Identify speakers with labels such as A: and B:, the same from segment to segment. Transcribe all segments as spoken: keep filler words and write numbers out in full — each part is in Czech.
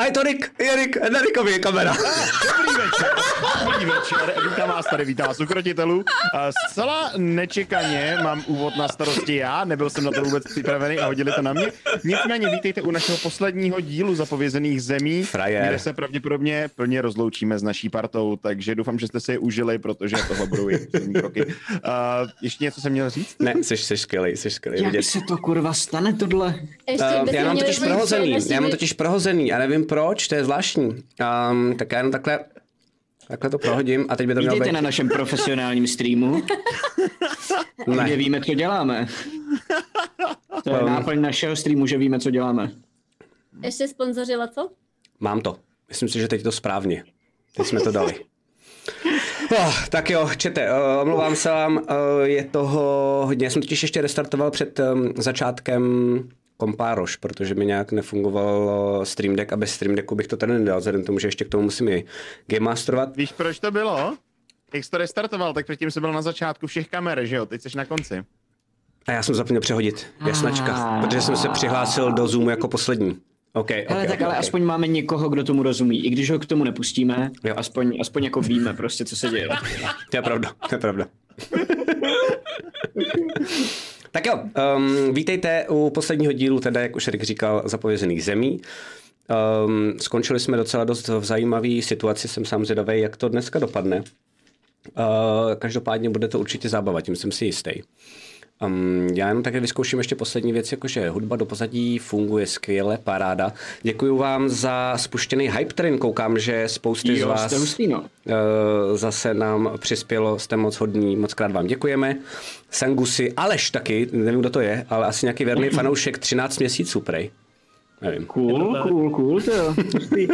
A: A je to Rick, je Rick, na Rickovi je kamera.
B: Dobrý večer, dobrý večer, vítám vás tady, vítám vás u Krotitelů. Zcela nečekaně mám úvod na starosti já, nebyl jsem na to vůbec připravený a hodili to na mě. Nicméně vítejte u našeho posledního dílu Zapovězených zemí,
A: Frajer.
B: kde se pravděpodobně plně rozloučíme s naší partou, takže doufám, že jste si je užili, protože tohle budou jejich poslední kroky. Uh, ještě něco jsem měl říct?
A: Ne, jsi, jsi skvělej, jsi skvělej.
C: Jak
A: vidět.
C: se to kurva stane tohle?
D: Ještě
A: Uh,
D: bychom
A: já mám
D: měli
A: totiž
D: být
A: prohozený,
D: naši-
A: já mám totiž prohozený a nevím proč, to je zvláštní. Um, tak já jenom takhle, takhle to prohodím a teď by to mělo
C: Vítejte
A: být...
C: na našem profesionálním streamu, kde
A: Ne,
C: víme, co děláme. To je
A: Um.
C: náplň našeho streamu, že víme, co děláme.
D: Ještě sponzořila co?
A: mám to. Myslím si, že teď je to správně. Teď jsme to dali. Oh, tak jo, čete, uh, omlouvám se vám, uh, je toho hodně. Já jsem totiž ještě restartoval před um, začátkem Kompároš, protože mi nějak nefungoval uh, Stream Deck a bez Stream Decku bych to tady nedal, vzhledem k tomu, že ještě k tomu musím i Game Masterovat.
B: Víš, proč to bylo? Jak jsi to restartoval, tak předtím jsi byl na začátku všech kamer, že jo? Teď jsi na konci.
A: A já jsem zapomněl přehodit, jasnačka,
C: Ah.
A: protože jsem se přihlásil do Zoomu jako poslední. OK, OK,
C: Ale tak
A: OK,
C: ale
A: OK.
C: aspoň máme někoho, kdo tomu rozumí. I když ho k tomu nepustíme,
A: Jo.
C: aspoň, aspoň jako víme prostě, co se děje.
A: To je pravda, to je pravda. Tak jo, um, vítejte u posledního dílu, teda, jak už Rick říkal, Zapovězených zemí. Um, skončili jsme docela dost v zajímavé situaci, jsem sám zvědavý, jak to dneska dopadne. Uh, každopádně bude to určitě zábava, tím jsem si jistý. Um, já jenom také vyzkouším ještě poslední věc, jakože hudba do pozadí funguje skvěle, paráda. Děkuji vám za spuštěný hype train, koukám, že spousty
C: Jo,
A: z vás
C: jste hustý, no.
A: uh, zase nám přispělo, jste moc hodní, moc krát vám děkujeme. Sangusy, Aleš taky, nevím, kdo to je, ale asi nějaký věrný fanoušek třináct měsíců, prej. Nevím.
C: Cool, cool, cool, to jo. Hustý.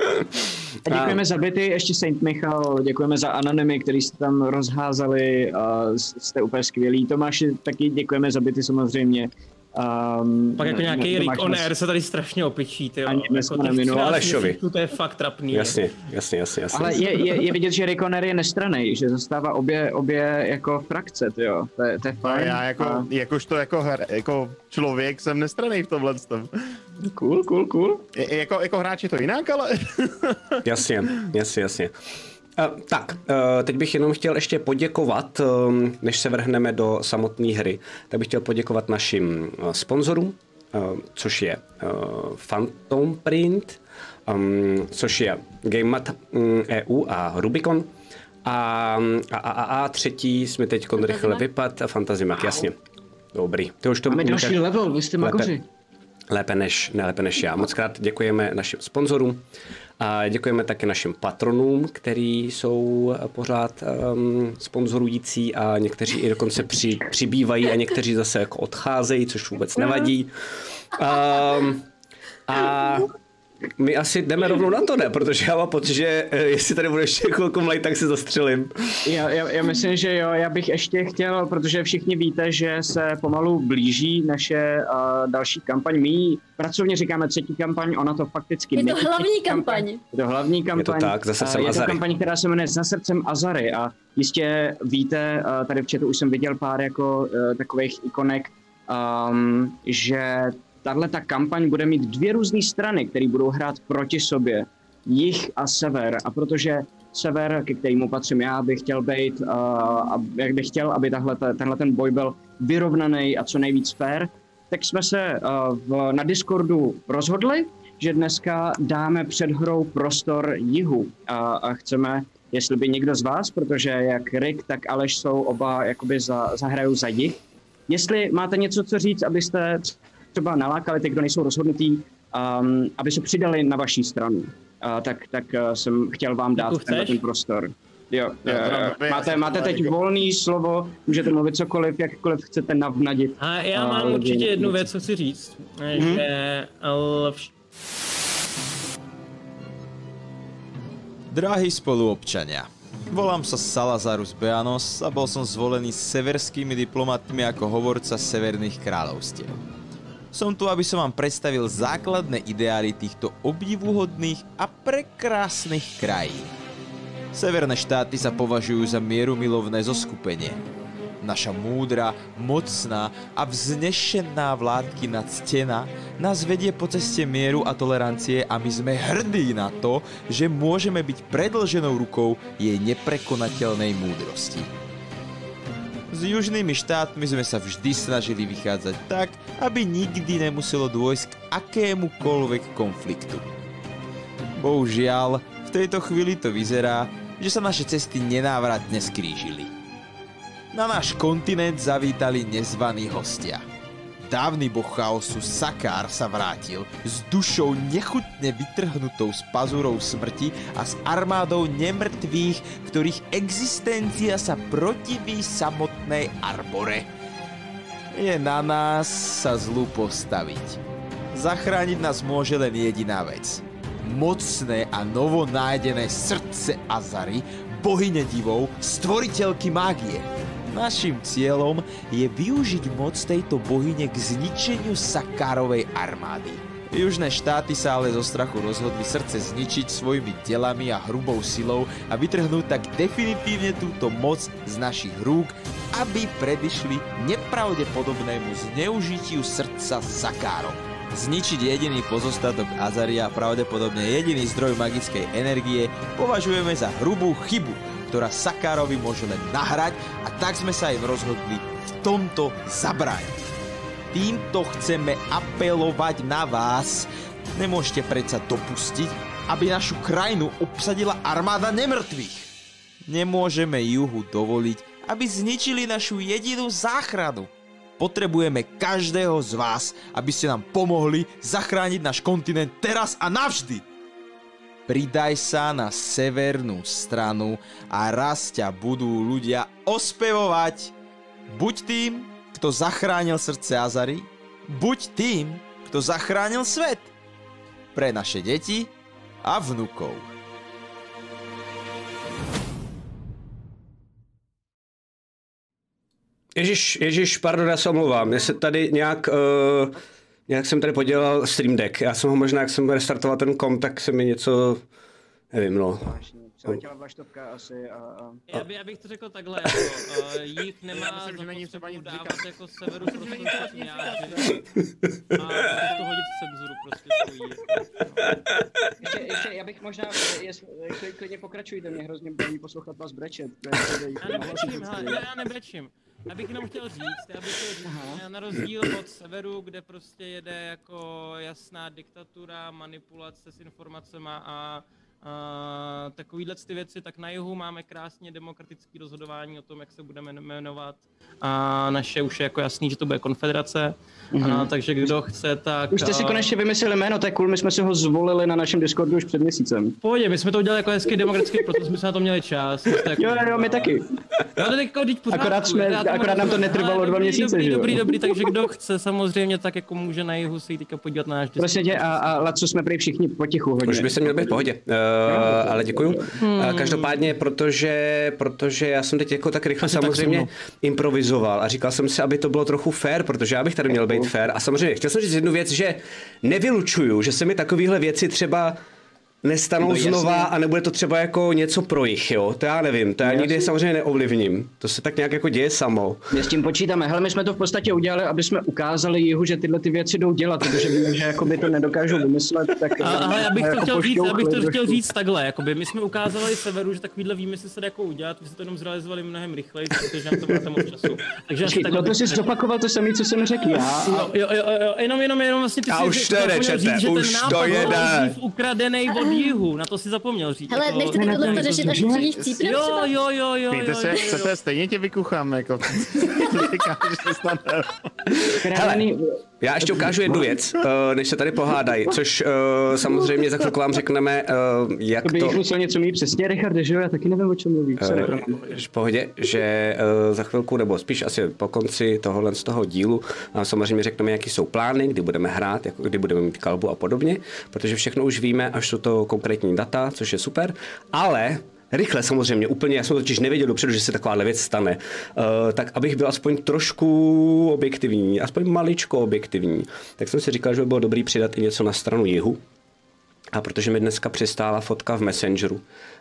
C: A děkujeme za byty, ještě Saint Michal, děkujeme za anonymy, který jste tam rozházeli, a jste úplně skvělí. Tomáši, taky děkujeme za byty samozřejmě. Um,
E: Pak jako nějaký
C: ne-
E: Rick
C: Tomáš
E: on
C: nás-
E: air se tady strašně opičí, tyjo.
C: Ani dnes
E: Jako
C: to
E: těch
C: neminul.
E: třináct
A: Alešovi.
E: měsíců, to je fakt trapný.
A: Jasně, jasně, jasně, jasně.
C: Ale je, je, je vidět, že Rick on air je nestranej, že zastává obě, obě jako frakce, jo. To je, to je
B: A
C: fajn.
B: já jako,
C: A-
B: jakožto jako, her, jako člověk jsem nestranej v tomhle tom.
C: Cool, cool, cool.
B: Je, jako, jako hráč je to jinak, ale...
A: Jasně, jasně, jasně. Uh, tak, uh, teď bych jenom chtěl ještě poděkovat, um, než se vrhneme do samotné hry, tak bych chtěl poděkovat našim uh, sponzorům, uh, což je uh, Phantom Print, um, což je GameMat um, E U a Rubicon. A, a, a, a třetí jsme teď rychle vypad a Fantazimak, jasně. Dobrý. Ty už to
C: Máme další level, vy jste magoři.
A: lépe, lépe, než, ne lépe než já. Moc krát děkujeme našim sponzorům a děkujeme také našim patronům, kteří jsou pořád um, sponzorující a někteří i dokonce při, přibývají a někteří zase jako odcházejí, což vůbec nevadí. Um, a my asi jdeme rovnou na to, ne? Protože já mám pocit, že eh, jestli tady bude ještě chvilku mlej, tak si zastřelím.
C: Já, já, já myslím, že jo, já bych ještě chtěl, protože všichni víte, že se pomalu blíží naše uh, další kampaň. My pracovně říkáme třetí kampaň, ona to fakticky
D: Je to
C: není
D: hlavní
C: třetí
D: kampaň.
C: Je to hlavní kampaň.
A: tak, Za srdcem
C: Uh, je to
A: Azary.
C: kampaň, která se jmenuje Za srdcem Azary a jistě víte, uh, tady v chatu už jsem viděl pár jako uh, takových ikonek, um, že tahle ta kampaň bude mít dvě různé strany, které budou hrát proti sobě. Jih a sever. A protože sever, ke kterému patřím já, bych chtěl být, uh, a jak bych chtěl, aby tahle, tenhle ten boj byl vyrovnaný a co nejvíc fair, tak jsme se uh, v, na Discordu rozhodli, že dneska dáme před hrou prostor jihu. A, a chceme, jestli by někdo z vás, protože jak Rick, tak Aleš jsou oba jakoby za, zahrajou za jih, jestli máte něco co říct, abyste třeba nalákali ty, kdo nejsou rozhodnutí, um, aby se přidali na vaší stranu. Uh, tak tak uh, jsem chtěl vám dát tenhle ten prostor. Jo, jo, jo. Máte, máte teď volný slovo, můžete mluvit cokoliv, jakkoliv chcete navnadit.
E: A já
C: uh,
E: mám
C: lidi.
E: určitě jednu věc, co chci říct,
C: Mhm.
E: že ale vš-
F: Drahí spoluobčania, volám sa Salazarus Beanos a bol som zvolený severskými diplomatmi ako hovorca Severných kráľovstiev. Som tu, aby som vám predstavil základné ideály týchto obdivuhodných a prekrásnych krajín. Severné štáty sa považujú za mierumilovné zoskupenie. Naša múdra, mocná a vznešená vládkyna ctená nás vedie po ceste mieru a tolerancie a my sme hrdí na to, že môžeme byť predĺženou rukou jej neprekonateľnej múdrosti. S južnými štátmi sme sa vždy snažili vychádzať tak, aby nikdy nemuselo dôjsť k akémukoľvek konfliktu. Bohužiaľ, v tejto chvíli to vyzerá, že sa naše cesty nenávratne skrížili. Na náš kontinent zavítali nezvaní hostia. Dávny boh chaosu Sakár sa vrátil s dušou nechutne vytrhnutou z pazúrov smrti a s armádou nemrtvých, ktorých existencia sa protiví samotnej Arbore. Je na nás sa zlu postaviť. Zachrániť nás môže len jediná vec. Mocné a novonájdené srdce Azary, bohyne divov, stvoriteľky mágie. Naším cieľom je využiť moc tejto bohyne k zničeniu Sakárovej armády. Južné štáty sa ale zo strachu rozhodli srdce zničiť svojimi delami a hrubou silou a vytrhnúť tak definitívne túto moc z našich rúk, aby predišli nepravdepodobnému zneužitiu srdca Sakárov. Zničiť jediný pozostatok Azaria, pravdepodobne jediný zdroj magickej energie, považujeme za hrubú chybu, ktorá Sakárovi môže len nahrať, a tak sme sa im rozhodli v tomto zabrániť. Týmto chceme apelovať na vás. Nemôžete predsa dopustiť, aby našu krajinu obsadila armáda nemrtvých. Nemôžeme juhu dovoliť, aby zničili našu jedinú záchranu. Potrebujeme každého z vás, aby ste nám pomohli zachrániť náš kontinent teraz a navždy. Pridaj sa na severnú stranu a raz ťa budú ľudia ospevovať. Buď tým, kto zachránil srdce Azary, buď tým, kto zachránil svet. Pre naše deti a vnukov.
A: Ježiš, ježiš, pardon, já se omlouvám. Mě se tady nějak... Uh... Nějak jsem tady podělal Stream Deck. Já jsem ho možná, jak jsem restartoval ten kom, tak se mi něco, nevím, no.
C: Přeletěla vlaštovka asi a... a...
E: Já, by, já bych to řekl takhle, jako, uh, jich nemá za potřebu dávat jako severu prostě směři a to hodit cenzuru prostě svojí.
C: Ještě, ještě, já bych možná, jestli, jestli klidně pokračujte, mě hrozně baví poslouchat vás brečet.
E: Já nebrečím, hele, já nebrečím. Já bych jenom chtěl říct, já bych chtěl říct, že na rozdíl od severu, kde prostě jede jako jasná diktatura, manipulace s informacemi a Uh, takovýhle ty věci, tak na jihu máme krásně demokratické rozhodování o tom, jak se budeme jmenovat. A naše už je jako jasný, že to bude konfederace, mm-hmm. uh, takže kdo chce, tak...
C: Už jste si konečně vymysleli jméno, to je cool, my jsme si ho zvolili na našem Discordu už před měsícem.
E: V pohodě, my jsme to udělali jako hezký demokratický proces, my jsme na to měli čas. Jako...
C: Jo, jo, my taky.
E: Jo, to jako pořádku,
C: akorát, jsme, akorát nám to netrvalo dva
E: dobrý,
C: měsíce,
E: dobrý,
C: že jo?
E: Dobrý, dobrý, takže kdo chce samozřejmě, tak jako může na jihu se jít teďka podívat na náš Discord.
C: Prostě tě, a, a Laco jsme prý všichni potichu hodně.
A: Už by se měl být v pohodě, uh, ale děkuju. Hmm. Každopádně, protože, protože já jsem teď jako tak rychle Asi samozřejmě tak improvizoval a říkal jsem si, aby to bylo trochu fair, protože já bych tady měl být fair. A samozřejmě chtěl jsem říct jednu věc, že nevylučuju, že se mi takovéhle věci třeba nestanou no, znova a nebude to třeba jako něco pro jich, jo? To já nevím, to já no, nikdy samozřejmě neovlivním. To se tak nějak jako děje samo.
C: My s tím počítáme. Hele, my jsme to v podstatě udělali, aby jsme ukázali jihu, že tyhle ty věci jdou dělat, protože víme, že jakoby to nedokážou vymyslet. Tak
E: a, ale já bych to jako chtěl říct, já bych to chtěl říct takhle, jakoby my jsme ukázali severu, že takovýhle výmysly se dá jako udělat, vy jste to jenom zrealizovali mnohem rychleji, protože na to máte moc času. Takže Počkej,
C: takhle... no to jsi zopakoval to samé, co jsem řekl já. A...
E: Jo, jo, jo, jo, jenom, jenom, jenom vlastně ty
A: a
E: si
A: už to nečete, už to jede.
E: Ukradenej od jihu, na to si zapomněl říct.
D: Hele,
E: jako...
D: nechcete tohle řešit až příštích cípr?
E: Jo, jo, jo, jo.
B: Mějte se, jak chcete, stejně tě vykuchám, jako.
A: Hele, já ještě ukážu jednu věc, než se tady pohádají, což samozřejmě za chvilku vám řekneme, jak to...
C: To bych musel něco mít přesně, Richarde, že jo? Já taky nevím, o čem mluví.
A: V pohodě, že za chvilku, nebo spíš asi po konci tohohle z toho dílu, samozřejmě řekneme, jaký jsou plány, kdy budeme hrát, jako kdy budeme mít kalbu a podobně, protože všechno už víme, až jsou to konkrétní data, což je super, ale rychle samozřejmě, úplně, já jsem totiž nevěděl dopředu, že se takováhle věc stane, uh, tak abych byl aspoň trošku objektivní, aspoň maličko objektivní, tak jsem si říkal, že by bylo dobrý přidat i něco na stranu jihu. A protože mi dneska přistála fotka v Messengeru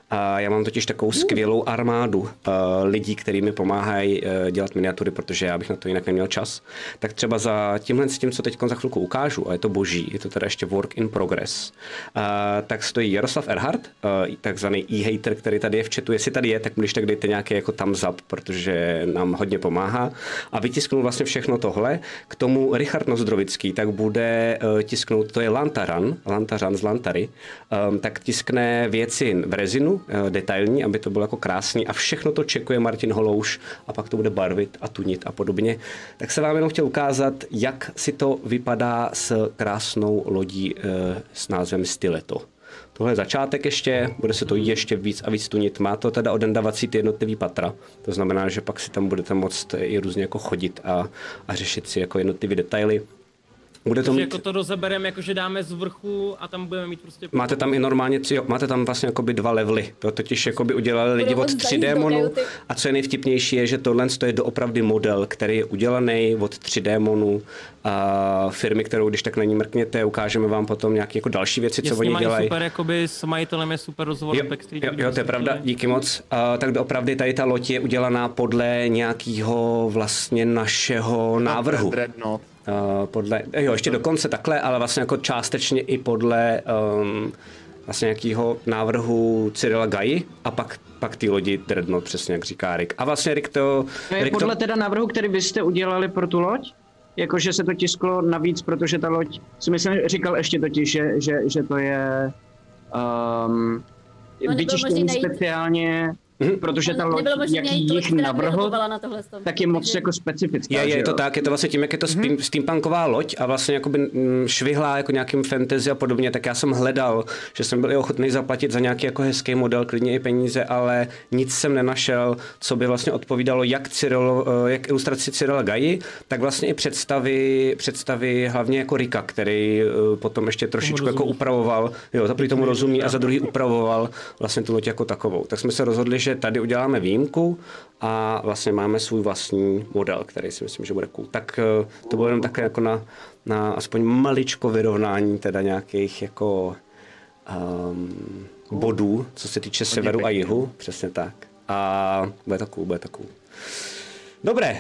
A: A já mám totiž takovou skvělou armádu uh, lidí, kteří mi pomáhají uh, dělat miniatury, protože já bych na to jinak neměl čas. Tak třeba za tímhle s tím, co teď za chvilku ukážu, a je to boží, je to teda ještě work in progress, uh, tak stojí Jaroslav Erhardt, uh, takzvaný e-hater, který tady je v chatu. Jestli tady je, tak když tak dejte nějaký jako thumbs up, protože nám hodně pomáhá. A vytisknul vlastně všechno tohle. K tomu Richard Nozdrovický, tak bude uh, tisknout, to je Lantaran, Lantaran z Lantary, um, tak tiskne věci v rezinu, detailní, aby to bylo jako krásný a všechno to čekuje Martin Holouš a pak to bude barvit a tunit a podobně. Tak se vám jenom chtěl ukázat, jak si to vypadá s krásnou lodí e, s názvem Stiletto. Tohle je začátek ještě, bude se to ještě víc a víc tunit. Má to teda odendavací ty jednotlivý patra, to znamená, že pak si tam budete moct i různě jako chodit a, a řešit si jako jednotlivý detaily. Bude to mít...
E: jako to rozebereme, jakože dáme z vrchu a tam budeme mít prostě...
A: Máte tam i normálně, jo, máte tam vlastně jakoby dva levely. To totiž jakoby udělali lidi od tři dé monů. A co je nejvtipnější je, že tohle je doopravdy model, který je udělaný od tři dé monů a firmy, kterou když tak na ní mrkněte, ukážeme vám potom nějaké jako další věci, co oni dělají.
E: Super, jakoby s majitelem je super rozhovor
A: jo,
E: backstage.
A: Jo, jo, to je pravda, díky moc. A, tak doopravdy tady ta loď je udělaná podle nějakého vlastně našeho návrhu. Uh, podle, jo, ještě dokonce takhle, ale vlastně jako částečně i podle um, vlastně nějakého návrhu Cyrila Gaji a pak, pak ty lodi Dreadnought, přesně jak říká Rick. A vlastně Rick to...
C: To je
A: Rick
C: podle
A: to...
C: teda návrhu, který vy jste udělali pro tu loď? Jakože se to tisklo navíc, protože ta loď, si myslím, říkal ještě totiž, že, že, že to je um, vytištěný speciálně... Hmm. Protože ta loď, jak jich navrhl, na tak je moc jako specifická.
A: Je, je to tak, je to vlastně tím, jak je to hmm. steampunková loď a vlastně jakoby švihlá jako nějakým fantasy a podobně, tak já jsem hledal, že jsem byl i ochotný zaplatit za nějaký jako hezký model, klidně i peníze, ale nic jsem nenašel, co by vlastně odpovídalo jak, Cyril, jak ilustraci Cyrila Gaji, tak vlastně i představy, představy hlavně jako Ricka, který potom ještě trošičku jako upravoval, jo, za první tomu rozumí a za druhý upravoval vlastně tu loď jako takovou. Tak jsme se rozhodli, že tady uděláme výjimku a vlastně máme svůj vlastní model, který si myslím, že bude cool. Tak to bylo jenom také jako na, na aspoň maličko vyrovnání teda nějakých jako um, bodů, co se týče severu a jihu, přesně tak. A bude to cool, bude to cool. Dobré,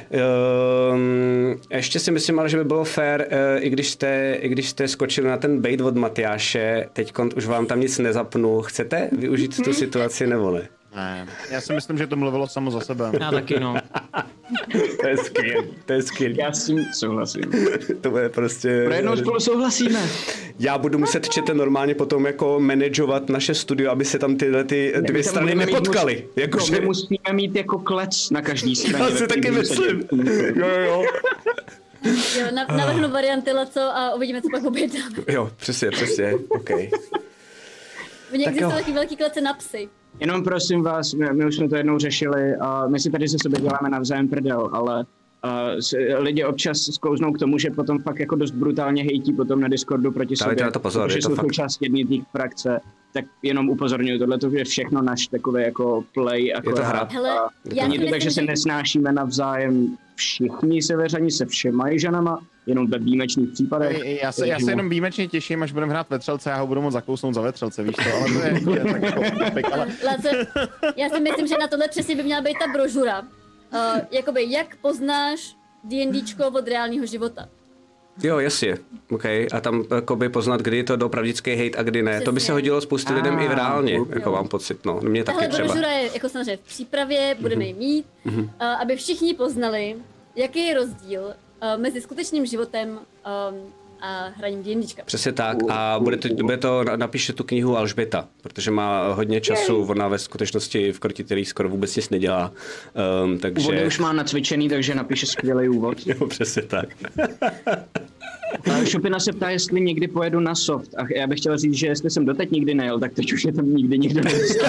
A: um, ještě si myslím, ale že by bylo fér, uh, i, když jste, i když jste skočili na ten bait od Matyáše, teď už vám tam nic nezapnu, chcete využít tu situaci nebo ne?
B: Ne, já si myslím, že to mluvilo samo za sebe.
E: Já taky, no.
A: To je skvělý, to je skvělý.
C: Já s tím souhlasím.
A: To bude prostě...
C: Pro jednou spolu souhlasíme.
A: Já budu muset čete normálně potom jako manažovat naše studio, aby se tam tyhle ty dvě ne, strany nepotkaly.
C: Mus... Jako, že... My musíme mít jako klec na každý straně.
A: Já si taky myslím. Jo, jo.
D: Jo, navrhnu varianty laco a uvidíme, co pak objednáme.
A: Jo, přesně, přesně, okej.
D: Okay. Existují taky velký klece na psy.
C: Jenom prosím vás, my, my už jsme to jednou řešili a my si tady se sobě děláme navzájem prdel, ale uh, lidi občas sklouznou k tomu, že potom fakt jako dost brutálně hejtí potom na Discordu proti sobě,
A: na to pozor,
C: protože
A: je to
C: jsou
A: fakt...
C: součást jedné té frakce, tak jenom upozorňuji, tohle to je všechno náš takový jako play, jako
A: je to hra.
D: Hele, já
C: není to tak, že se nesnášíme navzájem všichni severani se všema jižanama, jenom ve výjimečných případech.
B: Já se, já se jenom výjimečně těším, až budeme hrát vetřelce, já ho budu moc zakousnout za vetřelce, víš to, ale to je, je tak jako topik, ale...
D: Lace, já si myslím, že na tohle přesně by měla být ta brožura. Uh, jakoby, jak poznáš D&Dčko od reálního života.
A: Jo, jasně, OK. A tam jakoby poznat, kdy je to opravdický hate a kdy ne. Přesně. To by se hodilo spousty ah, lidem i reálně, jo. Jako mám pocit, no. Mě taky třeba. Tahle
D: brožura je jako samozřejmě v přípravě, budeme ji mít, mm-hmm. uh, aby všichni poznali, jaký je rozdíl uh, mezi skutečným životem um, a hraním D&Dčka.
A: Přesně tak a bude to, bude to, napíše tu knihu Alžběta, protože má hodně času, ona ve skutečnosti v krotitelích skoro vůbec nic nedělá. Um, takže...
C: Úvody už má nacvičený, takže napíše skvělý úvod.
A: Jo, přesně tak.
C: Šupina se ptá, jestli někdy pojedu na soft. A já bych chtěl říct, že jestli jsem doteď nikdy nejel, tak teď už je tam nikdy nikdo nedostal.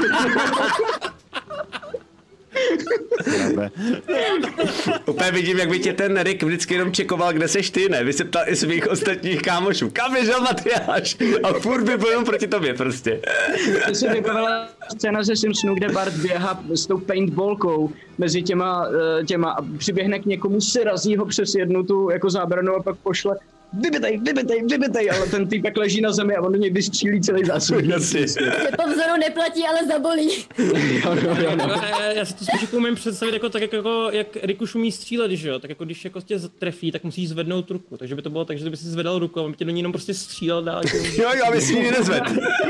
A: Úplně vidím, jak by tě ten Rick vždycky jenom čekoval, kde seš ty, ne? Vy se ptal i svých ostatních kámošů. Kam běžel Matyáš? A furt by byl jenom proti tobě prostě.
C: To se vybavila scéna ze Simpsonu, kde Bart běhá s tou paintballkou mezi těma, těma a přiběhne k někomu, si razí ho přes jednu tu jako zábranu a pak pošle vybitej, vybitej, vybitej, ale ten týpek leží na zemi a on do něj vystřílí celý zásobník.
D: Po vzoru neplatí, ale zabolí.
C: jo, jo, jo, no.
E: Já, já si to spíš jako umím představit jako tak, jako, jak Rikuš umí střílet, že jo? Tak jako když jako tě trefí, tak musíš zvednout ruku. Takže by to bylo tak, že by si zvedal ruku a by tě do ní jenom prostě střílel dál. Jako...
A: jo, jo, aby si ji nezved.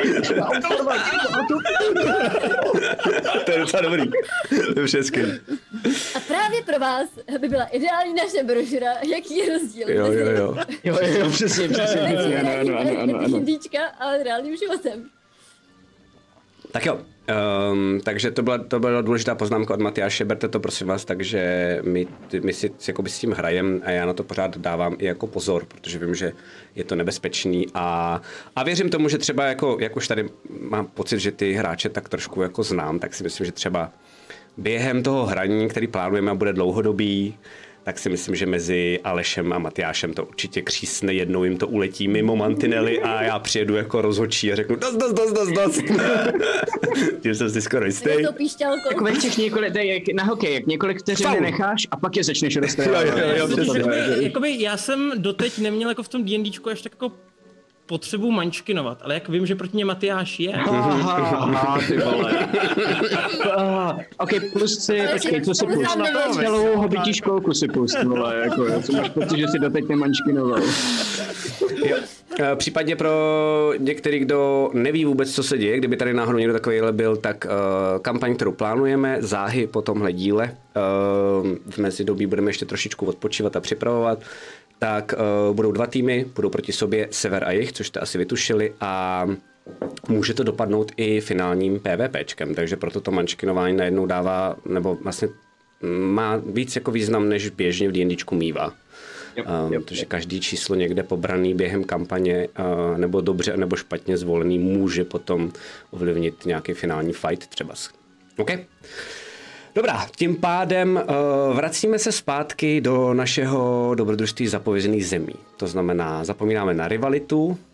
A: To je docela dobrý. To je všechny.
D: A právě pro vás by byla ideální naše brožura, jaký je rozdíl.
A: Jo, jo, jo.
C: Jo, jo, přesně, přesně. Ano, ano, ano, ano.
D: Hindíčka a reálným životem.
A: Tak jo, um, takže to byla, to byla důležitá poznámka od Matyáše, berte to prosím vás, takže my, my si jakoby s tím hrajem a já na to pořád dávám i jako pozor, protože vím, že je to nebezpečný a, a věřím tomu, že třeba jako, jak už tady mám pocit, že ty hráče tak trošku jako znám, tak si myslím, že třeba během toho hraní, který plánujeme a bude dlouhodobý, tak si myslím, že mezi Alešem a Matyášem to určitě křísne, jednou jim to uletí mimo mantinely a já přijedu jako rozhodčí a řeknu dost, dost, dost, dost, dost. Tím jsem si skoro jistý.
D: Je to píšťalko.
C: Takových těch několik, to je jak na hokej, jak několik vteřin necháš a pak je začneš rozstřelovat.
A: Jo, jo, jo, přesně.
E: Jakoby, jakoby já jsem doteď neměl jako v tom D and Dčku až tak jako potřebu mančkinovat, ale jak vím, že proti mě Matyáš je.
C: Aha, ty vole. uh, ok, plus si, počkej, co si pust? Celou hobití školku si pust, vole, jako, já jsem máš pocit, že si doteď nemančkinoval.
A: Jo. Případně pro některý, kdo neví vůbec, co se děje, kdyby tady náhodou někdo takovýhle byl, tak uh, kampaň, kterou plánujeme, záhy po tomhle díle. Uh, v mezidobí budeme ještě trošičku odpočívat a připravovat. Tak uh, budou dva týmy, budou proti sobě sever a jih, což jste asi vytušili a může to dopadnout i finálním PvPčkem, takže proto to mančkinování najednou dává, nebo vlastně má víc jako význam, než běžně v D&Dčku mívá. Yep, um, yep, protože yep. Každý číslo někde pobraný během kampaně uh, nebo dobře nebo špatně zvolený může potom ovlivnit nějaký finální fight třeba. OK? Dobrá, tím pádem uh, vracíme se zpátky do našeho dobrodružství zapovězených zemí. To znamená, zapomínáme na rivalitu um,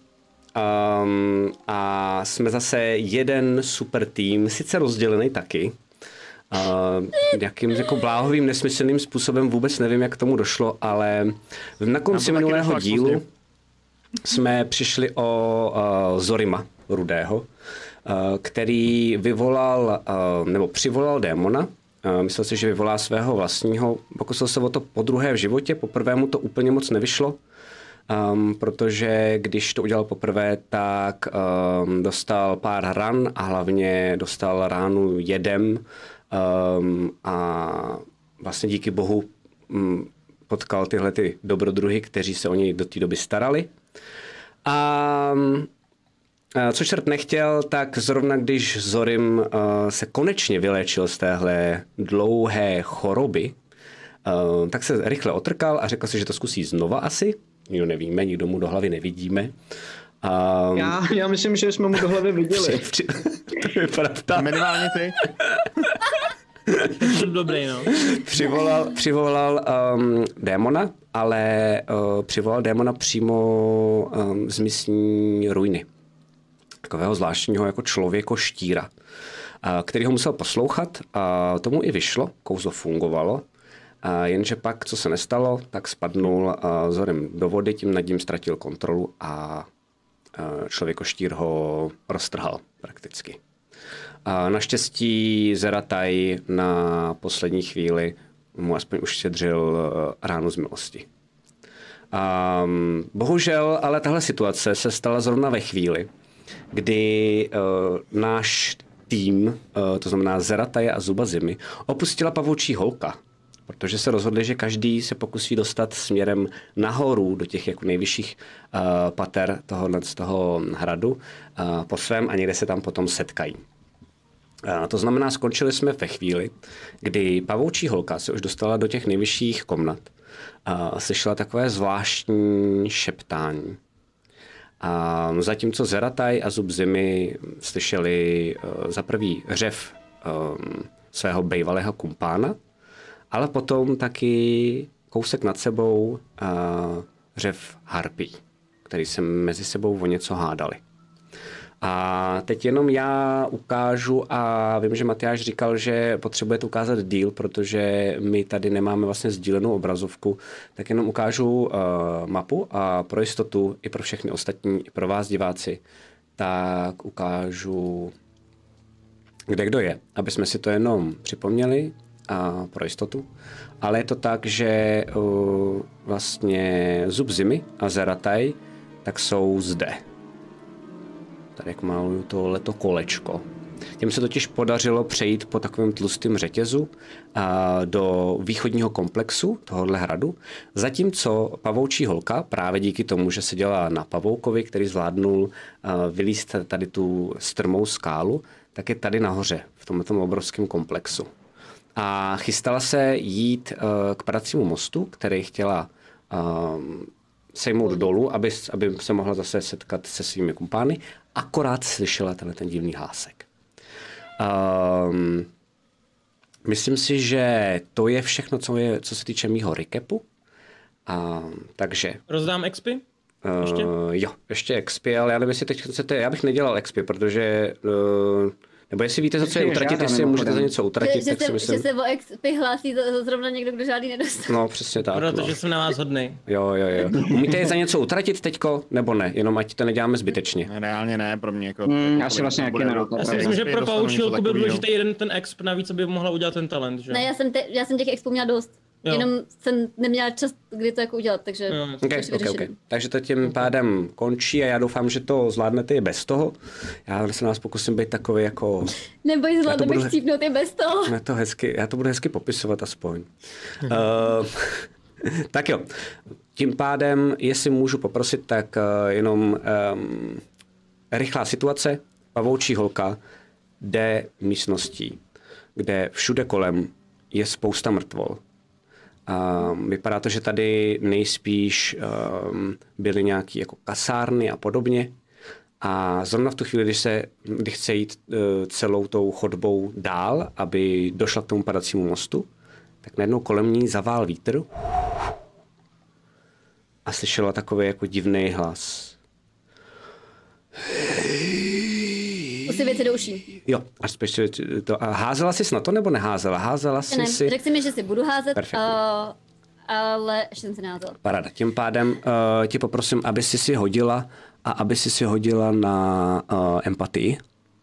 A: a jsme zase jeden super tým, sice rozdělený taky, uh, jakým jako bláhovým, nesmyslným způsobem vůbec nevím, jak k tomu došlo, ale na konci minulého dílu jsme přišli o uh, Zorima Rudého, uh, který vyvolal, uh, nebo přivolal démona. Myslel si, že vyvolá svého vlastního. Pokusil se o to podruhé v životě, poprvé mu to úplně moc nevyšlo, um, protože když to udělal poprvé, tak um, dostal pár ran a hlavně dostal ránu jedem um, a vlastně díky bohu um, potkal tyhle ty dobrodruhy, kteří se o něj do té doby starali. A co čert nechtěl, tak zrovna když Zorim uh, se konečně vyléčil z téhle dlouhé choroby, uh, tak se rychle otrkal a řekl si, že to zkusí znova asi. Nikdo nevíme, nikdo mu do hlavy nevidíme. Um,
C: já, já myslím, že jsme mu do hlavy viděli.
A: To je pravda.
B: Minimálně ty.
E: Dobrý, no.
A: Přivolal, přivolal um, démona, ale uh, přivolal démona přímo um, z místní ruiny. Takového zvláštního jako člověko štíra, který ho musel poslouchat a tomu i vyšlo, kouzlo fungovalo, a jenže pak, co se nestalo, tak spadnul Zorim do vody, tím nad ním ztratil kontrolu a člověko štír ho roztrhal prakticky. A naštěstí Zerataj na poslední chvíli mu aspoň uštědřil ránu z milosti. Um, bohužel, ale tahle situace se stala zrovna ve chvíli, kdy uh, náš tým, uh, to znamená Zerataje a Zuba Zimy, opustila pavoučí holka, protože se rozhodli, že každý se pokusí dostat směrem nahoru do těch jako nejvyšších uh, pater tohohle z toho hradu uh, po svém a někde se tam potom setkají. Uh, to znamená, skončili jsme ve chvíli, kdy pavoučí holka se už dostala do těch nejvyšších komnat a slyšela takové zvláštní šeptání. A zatímco Zerataj a Zub Zimy slyšeli uh, za prvý řev um, svého bejvalého kumpána, ale potom taky kousek nad sebou uh, řev harpí, který se mezi sebou o něco hádali. A teď jenom já ukážu, a vím, že Matyáš říkal, že potřebujete ukázat díl, protože my tady nemáme vlastně sdílenou obrazovku, tak jenom ukážu uh, mapu a pro jistotu i pro všechny ostatní, i pro vás diváci, tak ukážu, kde kdo je, aby jsme si to jenom připomněli a pro jistotu. Ale je to tak, že uh, vlastně Zub zimy a Zerataj tak jsou zde. Tady jak maluju tohleto kolečko. Těm se totiž podařilo přejít po takovém tlustém řetězu a do východního komplexu tohohle hradu, zatímco pavoučí holka, právě díky tomu, že se dělá na pavoukovi, který zvládnul vylízt tady tu strmou skálu, tak je tady nahoře, v tomto obrovském komplexu. A chystala se jít k padacímu mostu, který chtěla sejmout dolů, aby, aby se mohla zase setkat se svými kumpány, akorát slyšela tenhle ten divný hlásek. Um, myslím si, že to je všechno, co, je, co se týče mýho recapu. Uh, takže...
E: Rozdám expy? Ještě?
A: Uh, jo, ještě expy, ale já nevím, jestli teď chcete, já bych nedělal expy, protože... Uh, nebo jestli víte, za co je utratit, jestli můžete za něco utratit,
D: že,
A: tak
D: že
A: si
D: se,
A: myslím...
D: Že se o expy hlásí to zrovna někdo, kdo žádný nedostal.
A: No, přesně tak.
E: Protože
A: no.
E: jsem na vás hodnej.
A: Jo, jo, jo. Umíte je za něco utratit teďko, nebo ne? Jenom ať to neděláme zbytečně.
B: Reálně ne, pro mě jako...
C: Mm, asi vlastně jaký ne.
E: Já si myslím, že pro pavoučílku byl důležitý jeden ten exp navíc, aby mohla udělat ten talent, že?
D: Ne, já jsem, te, já jsem těch expů měla dost. Jo. Jenom jsem neměla čas, kdy to jako udělat, takže...
E: Jo.
A: Okay, okay, okay. Takže to tím pádem končí a já doufám, že to zvládnete i bez toho. Já se nás pokusím být takový jako...
D: Neboj, zvládnu bych
A: he...
D: chcípnout i bez toho.
A: Já to, hezky, já to budu hezky popisovat aspoň. uh, tak jo, tím pádem, jestli můžu poprosit, tak uh, jenom um, rychlá situace. Pavoučí holka jde místností, kde všude kolem je spousta mrtvol. Um, vypadá to, že tady nejspíš um, byly nějaké jako kasárny a podobně. A zrovna v tu chvíli, když, se, když chce jít uh, celou tou chodbou dál, aby došla k tomu padacímu mostu, tak najednou kolem ní zavál vítr a slyšela takový jako divný hlas.
D: To si věci do uší.
A: Jo, až spíš to. A házela jsi na to, nebo neházela? Házela jsi
D: Ne,
A: si...
D: řekl si mi, že si budu házet, uh,
A: Perfektně.
D: ale ještě jsem si neházela.
A: Paráda. Tím pádem uh, tě poprosím, aby si si hodila a aby si si hodila na uh, empatii.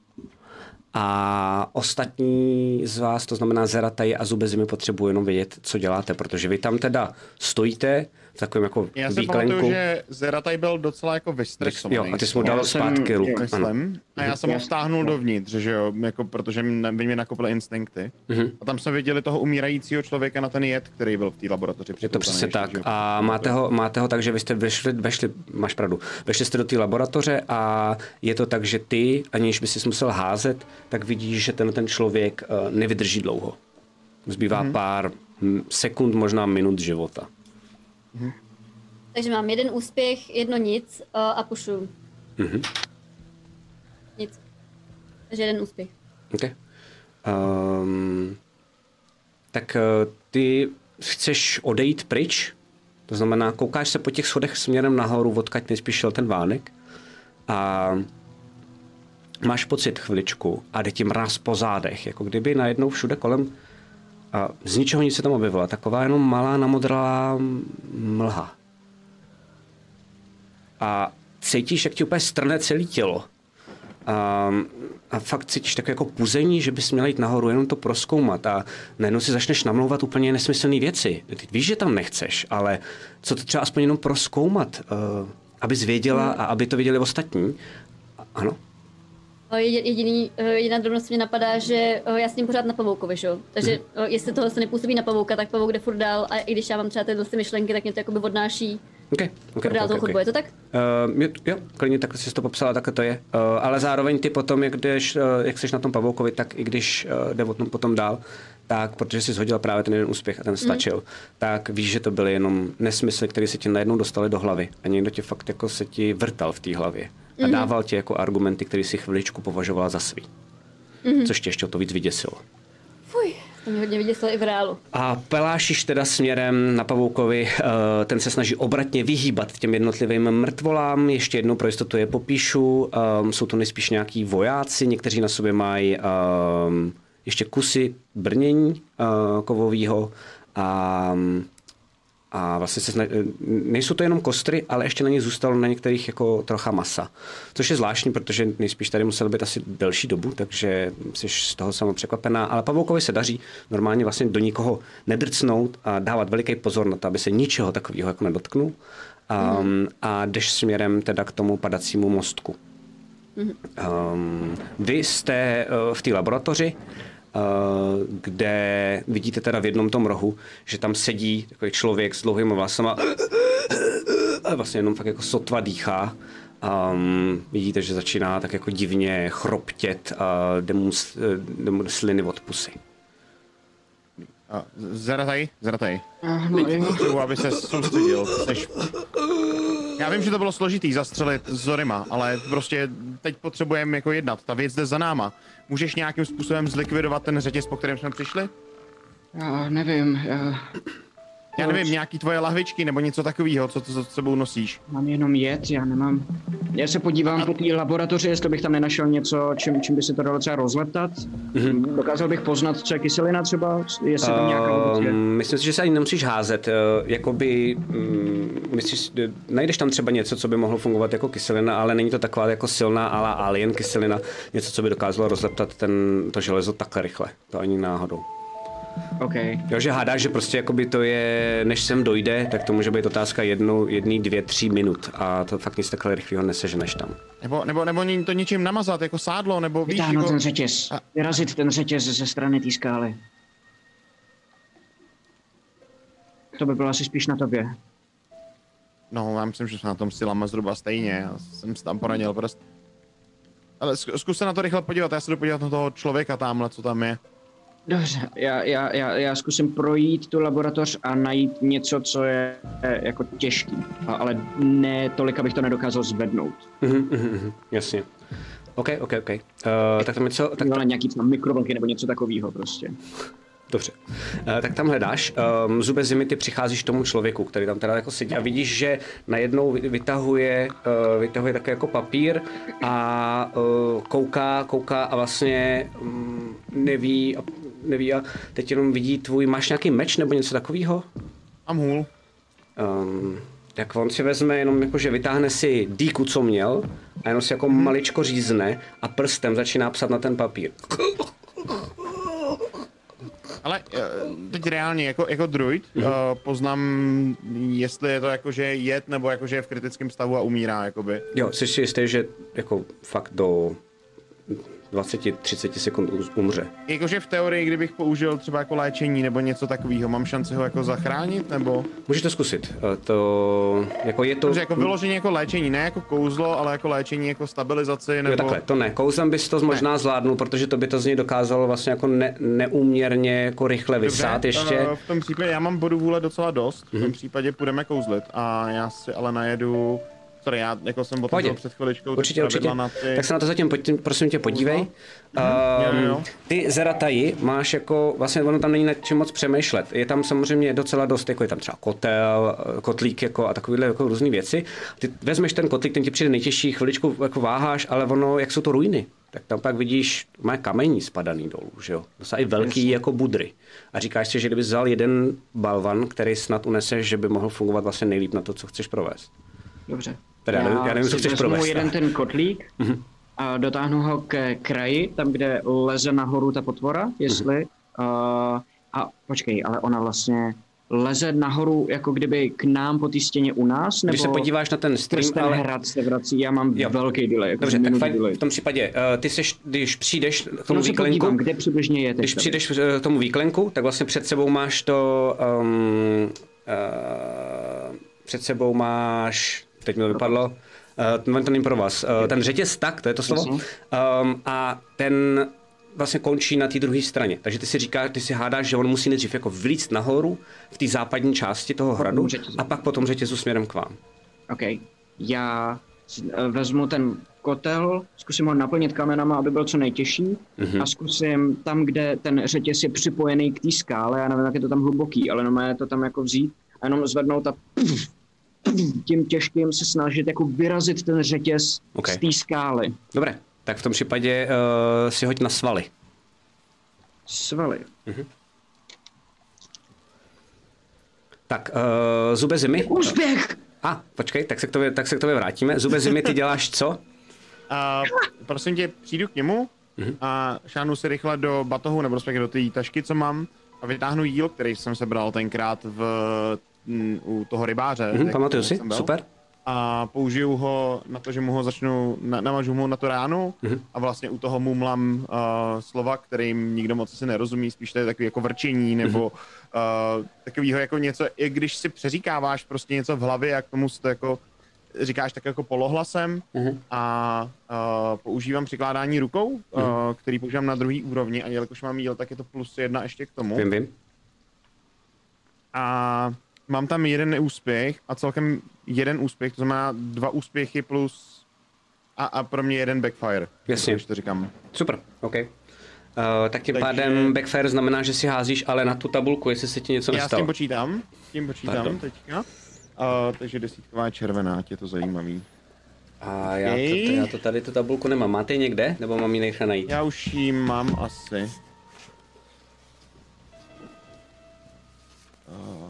A: A ostatní z vás, to znamená Zerataj a Zube zimy, potřebuji jenom vědět, co děláte, protože vy tam teda stojíte v takovém jako
B: Já si
A: výklenku.
B: pamatuju, že Zerataj byl docela jako vystresovaný.
A: Jo, a ty jsi mu dal
C: Já jsem-
A: zpátky luk. Ano.
B: Myslím. A já jsem ho stáhnul dovnitř, že jo, jako protože mi mě nakoply instinkty.
A: Mhm.
B: A tam jsme viděli toho umírajícího člověka na ten jed, který byl v té laboratoři.
A: Je to přesně
B: připoutaný
A: tak.
B: ještě, že jo.
A: A máte ho, máte ho tak, že vy jste vešli, vešli, máš pravdu, vešli jste do té laboratoře a je to tak, že ty, aniž by si musel házet, tak vidíš, že ten, ten člověk uh, nevydrží dlouho. Zbývá mm-hmm. pár hm, sekund, možná minut života.
D: Takže mám jeden úspěch, jedno nic uh, a pušu.
A: Mhm.
D: Nic. Takže jeden úspěch.
A: Okay. Um, tak uh, ty chceš odejít pryč? To znamená, koukáš se po těch schodech směrem nahoru, odkud nejspíš šel ten vánek a máš pocit chviličku a jde ti mráz po zádech, jako kdyby najednou všude kolem a z ničeho nic se tam objevila. Taková jenom malá namodralá mlha. A cítíš, jak ti úplně strne celé tělo. A, a fakt cítíš takové jako puzení, že bys měla jít nahoru, jenom to prozkoumat a najednou si začneš namlouvat úplně nesmyslné věci. Ty víš, že tam nechceš, ale co to třeba aspoň jenom prozkoumat, uh, abys věděla a aby to věděli ostatní. A, ano?
D: Jediný, jediná drobnost mě napadá, že já s ním pořád na pavoukovi, že? Takže mm. jestli tohle se nepůsobí na pavouka, tak pavouk jde furt dál a i když já mám třeba tyhle myšlenky, tak mě to jakoby odnáší.
A: Okay, okay,
D: dál
A: okay,
D: tou chodbu,
A: okay.
D: je to tak?
A: Uh, jo, jo, klidně takhle jsi to popsala, tak to je. Uh, ale zároveň ty potom, jak, jdeš, uh, jak jsi na tom pavoukovi, tak i když uh, jde potom dál, tak protože jsi shodila právě ten jeden úspěch a ten stačil, mm. tak víš, že to byly jenom nesmysly, které se ti najednou dostaly do hlavy a někdo tě fakt jako se ti vrtal v té hlavě a dával ti jako argumenty, které si chviličku považovala za svý. Mm. Což tě ještě o to víc vyděsilo.
D: Fuj, To mě hodně vidělo i v reálu.
A: A pelášiš teda směrem na pavoukovi, ten se snaží obratně vyhýbat těm jednotlivým mrtvolám. Ještě jednou pro jistotu je popíšu. Jsou to nejspíš nějaký vojáci, někteří na sobě mají ještě kusy brnění kovového. A A vlastně se snaží, nejsou to jenom kostry, ale ještě na nich zůstalo na některých jako trocha masa. Což je zvláštní, protože nejspíš tady musel být asi delší dobu, takže jsi z toho sama překvapená. Ale pavoukovi se daří normálně vlastně do nikoho nedrcnout a dávat veliký pozor na to, aby se ničeho takového jako nedotknul. Um, mm. A jdeš směrem teda k tomu padacímu mostku. Mm. Um, vy jste uh, v té laboratoři, kde vidíte teda v jednom tom rohu, že tam sedí takový člověk s dlouhými vlasama a vlastně jenom fakt jako sotva dýchá. Um, vidíte, že začíná tak jako divně chroptět a jde mu, jde mu sliny od pusy.
B: Zarataj, zarataj.
C: No,
B: Potřebuji, aby se soustředil. Seš... Já vím, že to bylo složitý zastřelit s Zorima, ale prostě teď potřebujeme jako jednat. Ta věc jde za náma. Můžeš nějakým způsobem zlikvidovat ten řetěz, po kterém jsme přišli?
C: Já nevím. Já...
B: Já nevím, nějaký tvoje lahvičky nebo něco takového, co to s sebou nosíš.
C: Mám jenom jed, já nemám. Já se podívám a... po té laboratoři, jestli bych tam nenašel něco, čím, čím by se to dalo třeba rozleptat. Mm-hmm. Dokázal bych poznat, co je kyselina třeba, jestli tam nějaká ovoce.
A: Um, myslím si, že se ani nemusíš házet. Uh, jakoby, um, myslíš, najdeš tam třeba něco, co by mohlo fungovat jako kyselina, ale není to taková jako silná ala alien kyselina, něco, co by dokázalo rozleptat ten, to železo tak rychle. To ani náhodou.
C: Okay.
A: Jo, že hádáš, že prostě jakoby to je, než sem dojde, tak to může být otázka jednou, jedný, dvě, tři minut a to fakt nic takhle rychlého neseženeš tam.
B: Nebo, nebo, nebo to něčím namazat, jako sádlo, nebo víš,
C: vytáhnout
B: jako...
C: ten řetěz, a... vyrazit ten řetěz ze strany té skály. To by bylo asi spíš na tobě.
B: No, já myslím, že jsme na tom silama zhruba stejně, já jsem si tam poradil prostě. Ale zkus se na to rychle podívat, já se jdu podívat na toho člověka tamhle, co tam je.
C: Dobře, já, já, já, já zkusím projít tu laboratoř a najít něco, co je, je jako těžký, a, ale ne tolik, abych to nedokázal zvednout.
A: Mhm, mhm, jasně. OK, OK, OK. Uh, tak tam něco... Tak
C: tam... nějaký třeba mikrovlnky nebo něco takového prostě.
A: Dobře. Uh, tak tam hledáš. Um, zube zimy ty přicházíš tomu člověku, který tam teda jako sedí a vidíš, že najednou vytahuje, uh, vytahuje také jako papír a uh, kouká, kouká a vlastně um, neví, neví a teď jenom vidí tvůj, máš nějaký meč nebo něco takového?
B: Mám hůl.
A: Um, tak on si vezme jenom jako, že vytáhne si dýku, co měl a jenom si jako hmm. maličko řízne a prstem začíná psat na ten papír.
B: Ale teď reálně jako, jako druid mm-hmm. uh, poznám, jestli je to jako, že je jed, nebo jako, že je v kritickém stavu a umírá, jakoby.
A: Jo, jsi si jistý, že jako fakt do dvacet třicet sekund umře.
B: Jakože v teorii, kdybych použil třeba jako léčení nebo něco takového, mám šanci ho jako zachránit, nebo?
A: Můžete zkusit. To, jako je to...
B: Protože jako vyloženě jako léčení, ne jako kouzlo, ale jako léčení, jako stabilizaci, nebo...
A: Jo, takhle, to ne. Kouzlem bys to možná ne. zvládnul, protože to by to z něj dokázalo vlastně jako ne, neúměrně jako rychle vysát. Dobře, ještě.
B: V tom případě já mám bodu vůle docela dost, v tom mm-hmm. případě půjdeme kouzlit a já si ale najedu... Sorry, já jako jsem otevřel před chviličkou.
A: Určitě, určitě. Na ty... Tak se na to zatím, pojď, prosím tě, podívej. Um,
B: jo, jo.
A: Ty Zarataji máš jako, vlastně ono tam není nad čím moc přemýšlet. Je tam samozřejmě docela dost, jako je tam třeba kotel, kotlík jako a takovýhle jako různý věci. Ty vezmeš ten kotlík, ten ti přijde nejtěžší, chviličku jako váháš, ale ono, jak jsou to ruiny, tak tam pak vidíš, má kamení spadaný dolů, že jo. Docela i velký Jasně. jako budry. A říkáš si, že kdyby vzal jeden balvan, který snad uneseš, že by mohl fungovat vlastně nejlíp na to, co chceš provést.
C: Dobře.
A: Teda, já, já nevím, co chceš provést.
C: jeden ten kotlík
A: mm-hmm.
C: a dotáhnu ho ke kraji, tam, kde leze nahoru ta potvora, jestli. Mm-hmm. Uh, a počkej, ale ona vlastně leze nahoru, jako kdyby k nám po té stěně u nás, nebo...
A: Když se podíváš na ten stream,
C: ten
A: ale...
C: hrad se vrací, já mám jo. velký delay. Jako
A: Dobře, tak fajn, v tom případě, uh, ty seš, když přijdeš k tomu
C: no,
A: výklenku...
C: Podívám, kde přibližně je teď
A: Když
C: tady.
A: přijdeš k tomu výklenku, tak vlastně před sebou máš to... Um, uh, před sebou máš... Teď mi to vypadlo... Uh, to není pro vás. Uh, ten řetěz tak, to je to slovo. Um, a ten vlastně končí na té druhé straně. Takže ty si říkáš, ty si hádáš, že on musí nejdřív jako vlíct nahoru v té západní části toho hradu a pak po tom řetězu směrem k vám.
C: OK. Já vezmu ten kotel, zkusím ho naplnit kamenama, aby byl co nejtěžší mm-hmm. a zkusím tam, kde ten řetěz je připojený k té skále, já nevím, jak je to tam hluboký, ale no je to tam jako vzít a jenom zvednout a pff, pff, tím těžkým se snažit jako vyrazit ten řetěz okay. z té skály.
A: Dobré, tak v tom případě uh, si hoď na svaly.
C: Svaly.
A: Mm-hmm. Tak, uh, zube zimy.
C: Úspěch!
A: A, ah, počkej, tak se, k tobě, tak se k tobě vrátíme. Zube zimy, ty děláš co?
B: Uh, prosím tě, přijdu k němu mm-hmm. a šáhnu si rychle do batohu, nebo respektive do té tašky, co mám, a vytáhnu jíl, který jsem sebral tenkrát v, m, u toho rybáře.
A: Mm-hmm, pamatuju si, super.
B: A použiju ho na to, že mu ho začnu, na, namažu mu na tu ránu mm-hmm. a vlastně u toho mumlám uh, slova, kterým nikdo moc asi nerozumí, spíš to je takový jako vrčení, nebo mm-hmm. uh, takovýho jako něco, i když si přeříkáváš prostě něco v hlavě, jak tomu si to jako říkáš tak jako polohlasem mm-hmm. a uh, používám přikládání rukou, mm-hmm. uh, který používám na druhý úrovni a jelikož mám jíl, tak je to plus jedna ještě k tomu.
A: Vím, vím.
B: A mám tam jeden úspěch a celkem jeden úspěch, to znamená dva úspěchy plus a, a pro mě jeden backfire.
A: Jasně.
B: Když to říkám.
A: Super, OK. Uh, tak tím
B: Takže...
A: pádem backfire znamená, že si házíš ale na tu tabulku, jestli se ti něco
B: Já
A: nestalo.
B: s tím počítám, s tím počítám Pardon. teďka. Uh, takže desítková červená, je to zajímavý.
A: A já to, já to tady tu tabulku nemám. Máte ji někde? Nebo mám ji nechat najít?
B: Já už ji mám asi. Uh...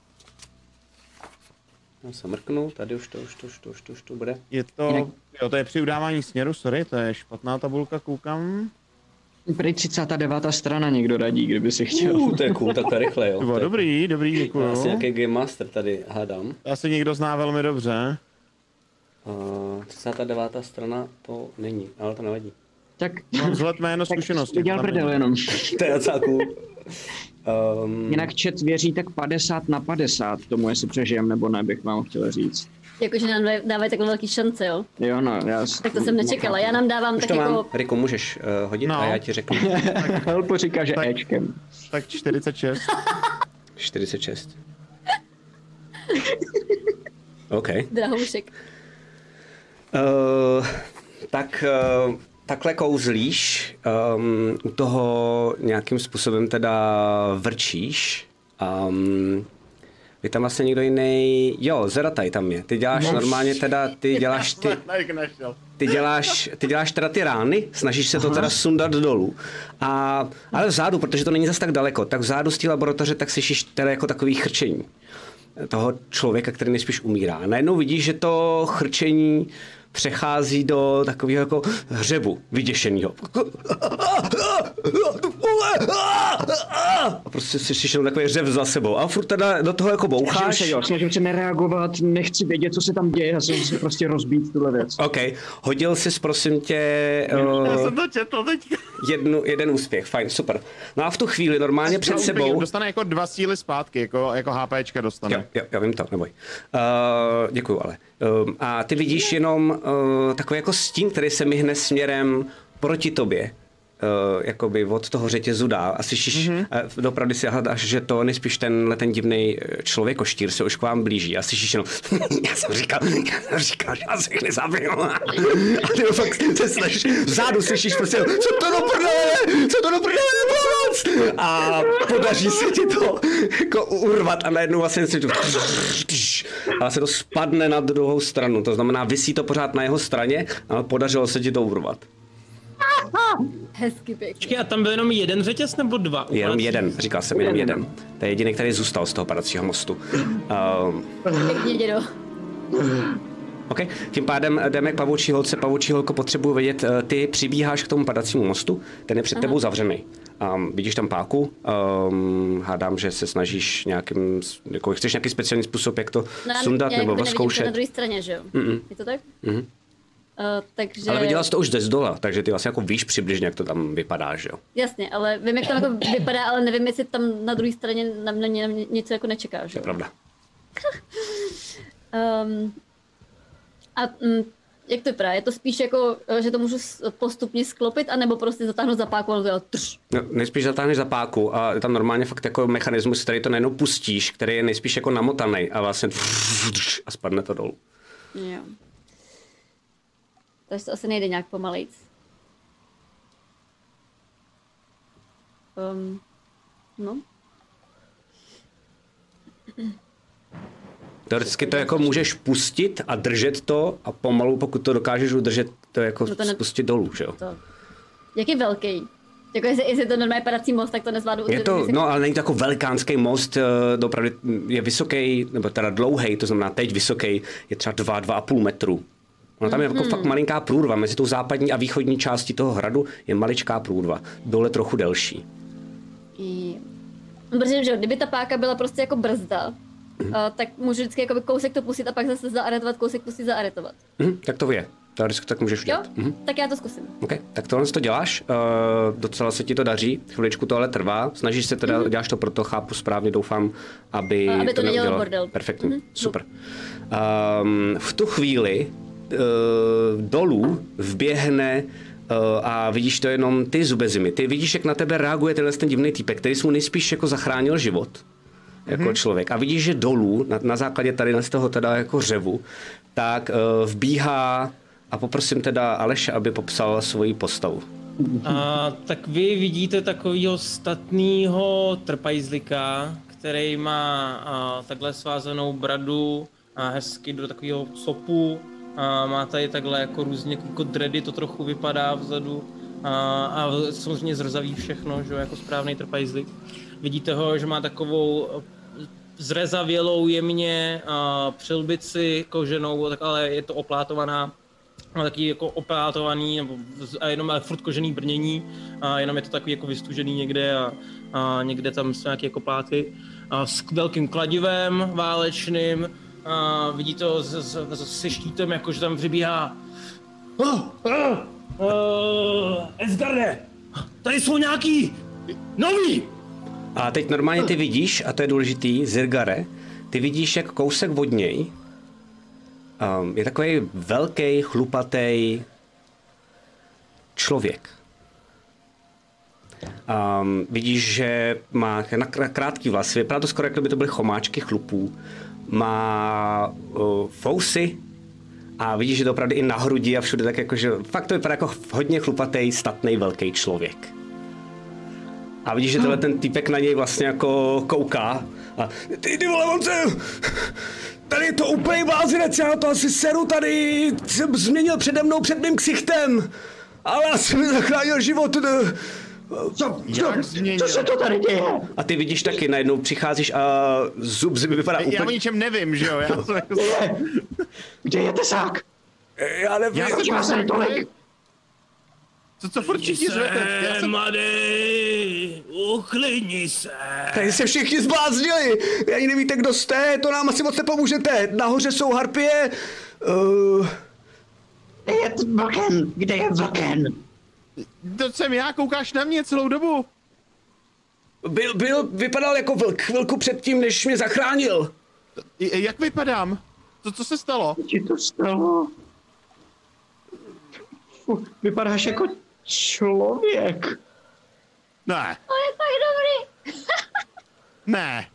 A: Já se mrknu, tady už to, už to, už to, už to, už to bude.
B: Je to, jo, to je při udávání směru, sorry, to je špatná tabulka, koukám.
C: Prý třicátá devátá strana někdo radí, kdyby si chtěl.
A: Uh, to je cool, takhle rychle, jo.
B: To bylo dobrý, dobrý, děkuju.
A: Asi nějaký Game Master tady hádám.
B: Asi někdo zná velmi dobře.
A: Uh, třicátá devátá strana to není, ale to nevadí.
C: Tak
B: mám vzhled jméno zkušenosti.
C: Udělal prdel jenom.
A: To je docela cool. Um...
C: Jinak chat věří tak padesát na padesát tomu, jestli přežijem nebo ne, bych vám chtěl říct.
D: Jakože nám dávají takhle velký šance, jo?
C: Jo, no, já...
D: Tak to jsem nečekala, já nám dávám
A: Už
D: tak
A: to
D: jako...
A: mám. Riku, můžeš uh, hodit no. a já ti řeknu.
C: Helpo říká, že
B: tak,
C: Ečkem.
B: Tak čtyřicet šest.
A: čtyřicet šest. OK.
D: Drahoušek.
A: Uh, tak... Uh... Takhle kouzlíš, um, u toho nějakým způsobem teda vrčíš. Um, je tam vlastně někdo jiný. Jo, Zerataj tam je. Ty děláš no, normálně teda, ty děláš ty, ty děláš, ty děláš teda ty rány, snažíš se to teda sundat dolů. A, ale vzadu, protože to není zas tak daleko, tak vzadu z té laboratoře tak slyšíš teda jako takový chrčení toho člověka, který nejspíš umírá. A najednou vidíš, že to chrčení přechází do takového jako hřebu vyděšenýho. A prostě si slyšel takový řev za sebou. A furt teda do toho jako boucháš.
C: Snažím se, jo, snažím se nereagovat, nechci vědět, co se tam děje, já jsem si prostě rozbít tuhle věc.
A: OK, hodil jsi prosím tě... Uh,
B: já jsem to četl teďka.
A: Jednu, jeden úspěch, fajn, super. No a v tu chvíli normálně před sebou...
B: Dostane jako dva síly zpátky, jako, jako HPčka dostane.
A: Jo, jo, já vím to, neboj. Uh, děkuju ale. Uh, a ty vidíš jenom uh, takový jako stín, který se myhne směrem proti tobě. Uh, jakoby od toho řetězu dál a slyšíš, mm-hmm. uh, dopravdy si hledáš, že to nejspíš tenhle ten divný člověkoštír se už k vám blíží a slyšíš jenom já jsem říkal, já jsem říkal, že já se jich nezabil. A ty fakt se snažíš, vzadu slyšíš prostě, co to do prdele, co to do prdele, pomoc! A podaří se ti to jako urvat a najednou vlastně si to ale se to spadne na druhou stranu, to znamená, visí to pořád na jeho straně, ale podařilo se ti to urvat.
D: Hezky pěkně.
E: Počkej, a tam byl jenom jeden řetěz nebo dva?
A: Jenom jeden, říkal jsem jenom jeden. To je jediný, který zůstal z toho padacího mostu. Um,
D: Pěkně, dědo.
A: OK, tím pádem jdeme k pavoučí holce. Pavoučí holko, potřebuji vědět, ty přibíháš k tomu padacímu mostu, ten je před Aha. tebou zavřený. Um, vidíš tam páku, um, hádám, že se snažíš nějakým, jako chceš nějaký speciální způsob, jak to
D: no,
A: sundat nebo vyzkoušet.
D: Na druhé straně, že jo?
A: Mm-mm.
D: Je to tak?
A: Mm-hmm.
D: Uh, takže...
A: Ale viděla jsi to už ze zdola, takže ty vlastně jako víš přibližně, jak to tam vypadá, že jo?
D: Jasně, ale vím, jak to jako vypadá, ale nevím, jestli tam na druhé straně na mě něco jako nečeká, že jo?
A: To je pravda.
D: um, a um, jak to vypadá? Je to spíš jako, že to můžu postupně sklopit, anebo prostě zatáhnout za páku, ale to je trš.
A: No, nejspíš zatáhneš za páku a je tam normálně fakt jako mechanismus, který to najednou pustíš, který je nejspíš jako namotaný a vlastně a spadne to dolů.
D: Jo. Takže to asi nejde nějak pomalejc. Um, no.
A: Teoreticky to jako můžeš pustit a držet to a pomalu, pokud to dokážeš udržet, to jako
D: No to ne-
A: spustit dolů, že jo?
D: To. Jak je velký? Jako jestli, jestli to normálně padací most, tak to nezvládnu.
A: Je to, no ale není to jako velikánský most, eh, opravdu je vysoký, nebo teda dlouhý, to znamená teď vysoký, je třeba dva, dva a půl metru. No tam je jako fakt malinká průrva, mezi tou západní a východní částí toho hradu je maličká průrva, dole trochu delší.
D: I... No, protože že, kdyby ta páka byla prostě jako brzda, mm. uh, tak můžu vždycky jakoby kousek to pustit a pak zase zaaretovat, kousek pustit, zaaretovat.
A: Mhm, tak to je, teoreticky tak můžeš
D: Jo?
A: udělat. Mhm.
D: Tak já to zkusím.
A: Okay. Tak tohle to děláš, uh, docela se ti to daří, chviličku to ale trvá, snažíš se teda, mm-hmm. děláš to proto, chápu správně, doufám, aby,
D: A aby to nedělalo
A: neudělalo.
D: bordel.
A: Perfektní,
D: Mhm.
A: super. Um, v tu chvíli uh, dolů vběhne uh, a vidíš to jenom ty Zubezimy. Ty vidíš, jak na tebe reaguje tenhle ten divný týpek, který jsi mu nejspíš jako zachránil život jako mm-hmm. člověk. A vidíš, že dolů, na, na základě tady z toho teda jako řevu, tak uh, vbíhá a poprosím teda Aleše, aby popsal svoji postavu.
E: A tak vy vidíte takového statného trpajzlika, který má a, takhle svázanou bradu a hezky do takového copu. A má tady takhle jako různě jako dready, to trochu vypadá vzadu. A, a samozřejmě zrzaví všechno, že jo, jako správný trpajzlik. Vidíte ho, že má takovou zrezavělou jemně a, přilbici koženou, tak ale je to oplátovaná. Má taky jako oplátovaný, nebo a jenom ale furt kožený brnění, a jenom je to takový jako vystužený někde a, a někde tam jsou nějaké jako pláty. A s velkým kladivem válečným, a vidíte ho s, s, s, se štítem, jakože tam přibíhá. Oh, oh, oh, Esgarde, tady jsou nějaký nový!
A: A teď normálně ty vidíš, a to je důležitý, Zirgare, ty vidíš, jak kousek od něj um, je takový velký, chlupatý člověk. Um, vidíš, že má na krátký vlasy, vypadá to skoro, jako by to byly chomáčky chlupů. Má uh, fousy a vidíš, že to opravdu i na hrudi a všude tak jako, že fakt to vypadá jako hodně chlupatý, statný, velký člověk. A vidíš, že tenhle ten týpek na něj vlastně jako kouká a ty, ty vole, on se... Tady je to úplný blázinec, já to asi seru tady, jsem změnil přede mnou před mým ksichtem, ale já jsem mi zachránil život.
C: Co,
B: Jak
C: co,
B: změnil?
C: co se to tady děje?
A: A ty vidíš taky, najednou přicházíš a zub zimy vypadá
B: Já
A: úplně...
B: o ničem nevím, že jo? Já to jako...
C: Kde je? Kde je tesák?
A: Já nevím.
B: Já
C: Proč vás tady tolik?
B: Co, co furt všichni řvete? Já jsem...
E: Mladý, uklidni se.
A: Tady se všichni zbláznili, ani nevíte, kdo jste, to nám asi moc nepomůžete. Nahoře jsou harpie. Uh...
C: Kde je vlken? Kde je vlken?
B: To jsem já, koukáš na mě celou dobu.
A: Byl, byl, vypadal jako vlk chvilku předtím, než mě zachránil.
B: I- Jak vypadám? To, co se stalo?
C: Co ti to stalo? Fu, vypadáš jako člověk.
B: Ne,
D: To je tak dobrý.
B: ne.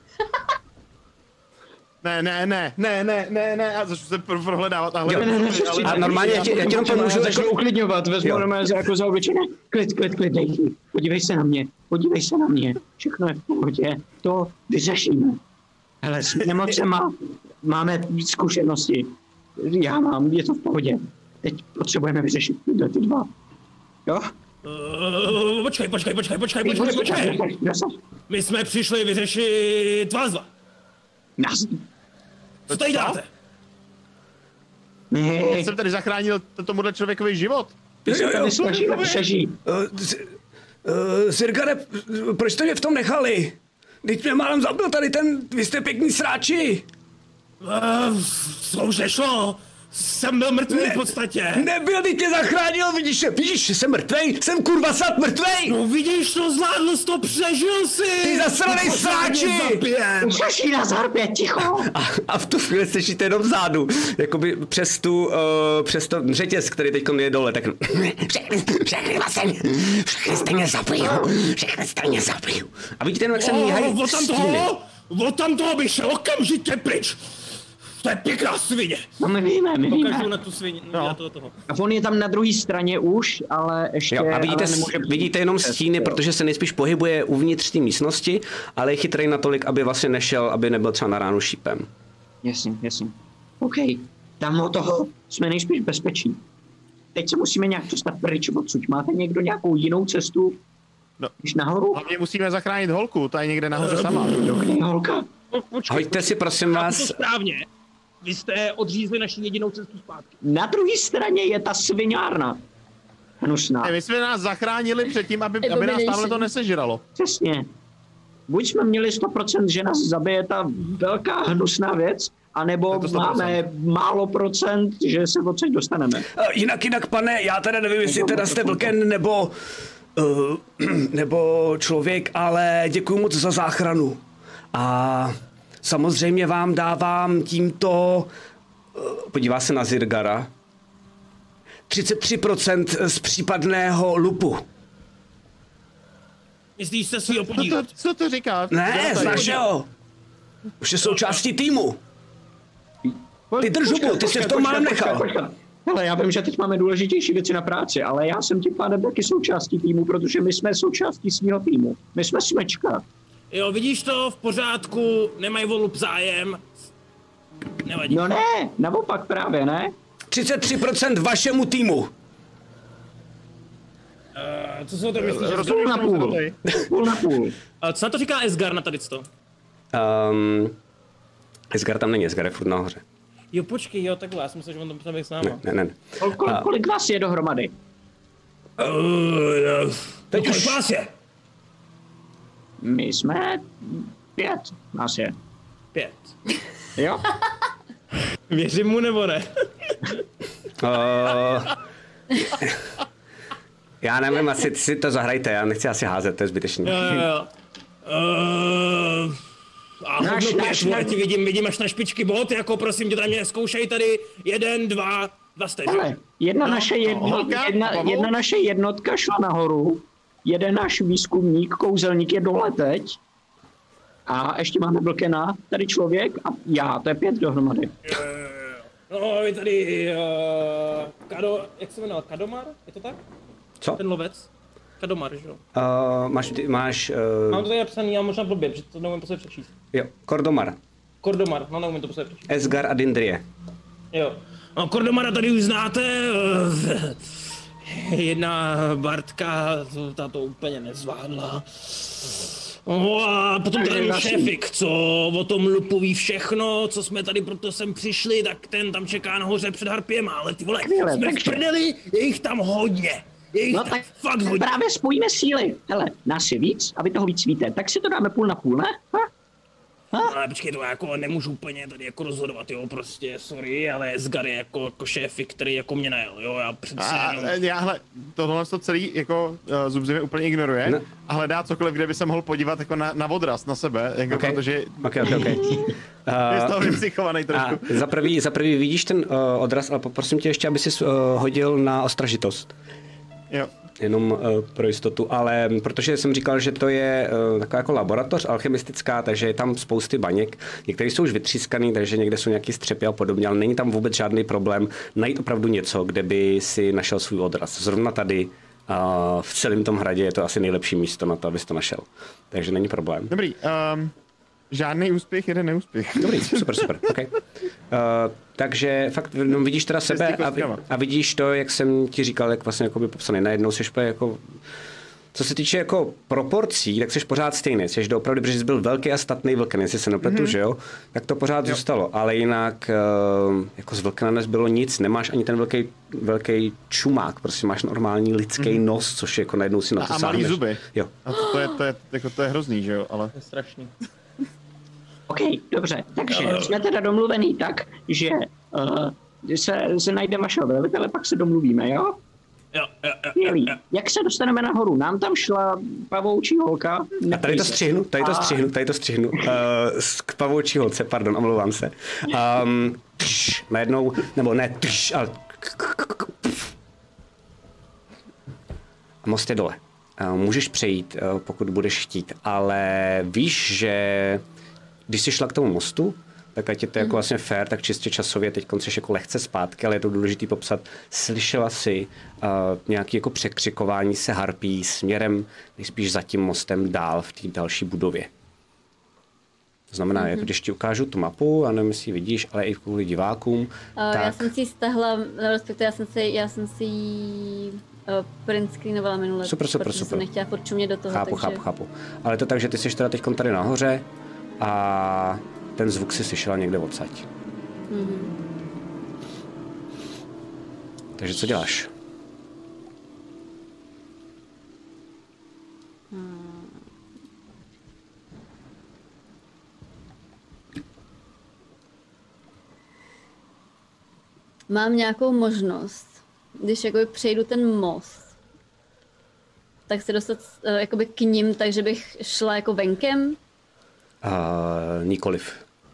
B: Ne, ne, ne, ne, ne, ne, ne, a začnu se pro- prohledávat a hledat.
C: Ne, ne, ne,
B: ale-
A: A normálně já ti, já ti jenom pomůžu.
C: Začnu uklidňovat, vezmu
A: Jo.
C: normálně jako za obličeje. Ne, klid, klid, klid, dej. Podívej se na mě, podívej se na mě. Všechno je v pohodě, to vyřešíme. Hele, s nemocema máme zkušenosti. Já mám, je to v pohodě. Teď potřebujeme vyřešit tyhle ty dva. Jo?
E: Uh, počkej, počkej, počkej, počkej, počkej, počkej. My jsme přišli vyřešit vás dva.
C: Nás.
E: Co tady děláte?
C: Ne,
B: Já jsem tady zachránil t- tomuhle člověkovi život.
C: ty se tady snažíme přežít.
A: Uh, z, uh, Zirgare, proč jste mě v tom nechali? Teď mě málem zabil tady ten, vy jste pěkný sráči.
E: Uh, co už nešlo? Jsem byl mrtvý v podstatě.
A: Nebyl, teď tě zachránil, vidíš, vidíš, že jsem mrtvej, jsem kurva sad mrtvej.
E: No vidíš, to zvládl jsi to, přežil si.
A: Ty zasranej sráči!
C: Přeží nás harpě, ticho.
A: A, a v tu chvíli slyšíte jenom vzadu, jakoby přes tu, uh, přes to řetěz, který teď je dole, tak všechny, všechny vlastně, všechny stejně zabiju, všechny stejně zabiju. A vidíte jenom, jak se míhají
E: Oh, od tam
A: stíny.
E: toho, od tam toho bych šel okamžitě pryč. to je pěkná svině.
C: No my víme, my víme.
E: Pokažu na tu svině, no. na to toho.
C: A on je tam na druhé straně už, ale ještě...
A: Jo, a vidíte,
C: ale nemůže
A: vidíte jenom stíny, protože se nejspíš pohybuje uvnitř té místnosti, ale je chytrý natolik, aby vlastně nešel, aby nebyl třeba na ránu šípem.
C: Jasně, jasně. OK, tam od toho jsme nejspíš bezpečí. Teď se musíme nějak dostat pryč odsud. Máte někdo nějakou jinou cestu?
B: No.
C: Když nahoru?
B: Hlavně musíme zachránit holku, ta je někde nahoře sama.
C: Kde je holka?
E: Počkej,
A: Hoďte si prosím
E: chápu
A: vás...
E: to správně. Vy jste odřízli naši jedinou cestu zpátky.
C: Na druhé straně je ta sviňárna. Hnusná.
B: Ne, my jsme nás zachránili před tím, aby, aby nás
D: Abomination.
B: tamhle to nesežralo.
C: Přesně. Buď jsme měli sto procent, že nás zabije ta velká hnusná věc, anebo
B: Je to sto procent.
C: máme málo procent, že se odsud dostaneme.
A: Jinak, jinak, pane, já teda nevím, jestli teda jste vlken nebo... Uh, nebo člověk, ale děkuji moc za záchranu. A samozřejmě vám dávám tímto... Uh, podívá se na Zirgara. třicet tři procent z případného lupu.
E: Myslíš se svýho
B: Co
E: podívat?
B: to, co to říká?
A: Ne,
B: Kdo to
A: z
B: je?
A: našeho. Už je součástí týmu. Ty drž
C: Počkat,
A: hubu, ty jsi v
C: počkat,
A: tom málem
C: počkat,
A: nechal.
C: počkat. Hele, já vím, že teď máme důležitější věci na práci, ale já jsem tím pádem taky součástí týmu, protože my jsme součástí svého týmu. My jsme smečka.
E: Jo, vidíš to, v pořádku, nemají o lup zájem. Nevadí.
C: No ne, naopak právě, ne?
A: třicet tři procent vašemu týmu.
E: Uh, co si o tom myslíš?
B: Rozumím,
C: Půl na
B: čemu se to
C: půl.
B: tady.
C: Půl na půl.
E: Uh, co na to říká Esgar na tady to?
A: Um, Esgar tam není, Esgar je furt nahoře.
E: Jo, počkej, jo, takhle, já jsem myslel, že on tam s náma.
A: Ne, ne, ne.
C: Kol, kol, kolik vás je dohromady?
E: Uh,
A: Teď
E: Teď
A: už-
E: už vás je.
C: My jsme pět, nás je.
E: Pět.
C: Jo?
E: Věřím mu nebo ne?
A: Uh, já nevím, asi si to zahrajte, já nechci asi házet, to je zbytečný.
E: Jo, jo, jo. Uh, a
C: Náš-
E: hodno
C: náš-
E: pět, vole, ti vidím, vidím až na špičky bod, jako prosím tě, tady mě zkoušej tady, jeden, dva, dva jste, že?
C: Hele, jedna, naše jednotka,
B: holka,
C: jedna,
B: Pavel?
C: jedna naše jednotka šla nahoru, jeden náš výzkumník, kouzelník je dole teď. A ještě máme Vlkena, tady člověk a já, to je pět dohromady.
E: No, vy tady, uh, Kado, jak se jmenoval, Kadomar, je to tak?
A: Co?
E: Ten lovec? Kadomar, že jo?
A: Uh, máš, ty, máš,
E: Mám
A: uh,
E: to tady napsaný, já možná blbě, protože to neumím posledně přečíst.
A: jo, Kordomar,
E: Kordomar, no neumím to posledně přečíst.
A: Esgar a Dindrie.
E: Jo. No, Kordomara tady už znáte, eh, jedna Bartka, to, ta to úplně nezvládla. No a potom ten šéfik, co o tom lupu ví všechno, co jsme tady proto sem přišli, tak ten tam čeká nahoře před harpěma, ale ty vole,
C: Skvěle,
E: jsme v
C: takže-
E: prdeli, je jich tam hodně. Je jich
C: No
E: tam
C: tak
E: fakt hodně.
C: právě spojíme síly. Hele, nás je víc a vy toho víc víte, tak si to dáme půl na půl, ne? Ha?
E: Ale počkej, to já jako nemůžu úplně tady jako rozhodovat, jo, prostě, sorry, ale Esgar je jako, jako šéfik, který jako mě najel, jo, já přece
B: A
E: jenom...
B: e, já hle, tohle to celý jako uh, Zubzime úplně ignoruje
A: Ne.
B: a hledá cokoliv, kde by se mohl podívat jako na, na odraz, na sebe, jako
A: Okay.
B: protože
A: Ok, ok, ok.
B: je z
A: Uh,
B: toho vypsychovaný
A: a
B: trošku.
A: za prvý, za prvý vidíš ten uh, odraz, ale poprosím tě ještě, aby jsi uh, hodil na ostražitost.
B: Jo.
A: Jenom uh, pro jistotu, ale protože jsem říkal, že to je uh, taková jako laboratoř alchemistická, takže je tam spousty baněk. Některé jsou už vytřískaný, takže někde jsou nějaký střepy a podobně, ale není tam vůbec žádný problém najít opravdu něco, kde by si našel svůj odraz. Zrovna tady uh, v celém tom hradě je to asi nejlepší místo na to, abys to našel. Takže není problém.
B: Dobrý, um, žádný úspěch, jeden neúspěch.
A: Dobrý, super, super, ok. Uh, takže fakt no, vidíš teda sebe a,
B: kostkama.
A: a vidíš to, jak jsem ti říkal, jak vlastně jako by popsaný. Najednou seš úplně jako... Co se týče jako proporcí, tak jsi pořád stejný. Jsi doopravdy, protože jsi byl velký a statný vlken, jestli se nepletu, mm-hmm. že jo? Tak to pořád jo. zůstalo. Ale jinak uh, jako z vlkena nezbylo nic. Nemáš ani ten velký, velký čumák. Prostě máš normální lidský mm-hmm. nos, což je jako najednou si na
B: A,
A: to
B: a malý
A: sáhneš.
B: zuby.
A: Jo.
B: A to, to, je, to, je, jako, to je hrozný, že jo, ale...
E: To je strašný.
C: OK, dobře, takže jsme teda domluvený tak, že uh, se, se najde vašeho velitele, pak se domluvíme, jo?
E: Jo, jo, jo,
C: Skvělý.
E: jo.
C: Jak se dostaneme nahoru? Nám tam šla pavoučí holka.
A: A tady to střihnu, tady to
C: A-
A: střihnu, tady to střihnu. Uh, k pavoučí holce, pardon, omlouvám se. Um, tš, najednou, nebo ne, tš, ale... A most je dole. Uh, můžeš přejít, uh, pokud budeš chtít, ale víš, že když jsi šla k tomu mostu, tak ať je to jako vlastně fair, tak čistě časově teď jsi jako lehce zpátky, ale je to důležité popsat. Slyšela jsi uh, nějaké jako překřikování se harpí směrem nejspíš za tím mostem dál v té další budově. To znamená, mm-hmm. jako když ti ukážu tu mapu, a nevím, jestli ji vidíš, ale i kvůli divákům. Uh, tak...
D: Já jsem si ji stahla, respektive já jsem si, já jsem si ji uh, print screenovala minule,
A: super, super,
D: protože
A: super.
D: jsem nechtěla furt čumět do toho.
A: Chápu,
D: takže...
A: chápu, chápu. Ale je to tak, že ty jsi teda teď tady nahoře a ten zvuk si slyšela někde odsaď. Mm-hmm. Takže co děláš?
D: Hmm. Mám nějakou možnost, když jakoby přejdu ten most, tak se dostat uh, jakoby k nim, takže bych šla jako venkem?
A: Uh, nikoliv.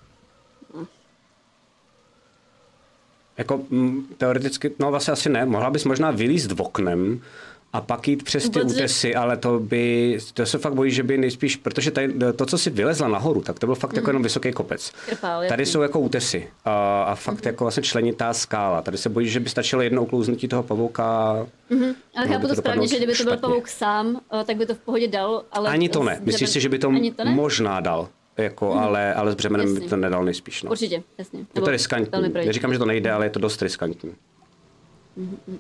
A: Jako m, teoreticky, no vlastně asi ne, mohla bys možná vylízt oknem a pak jít přes ty
D: Protože...
A: útesy, ale to by, to se fakt bojí, že by nejspíš, protože tady, to, co si vylezla nahoru, tak to byl fakt mm. jako jenom vysoký kopec.
D: Krpál,
A: tady jsou jako útesy a, a fakt mm. jako vlastně členitá skála. Tady se bojí, že by stačilo jedno uklouznutí toho pavouka.
D: Mm-hmm. Ale chápu to správně, že kdyby to byl pavouk sám, tak by to v pohodě dal, ale...
A: Ani to ne. Myslíš si, že by to, to možná dal? Jako, mm. ale, ale s břemenem jasně. by to nedal nejspíš. No.
D: Určitě, jasně.
A: Je to riskantní. Neříkám, že to nejde, ale je to dost riskantní.
D: Mm-hmm.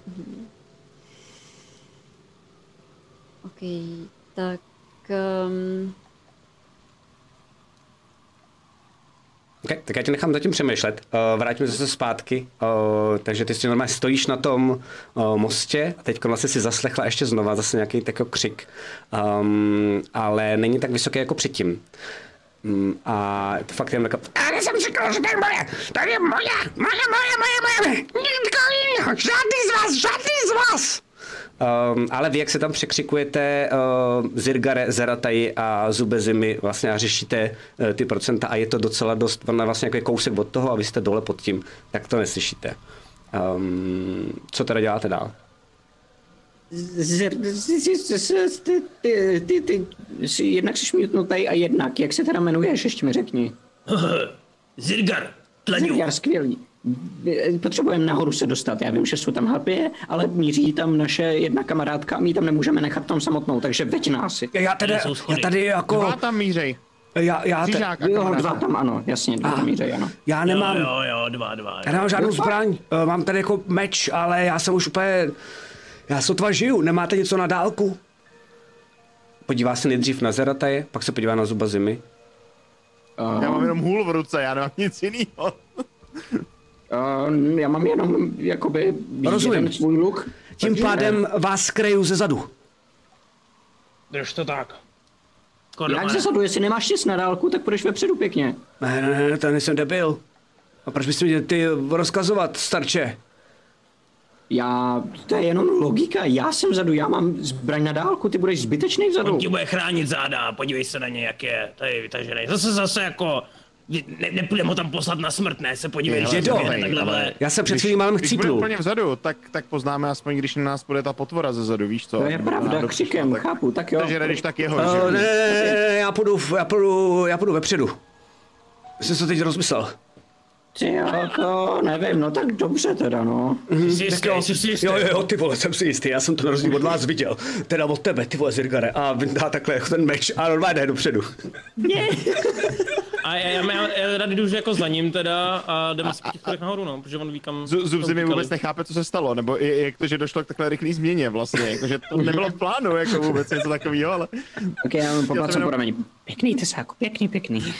D: OK, tak... Um...
A: Okay, tak já tě nechám zatím přemýšlet. Uh, vrátíme se zpátky. Uh, takže ty si normálně stojíš na tom uh, mostě a teď vlastně si zaslechla ještě znova zase nějaký takový křik. Um, ale není tak vysoký jako předtím. Um, a to fakt jen taková... Ale jsem říkal, že to je moje! To je moje! Moje, moje, moje, moje! Nikdo jiného! Žádný z vás! Žádný z vás! Um, ale vy, jak se tam překřikujete uh, Zirgare, Zeratai a Zubezimi vlastně a řešíte uh, ty procenta a je to docela dost, vlastně jako kousek od toho a vy jste dole pod tím, tak to neslyšíte. Um, co teda děláte dál?
C: Ty, ty, ty, jednak jsi mutnutý a jednak, jak se teda jmenuješ, ještě mi řekni.
G: Zirgar, tlaňu.
C: Zirgar, skvělý. Potřebujeme nahoru se dostat, já vím, že jsou tam harpie, ale míří tam naše jedna kamarádka a my tam nemůžeme nechat tam samotnou, takže veď nás.
A: Já tady, já tady jako...
B: Dva tam mířej.
A: Já, já te...
C: Žížák a jo, dva tam, ano, jasně, dva tam mířej, ano.
A: Já nemám...
G: Jo, jo, jo, dva, dva. Jo.
A: Já nemám žádnou zbraň, mám tady jako meč, ale já jsem už úplně... Já sotva žiju, nemáte něco na dálku? Podívá se nejdřív na Zerataje, pak se podívá na Zubezimi.
B: Uh... Já mám jenom hůl v ruce, já nemám nic jiného.
C: Uh, já mám jenom jakoby jeden svůj luk.
A: Tím pádem ne. vás skryju ze zadu.
G: Drž to tak.
C: Jak ze zadu, jestli nemáš štěst na dálku, tak půjdeš vepředu pěkně.
A: Ne, ne, ne, to nejsem debil. A proč bys měl ty rozkazovat, starče?
C: Já, to je jenom logika, já jsem vzadu, já mám zbraň na dálku, ty budeš zbytečný vzadu.
G: On ti bude chránit záda, podívej se na ně, jak je tady vytažený. Zase zase jako... Ne, nepůjdeme ho tam poslat na smrt, ne, se podívej, že to je takhle.
A: Já jsem před chvílí málem chcípnul.
B: Když bude úplně vzadu, tak, tak poznáme aspoň, když na nás půjde ta potvora ze zadu, víš co?
C: To je pravda, křikem, tak, chápu, tak jo.
B: Takže jdeš tak jeho,
A: uh,
B: že?
A: Ne, ne, ne, ne, já půjdu, já půjdu, já půjdu vepředu. Jsi to teď rozmyslel.
C: Ty jo, to nevím, no tak dobře teda, no.
A: Mm, jsi jistý, jsi jistý. Jo, jo, ty vole, jsem si jistý, já jsem to na rozdíl od vás viděl. Teda od tebe, ty vole, Zirgare, a vyndá takhle ten meč a normálně jde dopředu.
C: Ne.
E: A já, já, já, já rád jdu jako za ním teda a jdeme si po těch schodech nahoru, no, protože on ví kam...
B: Zubezimi vůbec nechápe, co se stalo, nebo jak to, že došlo k takhle rychlý změně vlastně, jakože to nebylo v plánu, jako vůbec něco takového, ale...
C: Ok, já mám poplat jenom... po rameni. Pěkný tesáku, pěkný, pěkný.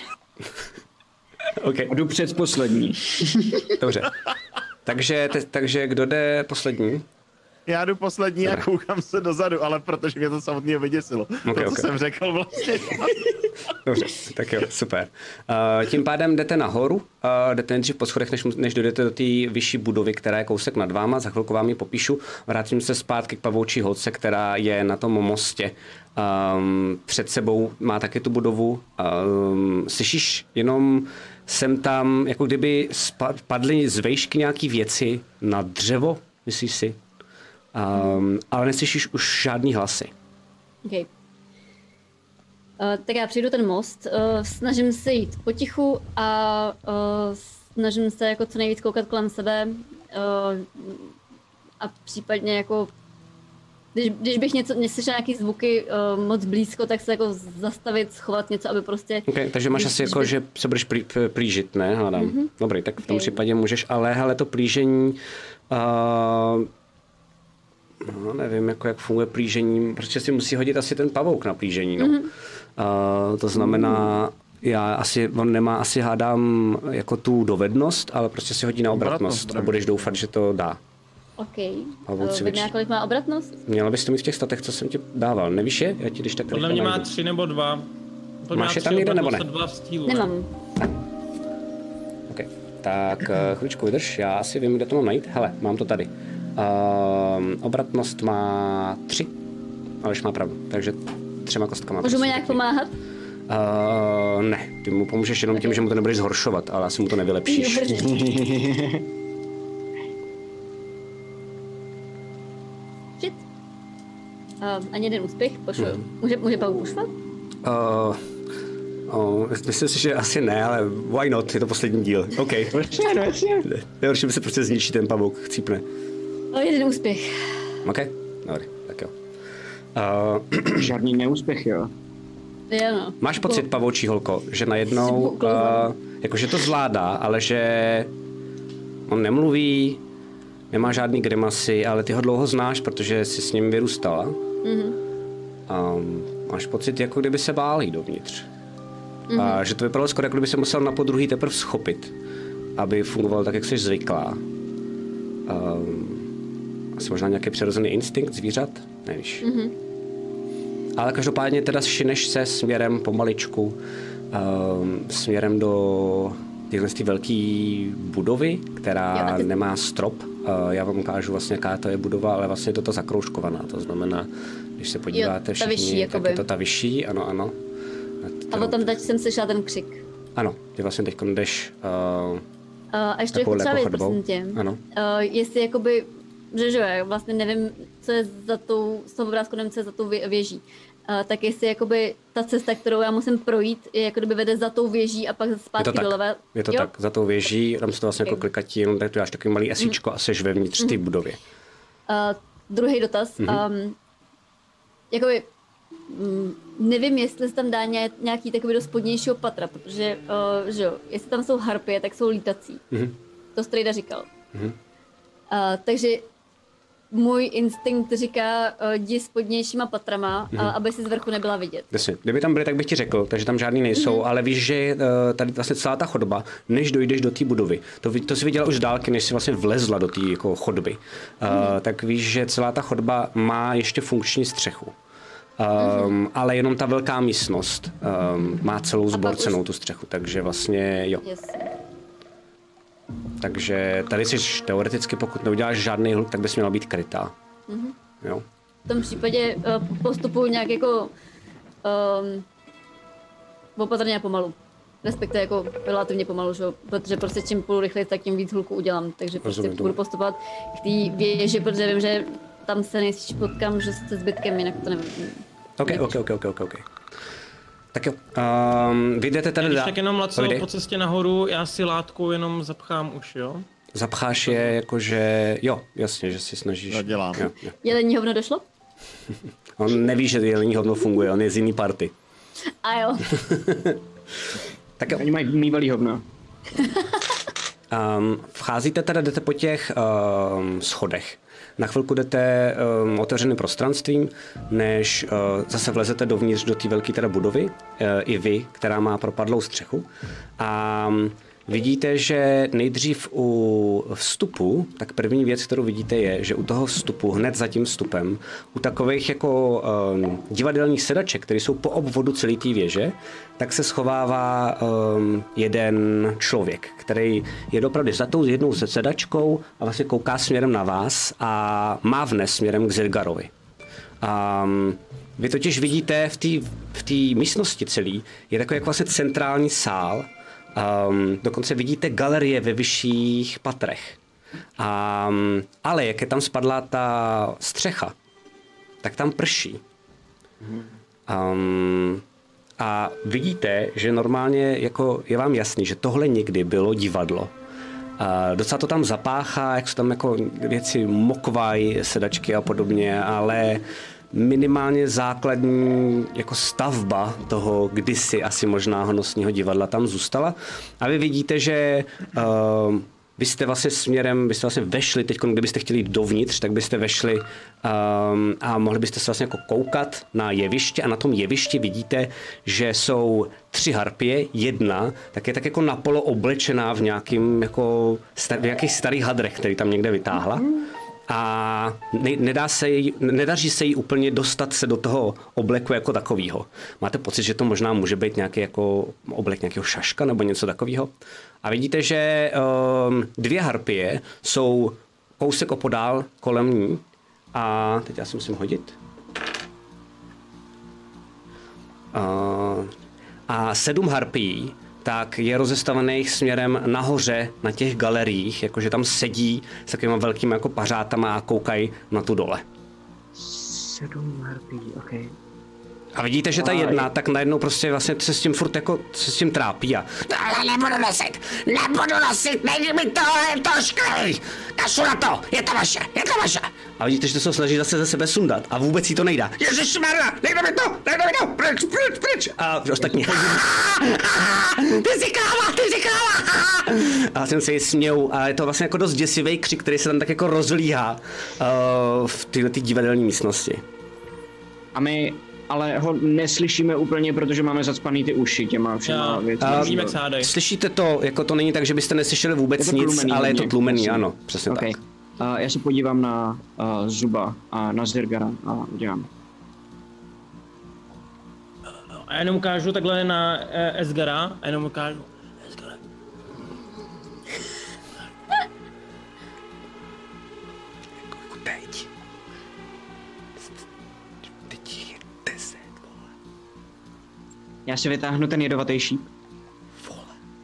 A: Okay.
C: A jdu před poslední.
A: Dobře. Takže, te, takže kdo jde poslední?
B: Já jdu poslední Dobre. A koukám se dozadu, ale protože mě to samotně vyděsilo. Okay, to, co okay. jsem řekl vlastně.
A: Dobře, tak jo, super. Uh, tím pádem jdete nahoru, uh, jdete nejdřív po schodech, než, než dojdete do té vyšší budovy, která je kousek nad váma, za chvilku vám ji popíšu. Vrátím se zpátky k pavoučí holce, která je na tom mostě. Um, před sebou má taky tu budovu. Um, slyšíš jenom sem tam, jako kdyby padly z vejšky nějaký věci na dřevo, myslíš si? Um, ale neslyšíš už žádný hlasy.
D: Okay. tak já přijdu ten most, uh, snažím se jít potichu a uh, snažím se jako co nejvíc koukat kolem sebe uh, a případně jako Když, když bych něco, neslyšela nějaký zvuky uh, moc blízko, tak se jako zastavit, schovat něco, aby prostě...
A: Okay, takže máš asi jako, by... že se budeš plí, plížit, ne? Hádám. Mm-hmm. Dobrý, tak v tom okay. případě můžeš, ale hele, to plížení... Uh, no, nevím, jako jak funguje plížení, prostě si musí hodit asi ten pavouk na plížení, no. Mm-hmm. Uh, to znamená... Já asi, on nemá asi, hádám, jako tu dovednost, ale prostě si hodí na obratnost a budeš doufat, že to dá.
D: OK. Vidíme, kolik má obratnost?
A: Měla bys to mít v těch statech, co jsem ti dával. Nevíš je? Já ti když tak
E: podle mě má tři nebo dva. Podle
A: máš je tam někde nebo ne?
E: Dva v stílu,
D: Nemám.
A: Ne? OK. Tak chvíličku vydrž, já asi vím, kde to mám najít. Hele, mám to tady. Uh, obratnost má tři, Aleš má pravdu, takže třema kostkama.
D: Můžu mu nějak pomáhat?
A: Uh, ne, ty mu pomůžeš jenom okay. tím, že mu to nebudeš zhoršovat, ale asi mu to nevylepšíš.
D: Shit. Uh, ani jeden úspěch, pošlu. Hmm. Může, může Pavel pušvat?
A: Uh, oh, myslím si, že asi ne, ale why not, je to poslední díl. OK. Nejhorší by se prostě zničí ten pavouk, chcípne.
D: O, jeden úspěch.
A: OK, dobrý, tak jo.
C: Uh, Žádný neúspěch, jo.
D: Jo, no.
A: Máš pocit, pavoučí holko, že najednou, uh, jakože to zvládá, ale že on nemluví, nemá žádný grimasy, ale ty ho dlouho znáš, protože jsi s ním vyrůstala. Mm-hmm. Um, máš pocit, jako kdyby se bál jít dovnitř. Mm-hmm. A že to vypadalo skoro, jako kdyby se musel na podruhý teprve schopit, aby fungoval tak, jak jsi zvyklá. Um, asi možná nějaký přirozený instinkt zvířat? Nevíš. Mm-hmm. Ale každopádně teda šineš se směrem pomaličku, um, směrem do téhle velké budovy, která ty... nemá strop. Uh, já vám ukážu vlastně, jaká to je budova, ale vlastně je to ta zakroužkovaná. To znamená, když se podíváte jo, všichni, vyšší, tak je to ta vyšší, ano, ano.
D: A potom teď jsem slyšela ten křik.
A: Ano, ty vlastně teď jdeš uh,
D: uh, a ještě bych potřeba vědět, prosím tě.
A: Ano.
D: Uh, jestli jakoby, že že já vlastně nevím, co je za tou, z toho obrázku nevím, co je za tou věží. Uh, tak jestli jakoby ta cesta, kterou já musím projít, je jako kdyby vede za tou věží a pak zpátky doleva.
A: Je to jo? tak, za tou věží, tam se to vlastně okay. jako klikatí, jenom tak to dáš takový malý esíčko mm. a seš vevnitř mm. té budově.
D: Uh, druhý dotaz. Mm-hmm. Um, jakoby, um, nevím, jestli se tam dá nějaký takový do spodnějšího patra, protože, uh, že jo, jestli tam jsou harpie, tak jsou lítací. Mm-hmm. To Strejda říkal. Mm-hmm. Uh, takže můj instinkt říká, uh, jdi spodnějšíma patrama, mm-hmm. uh, aby si z vrchu nebyla vidět.
A: Jasně. Kdyby tam byly, tak bych ti řekl, takže tam žádný nejsou, mm-hmm. ale víš, že uh, tady vlastně celá ta chodba, než dojdeš do té budovy, to, to jsi viděla už z dálky, než jsi vlastně vlezla do té jako chodby, uh, mm-hmm. tak víš, že celá ta chodba má ještě funkční střechu. Um, mm-hmm. Ale jenom ta velká místnost um, má celou zborcenou už... tu střechu, takže vlastně jo. Yes. Takže tady jsi teoreticky, pokud neuděláš žádný hluk, tak bys měla být krytá. Mm-hmm. Jo.
D: V tom případě uh, postupuji nějak jako um, opatrně a pomalu. Respektive jako relativně pomalu, že? Protože prostě čím půjdu rychleji, tak tím víc hluku udělám. Takže prostě Rozumím, budu postupovat k té věži, protože vím, že tam se nejspíš potkám, že se zbytkem, jinak to nevím.
A: Ok, ok, ok, ok, ok. Tak jo, um, vy jdete tady dál.
E: Tak jenom Laco, po cestě nahoru, já si látkou jenom zapchám už, jo?
A: Zapcháš je jakože, jo, jasně, že si snažíš.
B: To dělám. Jo,
D: jo. Jelení hovno došlo?
A: On neví, že jelení hovno funguje, on je z jiný party.
D: A jo.
A: Tak jo.
C: Oni mají mývalý hovno.
A: um, vcházíte teda, jdete po těch um, schodech. Na chvilku jdete um, otevřeným prostranstvím, než uh, zase vlezete dovnitř do té velké teda budovy, uh, i vy, která má propadlou střechu. A um, vidíte, že nejdřív u vstupu, tak první věc, kterou vidíte, je, že u toho vstupu, hned za tím vstupem, u takových jako um, divadelních sedaček, které jsou po obvodu celé té věže, tak se schovává um, jeden člověk, který je opravdu za tou jednou se sedačkou a vlastně kouká směrem na vás a mávne směrem k Zirgarovi. Um, vy totiž vidíte v té v té místnosti celý, je takový jako vlastně centrální sál. Um, dokonce vidíte galerie ve vyšších patrech. Um, ale jak je tam spadla ta střecha, tak tam prší. Um, a vidíte, že normálně jako je vám jasný, že tohle někdy bylo divadlo. A docela to tam zapáchá, jak jsou tam jako věci mokvaj, sedačky a podobně, ale minimálně základní jako stavba toho kdysi asi možná honosního divadla tam zůstala. A vy vidíte, že uh, vy jste vlastně směrem, byste vlastně vešli, teď kdybyste chtěli jít dovnitř, tak byste vešli um, a mohli byste se vlastně jako koukat na jeviště a na tom jevišti vidíte, že jsou tři harpie, jedna, tak je tak jako napolo oblečená v nějakým jako star, v nějakých starých hadrech, který tam někde vytáhla. A ne, nedá se jí, nedaří se jí úplně dostat se do toho obleku jako takového. Máte pocit, že to možná může být nějaký jako oblek nějakého šaška nebo něco takového? A vidíte, že um, dvě harpie jsou kousek opodál kolem ní. A teď já si musím hodit. Uh, a sedm harpií tak je rozestavených směrem nahoře na těch galeriích, jakože tam sedí s takovými velkými jako pařátama a koukají na tu dole.
C: Sedm harpí, ok.
A: A vidíte, že ta jedna tak najednou prostě vlastně se s tím furt jako se s tím trápí a ale nebudu nosit, nebudu nosit, nejde mi to, je to šklý, kašu na to, je to vaše, je to vaše. A vidíte, že to se snaží zase ze sebe sundat a vůbec jí to nejdá. Ježišmarja, nejde mi to, nejde mi to, pryč, pryč, pryč. A ostatní, ty jsi kráva, ty jsi kráva. A jsem se jí smějou a je to vlastně jako dost děsivý křik, který se tam tak jako rozlíhá uh, v této divadelní místnosti.
C: A my ale ho neslyšíme úplně, protože máme zacpaný ty uši těma všema věcmi.
A: Uh, slyšíte to, jako to není tak, že byste neslyšeli vůbec nic, tlumený, ale je to tlumený, ano, přesně okay. tak.
C: Uh, já se podívám na uh, Zuba a na Zirgara a udělám.
E: A jenom ukážu takhle na uh, Esgara, a jenom ukážu Esgara.
A: Teď. Teď je deset, vole.
C: Já si vytáhnu ten jedovatý šíp.
A: Vole.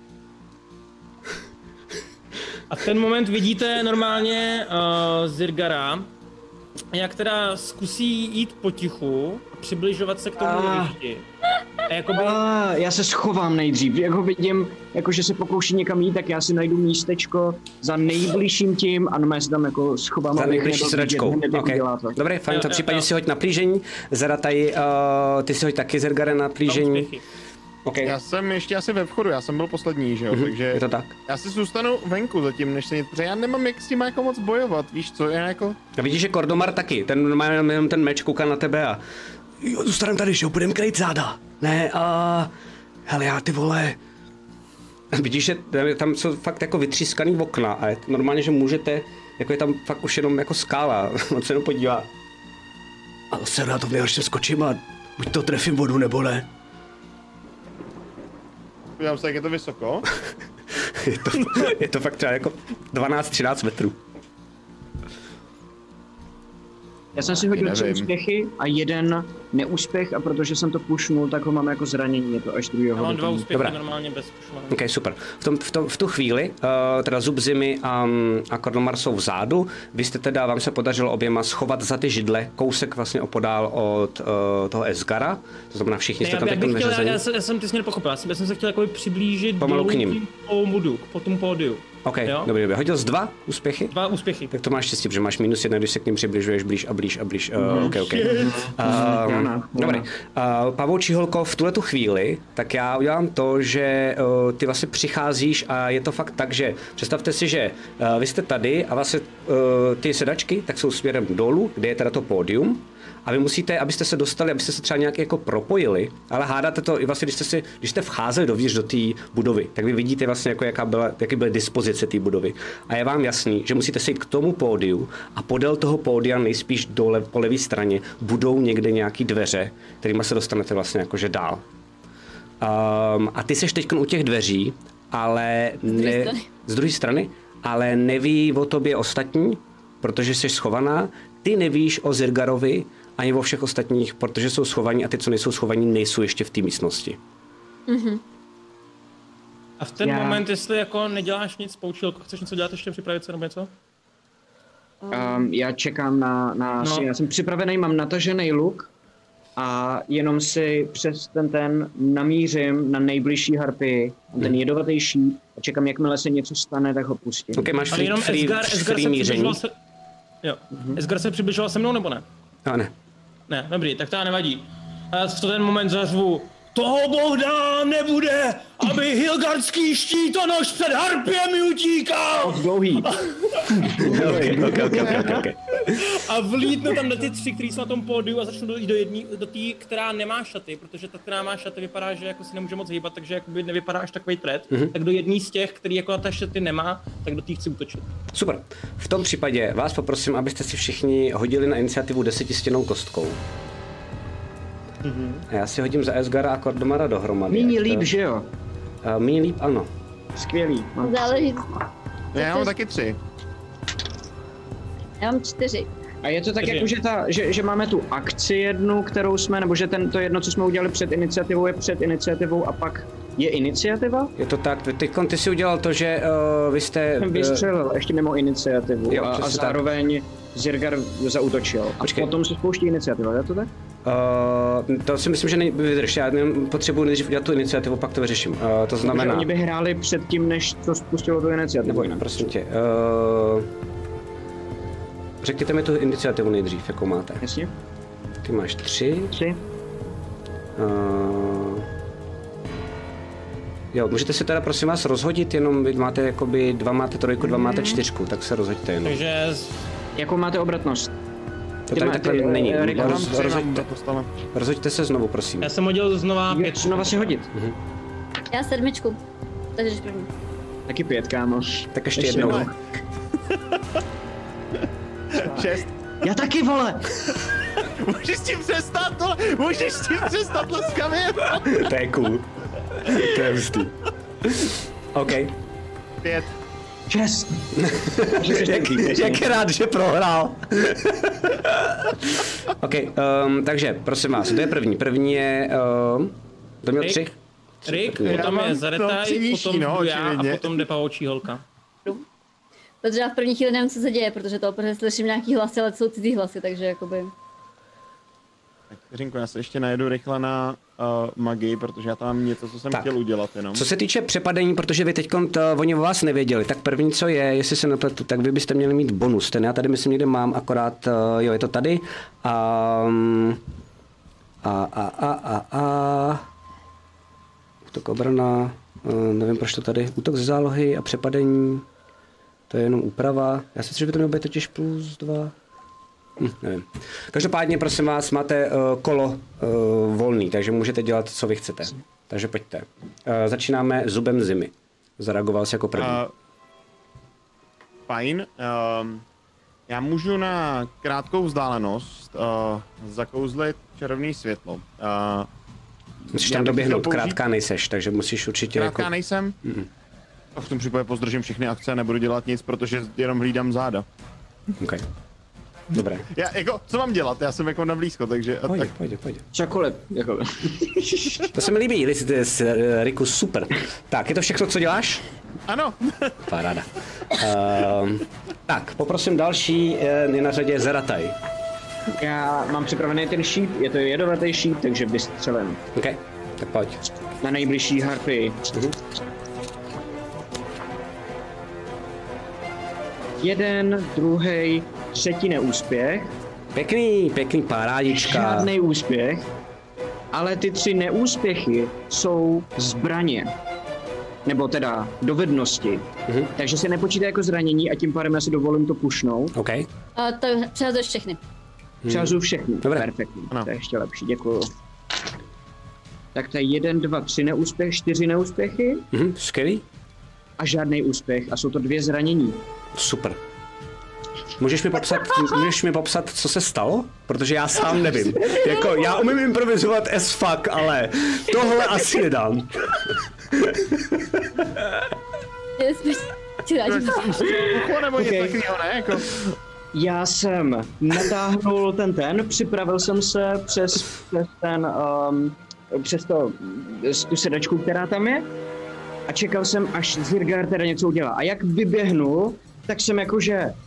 E: A v ten moment vidíte normálně uh, Zirgara, jak teda zkusí jít potichu a přibližovat se k tomu jevišti. A jakoby...
C: A, já se schovám nejdřív, jak ho vidím, jakože se pokouší někam jít, tak já si najdu místečko za nejbližším tím a no se tam jako schovám.
A: Za nejbližší sedačkou, okay. Dobrý, fajn, v tom případě si hoď na plížení, Zerataj, uh, ty si hoď taky Zergare na plížení.
B: Okay. Já jsem ještě asi ve vchodu, já jsem byl poslední, že jo, mm-hmm, takže
A: je to tak.
B: Já si zůstanu venku zatím, než se něco, protože já nemám jak s tím jako moc bojovat, víš co, já jako...
A: A vidíš, že Kordomar taky, ten má jenom ten meč, kouká na tebe a jo, zůstanem tady, že jo, budem krejt záda. Ne, a hele, já ty vole. Vidíš, že tam jsou fakt jako vytřískaný okna a je to normálně, že můžete, jako je tam fakt už jenom jako skála, on se jenom podívá. A se na to v nejhorším skočím a buď to trefím vodu, nebo ne.
B: Podívám se, jak je to vysoko.
A: je, to, je to fakt třeba jako dvanáct třináct metrů.
C: Já jsem si hodil tři úspěchy a jeden neúspěch a protože jsem to pushnul, tak ho mám jako zranění, je to až druhého.
E: Já mám dva úspěchy Dobrá. normálně bez pušování.
A: Ok, super. V, tom, v, tom, v tu chvíli, uh, teda Zub Zimy a, a Kordomar jsou vzadu, vy jste teda, vám se podařilo oběma schovat za ty židle, kousek vlastně opodál od uh, toho Esgara, to znamená všichni jste tam teď neřazení.
E: Já, já, já jsem ty směr pochopil, já jsem, já jsem se chtěl jako přiblížit
A: pomalu k ním.
E: Po mudu, po tom pódiu.
A: OK, jo? dobrý, dobrý. Hodil jsi dva úspěchy?
E: Dva úspěchy.
A: Tak to máš štěstí, protože máš minus jedna, když se k ním přibližuješ blíž a blíž a blíž. Uh, OK, OK. Uh, dobrý. Uh, Pavoučí holko, v tuhletu chvíli, tak já udělám to, že uh, ty vlastně přicházíš a je to fakt tak, že představte si, že uh, vy jste tady a vlastně uh, ty sedačky tak jsou směrem dolů, kde je teda to pódium. A vy musíte, abyste se dostali, abyste se třeba nějak jako propojili, ale hádáte to i vlastně, když jste, si, když jste vcházeli dovnitř do té budovy, tak vy vidíte vlastně, jako jaká byla, jaké byly dispozice té budovy. A je vám jasný, že musíte sejít k tomu pódiu a podél toho pódia nejspíš dole po levé straně budou někde nějaký dveře, kterými se dostanete vlastně jakože dál. Um, a ty seš teď u těch dveří, ale ne, z druhé strany, ale neví o tobě ostatní, protože jsi schovaná, ty nevíš o Zirgarovi, ani o všech ostatních, protože jsou schovaní a ty, co nejsou schovaní, nejsou ještě v té místnosti.
D: Mm-hmm.
E: A v ten já... moment, jestli jako neděláš nic, poučilko, chceš něco dělat, ještě připravit se nebo něco?
C: Um, já čekám na, na no. já jsem připravený, mám natažený luk a jenom si přes ten ten namířím na nejbližší harpy, ten
A: Hmm.
C: jedovatý šíp a čekám, jakmile se něco stane, tak ho pustím.
A: Ok, máš
E: Ale
A: free,
E: jenom
A: free,
E: Esgar, Esgar
A: free
E: se
A: míření.
E: přibližoval se... Jo, Esgar se přibližoval se mnou nebo ne?
A: A ne.
E: Ne, dobrý, tak to nevadí. A já v ten moment zařvu, toho bohda nebude, aby Hilgardský štítonož před harpěmi utíkal!
C: Dlouhý.
A: Ok, ok, ok, ok, ok.
E: A vlítnu tam na ty tři, který jsou na tom pódiu a začnu dojít do jedné, do té, která nemá šaty, protože ta, která má šaty, vypadá, že jako si nemůže moc hýbat, takže jakoby nevypadá až takový tret. Mm-hmm. Tak do jedné z těch, který jako na ta šaty nemá, tak do té chci útočit.
A: Super. V tom případě vás poprosím, abyste si všichni hodili na iniciativu desetistěnnou kostkou. Mm-hmm. A já si hodím za Esgara a Kordomara dohromady.
C: Míní
A: Ať to-
C: líp, že jo?
A: Uh, míní líp, ano.
C: Skvělý. No.
D: Záleží.
B: Já mám taky tři.
D: Já mám čtyři.
C: A je to tak
E: Takže-
C: jako, že, ta, že, že máme tu akci jednu, kterou jsme, nebo že ten, to jedno, co jsme udělali před iniciativou, je před iniciativou a pak je iniciativa?
A: Je to tak, teď ty jsi udělal to, že uh, vy jste...
C: Jsem
A: uh,
C: vystřelil ještě mimo iniciativu
A: Jo,
C: a, a
A: přesně tak.
C: zároveň Zirgar zaútočil. A
A: Počkej.
C: potom se spouští iniciativa, je to tak?
A: Uh, to si myslím, že nevydrž, já jenom potřebuji nejdřív udělat tu iniciativu, pak to vyřeším. Uh, to
C: Protože
A: znamená...
C: oni by hráli předtím, než to spustilo tu iniciativu.
A: Nebo
C: jinak.
A: prosím tě. Uh, řekněte mi tu iniciativu nejdřív, jakou máte.
C: Jasně?
A: Ty máš tři.
C: Tři?
A: Uh, jo, můžete si teda prosím vás rozhodit, jenom vy máte jakoby dva máte trojku, dva máte čtyřku, tak se rozhoďte jenom.
E: Takže z-
C: Jakou máte obratnost?
A: To
C: ty
A: tady
C: má-
A: takhle
C: ty,
A: není.
C: eh, Rico,
B: Já mám
A: Roz,
B: tři, mám
A: rozhoďte,
B: za to stalo.
A: rozhoďte se znovu, prosím.
E: já jsem hodil znova
C: Jo,
E: pět.
C: znova si hodit.
D: Já sedmičku. Takže jdeš první.
C: Taky pět, kámo.
A: Tak ještě jednou.
C: jednou.
B: Šest.
C: Já taky, vole!
B: Můžeš s tím přestat, tohle? Můžeš s tím přestat laskavě?
A: To je cool. To je hustý. OK.
B: Pět.
C: Šest!
A: jak, jak je rád, že prohrál. OK, um, takže prosím vás, to je první. První je... Um, to měl
E: Rick?
A: tři?
E: Rick,
B: Já
E: potom
B: mám
E: je
B: to
E: Zaretaj,
B: tři nižší,
E: potom
B: no,
E: jdu já a
B: očividně.
E: potom jde pavoučí holka.
D: Protože já v první chvíli nevím, co se děje, protože to protože slyším nějaký hlasy, ale to jsou cizí hlasy, takže jakoby...
B: Řinko, já se ještě najedu rychle na uh, magii, protože já tam mám něco, co jsem
A: Tak.
B: chtěl udělat jenom.
A: Co se týče přepadení, protože vy teď oni o vás nevěděli, tak první co je, jestli se nepletu, tak vy byste měli mít bonus. Ten já tady myslím někde mám, akorát, uh, jo, je to tady. A, a, a, a, a, a. Útok obrana, uh, nevím proč to tady, útok ze zálohy a přepadení, to je jenom úprava. Já si myslím, že by to mělo být totiž plus dva. Hm, nevím. Každopádně, prosím vás, máte uh, kolo uh, volný, takže můžete dělat, co vy chcete. Takže pojďte. Uh, začínáme zubem zimy. Zareagoval jsi jako první.
B: Uh, fajn. Um, já můžu na krátkou vzdálenost uh, zakouzlit čarovné světlo. Uh,
A: Musíš
B: já
A: tam
B: bych
A: doběhnout,
B: chtěl použít-
A: krátká nejseš, takže musíš určitě
B: Krátká
A: jako...
B: nejsem?
A: Mm.
B: A v tom případě pozdržím všechny akce a nebudu dělat nic, protože jenom hlídám záda.
A: Okay. Dobré.
B: Já, jako, co mám dělat? Já jsem jako na blízko, takže... A,
A: Pojď,
B: tak,
A: pojď, pojď.
C: Cokoliv, jako.
A: To se mi líbí, Liz- s- eh, Riku, super. Tak, je to všechno, co děláš?
B: ano,
A: Paráda. Um, tak, poprosím další, eh, je na řadě Zarataj.
C: Já mám připravený ten šíp, je to jedovatý šíp, takže vystřelím.
A: OK, tak pojď.
C: Na nejbližší harpy. Jeden, druhý, třetí neúspěch,
A: Pěkný, pěkný parádička.
C: žádný úspěch, ale ty tři neúspěchy jsou zbraně. Nebo teda dovednosti.
A: Mhm.
C: Takže se nepočítá jako zranění a tím pádem já si dovolím to pušnout.
A: OK.
D: A to přehazuješ všechny.
C: Přehazuju všechny.
A: Dobré.
C: Perfektní,
B: Ano.
C: to je ještě lepší, děkuju. Tak to je jeden, dva, tři neúspěch, čtyři neúspěchy
A: Mhm, skvělý.
C: a žádný úspěch a jsou to dvě zranění.
A: Super. Můžeš mi popsat, můžeš mi popsat, co se stalo? Protože já sám nevím. Jako, já umím improvizovat as fuck, ale tohle asi nedám.
D: Je spíš rádi.
B: ucho nebo něco
C: Okay.
B: takového, ne? Jako,
C: Já jsem natáhnul ten ten, připravil jsem se přes, přes ten, um, přes to, tu sedačku, která tam je a čekal jsem, až Zirgar teda něco udělá. A jak vyběhnul, tak jsem jakože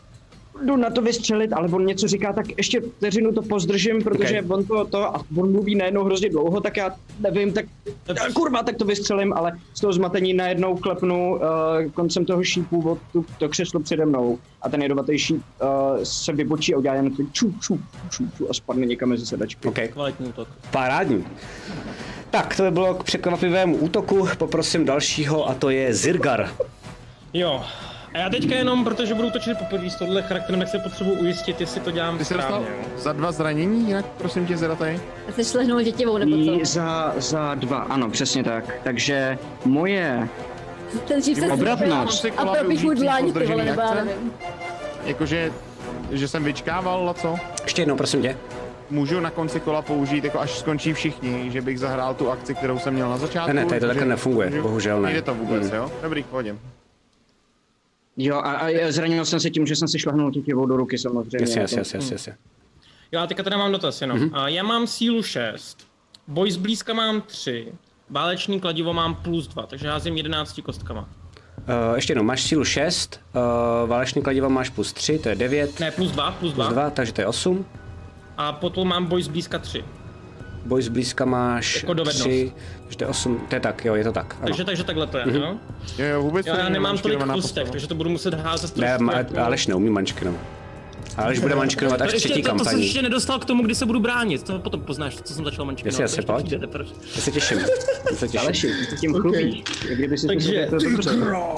C: jdu na to vystřelit, ale on něco říká, tak ještě vteřinu to pozdržím, protože okay. on to, to a on mluví najednou hrozně dlouho, tak já nevím, tak kurva, tak to vystřelím, ale z toho zmatení najednou klepnu uh, koncem toho šípu od tu, to křeslo přede mnou a ten jedovatý šíp uh, se vybočí a udělá jen to ču, ču, ču, ču a spadne někam mezi sedačky.
A: Okay.
E: Kvalitní útok.
A: Parádní. Tak, to by bylo k překvapivému útoku, poprosím dalšího a to je Zirgar.
E: Jo. A já teďka jenom, protože budu točit poprvé s tohle charakterem, tak se potřebuji ujistit, jestli to dělám
B: Ty jsi
E: správně.
B: dostal za dva zranění, jinak prosím tě Zeratej.
D: Já se šlehnul dětivou nebo co?
C: Za, za dva, ano, přesně tak. Takže moje
D: Ten dřív se
C: obratnost.
D: a propíš mu dláň, ty vole, nebo já nevím.
B: Jakože, že jsem vyčkával, a co?
A: Ještě jednou, prosím tě.
B: Můžu na konci kola použít, jako až skončí všichni, že bych zahrál tu akci, kterou jsem měl na začátku.
A: Ne, ne, tady to takhle nefunguje,
B: můžu...
A: bohužel ne.
B: Nejde to vůbec,
A: Hmm.
B: jo? Dobrý, pohodě.
C: Jo, a, a zranil jsem se tím, že jsem si šlehnul tětivou do ruky samozřejmě.
A: Jasně, jasně, jasně, jasně, jasně.
E: Jo, a teďka tady mám dotaz jenom. Mm-hmm. Já mám sílu šest, boj zblízka mám tři, váleční kladivo mám plus dva, takže házím jedenácti kostkama.
A: Uh, ještě jednou, máš sílu šest, uh, válečný kladivo máš plus tři, to je devět.
E: Ne, plus dva, plus dva.
A: Plus dva, takže to je osm.
E: A potom mám boj zblízka tři.
A: Boj zblízka máš
E: Jako dovednost.
A: tři, takže to je osm, to je tak, jo, je to tak. Ano.
E: Takže, takže takhle to je,
A: Mhm.
E: jo?
B: Jo, jo, vůbec
E: Jo, já
B: to
E: nemám tolik
B: mačkovaná
E: kostek,
B: postava.
E: takže to budu muset házet
A: Ne,
E: trošku
A: ma,
E: jako-
A: Aleš neumí mančkinovat. Aleš bude mančkinovat až
E: To ještě-
A: třetí
E: to, to jsem
A: kampaní.
E: ještě nedostal k tomu, kdy se budu bránit, to potom poznáš, co jsem začal mančkinovat.
A: Jasně, jasně,
E: to ještě
A: pojď.
E: přijde teprve.
A: Já se těším, já se těším.
C: Aleši, ty se tím chlubíš. Jak kdyby si
E: Takže-
C: to dobře.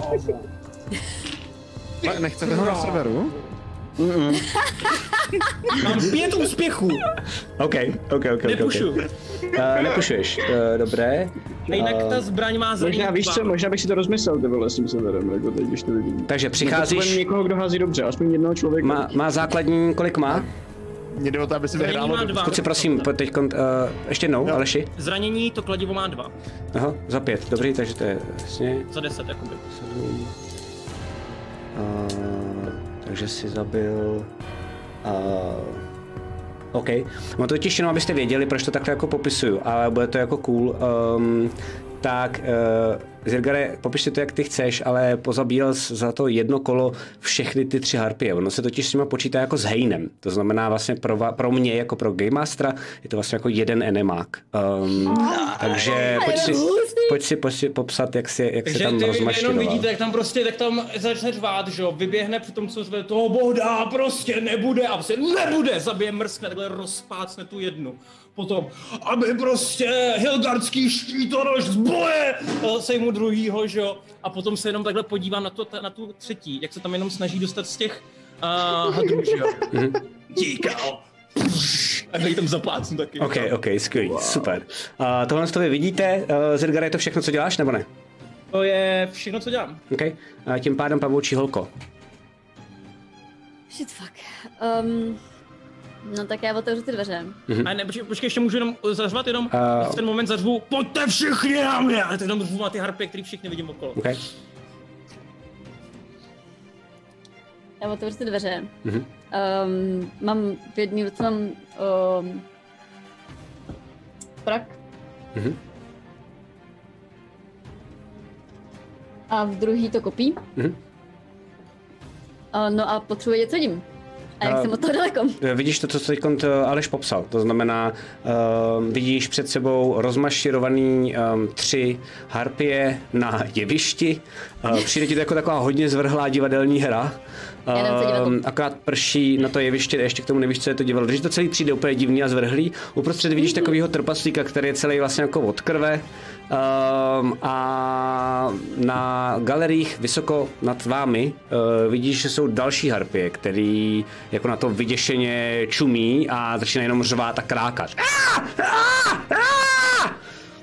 B: Ale nechcete ho na severu?
E: Mám pět úspěchů,
A: OK, OK, OK, OK.
E: nepušu.
A: Uh, nepušuješ, uh, dobré.
E: A jinak ta zbraň má zranění
C: Možná víš
E: dva.
C: co, možná bych si to rozmyslel, ty vole, s tím severem, jako teď, když to vidím.
A: Takže
C: Potřebujeme
A: přicházíš,
C: někoho, kdo hází dobře, aspoň jednoho člověka.
A: má, má základní, kolik má?
B: Mě jde o to, aby si
E: Zranění
B: vyhrálo
E: má
B: do...
E: dva.
A: Zkus si prosím, teď uh, ještě jednou, Aleši.
E: Zranění to kladivo má dva,
A: Aha, za pět, dobrý, takže to je jasně.
E: za deset jakoby.
A: Uh, takže si zabil... Uh, OK. No to totiž jenom, abyste věděli, proč to takhle jako popisuju, ale bude to jako cool. Um, tak uh, Zirgare, popiš si to, jak ty chceš, ale pozabíjel jsi za to jedno kolo všechny ty tři harpie. Ono se totiž s nima počítá jako s hejnem. To znamená vlastně pro, va- pro mě, jako pro Game Mastera, je to vlastně jako jeden enemák. Um, takže pojď si, pojď si, pojď si popsat, jak si, jak se
E: Takže
A: tam
E: ty jenom
A: rozmaštěroval.
E: vidíte, jak tam prostě, tak tam začne řvát, že jo, vyběhne při tom, co zve, toho bohda prostě nebude a prostě nebude, zabije, mrskne, takhle rozpácne tu jednu. Potom, aby prostě Hilgardský štítonož z boje sejmu druhýho, že jo, a potom se jenom takhle podívám na, to, na tu třetí, jak se tam jenom snaží dostat z těch uh, hadrů, že jo. Díkal. A tady tam zaplácnu taky.
A: OK, OK, skvělý, super. Uh, tohle to vy vidíte, uh, Zirgare, je to všechno, co děláš, nebo ne?
E: To je všechno, co dělám.
A: OK, uh, tím pádem pavoučí holko.
D: Shit, fuck. Um, no tak já otevřu ty dveře.
E: Mm-hmm. A ne, počkej, počkej, ještě můžu jenom zařvat, jenom
A: Uh,
E: v ten moment zařvu, pojďte všichni na mě, ale teď jenom řvu na ty harpy, který všichni vidím okolo.
A: OK.
D: Já otevřu ty dveře.
A: Mhm.
D: Um, mám v jedné ruce mám um, prak.
A: Mhm.
D: A v druhý to kopí.
A: Mhm.
D: Uh, no a potřebuji vědět, co vidím. A jak
A: A-
D: jsem od toho daleko.
A: Vidíš to, co teď Aleš popsal, to znamená, uh, vidíš před sebou rozmašírovaný um, tři harpie na jevišti, uh, přijde ti to jako taková hodně zvrhlá divadelní hra,
D: Já nevím, co divadlo.
A: um, akorát prší na to jeviště, ještě k tomu nevíš, co je to divadlo, když to celý přijde úplně divný a zvrhlý, uprostřed vidíš takovýho trpaslíka, který je celý vlastně jako od krve, um, a na galeriích vysoko nad vámi uh, vidíš, že jsou další harpie, který jako na to vyděšeně čumí a začíná jenom řvát a krákat. Ah! Ah! Ah!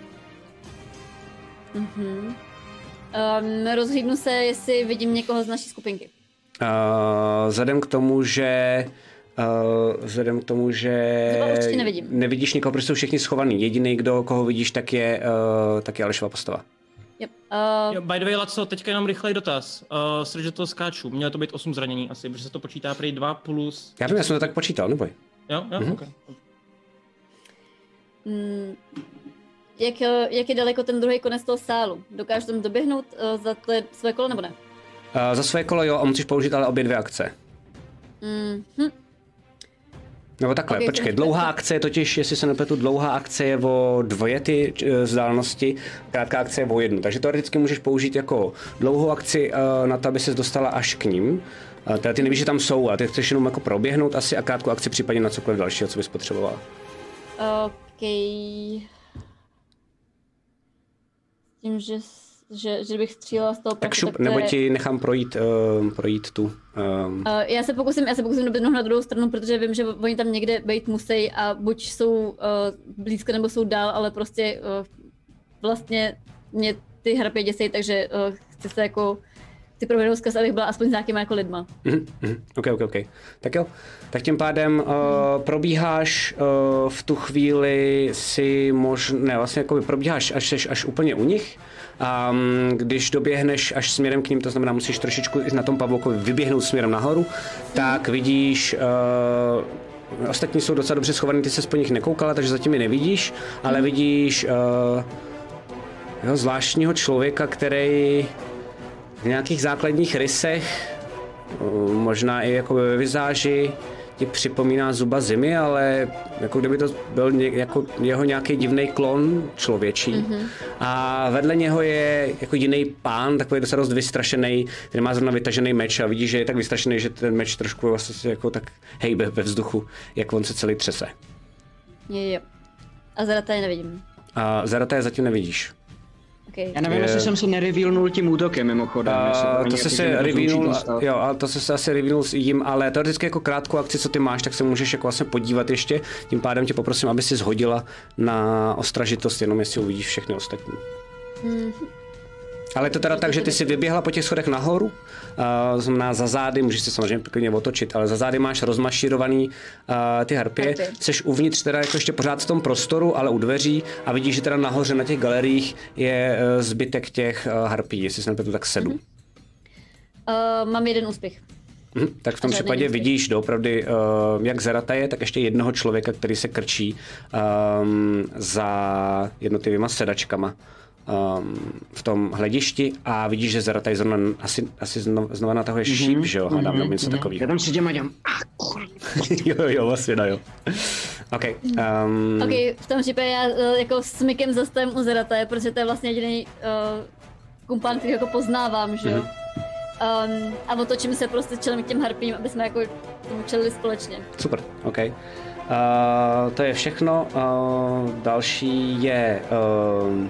D: Um, rozhlídnu se, jestli vidím někoho z naší skupinky.
A: Uh, vzhledem k tomu, že Uh, vzhledem k tomu, že
D: Třeba určitě nevidím.
A: nevidíš nikoho, protože jsou všichni schovaný. Jediný, kdo koho vidíš, tak je, uh, tak je Alešova postava.
D: Yep. Uh,
E: Jo, by the way, Laco, teďka jenom rychlej dotaz. Uh, Srdce do toho skáču, mělo to být osm zranění asi, protože se to počítá prý dva plus...
A: Já vím, já jsem to tak počítal, neboj.
E: Jo, jo,
A: Mhm.
E: okay.
D: mm, jak, eh, jak je daleko ten druhý konec toho sálu? Dokážu tam doběhnout uh, za tvé své kolo nebo ne?
A: Uh, za své kolo jo, a musíš použít ale obě dvě akce.
D: Mhm.
A: Nebo takhle,
D: Okay,
A: počkej, dlouhá akce je totiž, jestli se nepletu, dlouhá akce je o dvoje ty vzdálenosti, krátká akce je o jednu. Takže teoreticky můžeš použít jako dlouhou akci uh, na to, aby ses dostala až k ním. Uh, teda ty nevíš, že tam jsou, a ty chceš jenom jako proběhnout asi a krátkou akci případně na cokoliv dalšího, co bys potřebovala.
D: OK. S tím, že, že, že bych střílela z toho
A: Tak
D: placu,
A: šup,
D: tak to
A: nebo
D: je...
A: ti nechám projít, uh, projít tu. Um...
D: Uh, já se pokusím, já se pokusím doběhnout na druhou stranu, protože vím, že oni tam někde být musí a buď jsou uh, blízko, nebo jsou dál, ale prostě uh, vlastně mě ty harpy děsej, takže uh, chci se jako chci provedou zkaz, abych byla aspoň s nějakýma jako lidma.
A: Mm-hmm, mm-hmm. OK, OK, OK. Tak jo, tak tím pádem uh, probíháš uh, v tu chvíli si možná, ne, vlastně jako probíháš až, až, až úplně u nich. A um, když doběhneš až směrem k ním, to znamená, musíš trošičku na tom pavoukovi vyběhnout směrem nahoru, tak vidíš, uh, ostatní jsou docela dobře schovaní, ty se po nich nekoukala, takže zatím je nevidíš, ale vidíš uh, jo, zvláštního člověka, který v nějakých základních rysech, možná i jako ve vizáži, ti připomíná Zuba Zimy, ale jako kdyby to byl ně, jako jeho nějaký divný klon člověčí. Mm-hmm. A vedle něho je jako jiný pán, takový docela dost vystrašený, který má zrovna vytažený meč a vidí, že je tak vystrašený, že ten meč trošku vlastně jako tak hejbe ve vzduchu, jak on se celý třese.
D: Jo, jo. A Zarataje nevidím.
A: A Zarataje zatím nevidíš.
D: Okay.
C: Já nevím,
A: je...
C: jestli jsem se nerevealnul tím útokem mimochodem.
A: Uh, to se se revealnul, jo, ale to se asi revealnul s jím, ale teoreticky jako krátkou akci, co ty máš, tak se můžeš jako vlastně podívat ještě. Tím pádem tě poprosím, aby si shodila na ostražitost, jenom jestli uvidíš všechny ostatní. Mm. Ale je to teda tak, že ty si vyběhla po těch schodech nahoru, uh, znamená za zády, můžeš se samozřejmě klidně otočit, ale za zády máš rozmašírovaný uh, ty harpie. Jseš uvnitř teda jako ještě pořád v tom prostoru, ale u dveří a vidíš, že teda nahoře na těch galeriích je uh, zbytek těch uh, harpí, jestli se nepletu, tak sedm.
D: Mm-hmm. Uh, mám jeden úspěch.
A: Mhm, tak v tom případě vidíš doopravdy uh, jak Zarataje, tak ještě jednoho člověka, který se krčí um, za jednotlivýma sedačkama. Um, v tom hledišti a vidíš, že Zarataj zrovna asi, asi znova, znova natahuje mm-hmm. šíp, že jo, hádám, nebo něco mm-hmm. takového.
C: Já tam si dělám, dělám.
A: jo, jo, vlastně, no jo. OK. Um...
D: OK, v tom případě já jako smykem zastavím u Zarataje, protože to je vlastně jediný uh, kumpán, který jako poznávám, že jo. Mm-hmm. Um, a otočím se prostě čelem k těm harpím, aby jsme jako tomu čelili společně.
A: Super, OK. Uh, to je všechno. Uh, další je... Uh,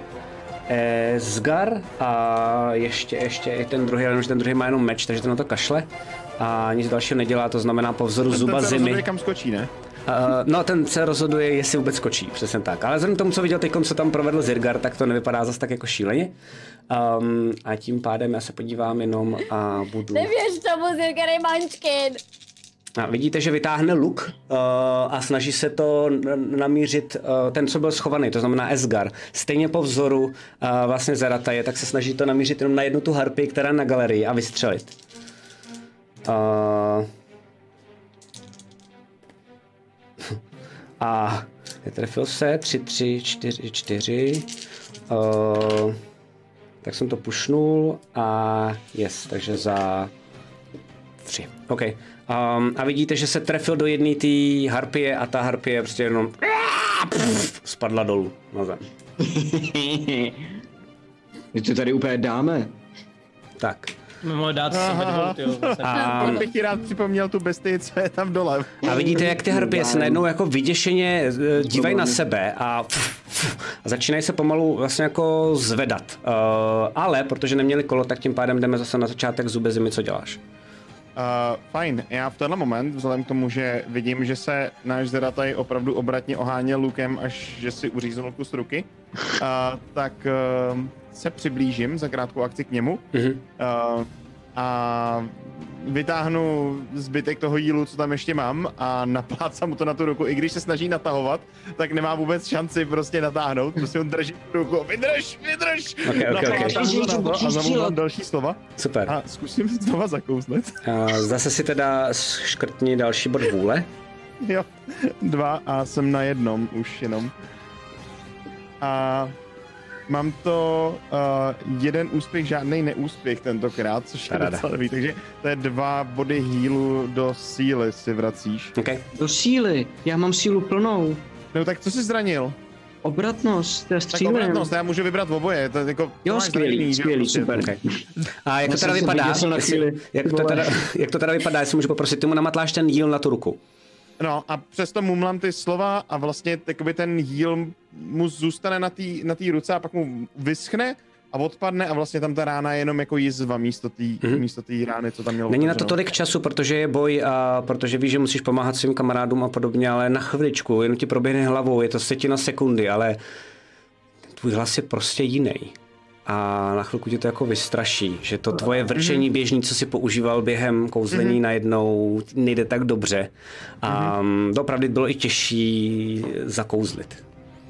A: Esgar a ještě, ještě i ten druhý, ale ten druhý má jenom meč, takže ten na to kašle a nic dalšího nedělá, to znamená po vzoru Zuba
B: ten se
A: Zimy.
B: rozhoduje, kam skočí, ne?
A: Uh, no, ten se rozhoduje, jestli vůbec skočí, přesně tak. Ale vzhledem k tomu, co viděl teď, co tam provedl Zirgar, tak to nevypadá zase tak jako šíleně. Um, a tím pádem já se podívám jenom a budu...
D: Nevěř tomu, Zirgar je mančkin!
A: A vidíte, že vytáhne luk uh, a snaží se to namířit uh, ten, co byl schovaný, to znamená Esgar. Stejně po vzoru uh, vlastně Zarataje, tak se snaží to namířit jenom na jednu tu harpii, která je na galerii a vystřelit. Uh, a trefil se, tři, tři, čtyři, čtyři. Uh, tak jsem to pušnul a yes, takže za tři. OK. Um, a vidíte, že se trefil do jedné té harpie a ta harpie prostě jenom pff, spadla dolů na zem.
C: My to tady úplně dáme.
A: Tak.
E: Mohli dát sebe dvou, tyjo.
B: A bych ti rád připomněl tu bestii, co je tam dole.
A: A vidíte, jak ty harpie se najednou jako vyděšeně dívají na sebe a, a začínají se pomalu vlastně jako zvedat. Uh, ale protože neměli kolo, tak tím pádem jdeme zase na začátek Zube Zimy, co děláš?
B: Uh, fajn, já v tenhle moment, vzhledem k tomu, že vidím, že se náš Zarataj opravdu obratně oháněl lukem, až že si uříznul kus ruky, uh, tak uh, se přiblížím za krátkou akci k němu
A: Mm-hmm.
B: uh, a vytáhnu zbytek toho jílu, co tam ještě mám a naplácám mu to na tu ruku. I když se snaží natahovat, tak nemá vůbec šanci prostě natáhnout. Prostě on drží tu ruku. Vydrž, vydrž!
A: Okay, okay, okay.
B: Naplácám to a zamluvám další slova.
A: Super.
B: A zkusím znova zakouzlet.
A: Uh, zase si teda škrtni další bod vůle.
B: Jo, dva a jsem na jednom už jenom. A mám to uh, jeden úspěch, žádný neúspěch tentokrát, což je docela dobrý, takže to je dva body healu do síly si vracíš.
A: Okay.
C: Do síly? Já mám sílu plnou.
B: No tak co jsi zranil?
C: Obratnost, to je střílem.
B: Tak obratnost, já můžu vybrat oboje. To je jako,
C: jo, skvělý, zraněný, skvělý, super.
A: Okay. A jak to teda vypadá? Jestli, jak, to teda, jak to teda vypadá, jestli můžu poprosit, ty mu namatláš ten heal na tu ruku.
B: No a přesto mumlám ty slova a vlastně takoby ten heal mu zůstane na té na ruce a pak mu vyschne a odpadne a vlastně tam ta rána je jenom jako jizva místo té mm-hmm. místo té rány, co tam mělo.
A: Není na to tolik času, protože je boj a protože víš, že musíš pomáhat svým kamarádům a podobně, ale na chviličku, jenom ti proběhne hlavou, je to setina sekundy, ale tvůj hlas je prostě jiný. A na chvilku tě to jako vystraší, že to tvoje vrčení běžný, co si používal během kouzlení, mm-hmm. najednou nejde tak dobře. A mm-hmm. to opravdu bylo i těžší zakouzlit.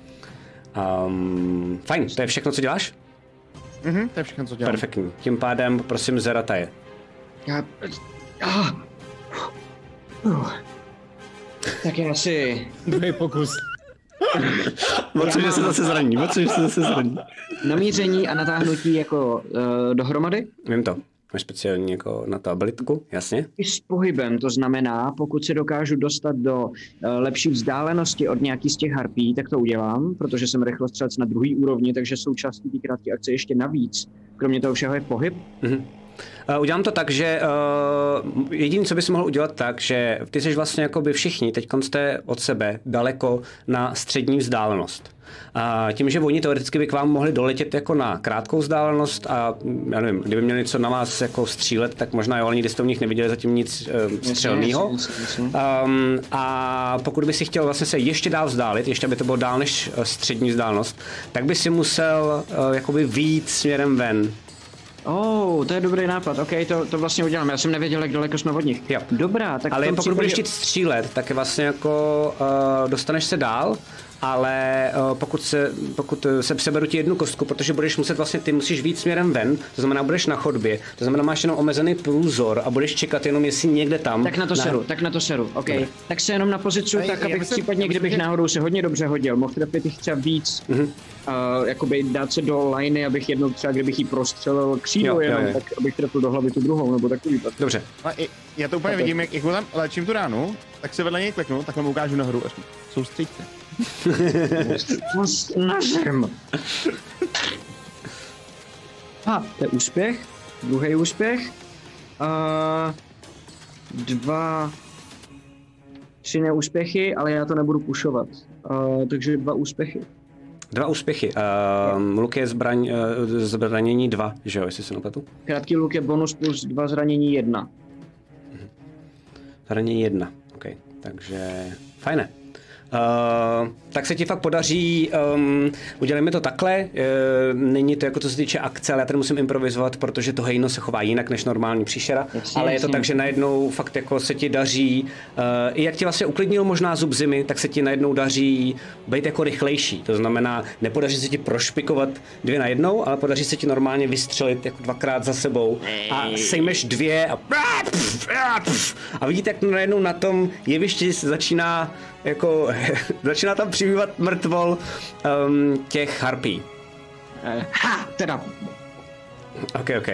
A: Um, fajn, to je všechno, co děláš?
B: Mhm, to je všechno, co dělám.
A: Perfektní. Tím pádem prosím Zerataje.
C: Já... Ah. Uh. Tak já si...
E: Druhý pokus.
A: Moc že se zase zraní, moc že se zase zraní.
C: Namíření a natáhnutí jako uh, dohromady?
A: Vím to. Máš speciální jako na to abilitku, jasně?
C: I s pohybem, to znamená, pokud se dokážu dostat do uh, lepší vzdálenosti od nějaký z těch harpí, tak to udělám, protože jsem rychlostřelec na druhý úrovni, takže součástí té krátké akce ještě navíc. Kromě toho všeho je pohyb.
A: Mm-hmm. Uh, udělám to tak, že uh, jediné, co bys mohl udělat tak, že ty jsi vlastně jakoby všichni, teď jste od sebe daleko na střední vzdálenost. A tím, že oni teoreticky by k vám mohli doletět jako na krátkou vzdálenost a já nevím, kdyby měli něco na vás jako střílet, tak možná jo, ale nikdy jste u nich neviděli zatím nic um, střelného. Um, a pokud by si chtěl vlastně se ještě dál vzdálit, ještě aby to bylo dál než střední vzdálenost, tak by si musel uh, jakoby vyjít směrem ven.
C: Oh, to je dobrý nápad, ok, to, to vlastně udělám, já jsem nevěděl, jak daleko jsme od nich.
A: Jo.
C: Dobrá, tak
A: ale pokud
C: případě...
A: budeš chtít střílet, tak je vlastně jako uh, dostaneš se dál, ale uh, pokud se, pokud se přeberu ti jednu kostku, protože budeš muset vlastně, ty musíš víc směrem ven, to znamená, budeš na chodbě, to znamená, máš jenom omezený průzor a budeš čekat jenom, jestli někde tam.
C: Tak na to na... seru, tak na to seru, ok. Dobre. Tak se jenom na pozici, tak abych myslím, případně, kdybych myslím, náhodou se hodně dobře hodil, mohl trefit jich třeba víc, mm-hmm. uh, jakoby dát se do liney, abych jednou třeba, kdybych jí prostřelil křídlo jenom, jo. Tak abych trefil do hlavy tu druhou, nebo takový tak.
A: Dobře.
B: A já to úplně tak. Vidím, jak, jak mu tam léčím tu ránu, tak se vedle něj kliknu, tak mu ukážu nahoru a soustřeďte.
C: Snažím. A, to je úspěch. Druhý úspěch. Uh, dva... Tři neúspěchy, ale já to nebudu pušovat. Uh, takže dva úspěchy.
A: Dva úspěchy. Uh, luk je zbraň, uh, zranění dva, že jo, jestli se napletu?
C: Krátký luk je bonus plus dva zranění jedna.
A: Zranění jedna, ok. Takže fajné. Uh, tak se ti fakt podaří, um, udělejme to takhle, uh, není to jako co se týče akce, ale já tady musím improvizovat, protože to hejno se chová jinak než normální příšera, jasně, ale je to jasně. Tak, že najednou fakt jako se ti daří, uh, i jak ti vlastně uklidnil možná zub zimy, tak se ti najednou daří být jako rychlejší, to znamená, nepodaří se ti prošpikovat dvě na jednou, ale podaří se ti normálně vystřelit jako dvakrát za sebou a sejmeš dvě a a vidíte, jak najednou na tom jevišti se začíná jako, začíná tam přibývat mrtvol um, těch harpí.
C: Uh, ha, teda.
A: Ok, ok.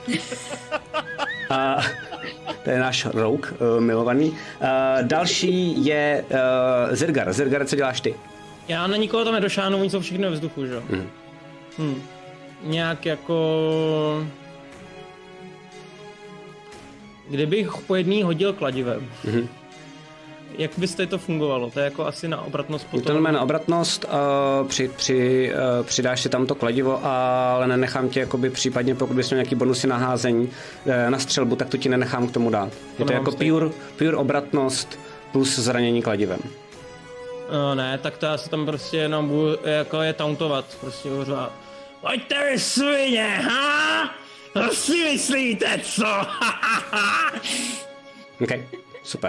A: A to je náš rouk, uh, milovaný. Uh, další je uh, Zirgar. Zirgar, co děláš ty?
E: Já na nikoho tam nedošáhnu, oni jsou všichni ve vzduchu, že jo? Mm. Hm. Nějak jako... Kdybych po jedný hodil kladivem, mm-hmm. Jak byste to fungovalo? To je jako asi na obratnost potom?
A: To na obratnost, uh, při, při, uh, přidáš si tam to kladivo, ale nenechám tě jakoby případně, pokud bys měl nějaký bonusy na házení, uh, na střelbu, tak to ti nenechám k tomu dát. Je to, to jako pure, pure obratnost plus zranění kladivem.
E: No ne, tak to já se tam prostě jenom budu jako je tauntovat, prostě uřovat. Pojďte vy svině, ha? To si myslíte, co?
A: Ok, super.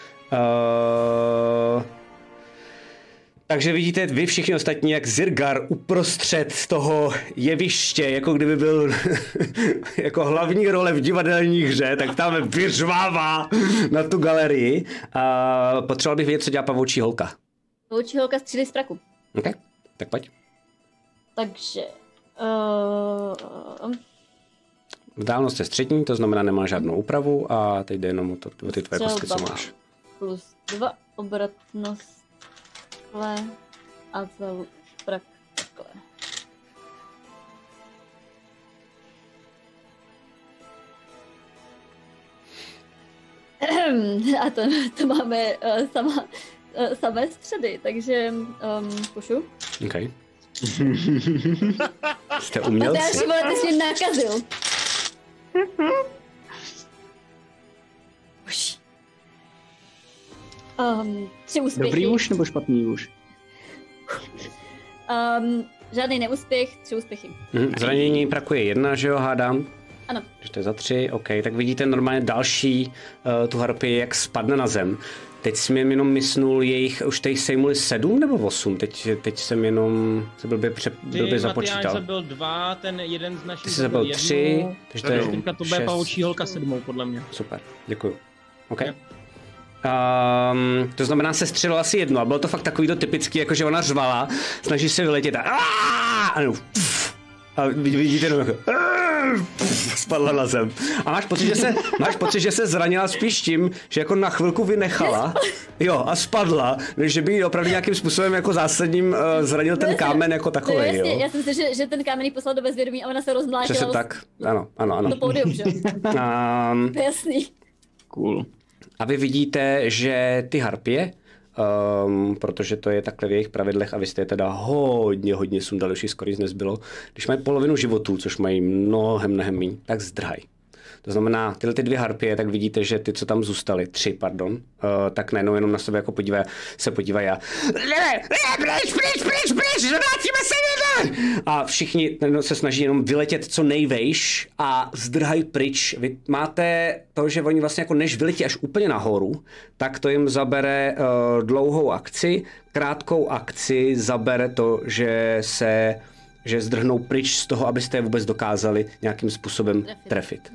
A: Uh, takže vidíte vy všichni ostatní, jak Zirgar uprostřed toho jeviště, jako kdyby byl jako hlavní role v divadelní hře, tak tam vyřvává na tu galerii. Uh, potřeboval bych vědět, co dělá pavoučí holka.
D: Pavoučí holka střílí z praku.
A: Ok, tak pojď.
D: takže... Uh,
A: Vzdálenost je střední, to znamená nemá žádnou úpravu a teď jde jenom o, to, o ty tvoje kostky, co máš.
D: Plus dva, obratnost takhle a za prak takhle. A to, to máme uh, sama, uh, samé středy, takže um, pušu.
A: OK. Jste umělci.
D: A ty vole, ty jsi mě nakazil. Už. Um, tři úspěchy.
C: Dobrý už nebo špatný už?
D: Um, žádný neúspěch, tři úspěchy.
A: Mhm, zranění prakuje jedna, že jo, hádám?
D: Ano.
A: Že to je za tři, OK. Tak vidíte normálně další uh, tu harpii, jak spadne na zem. Teď jsem jenom mysnul jejich, už teď sejmuli sedm nebo osm? Teď, teď jsem jenom se blbě, pře, blbě započítal.
E: Ty zabil dva, ten jeden z našich
A: Ty jsi zabil tři, takže to je
E: teďka to bude pavoučí holka sedmou, podle mě.
A: Super, děkuju. OK. Um, to znamená, se střelilo asi jedno a bylo to fakt takový to typický, jakože ona řvala, snaží se vyletět a a, no, a vidíte jenom jako spadla na zem. A máš pocit, že se, máš pocit, že se zranila spíš tím, že jako na chvilku vynechala, jo, a spadla, než že by jí opravdu nějakým způsobem jako zásadním uh, zranil ten kámen jako takový,
D: no, jasně,
A: jo.
D: já jsem si, že, že ten kámen jí poslal do bezvědomí a ona se rozmlátila.
A: Přesně tak, ano, ano, ano.
D: To pódium, že?
A: Um,
D: Jasný.
C: Cool.
A: A vy vidíte, že ty harpie, um, protože to je takhle v jejich pravidlech a vy jste je teda hodně, hodně sundali, už jí skoro nic nezbylo, když mají polovinu životů, což mají mnohem, mnohem míň, tak zdrhají. To znamená, tyhle ty dvě harpie, tak vidíte, že ty, co tam zůstaly, tři, pardon, uh, tak najednou jenom na sebe jako podívají, se podívají a ne, ne, pryč, pryč, pryč, pryč, vrátíme se někde! A všichni se snaží jenom vyletět co nejvejš a zdrhají pryč. Vy máte to, že oni vlastně jako než vyletí až úplně nahoru, tak to jim zabere uh, dlouhou akci, krátkou akci zabere to, že se že zdrhnou pryč z toho, abyste je vůbec dokázali nějakým způsobem trefit. trefit.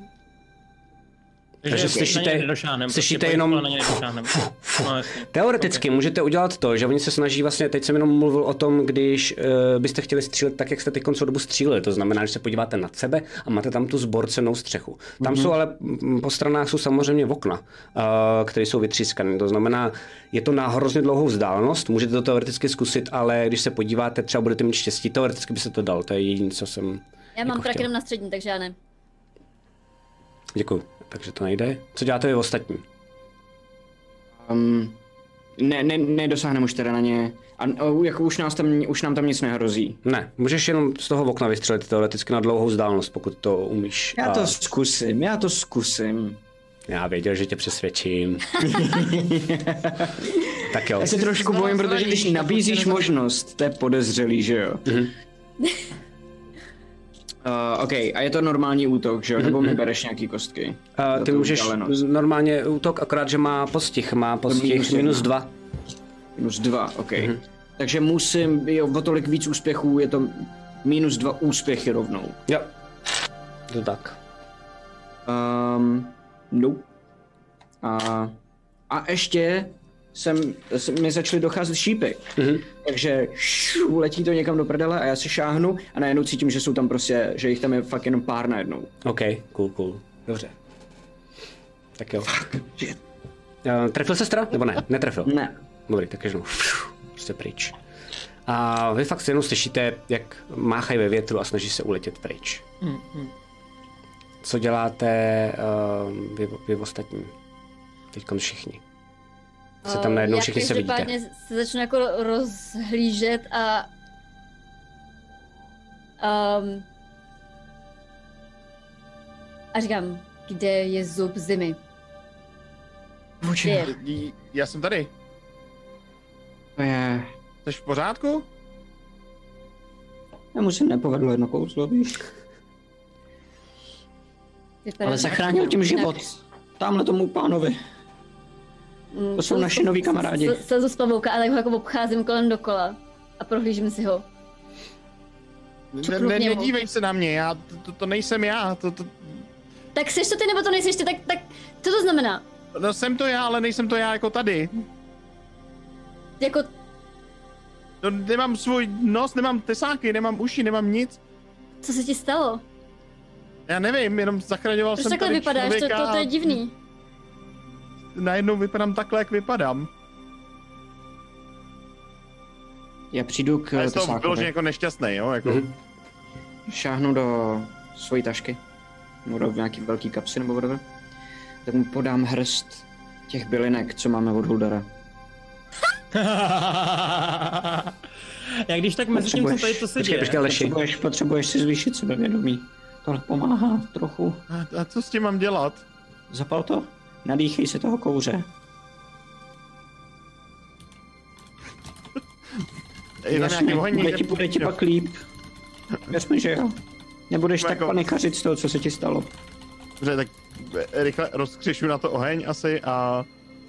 A: Takže slyšíte, slyšíte jenom...
E: No,
A: Teoreticky okay. Můžete udělat to, že oni se snaží vlastně, teď jsem jenom mluvil o tom, když uh, byste chtěli střílet tak, jak jste teď koncou dobu stříleli. To znamená, že se podíváte nad sebe a máte tam tu zborcenou střechu. Tam mm-hmm. jsou ale po stranách jsou samozřejmě okna, uh, které jsou vytřískané. To znamená, je to na hrozně dlouhou vzdálenost, můžete to teoreticky zkusit, ale když se podíváte, třeba budete mít štěstí, teoreticky by se to dal, to je jediné, co jsem
D: Já
A: jako
D: mám trak
A: chtěl.
D: jenom na střední, takže já ne.
A: Děkuju. Takže to nejde. Co děláte vy ostatní?
C: Um, ne, ne, nedosáhneme už teda na ně. A uh, jako už, nás tam, už nám tam nic nehrozí.
A: Ne, můžeš jenom z toho okna vystřelit teoreticky na dlouhou vzdálenost, pokud to umíš.
C: Já to
A: a...
C: zkusím, já to zkusím.
A: Já věděl, že tě přesvědčím. Tak jo.
C: Já se trošku bojím, protože když nabízíš možnost, to je podezřelý, že jo? Mm-hmm. Uh, OK, a je to normální útok, že jo? Nebo mi bereš nějaký kostky?
A: Uh, ty můžeš vzdálenost. Normálně útok, akorát, že má postih, má postih minus, minus dva.
C: Minus dva, OK. Mm-hmm. Takže musím, jo, o tolik víc úspěchů, je to minus dva úspěchy rovnou.
A: Jo, to tak.
C: Um, no. A, a ještě jsem, jsem, mi začaly docházet šípy. Mm-hmm. Takže šu, letí to někam do prdele a já se šáhnu a najednou cítím, že jsou tam prostě, že jich tam je fakt jenom pár najednou.
A: OK, cool, cool. Dobře. Tak jo.
C: Fuck, shit.
A: Uh, trefil se teda? Nebo ne? Netrefil?
C: Ne.
A: Dobrý, takže jenom prostě pryč. A vy fakt jenom slyšíte, jak máchají ve větru a snaží se uletět pryč.
E: Mm, mm.
A: Co děláte uh, vy, vy ostatní? Teďkon všichni. Se tam najednou všichni se vidíte.
D: Já se začnu jako rozhlížet a... Um, a říkám, kde je zub zimy?
B: Je? Já jsem tady.
C: To je...
B: Jsi v pořádku?
C: Já mu se nepovedlo jedno kouzlo, víš? Ale zachránil tím život. Tamhle tomu pánovi. To jsou naši noví kamarádi.
D: Slzu z pavouka a tak ho jako obcházím kolem dokola a prohlížím si ho.
B: Ne, ne, nedívej se na mě, já, to, to nejsem já. To, to...
D: Tak seš to ty, nebo to nejseš ty, tak, tak co to znamená?
B: No jsem to já, ale nejsem to já jako tady.
D: Jako...
B: No, nemám svůj nos, nemám tesáky, nemám uši, nemám nic.
D: Co se ti stalo?
B: Já nevím, jenom zachraňoval
D: Proč
B: jsem
D: takhle
B: tady
D: vypadáš? To,
B: člověka
D: to, to je divný.
B: Najednou vypadám takhle, jak vypadám.
C: Já přijdu k
B: Já jsem
C: tesákovi.
B: vyloženě jako nešťastný, jo, jako.
A: Mhm.
C: Šáhnu do svojí tašky. Nebo do nějaký velký kapsy nebo whatever. Tak mu podám hrst těch bylinek, co máme od Huldara.
E: Jak když tak mezi tím, co tady to se
A: Počkej,
E: děje.
A: počkej, Leši.
C: Potřebuješ, potřebuješ si zvýšit sebevědomí. Tohle pomáhá trochu.
B: A, a co s tím mám dělat?
C: Zapal to. Nadýchej se toho kouře.
B: Je tam nějaký oheň
C: bude
B: někde?
C: ti, bude ti pak líp. Věř mi, že jo. Nebudeš tak
B: Jako-
C: panikařit z toho, co se ti stalo.
B: Dobře, tak rychle rozkřišu na to oheň asi a...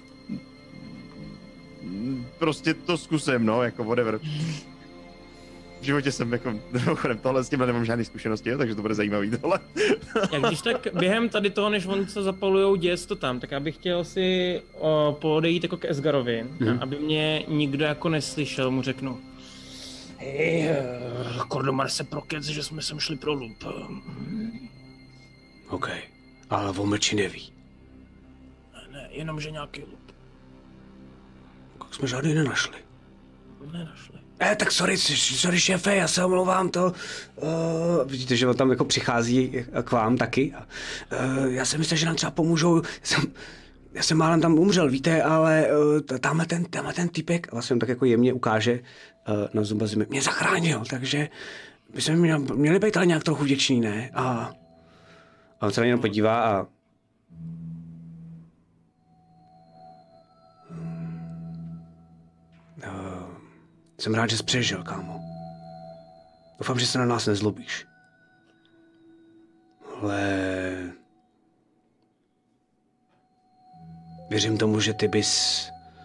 B: Prostě to zkusím, no, jako whatever. V životě jsem jako, mimochodem, tohle s tímhle nemám žádný zkušenosti, jo, takže to bude zajímavý tohle.
E: Jak když tak během tady toho, než oni se zapalujou, děje se to tam, tak já bych chtěl si o, podejít jako k Esgarovi,
A: Mhm.
E: aby mě nikdo jako neslyšel, mu řeknu. Hej, uh, Kordomar se prokec, že jsme sem šli pro lup.
A: OK, ale o mlči neví.
E: Ne, jenom že nějaký lup.
A: Jak jsme žádný nenašli.
E: Nenašli.
A: Eh, tak sorry, sorry šéfe, já se omlouvám to. Uh, vidíte, že on tam jako přichází k vám taky. Uh, já jsem myslel, že nám třeba pomůžou. Já jsem, já jsem málem tam umřel, víte, ale uh, tamhle ten, tamhle ten typek, a vlastně on tak jako jemně ukáže uh, na zuba zimy, mě zachránil, takže bychom měli, měli být ale nějak trochu vděční, ne? A, a on se na něj jenom podívá a jsem rád, že jsi přežil, kámo. Doufám, že se na nás nezlobíš. Ale... Věřím tomu, že ty bys...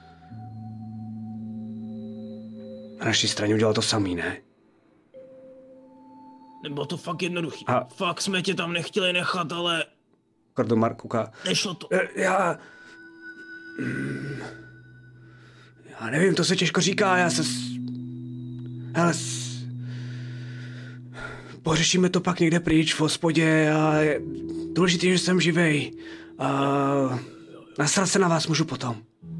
A: na naší straně udělal to samý, ne?
E: Nebylo to fakt jednoduchý.
A: A-
E: Fakt jsme tě tam nechtěli nechat, ale
A: Kordomar kouká.
E: nešlo to.
A: E, Já... Mm, Já nevím, to se těžko říká, já se... s- Hele, s... Pořešíme to pak někde pryč v hospodě a je důležité, že jsem živej. A... Nasrat se na vás můžu potom.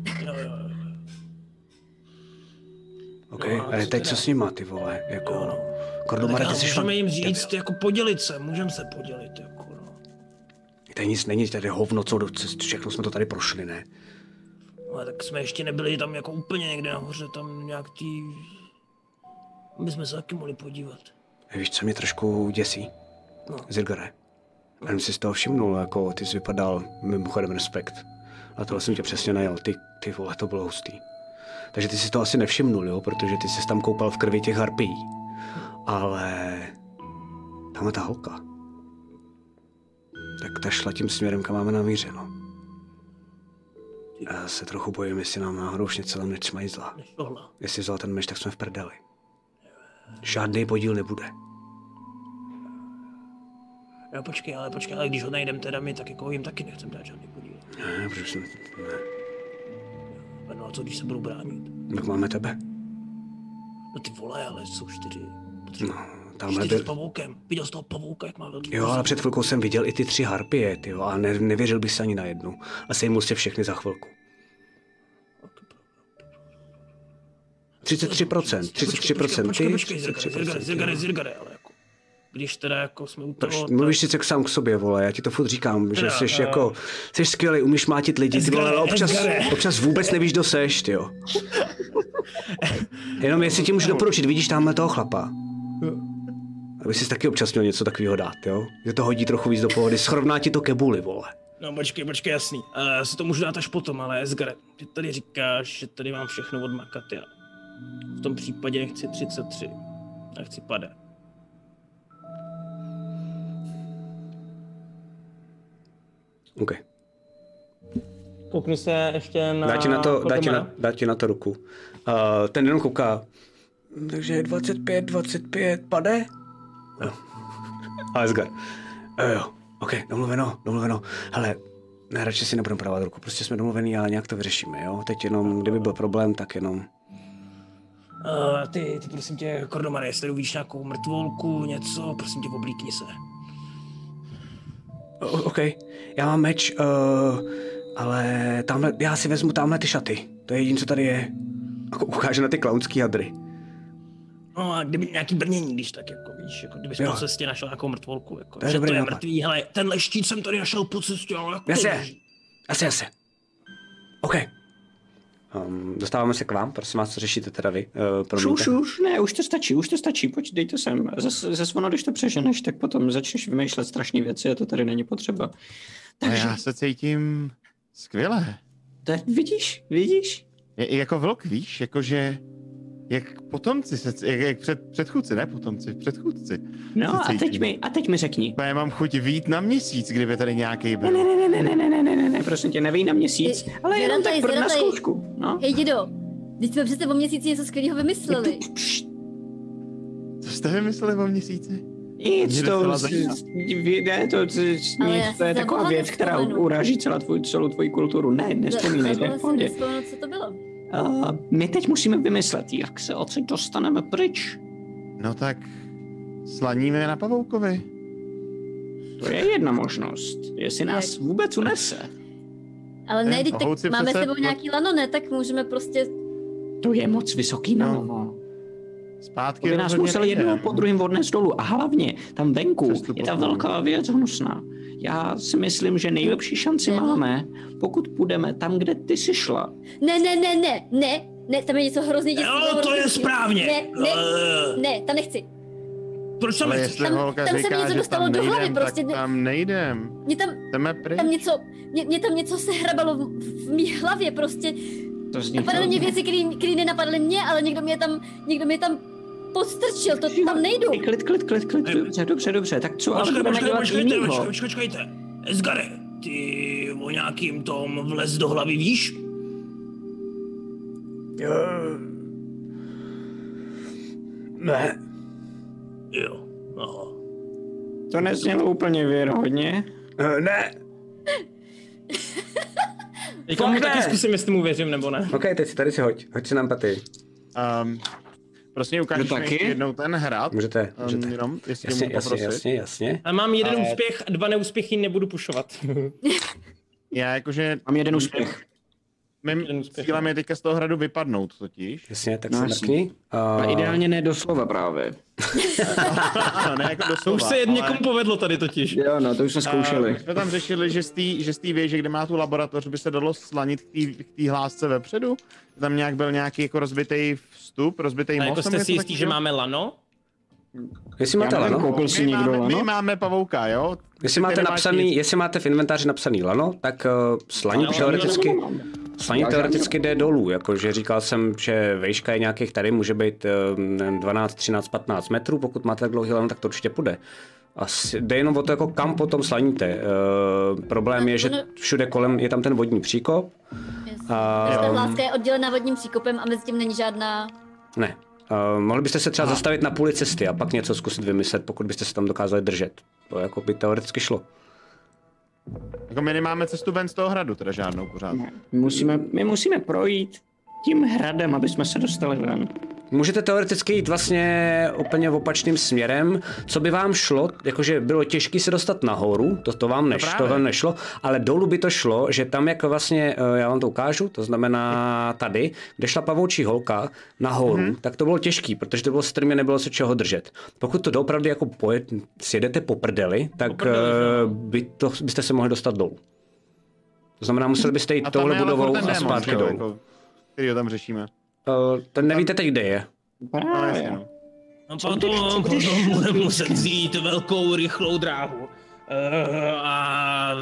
A: OK,
E: No, a
A: ale
E: co
A: teď
E: teda?
A: co s nima, ty vole, jako...
E: Jo, no.
A: Kordomare,
E: Tak
A: ty jsi
E: můžeme
A: fakt
E: jim říct,
A: debil.
E: jako podělit se, můžeme se podělit, jako no.
A: Tady nic není, tady hovno, co, co- všechno jsme to tady prošli, ne?
E: Ale tak jsme ještě nebyli tam jako úplně někde nahoře, tam nějak tý... My jsme se taky mohli podívat.
A: Víš, co mě trošku děsí?
E: No.
A: Zirgare. Já jsem si z toho všimnul, jako ty jsi vypadal, mimochodem respekt. A tohle jsem tě přesně najel, ty, ty vole, to bylo hustý. Takže ty jsi to asi nevšimnul, jo, protože ty jsi tam koupal v krvi těch harpií. Ale... Tamhle ta holka. Tak ta šla tím směrem, kam máme namířeno. Já se trochu bojím, jestli nám náhodou už něco tam nečmajzla.
E: Než tohle.
A: Jestli vzal ten meč, tak jsme v prdeli. Žádný podíl nebude.
E: Jo, počkej, ale počkej, ale když ho najdem teda my, tak jako jim taky nechcem dát žádný podíl.
A: Ne, protože jsme... Ne.
E: No a co, když se budou bránit?
A: Tak máme tebe.
E: No ty vole, ale jsou čtyři. Potřebuji.
A: No, tamhle
E: Čtyři s
A: byl...
E: pavoukem. Viděl jsi toho pavouka, jak má velký
A: Jo,
E: kozy?
A: ale před chvilkou jsem viděl i ty tři harpie, tyjo, a ne, nevěřil bych se ani na jednu. A sejmul si všechny za chvilku. třicet tři procent, třicet tři procent
E: Počkej,
A: ty,
E: počkej,
A: třicet tři
E: Zirgare,
A: procent
E: Zirgare,
A: ty.
E: Zirgare, ale jako... Když teda jako jsme u
A: Proč?
E: toho...
A: Mluvíš sice k sám k sobě, vole, já ti to furt říkám, že
E: Teda,
A: jsi
E: eh,
A: jako, jsi skvělý, umíš mlátit lidi, ty vole,
E: Edgare,
A: ale občas,
E: Edgare.
A: občas vůbec nevíš, kdo seš, tyjo. Jenom jestli ti můžu doporučit, vidíš tamhle toho chlapa. Aby jsi taky občas měl něco takového dát, jo? Že to hodí trochu víc do pohody, srovná ti to kebuli, vole.
E: No počkej, počkej, jasný. Uh, já si to můžu dát až potom, ale Esgare, ty tady říkáš, že tady mám všechno odmakat, já. V tom případě chci třicet tři. A chci pade.
A: OK.
E: Kouknu se ještě na...
A: Dá ti na to, dá ti na,
E: Kordomara.
A: dá ti na to ruku. Uh, ten jenom kouká. Takže dvacet pět, dvacet pět, pade? Jo. A Esgar. Jo, jo, OK, domluveno, domluveno. Hele, ne, radši si nebudeme podávat ruku, prostě jsme domluvený a nějak to vyřešíme, jo? Teď jenom, kdyby byl problém, tak jenom...
G: Uh, ty, ty prosím tě, Kordomane, jestli uvidíš nějakou mrtvolku, něco, prosím tě, oblíkni se.
A: O, OK, já mám meč, uh, ale tamhle, já si vezmu tamhle ty šaty. To je jediné, co tady je. A ukáže na ty klaunský hadry.
G: No a kdyby nějaký brnění, když tak jako víš, jako kdybys
A: Jo.
G: po cestě našel nějakou mrtvolku, jako,
A: To je
G: že
A: dobrý
G: to je
A: nápad.
G: mrtvý, hele, tenhle štít jsem tady našel po cestě, ale jako
A: Jasně,
G: to leží.
A: jasně, jasně. OK. Um, dostáváme se k vám, prosím vás, co řešíte teda vy? Uh,
C: Už, už, ne, už to stačí, už to stačí, pojď, dej to sem. Zase zas ono, když to přeženeš, tak potom začneš vymýšlet strašné věci a to tady není potřeba.
B: A
C: Takže,
B: já se cítím skvěle.
C: to, vidíš, vidíš?
B: Je, jako vlk, víš, jakože jak potomci, se, jak, jak před, předchůdci, ne potomci, předchůdci.
C: No
B: se
C: a teď
B: cítím.
C: mi, a teď mi řekni.
B: Já mám chuť vít na měsíc, kdyby tady nějaký
C: Ne,
B: byl.
C: ne, ne, ne, ne, ne, ne, ne, ne, ne, prosím tě, nevej na měsíc,
D: Ty,
C: ale jenom tak
D: zvědatej,
C: pro na
D: zvědatej.
C: zkoušku, no.
D: Hej, dědo, teď jsme přece o měsíci něco skvělého vymysleli.
C: Pšt,
B: Co jste vymysleli o měsíci?
C: nic,
B: Mě
C: to,
B: docela
C: z-
B: zajímá.
C: z- ne, to, to,
D: Ale
C: nic,
D: já
C: to je
D: si
C: taková
D: za boha
C: věc, která
D: nevzpomenu.
C: uráží celá tvůj, celou tvoji kulturu. Ne, nespomínej, to je v
D: Zaboha si
C: pohodě.
D: nevzpomenu, co to bylo.
C: Uh, my teď musíme vymyslet, jak se odsud dostaneme pryč.
B: No tak slaníme na pavoukovi.
C: To je jedna možnost, jestli nás vůbec unese.
D: Ale
B: Ne,
D: ne, teď
B: kohouci
D: tak máme
B: přece-
D: s sebou nějaký lano, ne, tak můžeme prostě...
C: To je moc vysoký na novo.
B: Zpátky
C: To by nás
B: rozhodně
C: museli
B: nejde.
C: jednoho po druhém odnést dolů. A hlavně, tam venku
B: Cestu
C: je ta
B: potom.
C: velká věc hnusná. Já si myslím, že nejlepší šanci
D: Nebo-
C: máme, pokud půjdeme tam, kde ty jsi šla.
D: Ne, ne, ne, ne, ne, ne, tam je něco hrozně děsivého.
G: Jo, to je
D: hrozně-
G: správně.
D: Ne, ne,
G: Eh,
D: ne, tam nechci.
G: Proč tam
B: Ale
G: nechceš?
B: jestli
D: Tam-
B: holka
D: tam se mi
B: říká,
D: něco
B: že
D: dostalo
B: tam
D: do hlavy,
B: nejdem,
D: prostě
B: tak
D: ne-
B: tam nejdem.
D: Mě tam,
B: Jdeme pryč.
D: tam něco, mě, mě tam něco se hrabalo v, v mý hlavě, prostě.
C: To zní
D: Napadaly mě věci, které nenapadaly mě, ale někdo mě tam, někdo mě tam podstrčil, to tam nejdu.
C: Klid, klid, klid, klid, dobře, dobře, dobře, tak co ale
G: Počkej,
C: budeme
G: počkej,
C: dělat
G: počkejte,
C: jinýho?
G: počkej, počkej, počkejte. Esgare, ty o nějakým tom vlez do hlavy víš?
A: Ne.
G: Jo, aha.
C: To neznělo úplně věrohodně.
A: Uh, ne.
E: Teďka
A: Fakt
E: mu taky
A: ne.
E: zkusím, jestli mu věřím nebo ne.
A: OK, teď si tady si hoď. Hoď si nám paty.
B: Um, prosím, ukážeš
C: No
B: mi
C: taky?
B: ještě jednou ten hrad.
A: Můžete,
B: Um,
A: můžete.
B: jenom, jestli
A: Jasně,
B: můžu
A: jasně,
B: poprosit.
A: jasně, jasně.
E: Ale mám jeden
B: Ale-
E: úspěch, dva neúspěchy, nebudu pušovat.
B: Já jakože...
C: Mám jeden úspěch.
B: Mým
E: Jeden úspěch.
B: cílem je teďka z toho hradu vypadnout totiž.
A: Jasně, tak
C: No,
A: se
C: jasně.
A: mrkni.
C: Ale
A: Uh,
C: ideálně ne doslova právě.
B: Ano, ne jako
E: To
B: doslova,
E: už se jen
B: ale-
E: někomu povedlo tady totiž.
C: Jo, no, to už jsme
B: A
C: zkoušeli.
B: my jsme tam řešili, že z té že z té věže, kde má tu laboratoř, by se dalo slanit k té- k té hlásce vepředu. Tam nějak byl nějaký jako rozbitý vstup, rozbitý
E: A
B: most.
E: jako
B: tam
E: jste
B: něco
E: si jistí, že
B: takového?
E: máme lano?
A: jestli máte
C: Já nevím,
A: lano,
C: koupil si
B: My
C: někdo
B: máme, my
C: lano?
B: máme pavouka, jo?
A: jestli
B: Ty
A: máte
B: nemáš
A: napsaný,
B: nic.
A: jestli máte v inventáři napsaný lano, tak uh, slaní
E: Ale
A: teoreticky,
C: lano nemám.
A: slaní
C: Já
A: teoreticky jde dolů, jakože říkal jsem, že vejška je nějakých tady, může být uh, nevím, dvanáct, třináct, patnáct metrů, pokud máte tak dlouhý lano, tak to určitě půjde. A s- jde jenom o to, jako kam potom slaníte. Uh, problém je, že všude kolem je tam ten vodní příkop. A-
D: Takže ta hláska je oddělená vodním příkopem a mezi tím není žádná...
A: Ne. Uh, mohli byste se třeba zastavit na půli cesty a pak něco zkusit vymyslet, pokud byste se tam dokázali držet. To jako by teoreticky šlo.
B: Jako my nemáme cestu ven z toho hradu, teda žádnou pořád.
C: Ne, my musíme, my musíme projít tím hradem, aby jsme se dostali ven.
A: Můžete teoreticky jít vlastně úplně opačným směrem, co by vám šlo, jakože bylo těžké se dostat nahoru, to, to vám neš,
B: No
A: to
B: právě.
A: vám nešlo, ale dolů by to šlo, že tam jako vlastně, eh, já vám to ukážu, to znamená tady, kde šla pavoučí holka nahoru, mm-hmm. tak to bylo těžký, protože to bylo strmě, nebylo se čeho držet. Pokud to doopravdy jako pojet, sjedete po prdeli, tak
E: prdeli,
A: eh, by to, byste se mohli dostat dolů. To znamená, museli byste jít
B: A tam
A: touhle
B: je ale
A: budovou
B: furt ten
A: a
B: démon,
A: zpátky
B: že jo,
A: dolů.
B: jako, kterýho tam řešíme.
A: Eh, to nevíte teď, kde je.
B: No, jasně,
C: Právě.
B: no.
G: A
C: Co
G: potom,
C: když- co když-
G: potom budeme muset vzít velkou rychlou dráhu. Uh, a...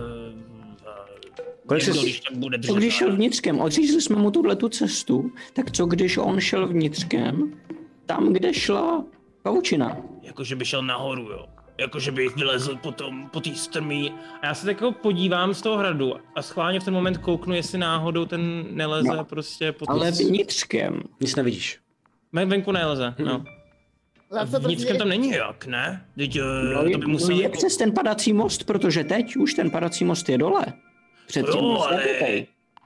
A: Kolik
G: někdo,
A: jsi-
G: když tak bude
C: Co
G: držet
C: když šel
G: dál.
C: vnitřkem? Odřízli jsme mu tuhle tu cestu, tak co když on šel vnitřkem, tam, kde šla pavučina?
G: Jakože by šel nahoru, jo. Jakože by vylezl potom po té strmí.
E: A já se tak jako podívám z toho hradu a schválně v ten moment kouknu, jestli náhodou ten neleze
C: No,
E: prostě po
C: Ale
E: té...
C: vnitřkem.
A: Nic nevidíš.
E: Ven- Venku neleze, no.
D: Láco,
E: Vnitřkem tam není.
G: Jak ne? Teď
C: No,
G: uh,
C: je,
G: to by
C: no
G: musel...
C: je přes ten padací most, protože teď už ten padací most je dole. Předtím
G: Jo,
C: byl
G: ale-
C: zabitej.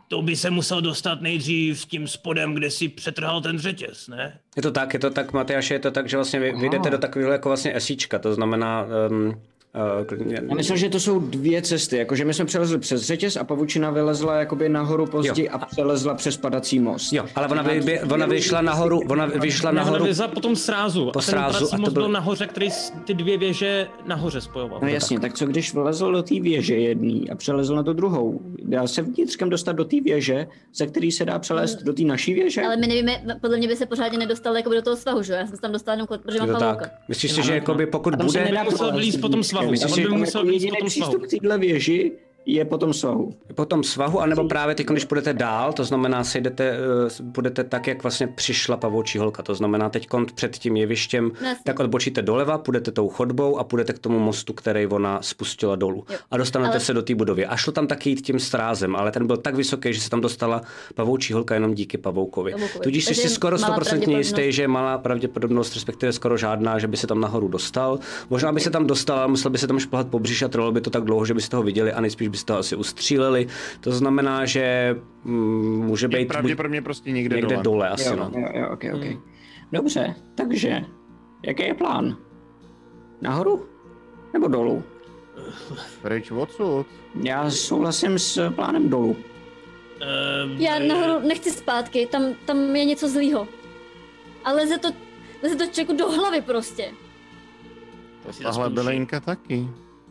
G: to by se musel dostat nejdřív tím spodem, kde si přetrhal ten řetěz, ne?
A: Je to tak, je to tak, Matyáši, je to tak, že vlastně vy, vy jdete do takového jako vlastně esíčka, to znamená... Um, uh,
C: Já myslím, že to jsou dvě cesty, jakože my jsme přelezli přes řetěz a pavučina vylezla jakoby nahoru později
A: Jo.
C: a přelezla přes padací most.
A: Jo, ale ona, vy, vy, ona vyšla nahoru, ona vyšla
E: Ne, ona
A: nahoru...
E: vylezla po tom srázu.
A: Po
E: a ten
A: srázu,
E: prací
A: a to
E: most
A: byl-
E: byl nahoře, který s- ty dvě věže nahoře spojoval.
C: No jasně, tak co když vlezl do té věže jedný a přelezl na tu druhou? Dá se vnitřkem dostat do té věže, ze který se dá přelézt do té naší věže?
D: Ale my nevíme, podle mě by se pořádně nedostal jako do toho svahu, že jo? Já jsem se tam dostala jenom, protože
A: Je
D: mám
A: to
D: pavouka.
A: tak. Myslíš si, že jakoby pokud
C: A tam se
A: bude...
C: nedá
E: musel
C: prolézt
E: vylízt po tom svahu.
C: Myslím,
E: On
C: že
E: by
C: tam
E: musel
C: jako
E: vylízt
C: jediný
E: po tom
C: přístup
E: svahu.
C: k téhle věži je po tom svahu.
A: Po tom svahu, anebo právě teď, když půjdete dál, to znamená, sejdete, eh, budete tak, jak vlastně přišla pavoučí holka. To znamená, teď před tím jevištěm,
D: Jasně.
A: tak odbočíte doleva, půjdete tou chodbou a půjdete k tomu mostu, který ona spustila dolů.
D: Jo.
A: A dostanete
D: Ale-
A: se do té budovy. A šlo tam taky jít tím strázem, ale ten byl tak vysoký, že se tam dostala pavoučí holka jenom díky pavoukovi.
D: Pavoukovi.
A: Tudíž jsi
D: Takže
A: si
D: je
A: skoro
D: malá
A: stoprocentně jistý,
D: pravděpodobnost.
A: že je malá pravděpodobnost, respektive skoro žádná, že by se tam nahoru dostal. Možná by se tam dostal, ale musel by se tam šplhat po břiše a trvalo by to tak dlouho, že byste ho viděli a nejspíš byste ho asi ustříleli. To znamená, že mm, může
B: Je
A: být buď
B: pravděpodobně prostě někde,
A: někde dole,
B: dole.
A: asi.
C: Jo,
A: No.
C: jo, jo, ok, ok. Dobře, takže, jaký je plán? Nahoru? Nebo dolů?
B: Pryč odsud.
C: Já souhlasím s plánem dolů.
G: Ehm,
D: Já nahoru nechci zpátky, tam, tam je něco zlýho. A leze to, leze to člověku do hlavy prostě.
G: to si
B: Tahle
G: zaslouží.
B: bylinka taky.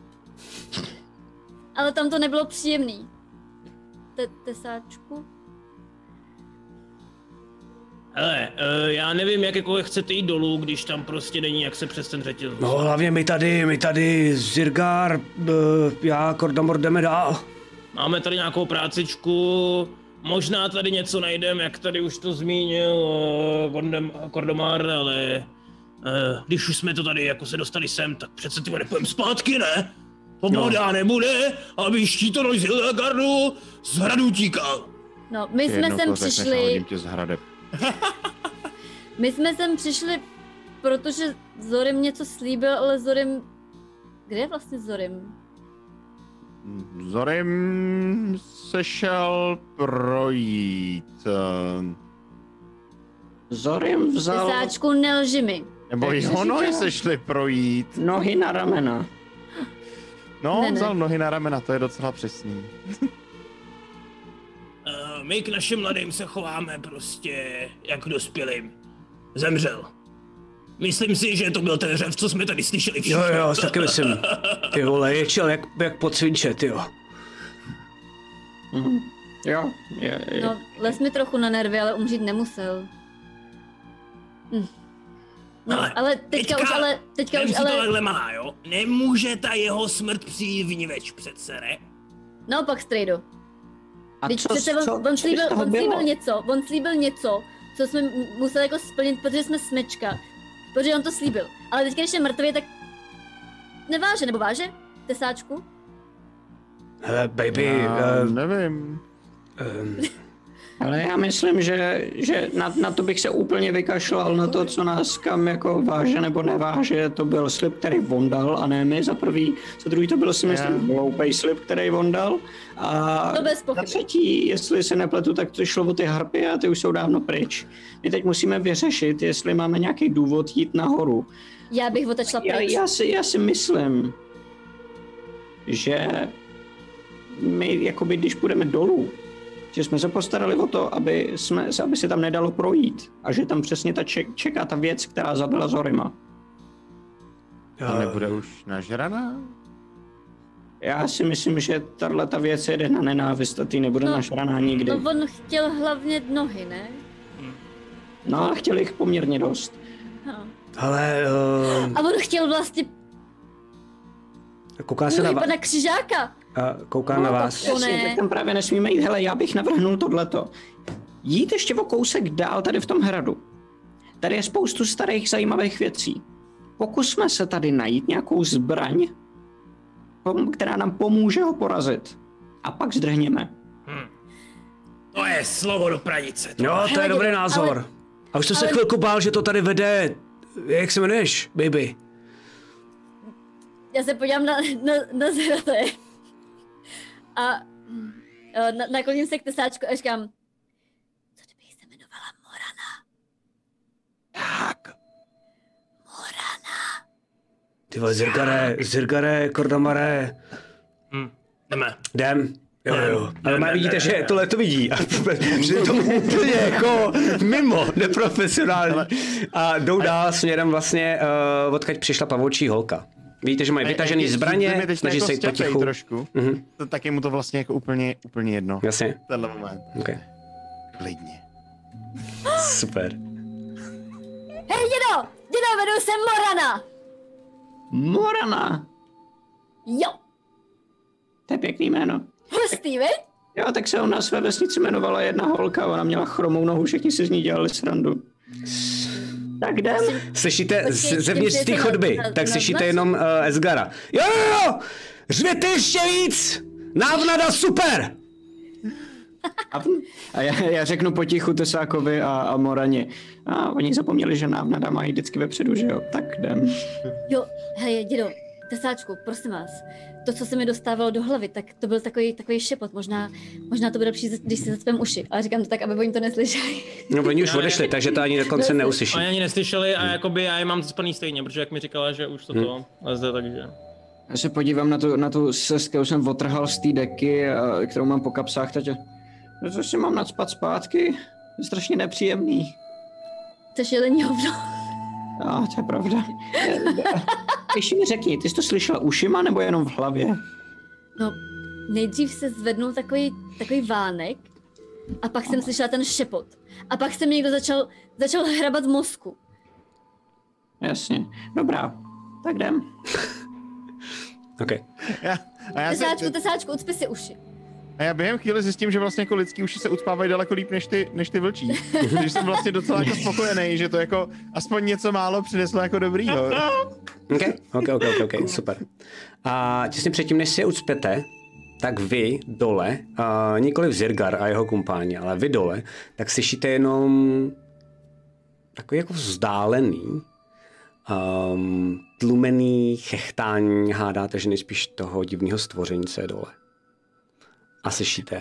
D: Ale tam to nebylo příjemný. Te, tesáčku?
G: Hele, uh, já nevím, jak jako chcete jít dolů, když tam prostě není, jak se přes ten řetěz.
A: No hlavně my tady, my tady, Zirgar, já, Kordamor, jdeme dál.
G: Máme tady nějakou prácičku, možná tady něco najdeme, jak tady už to zmínil uh, Kordem, Kordomar, ale uh, když už jsme to tady jako se dostali sem, tak přece ty nepůjdeme zpátky, ne? Poboda no. nebude, aby štítonož z Hildegardu z hradu utíkal.
D: No, my jsme
B: Jednou
D: sem
B: to řekneš a
D: přišli,
B: hodím tě z hradeb.
D: my jsme sem přišli, protože Zorim něco slíbil, ale Zorim... Kde je vlastně Zorim?
B: Zorim se šel projít. eh,
C: Zorim vzal
D: Tesáčku, nelži mi.
B: Nebo
C: Jak
B: i
C: jsi
B: ono
C: říkal?
B: se šli projít.
C: nohy na ramena.
B: No,
D: Ne, ne.
B: vzal nohy na ramena, to je docela přesný.
G: Uh, my k našim mladým se chováme prostě jak k dospělým. Zemřel. Myslím si, že to byl ten řev, co jsme tady slyšeli všichni.
A: Jo, jo, taky myslím. Ty vole, ječel jak, jak pod svinče, tyjo.
C: Mhm. Jo, je, je.
D: No, les mi trochu na nervy, ale umřít nemusel. Hm. No,
G: Ale
D: ale teďka, už, ale, teďka
G: vem
D: už,
G: si to
D: ale,
G: takhle malá, jo? Nemůže ta jeho smrt přijít vniveč přece, ne?
D: naopak strejdo.
C: A
D: Teď
C: co,
D: přece on,
C: co,
D: on,
C: co
D: slíbil,
C: z toho
D: on slíbil
C: bylo?
D: něco, on slíbil něco, co jsme m- museli jako splnit, protože jsme smečka. Protože on to slíbil. Ale teď, když je mrtvý, tak neváže, nebo váže? Tesáčku?
A: Hele, baby,
B: Já
A: uh,
B: nevím.
A: um,
C: Ale já myslím, že, že na, na to bych se úplně vykašlal, na to, co nás kam jako váže nebo neváže, to byl slib, který on dal a ne my za prvý. Za druhý to byl si myslím hloupej slib, který on dal. A
D: To bez
C: za
D: pochyby.
C: třetí, jestli se nepletu, tak to šlo o ty harpy a ty už jsou dávno pryč. My teď musíme vyřešit, jestli máme nějaký důvod jít nahoru.
D: Já bych otečla
C: Já,
D: pryč.
C: já, si, já si myslím, že my, jakoby, když půjdeme dolů, že jsme se postarali o to, aby, jsme, aby se tam nedalo projít a že tam přesně ta ček, čeká ta věc, která zabila Zorima.
B: A nebude už nažraná?
C: Já si myslím, že tahle ta věc jede na nenávist a ty nebude
D: No,
C: našraná nikdy.
D: No on chtěl hlavně nohy, ne?
C: No a chtěli jich poměrně dost.
D: No.
A: hele, uh,
D: A on chtěl vlastně
A: kouká se na,
D: nohy
A: va-
D: pana křižáka.
A: a kouká
D: No,
A: na
D: tak
A: vás.
D: to
C: Jasně,
D: ne.
C: tak tam právě nesmíme jít. Hele, já bych navrhnul tohleto. Jít ještě o kousek dál tady v tom hradu. Tady je spoustu starých zajímavých věcí. Pokusme se tady najít nějakou zbraň, pom- která nám pomůže ho porazit. A pak zdrhněme.
G: To je slovo do pranice. To.
A: Jo, to je
D: Hele,
A: dobrý
D: ale-
A: názor. A už jsem se
D: ale-
A: chvilku bál, že to tady vede, jak se jmenuješ, baby?
D: Já se podívám na, na, na zhrade. A na, nakloním se k tesáčku a říkám, co kdybych se jmenovala Morana?
B: Tak.
D: Morana.
A: Ty vole, Zirgare, Zirgare, Kordamare.
G: Hm, jdeme.
A: Jdem. Jo, jo. Ale má vidíte, že tohle to vidí. A že je to úplně jako mimo, neprofesionální. A jdou dál směrem vlastně, uh, odkud přišla pavoučí holka. Vidíte, že mají vytažený zbraně, snaží se jít potichu.
B: Trošku,
A: uh-huh.
B: to, tak je mu to vlastně jako úplně, úplně jedno.
A: Jasně.
B: Tenhle moment.
A: Okay.
B: Klidně.
A: Super.
D: Hej, dědo! Dědo, jmenuji se Morana!
C: Morana.
D: Jo.
C: To je pěkný jméno.
D: Hustý, veď?
C: Jo, tak se ona své vesnici jmenovala jedna holka, ona měla chromou nohu, všichni si z ní dělali srandu. Tak jdem.
A: Slyšíte z, zevnitř z té chodby, tak slyšíte jenom uh, Esgara. Jo, jo, jo! Řvěte ještě víc! Návnada super!
C: A, a já, já řeknu potichu Tesákovi a, a Moraně. A oni zapomněli, že návnada mají vždycky vepředu, že jo? Tak jdem.
D: Jo, hej, dědo, Tesáčku, prosím vás. To, co se mi dostávalo do hlavy, tak to byl takový, takový šepot. Možná, možná to bude lepší, když si zacpem uši. Ale říkám to tak, aby oni to neslyšeli.
A: No, oni už odešli, takže to ani dokonce neuslyší.
E: Oni ani neslyšeli a jakoby já je mám zacpaný stejně, protože jak mi říkala, že už to to hmm. leze, takže...
C: Já se podívám na tu, na tu sest, kterou jsem otrhal z té deky, a, kterou mám po kapsách, takže... To si mám nacpat zpátky. Je strašně nepříjemný.
D: Chceš jelení hovno?
C: No, to je pravda. Ještě mi řekni, ty jsi to slyšela ušima nebo jenom v hlavě?
D: No, nejdřív se zvednul takový, takový vánek a pak jsem slyšela ten šepot. A pak se mi někdo začal, začal hrabat v mozku.
C: Jasně. Dobrá. Tak jdem.
A: OK.
B: Já, a já
D: Tesáčku,
B: se,
D: tesáčku, ucpi si uši.
B: a já během chvíli zjistím, že vlastně jako lidský uši se ucpávají daleko líp než ty, než ty vlčí. Takže jsem vlastně docela jako spokojený, že to jako aspoň něco málo přineslo jako dobrýho.
A: OK, OK, OK, OK, okay. Super. A těsně předtím, než si je ucpěte, tak vy dole, uh, nikoliv Zirgar a jeho kumpáni, ale vy dole, tak slyšíte jenom takový jako vzdálený, um, tlumený chechtání, hádáte, že nejspíš toho divného stvoření, co je dole. A slyšíte.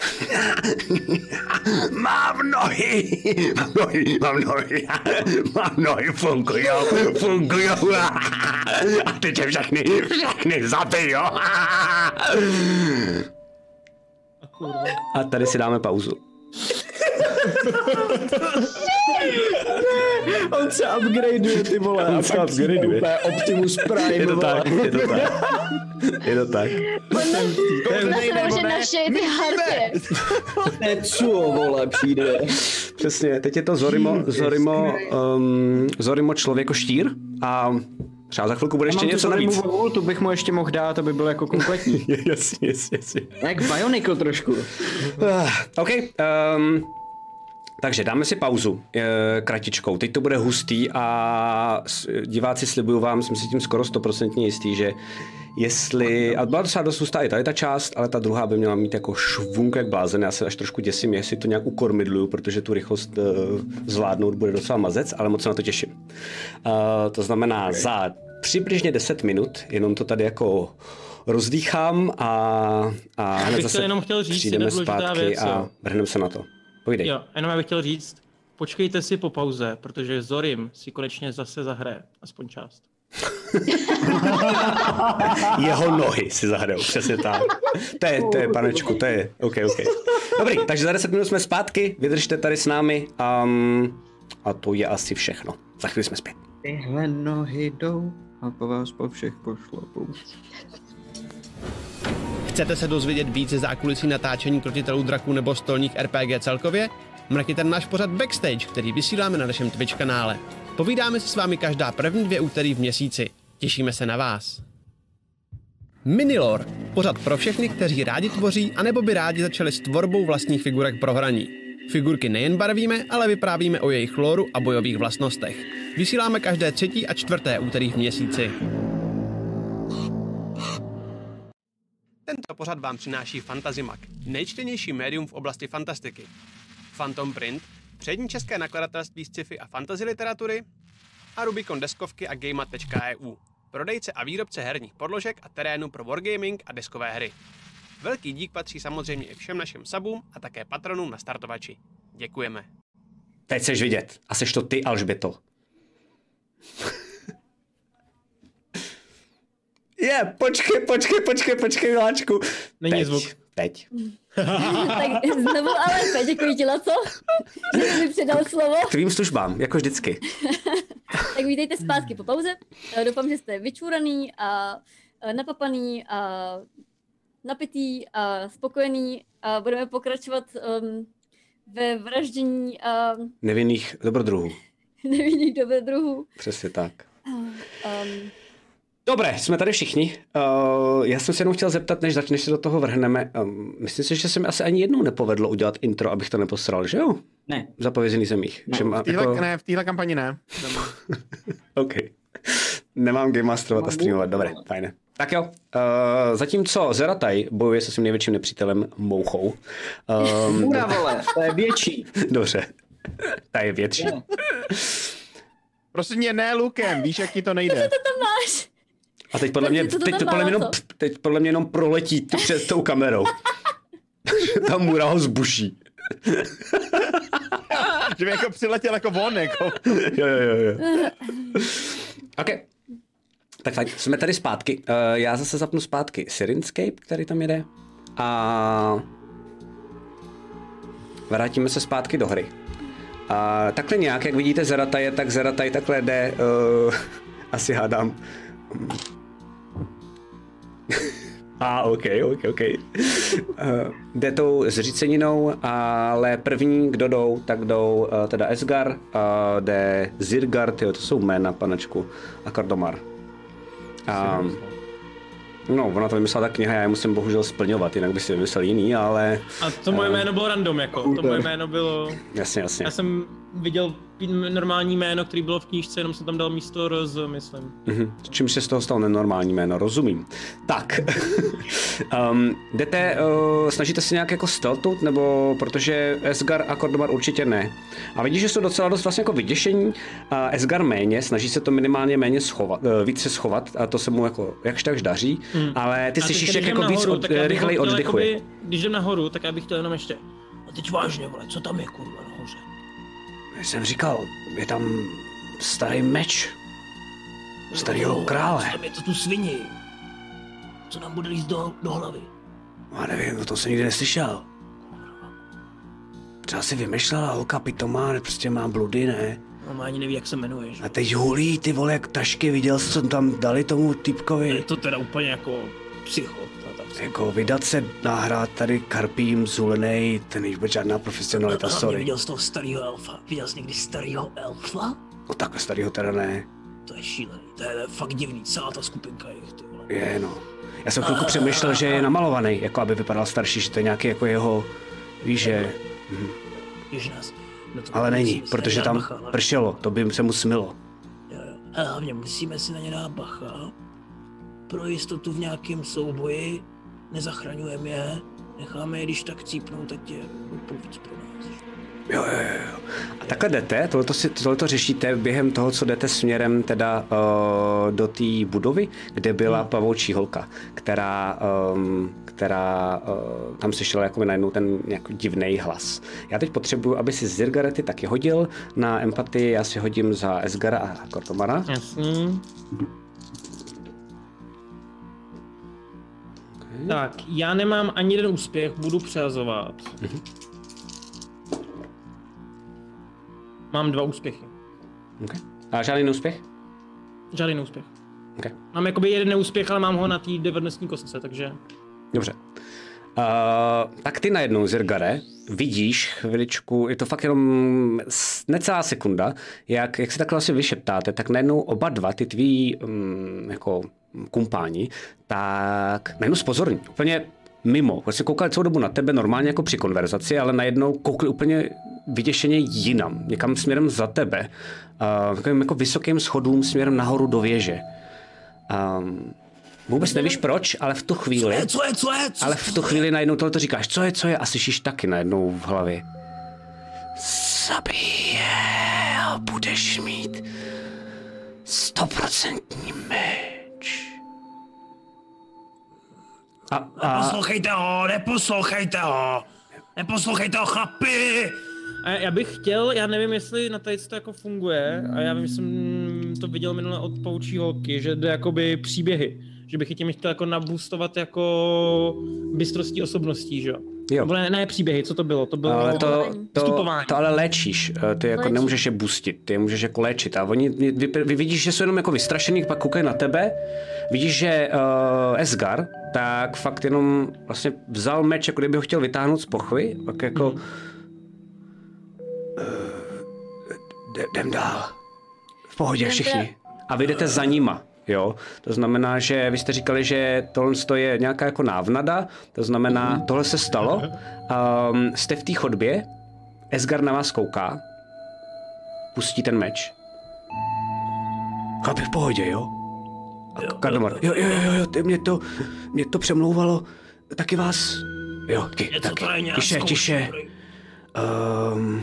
A: Mám nohy, mám nohy, mám nohy, mám nohy, fungujou, fungujou. A teď je všechny, všechny zabijou. A tady si dáme pauzu.
C: On se upgradeuje, ty vole.
A: On se upgradeuje.
C: Optimus Prime,
A: Je to tak, je to tak. Je to tak.
D: Že naše ty harpě.
C: Co, vole, přijde.
A: Přesně, teď je to Zorimo, Zorimo, um, Zorimo člověkoštír a třeba za chvilku bude ještě něco navíc.
C: Tu bych mu ještě mohl dát, aby byl jako kompletní.
A: Jasně, jasně, jasně.
C: Jak Bionicle trošku.
A: Uh, OK, um, takže dáme si pauzu e, kratičkou. Teď to bude hustý a diváci, slibuju vám, jsem si tím skoro stoprocentně jistý, že jestli, a byla docela dost hustá i tady ta část, ale ta druhá by měla mít jako švunk jak blázen. Já se až trošku děsím, jestli to nějak ukormidluju, protože tu rychlost e, zvládnout bude docela mazec, ale moc se na to těším. E, to znamená okay. Za přibližně deset minut, jenom to tady jako rozdýchám a, a hned zase
E: jenom chtěl říct,
A: přijdeme zpátky věc, a vrhneme se na to. Pojdej.
E: Jo, jenom já bych chtěl říct, počkejte si po pauze, protože Zorim si konečně zase zahraje, aspoň část.
A: Jeho nohy si zahrajou, přesně tak. To je, to je, panečku, to je, ok, ok. Dobrý, takže za deset minut jsme zpátky, vydržte tady s námi um, a to je asi všechno. Za chvíli jsme zpět.
C: Tyhle nohy jdou a po vás po všech pošlapou.
H: Chcete se dozvědět více zákulisí natáčení Krotitelů draků nebo stolních R P G celkově? Mrkněte na náš pořad Backstage, který vysíláme na našem Twitch kanále. Povídáme si s vámi každá první dvě úterý v měsíci. Těšíme se na vás. Minilore. Pořad pro všechny, kteří rádi tvoří, anebo by rádi začali s tvorbou vlastních figurek pro hraní. Figurky nejen barvíme, ale vyprávíme o jejich lóru a bojových vlastnostech. Vysíláme každé třetí a čtvrté úterý v měsíci. Tento pořad vám přináší FantazyMag, nejčtenější médium v oblasti fantastiky. Phantom Print, přední české nakladatelství z sci-fi a fantasy literatury a Rubicon deskovky a gameat tečka e u, prodejce a výrobce herních podložek a terénu pro wargaming a deskové hry. Velký dík patří samozřejmě i všem našim subům a také patronům na startovači. Děkujeme.
A: Teď chceš vidět. A seš to ty, Alžběto. Je, yeah, počkej, počkej, počkej, počkej, miláčku.
E: Není
A: teď,
E: zvuk.
A: Teď.
D: Tak znovu ale děkuji ti, Laco, že jsi mi předal slovo.
A: Tvým službám, jako vždycky.
D: Tak vítejte zpátky po pauze. Doufám, že jste vyčúraný a napapaný a napitý a spokojený a budeme pokračovat um, ve vraždění a
A: Nevinných dobrodruhů.
D: nevinných dobrodruhů.
A: Přesně tak.
D: Um,
A: Dobré, jsme tady všichni. Uh, já jsem se jenom chtěl zeptat, než začneš se do toho vrhneme. Um, myslím si, že se mi asi ani jednou nepovedlo udělat intro, abych to neposral, že jo?
C: Ne.
A: Za povězený zemích.
C: Ne,
A: že má,
B: V téhle,
A: jako...
B: ne, v téhle kampani ne.
A: OK. Nemám game masterovat a streamovat, dobré, fajn. Tak jo, uh, zatímco Zerataj bojuje se svým největším nepřítelem Mouchou. Um,
C: Ura, vole, to je větší.
A: Dobře, ta je větší.
B: Prosím mě, ne lukem, víš, jak ti to nejde.
D: Co to tam máš?
A: A teď podle mě,
D: Co to
A: teď
D: tam
A: to podle mě,
D: má,
A: jenom,
D: co?
A: teď podle mě jenom proletí tu před tou kamerou. Ta Mura ho zbuší.
B: Že by jako přiletěl jako on, jako.
A: Jo, jo, jo, jo. OK. Tak fajn, jsme tady zpátky. Uh, já zase zapnu zpátky Syrinscape, který tam jede. A vrátíme se zpátky do hry. A takhle nějak, jak vidíte Zerataje, tak Zerataj takhle jde, uh, asi hádám. A, ah, ok, ok, ok. Uh, jde tou zříceninou, ale první, kdo jdou, tak jdou uh, teda Esgar, uh, jde Zirgar, tyjo, to jsou jména, panečku, a Kardomar. Um, no, ona to vymyslela ta kniha, já je musím bohužel splňovat, jinak by si vymyslel jiný, ale...
E: A to moje jméno bylo random, jako. To moje jméno bylo...
A: Jasně, jasně.
E: Já jsem viděl normální jméno, který bylo v knížce, jenom jsem tam dal místo roz, myslím.
A: Mhm. Čím se z toho stalo nenormální jméno, rozumím. Tak, um, jdete, uh, snažíte se nějak jako stealthout, nebo protože Esgar a Kordomar určitě ne. A vidíš, že jsou docela dost vlastně jako vyděšení. Uh, Esgar méně, snaží se to minimálně méně schovat, uh, více schovat, a to se mu jako jakž takž daří, hmm. ale ty slyšíš, jak jako
E: nahoru,
A: víc od, rychleji oddychuje.
E: Jakoby, když jdem nahoru, tak já bych chtěl jenom ještě. A teď vážně, vole, co tam je kurva nahoře?
A: Jsem říkal, je tam starý meč starého krále.
G: Tam je to tu svini. Co nám bude líst do, do hlavy?
A: Já nevím, o tom jsem nikdy neslyšel. Třeba si vymýšlela holka pitomá, prostě má bludy, ne?
G: No, ani neví, jak se jmenuje, že?
A: A teď hulí ty vole jak tašky, viděl jsi, co tam dali tomu týpkovi.
G: Je to teda úplně jako psycho.
A: Jako vydat se nahrát tady karpím, zulenej, to není vůbec žádná profesionalita, sorry.
G: Viděl jsi toho starého elfa? Viděl jsi někdy starého elfa?
A: No takhle starýho teda ne.
G: To je šílený, to je fakt divný, celá ta skupinka jich, ty vole.
A: Je no. Já jsem chvilku přemýšlel, že je namalovaný, jako aby vypadal starší, že to je nějaký jako jeho, víš, že... Mhm.
G: Nás. No
A: ale není, protože tam bacha, pršelo, to by se mu smilo.
G: Jo, jo. A hlavně musíme si na ně dát bacha. Pro jistotu v nějakém souboji nezachraňujeme je, necháme je, když tak cípnout, tak je víc pro nás.
A: Jo, jo, jo. A takhle jdete, tohleto, si, tohleto řešíte během toho, co jdete směrem teda uh, do té budovy, kde byla hmm. pavoučí holka, která, um, která uh, tam slyšela jako najednou ten nějaký divný hlas. Já teď potřebuju, aby si Zirgarety taky hodil na empatii, já si hodím za Esgara a Kortomara.
E: Jasný. Tak, já nemám ani jeden úspěch, budu přehazovat. Mm-hmm. Mám dva úspěchy.
A: Okay. A žádný neúspěch?
E: Žádný neúspěch.
A: Okay.
E: Mám jakoby jeden neúspěch, ale mám ho na té devětnostní kostce, takže...
A: Dobře. Uh, tak ty najednou, Zirgare, vidíš chviličku, je to fakt jenom necelá sekunda, jak, jak se takhle asi vyšeptáte, tak najednou oba dva, ty tví um, jako kumpáni, tak najednou spozorní, úplně mimo. Vlastně koukali celou dobu na tebe normálně jako při konverzaci, ale najednou koukli úplně vyděšeně jinam, někam směrem za tebe, uh, takovým jako vysokým schodům směrem nahoru do věže. Um, Vůbec nevíš proč, ale v tu chvíli...
G: Co je, co je, co je? Co
A: ale v tu chvíli najednou tohle to říkáš, co je, co je, a slyšíš taky najednou v hlavě. Zabij je a budeš mít stoprocentní meč. A, a...
G: Neposlouchejte ho, neposlouchejte ho! Neposlouchejte ho, chlapi! A já bych chtěl, já nevím, jestli na tady to jako funguje, a já vím, že jsem to viděl minule od Paučí holky, že jde jakoby příběhy. Že bych je tím chtěl jako naboostovat jako bystrostí osobností, že jo?
A: Jo.
G: Ne, ne příběhy, co to bylo? To bylo
A: ale to, to, to ale léčíš, ty jako
D: Léčí.
A: nemůžeš je boostit, ty je můžeš jako léčit a oni, vy, vy vidíš, že jsou jenom jako vystrašený, pak koukají na tebe, vidíš, že uh, Esgar tak fakt jenom vlastně vzal meč, jako kdyby ho chtěl vytáhnout z pochvy, pak jako mm. uh, jdem dál, v pohodě všichni a vy jdete za nima. Jo, to znamená, že vy jste říkali, že tohle je nějaká jako návnada, to znamená, tohle se stalo, um, jste v té chodbě, Esgar na vás kouká, pustí ten meč. Chlapi v pohodě, jo? A Kardomar, jo, jo, jo, jo, ty, mě to, mě to přemlouvalo, taky vás, jo, taky, taky, tiše, tiše. Um,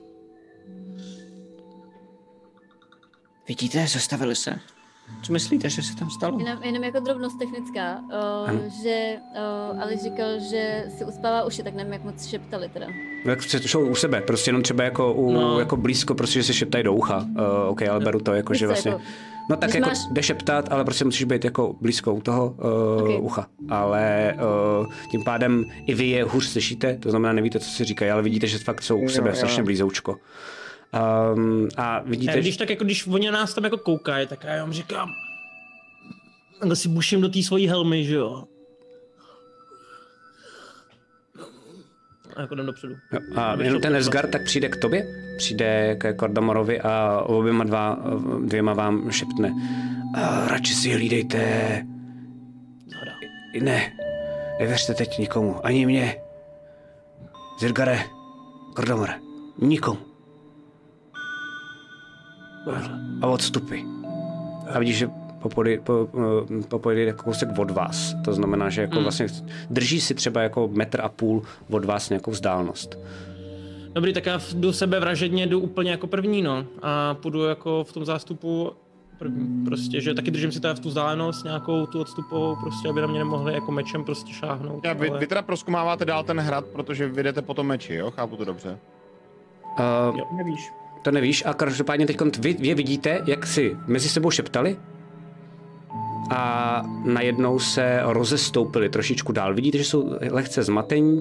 C: Vidíte, zastavili se. Co myslíte, že se tam stalo?
D: Jenom, jenom jako drobnost technická, uh, že uh, Aleš říkal, že si uspává uši, tak nevím, jak moc šeptali teda.
A: Jak jsou u sebe, prostě jenom třeba jako, u, no. jako blízko, prostě, že se šeptají do ucha. Uh, ok, ale beru to jako, že vlastně... Jako, no tak jako máš... jde šeptat, ale prostě musíš být jako blízko u toho uh, okay. ucha. Ale uh, tím pádem i vy je hůř slyšíte, to znamená nevíte, co si říkají, ale vidíte, že fakt jsou u sebe jo, strašně blízoučko. Um, a vidíte,
G: a když tak jako, když oni nás tam jako koukají, tak já jim říkám, takhle si buším do té svojí helmy, že jo. A jako jdem dopředu.
A: Jo, a jenom ten Esgar tak přijde k tobě, přijde k Kordamorovi a oběma dva, dvěma vám šeptne. A radši si hlídejte.
G: Zhoda.
A: Ne, nevěřte teď nikomu, ani mě. Zirgare, Kordamore, nikomu. A odstupy. A vidíš, že popody, po, popody jako kousek od vás. To znamená, že jako mm. vlastně drží si třeba jako metr a půl od vás nějakou vzdálenost.
G: Dobrý, tak já jdu sebevražedně, jdu úplně jako první, no. A půjdu jako v tom zástupu první. Prostě, že taky držím si teda v tu vzdálenost nějakou tu odstupovou, prostě, aby na mě nemohli jako mečem prostě šáhnout.
B: Já, vy, ale... vy teda prozkumáváte dál ten hrad, protože vy jdete po tom meči, jo? Chápu to dobře.
A: Uh,
G: jo, nevíš.
A: To nevíš a každopádně teď vy, vy vidíte, jak si mezi sebou šeptali a najednou se rozestoupili trošičku dál. Vidíte, že jsou lehce zmatení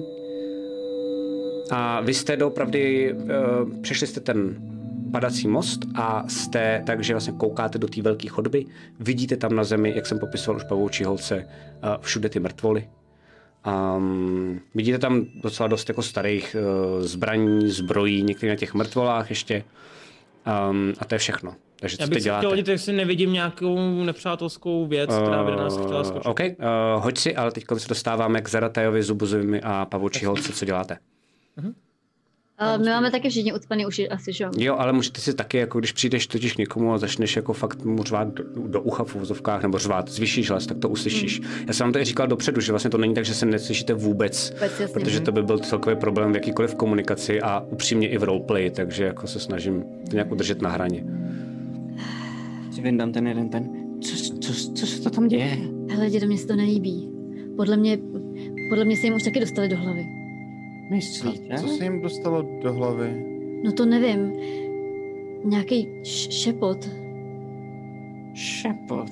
A: a vy jste doopravdy, uh, přešli jste ten padací most a jste, takže vlastně koukáte do té velké chodby, vidíte tam na zemi, jak jsem popisoval už Pavoučí holce, uh, všude ty mrtvoly. Um, vidíte tam docela dost jako starých uh, zbraní, zbrojí, některé na těch mrtvolách ještě. Um, a to je všechno. Takže co teď děláte? Já bych se chtěl,
G: jestli nevidím nějakou nepřátelskou věc, uh, která by na nás chtěla skočit.
A: OK, uh, hoď si, ale teď se dostáváme k Zaratajovi, Zubuzovi a Pavoučí holce, co děláte? Uh-huh.
D: Uh, my máme taky všichni ucpaný uši asi, že jo?
A: Jo, ale můžete si taky, jako když přijdeš totiž k někomu a začneš jako fakt mu řvát do, do ucha v uvozovkách, nebo řvát, zvýšíš hlas, tak to uslyšíš. Mm. Já jsem vám to i říkal dopředu, že vlastně to není tak, že se neslyšíte vůbec, vůbec protože to by byl celkový problém v jakýkoliv komunikaci a upřímně i v roleplay, takže jako se snažím to nějak udržet na hraně.
C: Si vyndám ten jeden ten, co, co, co se to tam děje?
D: Hele, dědo, mně se to nelíbí. Podle mě, podle mě se jim už taky dostali do hlavy.
C: Myslíte?
B: Co se jim dostalo do hlavy?
D: No to nevím. Nějaký š- šepot.
C: Šepot?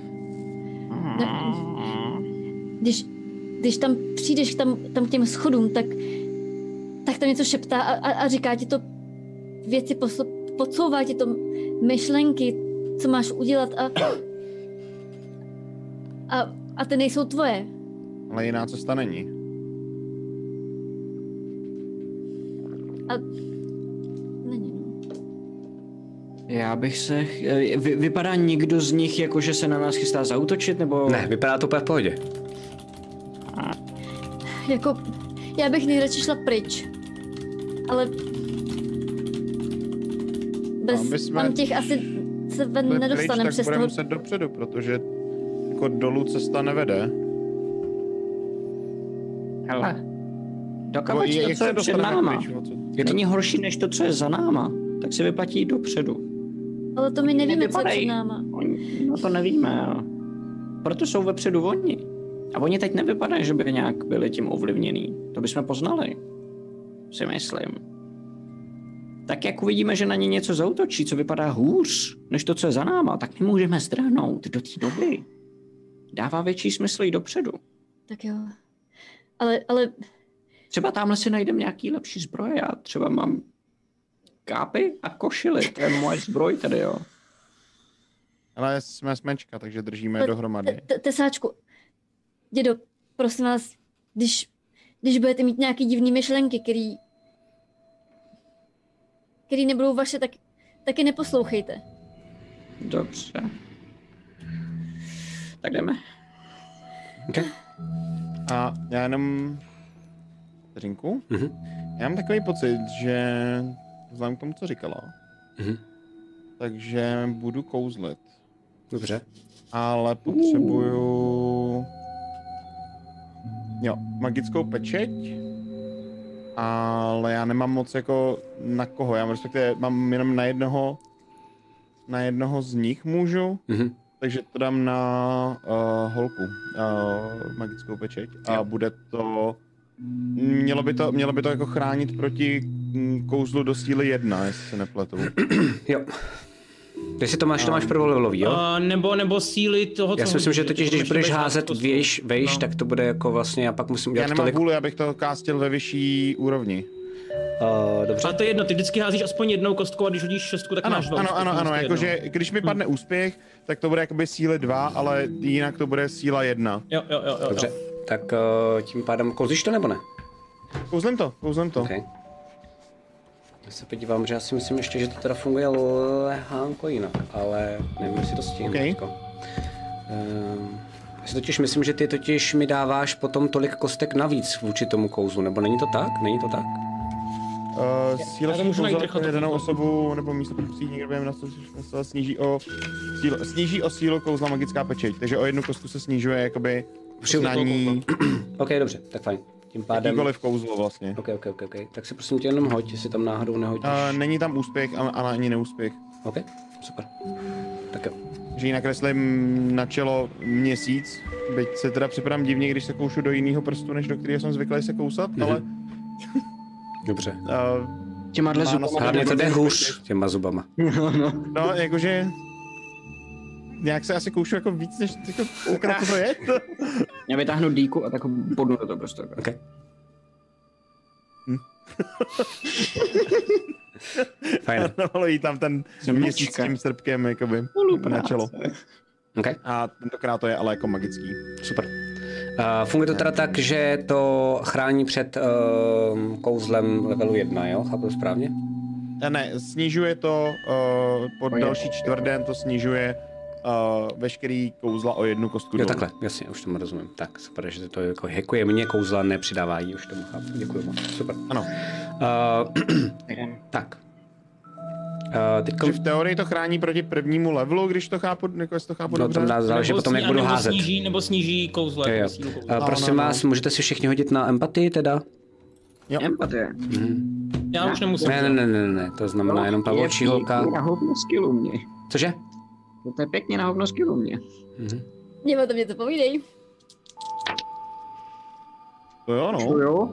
D: No, když, když tam přijdeš tam, tam k těm schodům, tak, tak tam něco šeptá a, a, a říká ti to věci, posl- podsouvá ti to myšlenky, co máš udělat a, a, a ty nejsou tvoje.
B: Ale jiná cesta není.
D: A není, no.
C: Já bych se... Vy, vypadá někdo z nich jako, že se na nás chystá zaútočit, nebo...
A: Ne, vypadá to úplně v pohodě.
D: Jako, já bych nejradši šla pryč. Ale... Bez tam těch asi se ven nedostaneme přes toho...
B: Tak budeme se dopředu, protože jako dolů cesta nevede.
C: Hele, dokávat to, co je před náma, není horší než to, co je za náma, tak se vyplatí dopředu.
D: Ale to my nevíme, co je před náma.
C: No to nevíme, jo. Proto jsou vepředu oni. A oni teď nevypadají, že by nějak byli tím ovlivněný. To bychom poznali, si myslím. Tak jak uvidíme, že na ně něco zautočí, co vypadá hůř, než to, co je za náma, tak my můžeme strhnout do té doby. Dává větší smysl jít dopředu.
D: Tak jo. Ale, ale...
C: Třeba tamhle si najdeme nějaký lepší zbroje. Já třeba mám kápy a košily. To je moje zbroj tady, jo.
B: Ale jsme smečka, takže držíme dohromady.
D: Tesáčku, dědo, prosím vás, když, když budete mít nějaký divný myšlenky, který, který nebudou vaše, tak taky neposlouchejte.
C: Dobře. Tak jdeme.
A: Okay.
B: A já jenom... Vteřinku.
A: Mm-hmm.
B: Já mám takový pocit, že vzhledem k tomu, co říkala,
A: mm-hmm.
B: takže budu kouzlit.
A: Dobře.
B: Ale potřebuju... Jo, magickou pečeť, ale já nemám moc jako na koho, já respektive mám jenom na jednoho, na jednoho z nich můžu,
A: mm-hmm.
B: takže to dám na uh, holku, uh, magickou pečeť a
A: jo.
B: bude to... Mělo by to, mělo by to jako chránit proti kouzlu do síly jedna, jestli se nepletu.
A: Jo. Ty si to máš, to máš prvolevelový, jo?
E: Uh, nebo, nebo síly toho, co
A: Já si myslím,
E: hodíš,
A: že totiž, když budeš házet výš, vejš,
E: no.
A: tak to bude jako vlastně, já pak musím
B: Já
A: dělat
B: nemám
A: tolik...
B: vůli, abych to kástil ve vyšší úrovni.
A: Uh, dobře.
E: Ale to je jedno, ty vždycky házíš aspoň jednou kostkou a když hodíš šestku, tak
B: Ano,
E: máš dva.
B: ano, ano, ano, jakože když mi padne úspěch, tak to bude jakoby síly dva, ale jinak to bude síla jedna.
E: Jo, jo, jo, jo.
A: Dobře, tak uh, tím pádem kouzlíš to nebo ne?
B: Kouzlím to, kouzlím to.
A: Okay. Já se podívám, že já si myslím ještě, že to teda funguje lehánko jinak, ale nevím, jestli to stihnu.
B: Okay.
A: Um, já si totiž myslím, že ty totiž mi dáváš potom tolik kostek navíc vůči tomu kouzlu, nebo není to tak? Není to tak?
B: Uh, síla
E: Já to můžu najít rychle,
B: pro
E: to
B: danou
E: kouzlo.
B: osobu nebo místo propustí někdo během na to sníží o sílu, sníží o sílu kouzla magická pečeť, takže o jednu kostku se snižuje jakoby znání
A: OK, dobře, tak fajn. Tím pádem...
B: jakýkoliv kouzlo vlastně.
A: OK, OK, OK, OK. Tak si prosím tě jenom hoď, jestli tam náhodou nehodíš.
B: Uh, není tam úspěch, ale, ale ani neúspěch.
A: OK, super. Tak jo.
B: Že ji nakreslím na čelo měsíc, byť se teda připadám divně, když se koušu do jiného prstu, než do kterého jsem zvyklý se kousat, mm-hmm. ale...
A: Dobře.
B: Uh,
C: Těma dle zubama.
A: Hlavně to jde hůř těma zubama.
B: no, jakože... Nějak se asi koušu jako víc, než jako koukrat, co to je.
C: Já vytáhnu dýku a tak ho bodnu do toho prostě.
A: OK.
B: Hm.
A: Fajn.
B: Navalují tam ten měsíc s tím srpkem jakoby na čelo.
A: OK.
B: A tentokrát to je ale jako magický.
A: Super. Uh, funguje to teda tak, že to chrání před uh, kouzlem levelu jedna, jo? Chápu to správně?
B: Ne, snižuje to, uh, pod Oje. další čtvrtden to snižuje uh, veškerý kouzla o jednu kostku
A: Jo,
B: dolů.
A: takhle, jasně, už tomu rozumím. Tak, super, že to jako hackuje mě kouzla, nepřidává jí, už tomu chápu. Děkuji moc, super.
B: Ano.
A: Uh, tak. Uh, teďko...
B: V teorii to chrání proti prvnímu levelu, když to chápu, jako jestli to chápu
A: no,
B: dobře.
A: No, tam záleží potom, jak budu
E: nebo
A: házet.
E: Sníží, nebo sníží kouzle.
A: Jo, jo.
E: Sílu kouzle.
A: Uh, prosím
B: no, no,
A: vás,
B: no.
A: můžete si všichni hodit na empatii teda?
B: Jo.
C: Empatie.
A: Mhm.
E: Já už nemusím.
A: Ne, ne, ne, ne, ne, to znamená jenom pavoučí holka.
C: Na hovno skillu mě.
A: Cože?
C: To je pěkně na hovno skillu mě.
A: Mhm.
D: Mě o tom něco povídej.
B: To jo, no.
C: To jo.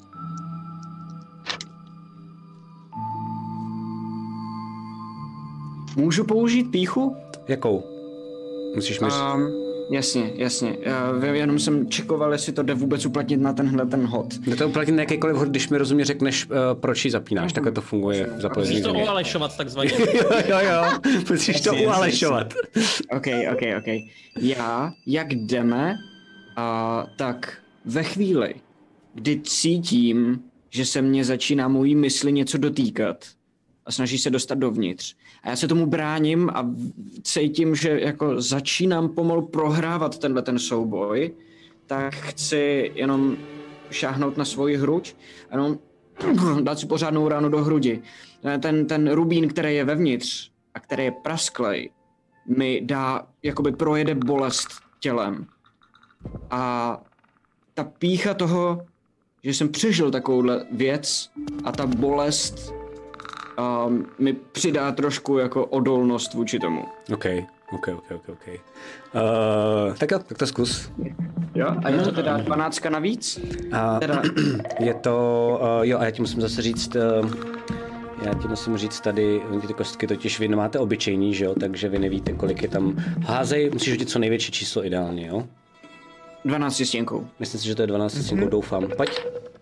C: Můžu použít pýchu?
A: Jakou? Musíš mi...
C: Um, jasně, jasně. Já jenom jsem čekoval, jestli to jde vůbec uplatnit na tenhle ten hod.
A: Jde to uplatnit na jakýkoliv hod, když mi rozumně řekneš, uh, proč ji zapínáš. Takhle to funguje v zapojení
E: Musíš to
A: země.
E: oalešovat takzvaně.
A: jo, jo, jo. Musíš to
C: Jasně,
A: ualešovat.
C: OK, OK, OK. Já, jak jdeme, uh, tak ve chvíli, kdy cítím, že se mě začíná mojí mysli něco dotýkat a snaží se dostat dovnitř. A já se tomu bráním a cítím, že jako začínám pomalu prohrávat tenhle ten souboj, tak chci jenom šáhnout na svoji hruď a jenom dát si pořádnou ránu do hrudi. Ten, ten rubín, který je vevnitř a který je prasklej, mi dá, jakoby projede bolest tělem. A ta pýcha toho, že jsem přežil takovouhle věc a ta bolest um, mi přidá trošku jako odolnost vůči tomu.
A: OK. OK, OK, OK, OK. Uh, tak jo, tak to zkus.
C: Jo, a je to teda dvanáctka navíc?
A: A
C: Teda,
A: je to, uh, jo, a já ti musím zase říct, uh, já ti musím říct tady, ty kostky totiž vy nemáte obyčejný, že jo, takže vy nevíte, kolik je tam. Házej, musíš hodit co největší číslo ideálně, jo?
C: dvanáct stěnkou.
A: Myslím si, že to je dvanáct stěnkou, mm-hmm. doufám. Pojď.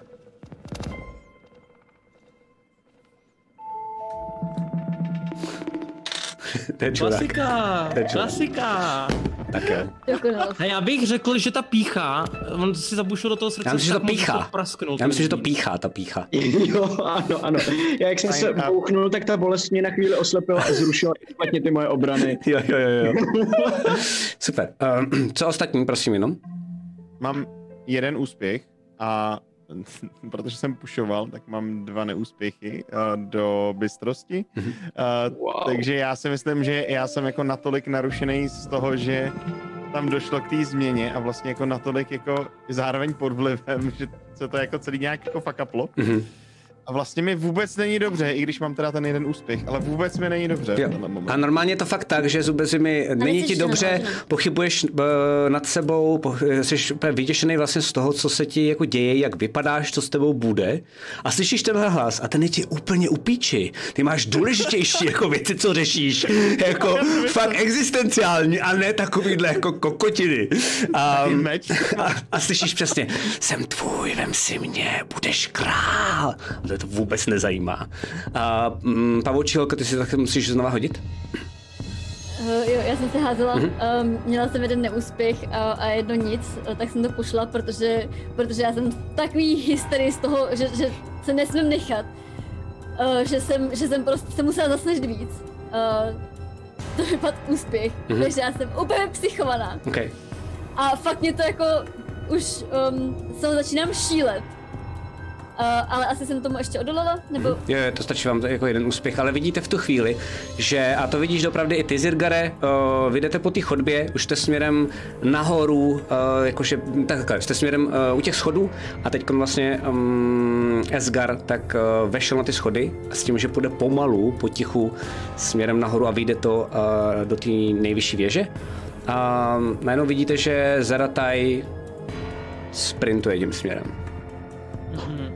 E: Klasika, klasika.
A: Tak jo.
E: A já bych řekl, že ta pícha, on si zabušil do toho srdce,
A: já myslím, že to píchá.
E: Prasknul,
A: já myslím, že to píchá, ta pícha.
C: Jo, ano, ano. Já jak jsem se bouchnul, tak ta bolest mě na chvíli oslepila a zrušila špatně ty moje obrany.
A: Jo, jo, jo, jo. Super. Uh, co ostatní, prosím jenom?
B: Mám jeden úspěch a protože jsem pušoval, tak mám dva neúspěchy uh, do bystrosti. Uh, wow. Takže já si myslím, že já jsem jako natolik narušený z toho, že tam došlo k té změně a vlastně jako natolik jako zároveň pod vlivem, že se to jako celý nějak jako fuckuplo. Mm-hmm. A vlastně mi vůbec není dobře, i když mám teda ten jeden úspěch, ale vůbec mi není dobře.
A: A normálně je to fakt tak, že Zubezimy není ti dobře, pochybuješ uh, nad sebou, po, jsi úplně vyděšený vlastně z toho, co se ti jako děje, jak vypadáš, co s tebou bude. A slyšíš tenhle hlas a ten je ti úplně u píči. Ty máš důležitější jako věci, co řešíš. Jako fakt existenciální a ne takovýhle jako kokotiny. A, a, a slyšíš přesně, jsem tvůj, vem si mě, budeš král. To vůbec nezajímá. A um, pavoučí holka, ty si tak musíš znova hodit?
D: Uh, jo, já jsem se házela, mm-hmm. um, měla jsem jeden neúspěch a, a jedno nic, tak jsem to pošla, protože, protože já jsem v takový hysterii z toho, že, že se nesmím nechat, uh, že, jsem, že jsem prostě se musela zasnažit víc. Uh, to vypadl úspěch, mm-hmm. takže já jsem úplně psychovaná.
A: Okay.
D: A fakt mě to jako, už um, se začínám šílet. Uh, ale asi jsem tomu ještě odolala, nebo?
A: Mm. Jo, to stačí vám jako jeden úspěch, ale vidíte v tu chvíli, že, a to vidíš dopravdy i ty, Zirgare, uh, vy jdete po té chodbě, už jste směrem nahoru, uh, jakože takhle, jste směrem uh, u těch schodů a teď vlastně um, Esgar tak uh, vešel na ty schody a s tím, že půjde pomalu, potichu směrem nahoru a vyjde to uh, do té nejvyšší věže. A uh, najednou vidíte, že Zarataj sprintuje tím směrem.
E: Mm-hmm.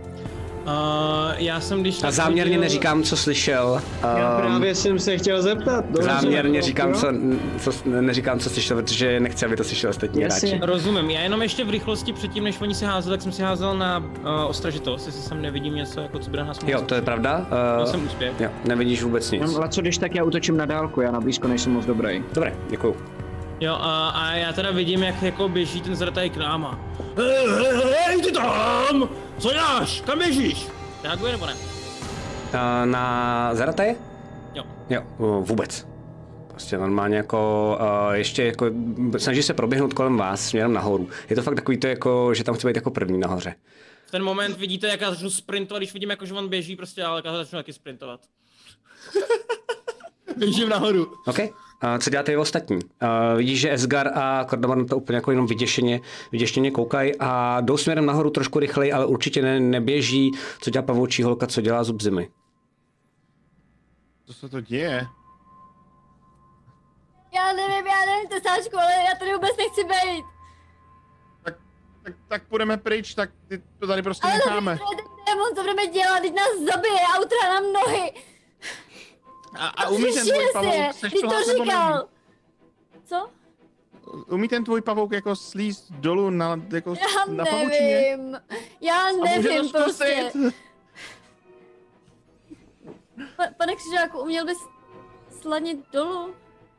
E: Uh, já jsem když...
A: A záměrně chodil... neříkám, co slyšel. Um,
C: já právě jsem se chtěl zeptat.
A: Záměrně říkám, co, co, neříkám, co slyšel, protože nechci, aby to slyšel ostatní hráči.
E: Rozumím, já jenom ještě v rychlosti předtím, než oni si házeli, tak jsem si házel na uh, ostražitost, jestli jsem nevidím něco, jako co by na nás mohlo.
A: Jo, to je pravda.
E: Uh, jsem úspěch.
A: Jo, nevidíš vůbec nic.
C: Ale co když tak já útočím na dálku, já na blízko nejsem moc dobrý.
A: Dobré, děkuju.
E: Jo, a, a já teda vidím, jak jako běží ten Zarataj k nám a... Hej, hej, hej, ty tam! Co děláš? Kam běžíš? Reaguje nebo ne?
A: Uh, na Zarataje?
E: Jo.
A: Jo, vůbec. Prostě normálně jako, uh, ještě jako, snaží se proběhnout kolem vás směrem nahoru. Je to fakt takový to jako, že tam chce být jako první nahoře.
E: V ten moment vidíte, jak já začnu sprintovat, když vidím, jako, že on běží prostě, ale já začnu taky sprintovat. Běžím nahoru.
A: OK. Uh, co děláte i ostatní? Uh, vidíš, že Esgar a Kordoman to úplně jako jenom vyděšeně, vyděšeně koukají a jdou směrem nahoru trošku rychleji, ale určitě ne, neběží. Co dělá pavoučí holka, co dělá Zubzimy?
B: Co se to děje?
D: Já nevím, já nevím, tesáčku, ale já tady vůbec nechci být.
B: Tak, tak, tak půjdeme pryč, tak ty to tady prostě
D: ale
B: necháme.
D: Ale to démon, co budeme dělat, teď nás zabije a utrhá nám nohy.
B: A, a umí ten tvůj pavouk se šplhat
D: to říkal. Co?
B: Umí ten tvůj pavouk jako slízt dolů na, jako
D: já
B: na
D: nevím. Já nevím prostě. Pa, pane Křižáku, uměl bys sladnit dolů?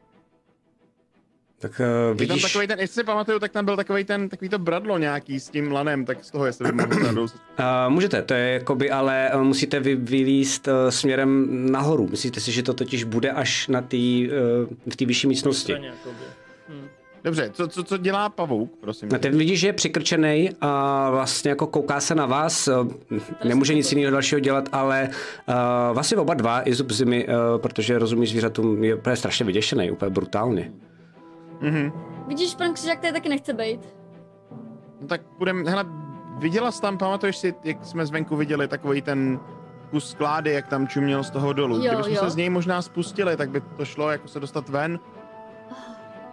A: Tak uh, vidíš...
B: Je tam takovej ten, jestli si pamatuju, tak tam byl takovej ten, takový to bradlo nějaký s tím lanem, tak z toho jestli by mohl uh,
A: můžete, to je jakoby, ale uh, musíte vy, vylízt uh, směrem nahoru. Myslíte si, že to totiž bude až na tý, uh, v té vyšší místnosti?
E: Hmm.
B: Dobře, co, co, co dělá pavouk, prosím?
A: No, ten vidíš, že je přikrčený a vlastně jako kouká se na vás, nemůže nic jiného dalšího dělat, ale uh, vlastně oba dva, i Zubzimy, uh, protože rozumí zvířatům, je úplně strašně vyděšený, úplně brutálně.
B: Mhm.
D: Vidíš, pan Křižák tady taky nechce být.
B: No tak budeme, hele, viděla jsi tam, pamatuješ si, jak jsme zvenku viděli takový ten kus sklády, jak tam čuměl z toho dolů.
D: Jo,
B: Kdybychom
D: jo.
B: se z něj možná spustili, tak by to šlo jako se dostat ven.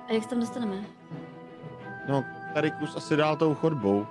D: A jak se tam dostaneme?
B: No, tady kus asi dál tou chodbou.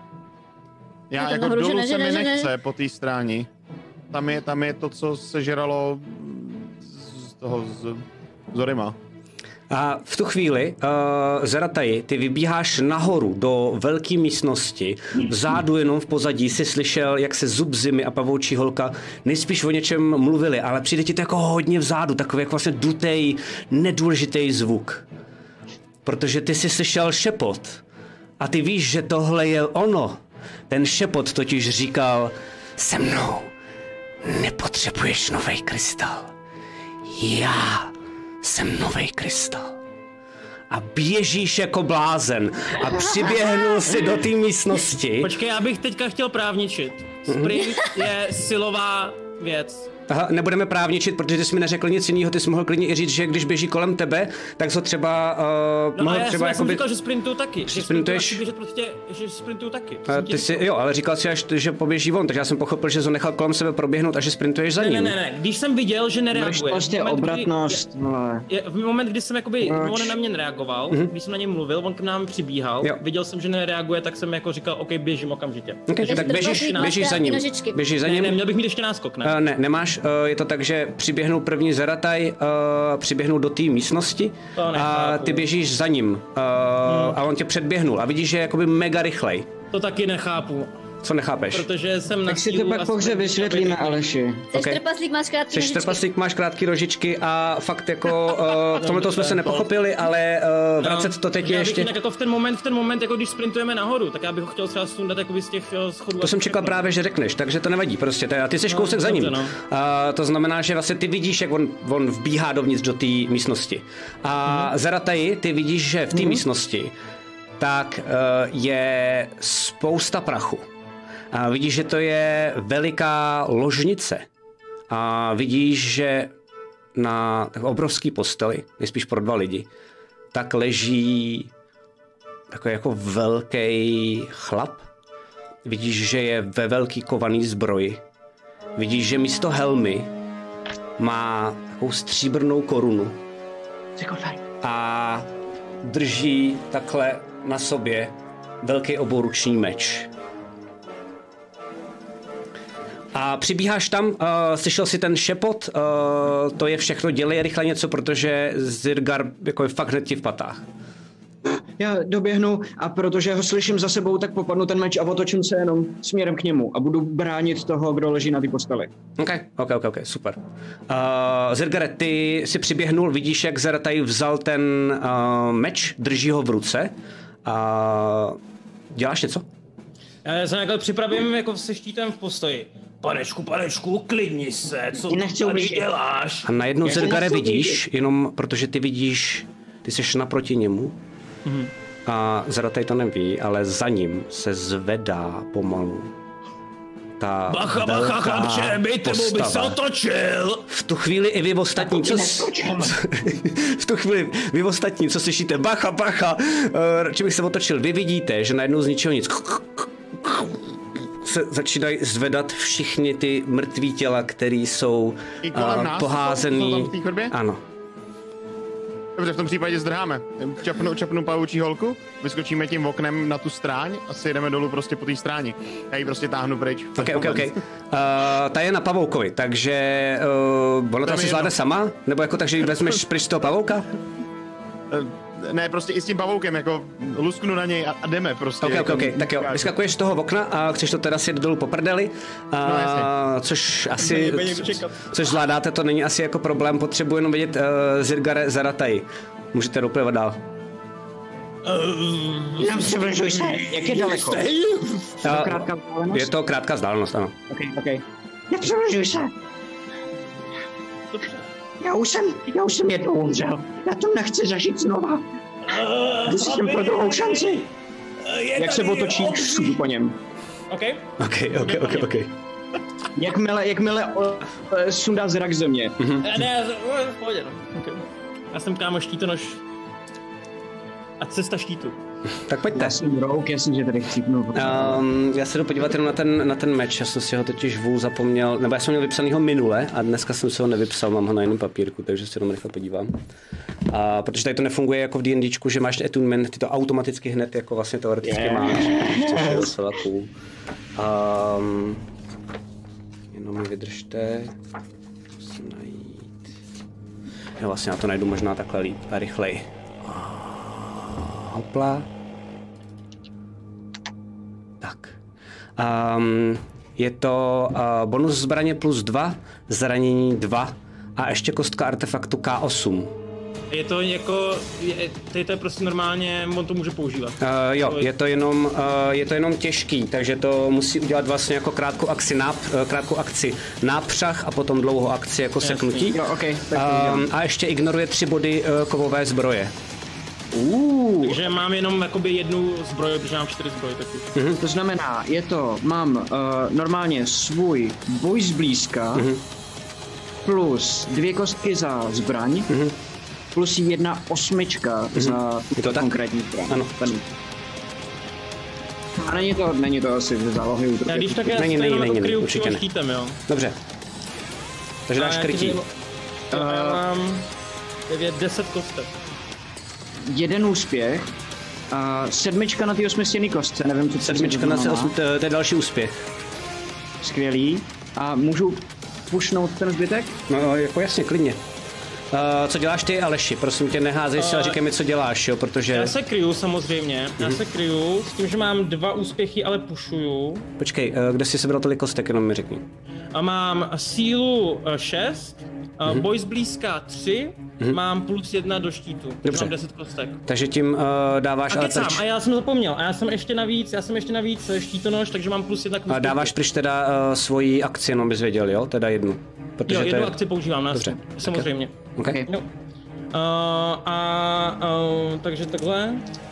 B: Já
D: No to
B: jako
D: nahoru,
B: dolů
D: že ne,
B: se
D: že
B: mi
D: ne, že ne.
B: nechce po té stráni. Tam je, tam je to, co sežralo z toho z Zorima.
A: A v tu chvíli, uh, Zeratai, ty vybíháš nahoru do velké místnosti. Vzadu jenom v pozadí si slyšel, jak se zub zimy a pavoučí holka nejspíš o něčem mluvili, ale přijde ti to jako hodně vzadu, takový jako vlastně dutej, nedůležitý zvuk. Protože ty jsi slyšel šepot. A ty víš, že tohle je ono. Ten šepot totiž říkal, se mnou nepotřebuješ novej krystal. Já jsem novej krystal. A běžíš jako blázen a přiběhnul si do té místnosti.
E: Počkej, já bych teďka chtěl právničit. Sprint je silová věc.
A: Aha, nebudeme právničit, protože ty jsi mi neřekl nic jiného, ty jsi mohl klidně i říct, že když běží kolem tebe, tak ho třeba uh,
E: No
A: mohl
E: a já,
A: třeba
E: jsem, já jsem
A: jakoby...
E: říkal, že sprintuju taky. Že
A: sprintuješ?
E: sprintuju, běžet prostě, že sprintuju taky.
A: A
E: Jsem ti
A: ty si,
E: říkal.
A: jo, ale říkal si až, že poběží on, takže já jsem pochopil, že jsi ho nechal kolem sebe proběhnout a že sprintuješ za
E: Ne,
A: ním.
E: ne, ne, ne, když jsem viděl, že nereaguje.
C: Prostě
E: v moment, kdy-
C: obratnost, vole.
E: Je, v moment, kdy jsem jakoby,
C: Proč?
E: on na mě nereagoval, mm-hmm. když jsem na něj mluvil, on k nám přibíhal,
A: Jo.
E: viděl jsem, že nereaguje, tak jsem jako říkal, OK, běžím okamžitě.
A: Okay,
D: Takže
A: tak
D: to
A: běžíš,
D: vlastně
A: běžíš
D: máš
A: za ním.
D: nožičky.
A: Běžíš za
E: Ne,
A: ním.
E: ne, měl bych mít ještě náskok, ne?
A: Uh, ne, nemáš, uh, je to tak, že přiběhnul první Zeratai, uh, přiběhnul do té místnosti
E: To
A: a
E: nechápu.
A: ty běžíš za ním uh, a on tě předběhnul a vidíš, že je jakoby mega rychlej.
E: To taky nechápu,
A: Co nechápeš?
E: protože jsem na
C: Tak si to
E: sílu
C: pak
E: a
C: pohře
E: jsem-
C: vysvětlíme, Aleši.
D: Jsi
A: Okay.
D: trpaslík, máš krátký
A: Jsi
D: nožičky.
A: trpaslík, máš krátké rožičky a fakt jako uh, v tomhle jsme se nepochopili, ale uh, vracet to teď je
E: Já bych
A: ještě...
E: jinak jako v ten moment, v ten moment, jako když sprintujeme nahoru, tak já bych ho chtěl třeba sundat jako z těch eh, schodů.
A: To jsem čekal právě, že řekneš, takže to nevadí prostě. A ty jsi kousek za ním.
E: dobře, no.
A: A to znamená, že vlastně ty vidíš, jak on, on vbíhá dovnitř do té místnosti. A
E: Mhm.
A: Zeratai, ty vidíš, že v té místnosti tak uh, je spousta prachu. A vidíš, že to je veliká ložnice. A vidíš, že na tak obrovský posteli, nejspíš pro dva lidi, tak leží takový jako velký chlap. Vidíš, že je ve velký kovaný zbroji. Vidíš, že místo helmy má takovou stříbrnou korunu. A drží takhle na sobě velký obouruční meč. A přibíháš tam, uh, slyšel si ten šepot, uh, to je všechno, dělej rychle něco, protože Zirgar jako je fakt hned ti v patách.
C: Já doběhnu a protože ho slyším za sebou, tak popadnu ten meč a otočím se jenom směrem k němu a budu bránit toho, kdo leží na té posteli.
A: OK, OK, OK, okay, super. Uh, Zirgare, ty si přiběhnul, vidíš, jak Zeratai vzal ten uh, meč, drží ho v ruce. Uh, děláš něco?
E: Já se takhle připravím jako se štítem v postoji. Panečku, panečku, klidni se, co
C: Nechci
E: tady
C: ublížit.
E: děláš?
A: A najednou
C: Já
A: Zirgare
C: nechci
A: vidíš, jenom protože ty vidíš, ty jsi naproti němu.
E: Mhm.
A: A Zeratai to neví, ale za ním se zvedá pomalu ta
E: Bacha, bacha,
A: velká
E: chlapče, by tebou bych se
A: postava.
E: otočil!
A: V tu chvíli i vy ostatní, co s... v tu chvíli vy ostatní, co slyšíte, bacha, bacha, uh, či bych se otočil, vy vidíte, že najednou z ničeho nic se začínají zvedat všichni ty mrtví těla, které jsou
B: I kolem
A: uh,
B: nás?
A: poházený.
B: Jsou tam v té chodbě?
A: Ano.
B: Dobře, v tom případě zdrháme. Čapnu, čapnu pavoučí holku, vyskočíme tím oknem na tu stráň a si jedeme dolů prostě po té stráni. Já ji prostě táhnu pryč.
A: Ok, ok, ok. Uh, ta je na pavoukovi, takže uh, ona to
B: mi
A: asi zvládne
B: jedno.
A: sama? Nebo jako takže ji vezmeš pryč z toho pavouka?
B: Ne, prostě i s tím pavoukem, jako lusknu na něj a, a jdeme prostě.
A: Ok, ok,
B: jako,
A: ok, tak jo, vyskakuješ z toho okna a chceš to teda sjet dolů po prdeli, uh,
B: No, jasně.
A: což asi,
B: Bude někdo čekat.
A: což zvládáte, to není asi jako problém, potřebuji jenom vidět uh, Zirgare Zeratai. Můžete doplývat dál.
C: Jenom přibližuj se, jak je daleko?
A: Uh,
C: Krátká vzdálenost?
A: je to krátká vzdálenost, ano.
C: Ok, ok. Nepřibližuj se. Já už jsem, já už jsem jednou umřel. Já to nechci zažít znova. Jdu si s tím pro druhou šanci. Jak se otočí, šupu po něm.
E: OK?
A: Ok, ok, ok, ok.
C: Jakmile, jakmile o, e, sundá zrak ze mě.
A: Mhm.
E: Ne, ne, v pohodě, no. Okay. Já jsem kámo štítonož. A cesta štítu.
A: Tak pojďte.
C: Já jsem rouk, jasně, že tady chcípnu.
A: Um, já se jdu podívat jenom na ten, na ten meč, já jsem si ho totiž vůl zapomněl, nebo já jsem měl vypsanýho minule a dneska jsem si ho nevypsal, mám ho na jiném papírku, takže se jenom rychle podívám. A protože tady to nefunguje jako v D&Dčku, že máš attunement, ty to automaticky hned jako vlastně teoreticky yeah. máš, což je docela cool. Um, jenom mi vydržte, musím najít. Já vlastně na to najdu možná takhle líp a rychleji. Hopla. Tak. Um, je to uh, bonus zbraně plus dva, zranění dva a ještě kostka artefaktu K osm.
E: Je to jako, je, tady to je prostě normálně, on to může používat.
A: Uh, jo, je to jenom, uh, je to jenom těžký, takže to musí udělat vlastně jako krátkou akci, náp, uh, krátkou akci nápřah a potom dlouhou akci jako
E: Jasný.
A: seknutí.
C: Jo, okay,
A: um, a ještě ignoruje tři body uh, kovové zbroje.
C: Uh.
E: Takže mám jenom jakoby jednu zbroj, protože mám čtyři zbroje taky.
C: Mm-hmm. To znamená, je to, mám uh, normálně svůj boj zblízka mm-hmm. plus dvě kostky za zbraň mm-hmm. plus jedna osmička mm-hmm. za
A: to
C: konkrétní zbraň.
A: Ano.
C: Ten. A není to, není to asi ze zálohy útoky.
E: Když tak já
A: není, není,
E: jenom
A: není,
E: jako kryju
A: určitě ne.
E: štítem, jo.
A: Dobře. Takže dáš krytí.
E: Uh, já mám devět, deset kostek.
C: Jeden úspěch. A sedmička na té osmistěný kostce, nevím, co
A: sedmička na té osmi, to je další úspěch.
C: Skvělý. A můžu pušnout ten zbytek?
A: No, jako jasně, klidně. Uh, co děláš ty, Aleši? Prosím tě, neházej si, uh, ale říkej mi, co děláš, jo, protože...
E: Já se kryju samozřejmě, mm-hmm. já se kryju s tím, že mám dva úspěchy, ale pušuju.
A: Počkej, uh, kde jsi sebral tolik kostek, jenom mi řekni.
E: A mám sílu šest, mm-hmm. boj zblízka tři, mm-hmm. mám plus jedna do štítu, takže mám deset kostek.
A: Takže tím uh, dáváš...
E: A kecám, a já jsem zapomněl, a já jsem ještě navíc, já jsem ještě navíc štítonož, takže mám plus jedna k
A: A dáváš pryč teda uh, svoji akci, jenom bys věděl, jo? Teda jednu.
E: Protože jo, jednu je... akci používám, na Dobře. Samozřejmě.
A: Okay.
E: No. Uh, a uh, takže takhle.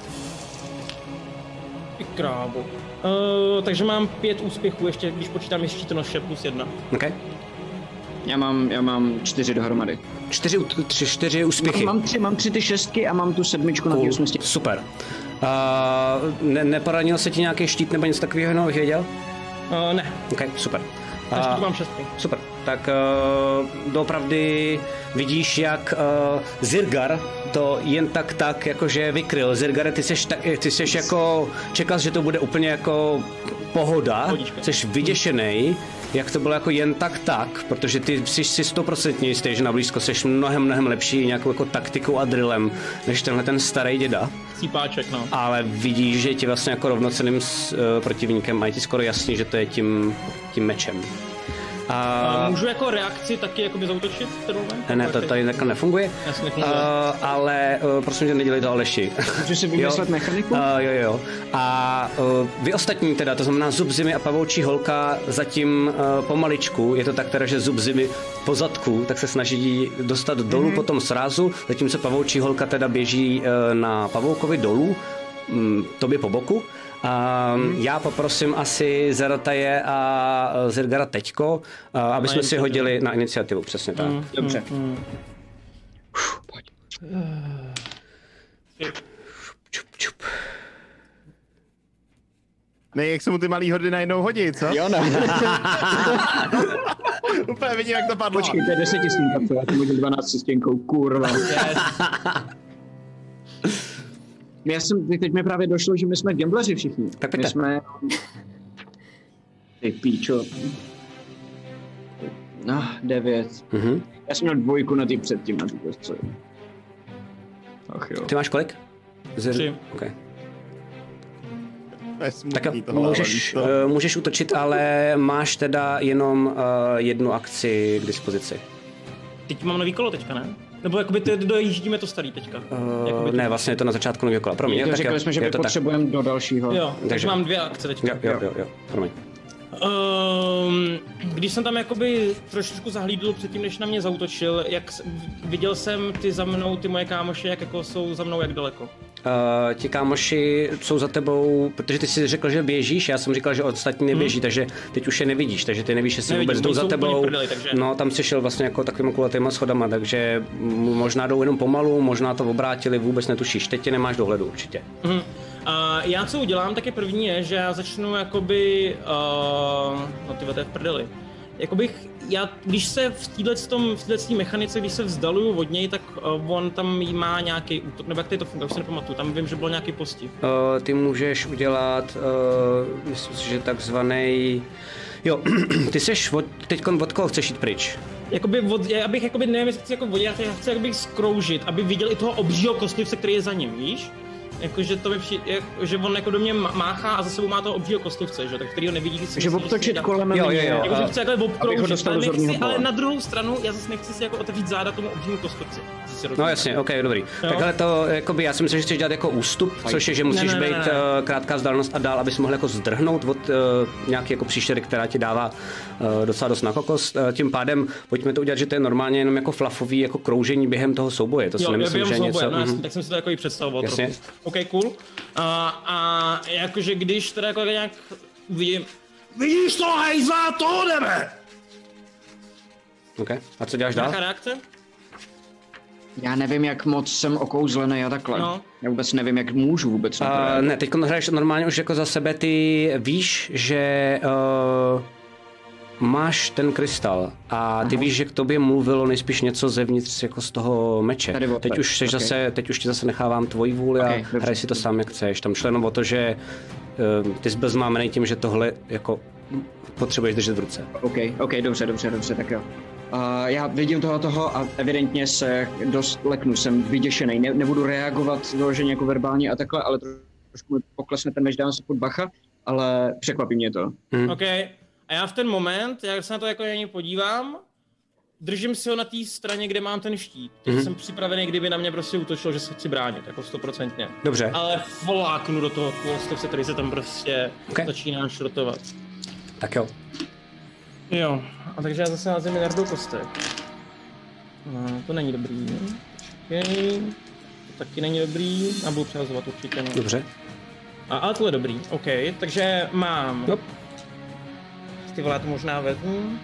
E: Ty krávo. Uh, takže mám pět úspěchů ještě, když počítám ještě štítonoše plus jedna.
A: Okay.
C: Já mám, já mám čtyři dohromady.
A: Čtyři, tři, čtyři úspěchy.
C: Mám, mám, tři, mám tři ty šestky a mám tu sedmičku
A: cool.
C: Na té osmičce.
A: Super. Uh, ne, neporanil se ti nějaký štít nebo něco takového, jenom bych věděl?
E: Uh, ne.
A: Ok, super.
E: Takže uh, mám šestky.
A: Super. Tak uh, doopravdy vidíš, jak uh, Zirgar to jen tak tak jakože vykryl. Zirgare, ty seš, tak, ty seš jako, čekal, že to bude úplně jako pohoda, jsi vyděšený, jak to bylo jako jen tak tak, protože ty jsi si stoprocentně jistý, že na blízko jsi mnohem, mnohem lepší nějakou jako taktikou a drillem, než tenhle ten starý děda.
E: Cípáček, no.
A: Ale vidíš, že je ti vlastně jako rovnocenným s, uh, protivníkem a je ti skoro jasný, že to je tím, tím mečem.
E: A... A můžu jako reakci taky jakoby zautočit?
A: Ne, ne, to tady takhle nefunguje.
E: Jasně,
A: uh, ale uh, prosím tě, nedělej to, Aleši.
C: Můžu si vymyslet mechaniku?
A: Uh, jo, jo. A uh, vy ostatní teda, to znamená Zub Zimy a Pavoučí holka zatím uh, pomaličku, je to tak teda, že Zub Zimy po zadku, tak se snaží dostat dolů mm-hmm. po tom srázu, zatímco Pavoučí holka teda běží uh, na Pavoukovi dolů, um, tobě po boku. Um, hmm. Já poprosím asi Zarataje a Zirgara teďko, uh, aby jsme si hodili na iniciativu, přesně tak.
E: Hmm.
C: Dobře.
E: Hmm.
C: Uf, pojď.
A: Čup, čup.
B: Ne, jak se mu ty malý hordy najednou hodí, co?
C: Jo, ne.
B: Úplně vidím, jak to padlo.
C: Počkej, to je desetistěnka, co? Já tím hodím dvanáctistěnkou, kurva.
E: Yes.
C: Já jsem, teď mi právě došlo, že my jsme gambleři všichni.
A: Tak pojďte.
C: My jsme... Ty píčo. No, devět.
A: Mm-hmm.
C: Já jsem měl dvojku na tý předtím, na tý kostce. Ach jo.
A: Ty máš kolik? Zir...
E: Tři.
A: Okay.
B: Tak
A: můžeš, uh, můžeš útočit, ale máš teda jenom uh, jednu akci k dispozici.
E: Teď mám nový kolo teďka, ne? Nebo jakoby ty dojíždíme to starý teďka?
A: Uh, ne, vlastně je to na začátku nového kola. Promiň,
C: to řekli jsme, že potřebujeme do dalšího.
E: Jo, takže, takže mám dvě akce teďka.
A: Jo, jo, jo, jo. Promiň.
E: Um, když jsem tam jakoby trošičku zahlídl předtím, než na mě zaútočil, jak viděl jsem ty za mnou, ty moje kámoše, jak jako jsou za mnou jak daleko?
A: Uh, ti kámoši jsou za tebou, protože ty jsi řekl, že běžíš, já jsem říkal, že ostatní neběží, hmm. takže teď už je nevidíš, takže ty nevíš, jestli vůbec jdou za tebou.
E: Prdeli, takže...
A: No, tam jsi šel vlastně jako takovýma kulatýma schodama, takže možná jdou jenom pomalu, možná to obrátili, vůbec netušíš, teď tě nemáš dohledu určitě.
E: Hmm. A já co udělám, tak je první je, že já začnu jakoby, uh, no tyhle, to je v prdeli. Jakobych, já, když se v této mechanice, když se vzdaluju od něj, tak uh, on tam má nějaký útok, nebo jak tady to funguje, už se nepamatuju, tam vím, že byl nějaký postih.
A: Uh, ty můžeš udělat, uh, myslím si, že takzvaný. Jo, ty seš od, teďkon od koho chceš jít pryč?
E: Jakoby od, já bych jakoby, nevím, jestli chci jako vodit, já chci jakoby skroužit, aby viděl i toho obřího kostlivce, který je za ním, víš? Jakože to mi přijde, jak, že on jako do mě máchá a za sebou má toho obřího kostlivce, že? Tak který ho nevidí, když si
C: že obtočit kolem mě,
A: jo, jo, jo.
E: Jakože chci takhle obkroužit, ale, nechci, ale
C: pole.
E: na druhou stranu, já zase nechci si jako otevřít záda tomu obřímu kostlivci.
A: No jasně, ok, dobrý.
E: Jo.
A: Takhle to, jakoby, já si myslím, že chceš dělat jako ústup, což je, že musíš
E: ne, ne,
A: být
E: ne, ne.
A: Uh, krátká vzdálenost a dál, abys mohl jako zdrhnout od uh, nějaký jako příšery, která ti dává uh, docela dost na kokos. Uh, tím pádem pojďme to udělat, že to je normálně jenom jako flafový jako kroužení během toho souboje. To si
E: jo,
A: nemyslím, že je něco.
E: No, jasný,
A: mm-hmm.
E: tak jsem si to jako i představoval
A: Jasně.
E: trochu. OK, cool. A, a jakože když teda jako nějak vidím, vidíš to, hejzla, toho jdeme!
A: OK, a co děláš dál?
E: Nějaká reakce?
C: Já nevím, jak moc jsem okouzlený a takhle.
E: No.
C: Já vůbec nevím, jak můžu vůbec.
A: Uh, ne, teď hraješ normálně už jako za sebe, ty víš, že uh, máš ten krystal a ty Aha. víš, že k tobě mluvilo nejspíš něco zevnitř jako z toho meče.
C: Tady
A: teď
C: tady.
A: už seš
C: Okay.
A: zase, teď už ti zase nechávám tvoji vůli
C: Okay,
A: a hraj si to sám, jak chceš. Tam šlo jenom o to, že uh, ty jsi byl zmámený tím, že tohle jako potřebuješ držet v ruce.
C: OK, OK, dobře, dobře, dobře, tak jo. Uh, já vidím toho toho a evidentně se dost leknu, jsem vyděšený, ne, nebudu reagovat vyloženě jako verbálně a takhle, ale trošku mi poklesne ten meč, dám se pod bacha, ale překvapí mě to.
A: Hmm.
E: OK, a já v ten moment, jak se na to jako na něj podívám, držím si ho na té straně, kde mám ten štít. Takže mm-hmm. jsem připravený, kdyby na mě prostě útočil, že se chci bránit, jako stoprocentně.
A: Dobře.
E: Ale fláknu do toho kůlstovce, který se tam prostě
A: okay.
E: začíná šrotovat.
A: Tak jo.
E: Jo, a takže já zase házím miliardu kostek. No, to není dobrý. Počkej. To taky není dobrý. A budu přehazovat určitě. No.
A: Dobře.
E: A, ale tohle je dobrý, OK. Takže mám...
A: Nope.
E: Ty vole, to možná vezmu.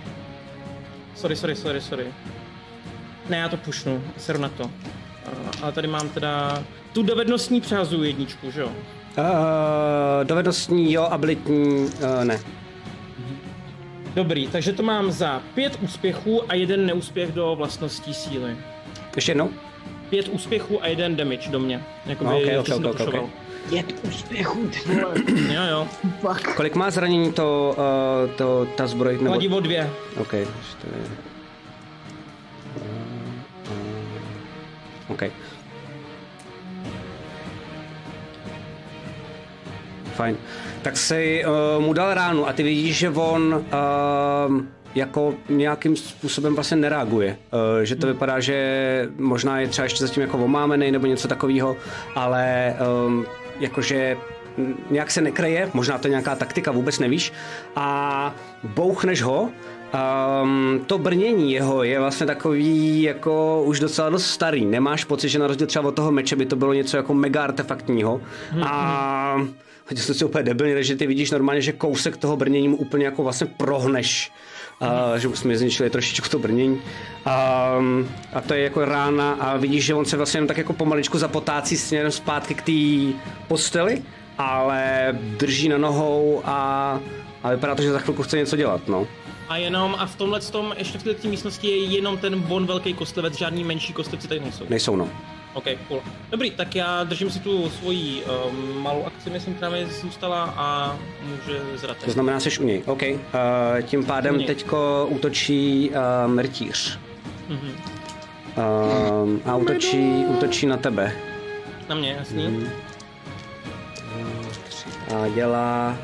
E: Sorry, sorry, sorry, sorry. Ne, já to pušnu, seru na to. Uh, ale tady mám teda... Tu dovednostní přehazuju jedničku, že jo?
A: Uh, dovednostní, jo, abilitní, uh, ne.
E: Dobrý, takže to mám za pět úspěchů a jeden neúspěch do vlastností síly.
A: Ještě jednou?
E: Pět úspěchů a jeden damage do mě. Jakoby,
A: no, okay,
E: to
A: okay,
E: jsem
A: okay, okay.
C: Pět úspěchů, ty vole.
E: Jo, jo.
C: Fuck.
A: Kolik má zranění to, uh, to ta zbroj? Nebo...
E: Hladí o dvě.
A: OK, čtyři. Uh, uh, OK. Fajn. Tak si uh, mu dal ránu a ty vidíš, že on uh, jako nějakým způsobem vlastně nereaguje. Uh, že to vypadá, že možná je třeba ještě zatím jako omámený nebo něco takového, ale um, jakože nějak se nekryje, možná to je nějaká taktika, vůbec nevíš, a bouchneš ho. Um, to brnění jeho je vlastně takový jako už docela dost starý. Nemáš pocit, že na rozdíl třeba od toho meče by to bylo něco jako mega artefaktního. Hmm. A hodně se si úplně debilně, že ty vidíš normálně, že kousek toho brnění mu úplně jako vlastně prohneš. Uh, že jsme zničili trošičku to brnění. Um, a to je jako rána a vidíš, že on se vlastně jen tak jako pomaličku zapotácí směrem zpátky k té posteli, ale drží na nohou a, a vypadá to, že za chvilku chce něco dělat, no.
E: A jenom, a v tomhle tom, ještě v této místnosti je jenom ten bon velký kostlivec, žádný menší kostlivci tady nejsou.
A: Nejsou, no.
E: OK, cool. Dobrý, tak já držím si tu svoji um, malou akci, myslím, která mi zůstala a může zratit.
A: To znamená, jsi u něj, OK. Uh, tím pádem teďko útočí uh, mrtíř. Mm-hmm. Uh, a útočí, útočí na tebe.
E: Na mě, jasný. Mm.
A: A dělá...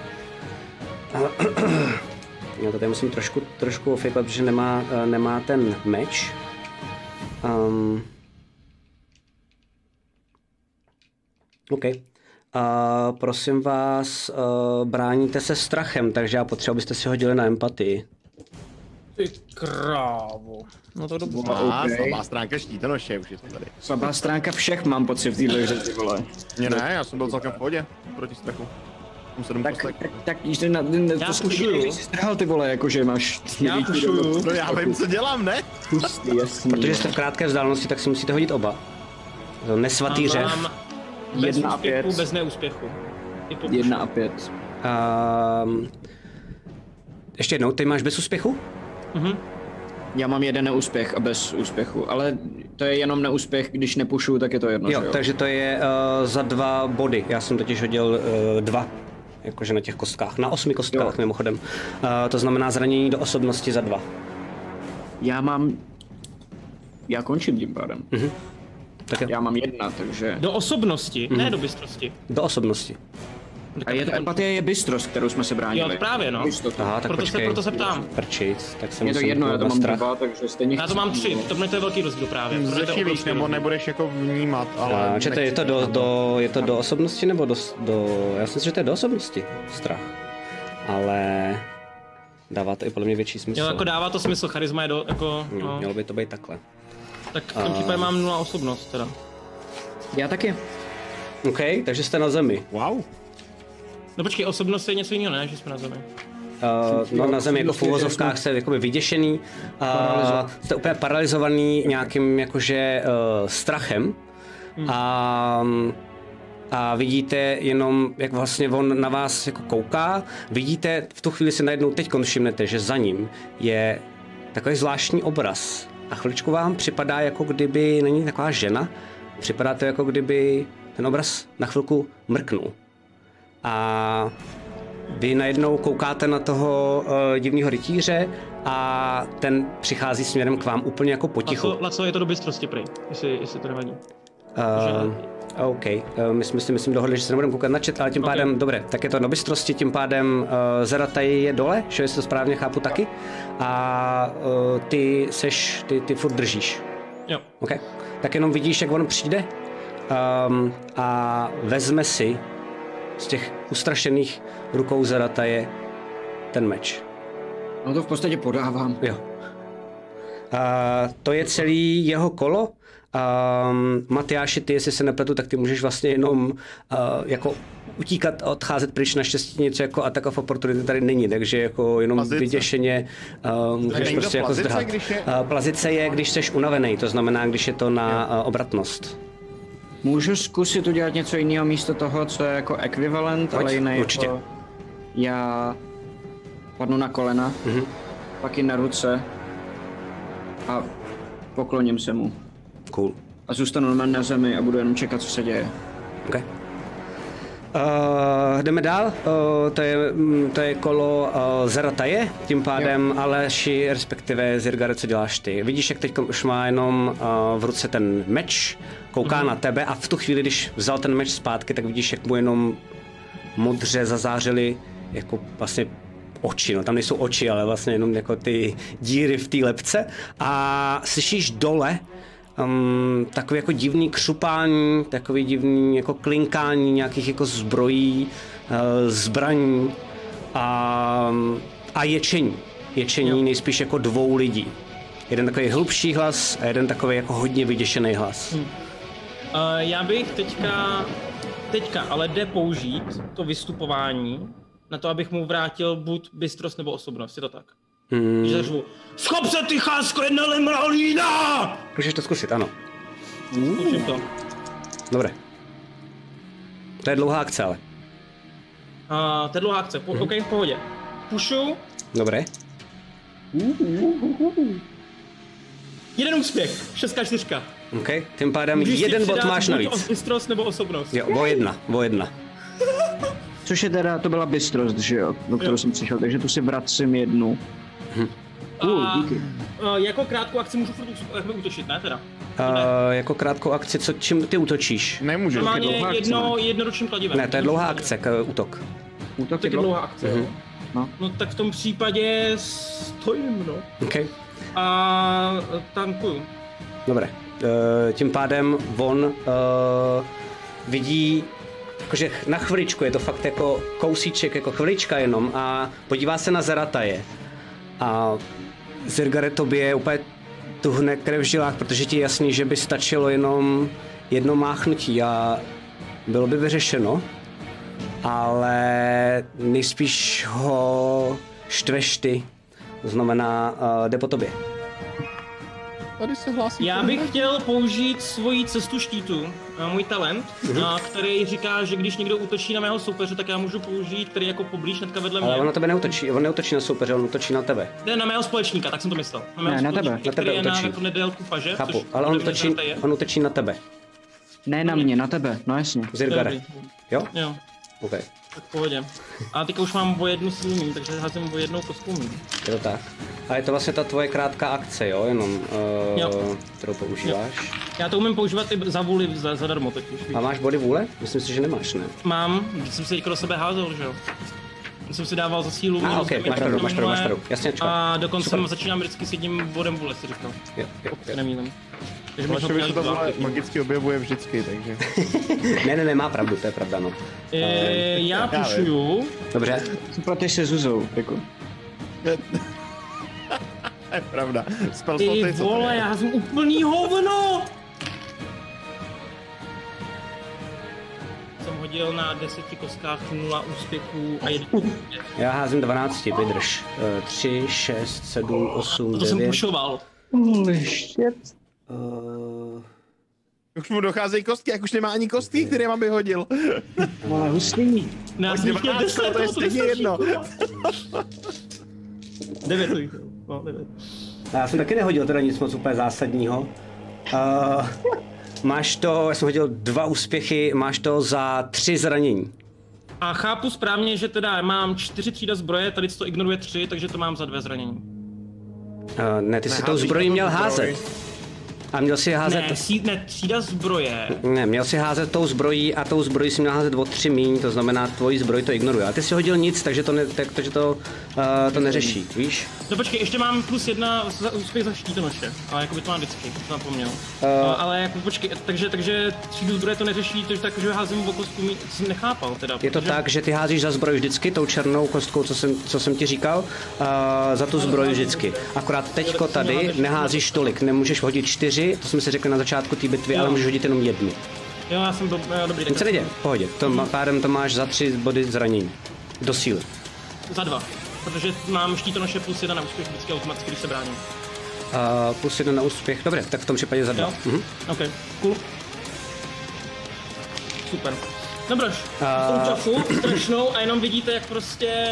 A: Já to tady musím trošku, trošku ofejklat, protože nemá, uh, nemá ten meč. Um, OK. Uh, prosím vás, uh, bráníte se strachem, takže já potřebuji, abyste si hodili na empatii.
E: Ty krávo. No to dobře.
B: Má, okay. Slabá stránka štítonoše, už je to tady.
C: Slabá stránka všech mám pocit v téhle hře, ty vole.
B: Mně ne, já jsem byl celkem v pohodě proti strachu. Jsem
C: tak, tak, tak, tak, že na, na, to zkušuju. Jsi strhal, ty vole, jakože máš...
E: Já pušuju.
B: No já vím, co dělám, ne?
C: Pustý, jasný.
A: Protože jste v krátké vzdálenosti, tak si musíte hodit oba. Nesvatý řev.
E: Mám, Bez
C: Jedna a
E: úspěchu,
C: pět.
E: bez neúspěchu. I pokušu.
C: Jedna a pět.
A: Um, ještě jednou, ty máš bez úspěchu?
E: Mhm.
C: Já mám jeden neúspěch a bez úspěchu, ale to je jenom neúspěch, když nepušu, tak je to jedno,
A: Jo,
C: že jo?
A: takže to je uh, za dva body. Já jsem totiž hodil uh, dva, jakože na těch kostkách, na osmi kostkách
C: Jo.
A: mimochodem. Uh, to znamená zranění do osobnosti za dva.
C: Já mám... Já končím tím pádem.
A: Mhm. Tak jo.
C: Já mám jedna, takže...
E: Do osobnosti, mm. ne do bystrosti.
A: Do osobnosti.
C: A je to empatie je bystrost, kterou jsme se bránili.
E: Jo, právě no.
C: Jistota.
A: Aha, tak
E: Proto se,
A: počkej.
E: proto se ptám.
A: Prčit, tak jsem
C: Je to
A: musel
C: jedno, já to
A: na
C: mám
A: strach.
C: dva, takže stejně
E: Já to mám tři, to mě to je velký rozdíl právě. Proto je to
B: Zešilíš,
E: obrovský
B: nebo
E: rozdíl.
B: nebudeš jako vnímat, ale...
A: A, že to je to do, do, je to do osobnosti nebo do, do, já si myslím, že to je do osobnosti, strach. Ale dává to i podle mě větší smysl.
E: Jo, jako dává to smysl, charisma je do, jako,
A: Hmm,
E: no.
A: Mělo by to být takhle.
E: Tak v tom případě mám nula osobnost teda.
C: Já taky.
A: OK, takže jste na zemi.
B: Wow.
E: No počkej, osobnost je něco jiného, ne, že jsme na zemi.
A: Uh, no na zemi jako v uvozovkách jste jakoby vyděšený, uh, jste úplně paralizovaný nějakým jakože uh, strachem a, a vidíte jenom, jak vlastně on na vás jako kouká, vidíte, v tu chvíli si najednou teď všimnete, že za ním je takový zvláštní obraz a chviličku vám připadá, jako kdyby není taková žena, připadá to, jako kdyby ten obraz na chvilku mrknul. A vy najednou koukáte na toho uh, divného rytíře a ten přichází směrem k vám úplně jako potichu.
E: Laco, Laco, je to do bystrosti prý, jestli, jestli to nevadí.
A: Uh, OK, uh, my jsme si myslím dohodli, že se nebudeme koukat na chat, ale tím
E: Okay.
A: pádem, dobré, tak je to do bystrosti, tím pádem uh, Zerataj je dole, že jestli to správně chápu taky, a uh, ty seš, ty, ty furt držíš.
E: Jo.
A: OK, tak jenom vidíš, jak on přijde um, a vezme si z těch ustrašených rukou Zarataje ten meč.
C: No to v podstatě podávám.
A: Jo. A to je celý jeho kolo. Um, Matyáši, ty, jestli se nepletu, tak ty můžeš vlastně jenom uh, jako utíkat a odcházet pryč. Naštěstí něco jako attack of opportunity tady není, takže jako jenom
B: Plazice.
A: vyděšeně uh, můžeš
B: není to
A: prostě jako
B: plazice,
A: zdrhat.
B: když je-
A: Uh, plazice je, když jsi unavený, to znamená, když je to na uh, obratnost.
C: Můžu zkusit udělat něco jiného místo toho, co je jako ekvivalent,
A: Pojď,
C: ale jiný
A: určitě.
C: jako... Já padnu na kolena,
A: Mhm.
C: pak i na ruce a pokloním se mu.
A: Cool.
C: A zůstanu normálně na zemi a budu jenom čekat, co se děje.
A: Okay. Uh, jdeme dál, uh, to, je, mm, to je kolo uh, Zarataje, tím pádem jo. Aleši, respektive Zirgare, co děláš ty? Vidíš, jak teď už má jenom uh, v ruce ten meč, kouká mm-hmm. na tebe a v tu chvíli, když vzal ten meč zpátky, tak vidíš, jak mu jenom modře zazářily jako vlastně oči, no tam nejsou oči, ale vlastně jenom jako ty díry v té lebce a slyšíš dole Um, takový jako divný křupání, takový divný jako klinkání nějakých jako zbrojí, uh, zbraní a, a ječení. Ječení jo. Nejspíš jako dvou lidí. Jeden takový hlubší hlas a jeden takový jako hodně vyděšený hlas.
E: Hmm. Uh, já bych teďka, teďka ale jde použít to vystupování na to, abych mu vrátil buď bystrost nebo osobnost, je to tak?
A: Hmm.
E: Že zařvu, schop se ty chásko, jedna lemralína!
A: Můžeš to zkusit, ano.
E: Zkusím to.
A: Dobré. To je dlouhá akce, ale.
E: Uh, to je dlouhá akce, po,
A: hmm.
E: OK, v pohodě. Pušu.
A: Dobré.
E: Jeden úspěch, šestka čtyřka.
A: OK, tím pádem
E: Můžeš
A: jeden bod máš
E: buď
A: navíc.
E: bystrost nebo osobnost.
A: Jo, o jedna, o jedna.
C: Což je teda, to byla bystrost, že jo, do kterou
E: Jo.
C: jsem přišel, takže tu si vracím jednu.
A: Hm.
C: Uh,
E: A,
C: díky.
E: uh, jako krátkou akci můžu furt uh, útočit, ne teda?
A: Uh, jako krátkou akci, co, čím ty útočíš?
B: Nemůžu.
E: Normálně
C: dlouhá akce,
E: jedno, jednoručním kladivem.
A: Ne, to je dlouhá akce, k, útok.
C: Útok
E: Tak je dlouhá akce,
A: Mhm.
E: jo.
C: No.
E: No tak v tom případě stojím, no.
A: OK.
E: A tankuju.
A: Dobré. Uh, tím pádem on uh, vidí, jakože na chviličku, je to fakt jako kousíček, jako chvilička jenom a podívá se na Zarataje. A Zirgare, tobě úplně tuhne krev v žilách, protože ti je jasný, že by stačilo jenom jedno máchnutí a bylo by vyřešeno. Ale nejspíš ho štveš ty, to znamená, uh, jde po tobě.
B: tady se hlásí.
E: Já bych chtěl použít svoji cestu štítu, můj talent,
A: Mhm.
E: který říká, že když někdo útočí na mého soupeře, tak já můžu použít, který je jako poblíž hnedka vedle mě.
A: Ale on na tebe neútočí, on neútočí na soupeře, on útočí na tebe.
E: Ne, na mého společníka, tak jsem to myslel. Na mého
C: Ne, na tebe.
E: společníka,
A: Na tebe
E: který je na
A: útočí.
E: jako nedélku paže,
A: Chápu,
E: což
A: ale on
E: ode mě
A: útočí,
E: Zarata je.
A: on útočí na tebe.
C: Ne na mě, na tebe, no jasně.
A: Zirgare.
E: Dobrý.
A: Jo?
E: Jo,
A: OK,
E: tak v pohodě. A teďka už mám o jednu sílu míň, takže házím o jednou kostku míň.
A: je to tak. A je to vlastně ta tvoje krátká akce, jo? Jenom, uh,
E: Jo.
A: kterou používáš.
E: Já to umím používat i za vůli za, zadarmo totiž.
A: A máš body vůle? Myslím si, že nemáš, ne?
E: Mám, když jsem si teďka do sebe házel, že jo. Jsem si dával za sílu
A: A,
E: minus
A: ok,
E: damage
A: máš pravdu,
E: pro
A: máš pravdu, máš
E: minulé
A: pravdu. Jasně, čekám.
E: A dokonce
A: Super.
E: začínám vždycky s jedním bodem vůle, si říkal.
A: Jo, jo,
E: Pokud se
A: jo.
E: nemýlím. Takže
B: Vaše
E: možná
B: se to
E: dva.
B: vole magicky objevuje vždycky, takže.
A: Ne, ne, ne, má pravdu, to je pravda, no.
E: E, já
B: Já vím.
E: pušuju.
A: Dobře,
C: Co platíš se Zuzou, jako?
B: To je pravda. Spell
E: Ty
B: sloty, co to
E: vole,
B: je?
E: já jsem úplný hovno! Jsem hodil na deseti kostkách nula úspěchů a jeden.
A: já házím dvanáct, vydrž. Uh, tři, šest, sedm, osm,
E: To jsem
A: devět.
E: pušoval.
C: Holy shit.
A: Uh,
B: Už mu docházejí kostky, jak už nemá ani kostky, které mám vyhodil.
C: Ale hustý.
E: Ne, já jsem chtěl
B: dvanáct,
E: deset,
B: to je
E: to
B: stejně
E: nestačí.
B: jedno.
E: Devět to jich bylo. No, devět.
A: já jsem taky nehodil teda nic moc úplně zásadního. Uh, máš to, já jsem hodil dva úspěchy, máš to za tři zranění.
E: A chápu správně, že teda mám čtyři třída zbroje, tady to ignoruje tři, takže to mám za dvě zranění.
A: Uh, ne, ty si tou
B: Neházíš
A: zbrojí
B: to
A: měl
B: zbroj.
A: házet. A měl si házet...
E: Ne, sí, ne, třída zbroje.
A: Ne, měl si házet tou zbrojí a tou zbrojí si měl házet o tři míň, to znamená tvoji zbroj to ignoruje. A ty si hodil nic, takže to, ne, tak, takže to, uh, to neřeší, víš?
E: No počkej, ještě mám plus jedna za úspěch za štítonoše, ale jako by to mám vždycky, to jsem zapomněl.
A: Uh,
E: Uh, ale jako počkej, takže, takže třídu zbroje to neřeší, takže tak, že házím o kostku, mi- jsem nechápal teda.
A: Je to
E: protože-
A: tak, že ty házíš za zbroj vždycky, tou černou kostkou, co jsem, co jsem ti říkal, uh, za tu zbroj vždycky. Akorát teďko tady neházíš tolik, nemůžeš hodit čtyři, to jsme si řekli na začátku té bitvy,
E: Jo.
A: ale můžeš hodit jenom jednu.
E: Jo, já jsem do, jo, dobrý.
A: Nic se neděje, v pohodě, to, má- pádem to máš za tři body zranění. Do síly.
E: Za dva. Protože mám štítonoše plus jedna na úspěch vždycky automaticky, když se bráním.
A: Uh, plus jedna na úspěch, dobře, tak v tom případě za dva.
E: Jo?
A: Mhm.
E: OK, cool. Super. Dobroš,
A: A-
E: uh... času strašnou a jenom vidíte, jak prostě...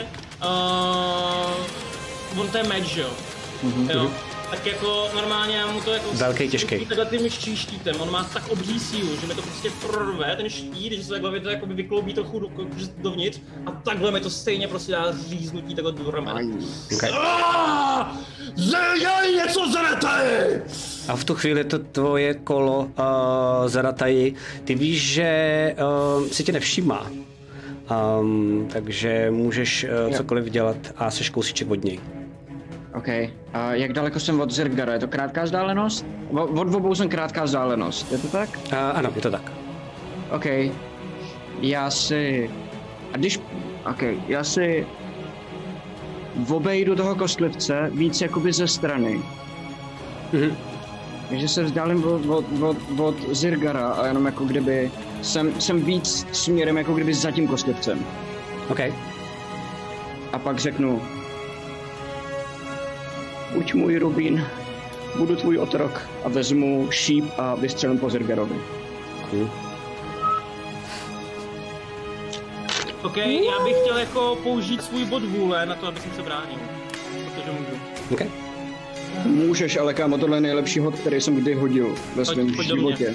E: Uh, on to je meč, že jo? Mm-hmm. Jo. Tak jako normálně já mu to jako...
A: Velký, těžký.
E: Takhle tím štítem, on má tak obří sílu, že mi to prostě prorve, ten štít, že se takhle to jakoby vykloubí trochu do, dovnitř a takhle mi to stejně prostě dá říznutí takhle do ramene.
A: Okay.
G: Dělej něco, Zarataj!
A: A v tu chvíli to tvoje kolo uh, Zarataji, ty víš, že uh, si tě nevšímá. Um, takže můžeš uh, cokoliv dělat a seš kousíček od něj.
C: OK. A jak daleko jsem od Zirgara? Je to krátká vzdálenost? O- Od obou jsem krátká vzdálenost, je to tak?
A: Uh, ano, je to tak.
C: OK. Já si... A když... OK, já si... obejdu toho kostlivce víc jakoby ze strany.
A: Mhm.
C: Takže se vzdálím od, od, od, od Zirgara a jenom jako kdyby... Jsem, jsem víc směrem jako kdyby za tím kostlivcem.
A: OK.
C: A pak řeknu... Buď můj Rubín, budu tvůj otrok a vezmu šíp a vystřelím po Zirgarovi.
A: Cool.
E: OK, já bych chtěl jako použít svůj bod vůle na to, abych se bránil. Protože můžu.
A: OK.
C: Můžeš, ale kámo, tohle je nejlepší hod, který jsem kdy hodil ve
E: Pojď,
C: svém
E: pojď do mě.
C: životě.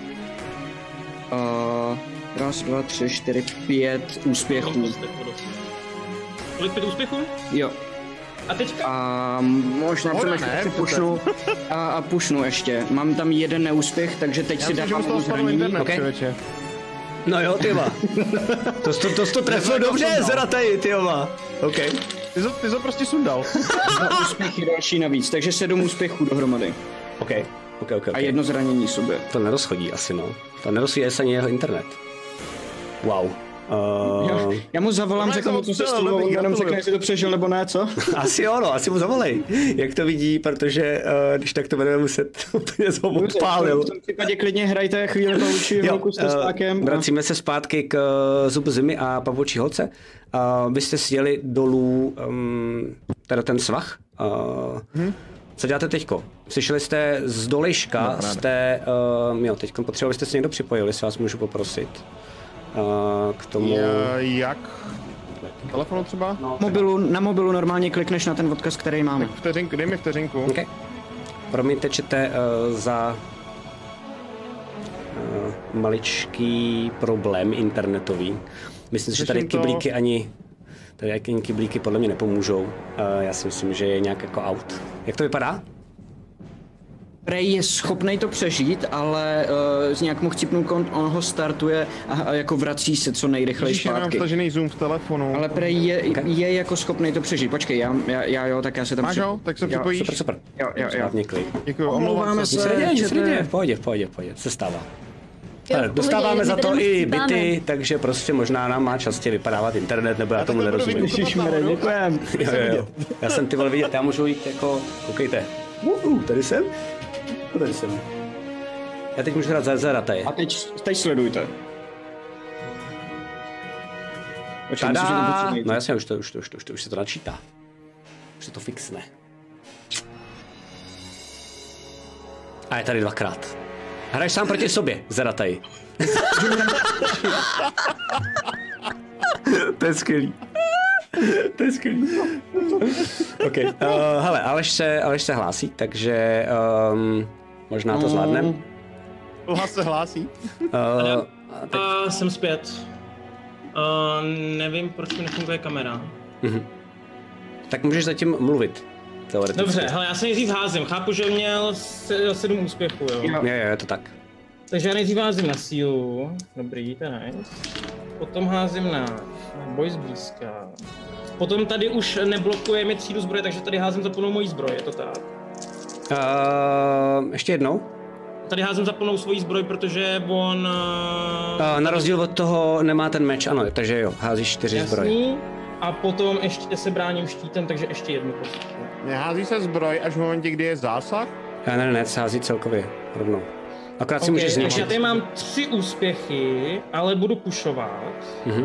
C: Uh, raz, dva, tři, čtyři, pět úspěchů.
E: Kolik pět úspěchů?
C: Jo.
E: A teďka?
C: A možná
B: Hoda,
C: přemýšlím,
B: ne?
C: že pušnu a, a pušnu ještě. Mám tam jeden neúspěch, takže teď
B: Já
C: si
B: myslím, že
C: dávám
B: mu z toho spadl
C: zranění.
B: internet,
A: Ok.
B: člověče.
A: No jo, tyva. To jsi to, to, to trefil dobře, Zarataji, tyva. OK.
B: Ty jsi, ty jsi prostě sundal.
C: Dva úspěchy další navíc, takže sedm úspěchů dohromady.
A: OK. OK, OK, OK.
C: A jedno zranění sobě.
A: To nerozchodí asi, no. To nerozchodí ani jeho internet. Wow. Uh,
C: Já, já mu zavolám,
B: Tohle
C: řeknu mu,
B: jsem
C: co se
B: odstřelil,
C: stalo,
B: dobrý,
C: on jenom
B: gratuluju.
C: řekne, jestli to přežil nebo ne, co?
A: asi jo, no, asi mu zavolej, jak to vidí, protože uh, když tak to budeme muset úplně znovu odpálil.
C: V tom případě klidně hrajte chvíli pavoučí holku s
A: eh,
C: testákem.
A: vracíme se zpátky k uh, zubu zimy a pavoučí holce. Uh, vy jste sjeli dolů um, teda ten svah. Uh, hmm. Co děláte teďko? Slyšeli jste z doliška,
B: No,
A: jste, uh, jo, teďko potřebovali jste se někdo připojil, jestli vás můžu poprosit. Uh, k tomu...
B: Je, jak? Telefonu třeba?
C: No, mobilu, na mobilu normálně klikneš na ten odkaz, který máme.
B: Tak vteřinku, dej mi vteřinku.
A: Okay. Promiňte, čete uh, za uh, maličký problém internetový. Myslím si, že tady
B: Řeším to.
A: kyblíky ani tady ani kyblíky podle mě nepomůžou. Uh, já si myslím, že je nějak jako out. Jak to vypadá?
C: Prej je schopný to přežít, ale uh, z nějak mu chcípnout, on, on ho startuje a, a jako vrací se co nejrychleji
B: Když mám
C: zpátky.
B: stažený zoom v telefonu.
C: Ale Prej je, je jako schopný to přežít. Počkej, já, já, já jo, tak já se tam...
B: Máš ho? Tak se
C: Jo,
B: připojíš.
A: Super, super.
C: Jo, jo, jo.
A: Hlavně klid.
B: Děkuju, omlouvám se.
A: Nic se neděje, nic se
C: čete-
A: neděje. V pohodě, v pohodě, v pohodě. Se stává.
D: Jo,
A: Ale
D: v
A: dostáváme
D: pohodě,
A: za
D: my
A: to
D: tady
A: i
D: musíme.
A: byty, takže prostě možná nám má častěji vypadávat internet, nebo já tomu
B: takhle budu
A: nerozumím.
B: vykupovat
C: Ježišmarja,
B: nahoru.
C: děkujem.
A: Jo, jo, jo. Já jsem ty vole vidět, já můžu jít jako, koukejte. Uh, tady jsem? No, tady jsem. Já teď můžu hrát za Zerataj.
C: A teď, teď sledujte. Počkej, myslím, že to
A: Tada!
C: potřebujete.
A: No jasně, už to, už to, už to, už to, už se to načítá. Už se to fixne. A je tady dvakrát. Hraješ sám proti sobě, Zerataj. To je skvělý. To je skvělý. OK. Uh, hele, Aleš se, Aleš se hlásí, takže um, možná to zvládneme.
B: Lha se hlásí.
A: Uh,
E: A jsem zpět. Uh, nevím, proč mi nefunguje kamera.
A: tak můžeš zatím mluvit. Teoreticky.
E: Dobře, hele, já se nejdřív házím. Chápu, že měl se- sedm úspěchů, jo.
A: Jo, jo, je to tak.
E: Takže já nejdřív házím na sílu. Dobrý, to je nice. Potom házím na, na boj zblízka. Potom tady už neblokuje mi třídu zbroje, takže tady házím za plnou mojí zbroj, je to tak.
A: Uh, ještě jednou.
E: Tady házím za plnou svoji zbroj, protože on...
A: Uh, na rozdíl od toho nemá ten meč, ano, takže jo, házíš čtyři zbroje.
E: Jasný. A potom ještě se bráním štítem, takže ještě jednu kostku.
B: Nehází se zbroj až v momentě, kdy je zásah?
A: Ne, ne, ne, se hází celkově, rovnou. Akorát si
E: Okay,
A: můžeš
E: takže já
A: zničit.
E: tady mám tři úspěchy, ale budu pušovat.
A: Mhm.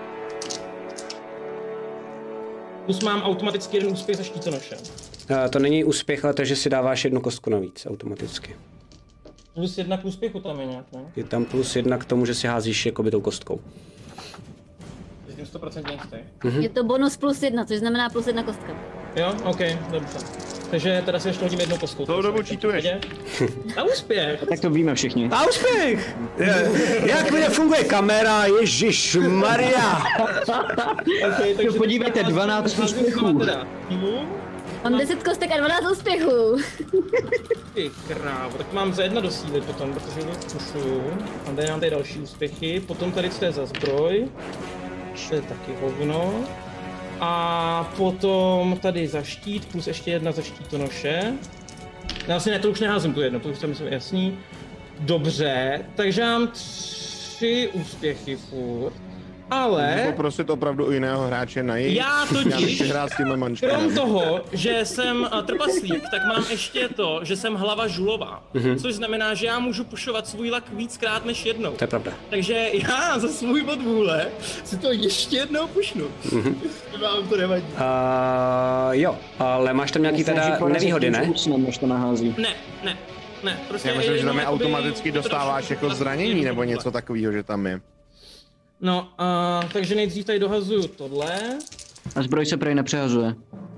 E: Plus mám automaticky jeden úspěch za štítonošem.
A: Uh, to není úspěch, ale to, že si dáváš jednu kostku navíc, automaticky.
E: Plus jedna k úspěchu tam je nějak, ne?
A: Je tam plus jedna k tomu, že si házíš jakoby tou kostkou.
E: Jsem sto procent jistý.
D: Je to bonus plus jedna, což znamená plus jedna kostka.
E: Jo, ok, dobře. Takže teda si ještě hodím jednou kostkou.
B: Celou dobu cheatuješ.
E: A úspěch!
C: Tak to víme všichni.
A: A úspěch! Jak mi nefunguje kamera, Ježíš Maria!
E: Okay, takže
C: podívejte,
E: teď
C: dvanáct
E: házím
C: úspěchů.
E: teda sílu.
D: Mám deset kostek a dvanáct úspěchů.
E: Ty krávo, tak mám za jedna do síly potom, protože to pušuju. A tady mám tady další úspěchy. Potom tady co je za zbroj. To je taky hovno. A potom tady za štít, plus ještě jedna za štítonoše. Já vlastně ne, to už neházím tu jedno, to už jsem myslím jasný. Dobře, takže mám tři úspěchy furt. Ale
B: Poprosit opravdu u jiného hráče na již.
E: já
B: Já
E: totiž,
B: nechci hrát s těma mančkami.
E: krom toho, že jsem eh, trpaslík, tak mám ještě to, že jsem hlava žulová. Mm-hmm. Což znamená, že já můžu pušovat svůj lak víckrát než jednou.
A: To je pravda.
E: Takže já za svůj bod vůle si to ještě jednou pušnu. Mm-hmm. Vám to nevadí.
A: Uh, jo, ale máš tam nějaký teda nevýhody, ne?
C: Než to nahází.
E: Ne, ne, ne, prostě
B: Já myslím, že
E: jenom
B: tam je
E: jakoby-
B: automaticky
E: je to
B: dostáváš
E: trošku-
B: jako zranění nebo něco takového, že tam je.
E: No, uh, takže nejdřív tady dohazuju tohle.
C: A zbroj se prej nepřehazuje.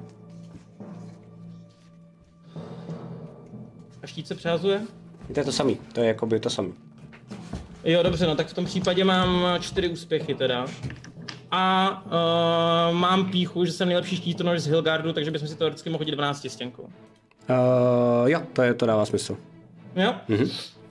E: A štít se přehazuje?
A: To je to samý, to je jakoby to samý.
E: Jo, dobře, no tak v tom případě mám čtyři úspěchy teda. A uh, mám píchu, že jsem nejlepší štítonož z Hilgardu, takže bychom si teoreticky mohli hodit dvanáct stěnkou.
A: Uh, jo, to, je, to dává smysl.
E: Jo?
A: Mhm.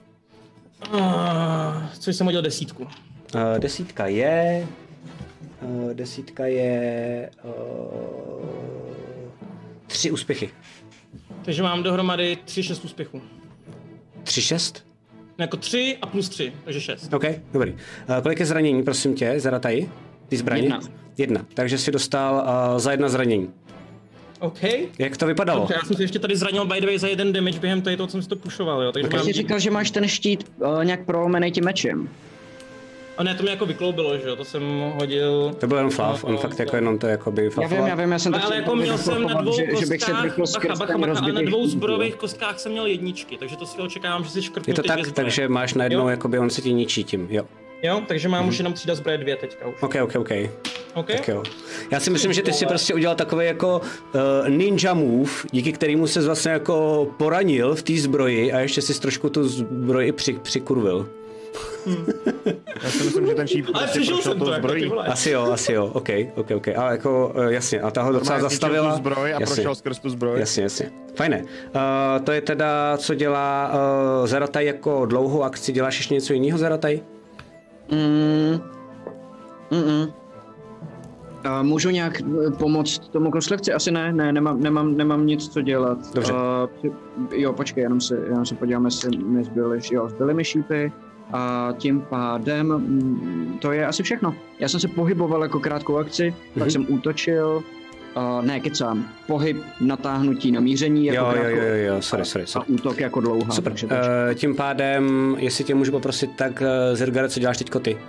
E: Uh, což jsem hodil desítku.
A: Uh, desítka je... Uh, desítka je... Uh, tři úspěchy.
E: Takže mám dohromady tři, šest úspěchů.
A: Tři, šest?
E: Jako tři a plus tři, takže šest.
A: OK, dobrý. Uh, kolik je zranění, prosím tě, Zerataj? Ty zbraně?
C: Jedna.
A: Jedna. Takže si dostal uh, za jedna zranění.
E: OK.
A: Jak to vypadalo?
E: Dobře, já jsem se ještě tady zranil by the way za jeden damage během toho, co jsem si to pušoval, jo, takže
C: Já
E: mám...
C: jsi říkal, že máš ten štít uh, nějak prolomený tím mečem.
E: A ne, to mě jako vykloubilo, že jo, to jsem hodil...
A: To byl jenom flav, on fakt jako jenom to jako by
C: Já vím, já vím, já jsem to
E: ale jako měl jsem na dvou
C: že, že bych se
E: kostkách,
C: trykl s
E: bacha, bacha,
C: krstem
E: bacha, ale na
C: rozbitých
E: dvou
C: kůží.
E: zbrojových kostkách jsem měl jedničky, takže to si očekávám, že si škrtnu
A: Je to
E: ty
A: tak,
E: dvě zbroje.
A: takže máš najednou,
E: Jo?
A: jakoby on se ti ničí tím, jo.
E: Jo, takže mám už jenom třída zbroje dvě teďka už.
A: OK, OK, OK.
E: OK?
A: Tak jo. Já si myslím, že ty si prostě udělal takový jako uh, ninja move, díky kterému se vlastně jako poranil v té zbroji a ještě si trošku tu zbroji při, přikurvil.
B: Já si myslím, že ten šíp
E: Ale
B: prostě
E: přežil
B: prošel
E: jsem to,
B: tou
E: jako ty
B: zbrojí.
E: vole.
A: Asi jo, asi jo, OK, OK, OK. Ale jako uh, jasně, a ta ho docela
B: Normálně zničil
A: zastavila.
B: tu zbroj a
A: jasně,
B: prošel skrz tu zbroj.
A: jasně, jasně. Fajné. Uh, to je teda, co dělá uh, Zerataj jako dlouhou akci. Děláš ještě něco jiného, Zerataj?
C: Mm. Mm-mm. Uh, můžu nějak eh, pomoct tomu koslivci? Asi ne, ne, nemám, nemám, nemám nic co dělat.
A: Dobře.
C: Uh, jo, počkej, jenom se, jenom se podívám, jestli mi zbyly, jo, zbyly mi šípy a tím pádem mm, to je asi všechno. Já jsem se pohyboval jako krátkou akci, mm-hmm. pak jsem útočil, uh, ne, kecám, pohyb, natáhnutí, namíření jako
A: Jo, jo,
C: krátkou
A: jo, jo, jo, sorry, sorry,
C: a
A: sorry.
C: útok jako dlouhá.
A: Super.
C: Takže to-
A: Uh, tím pádem, jestli tě můžu poprosit, tak uh, Zirgare, co děláš teďko ty?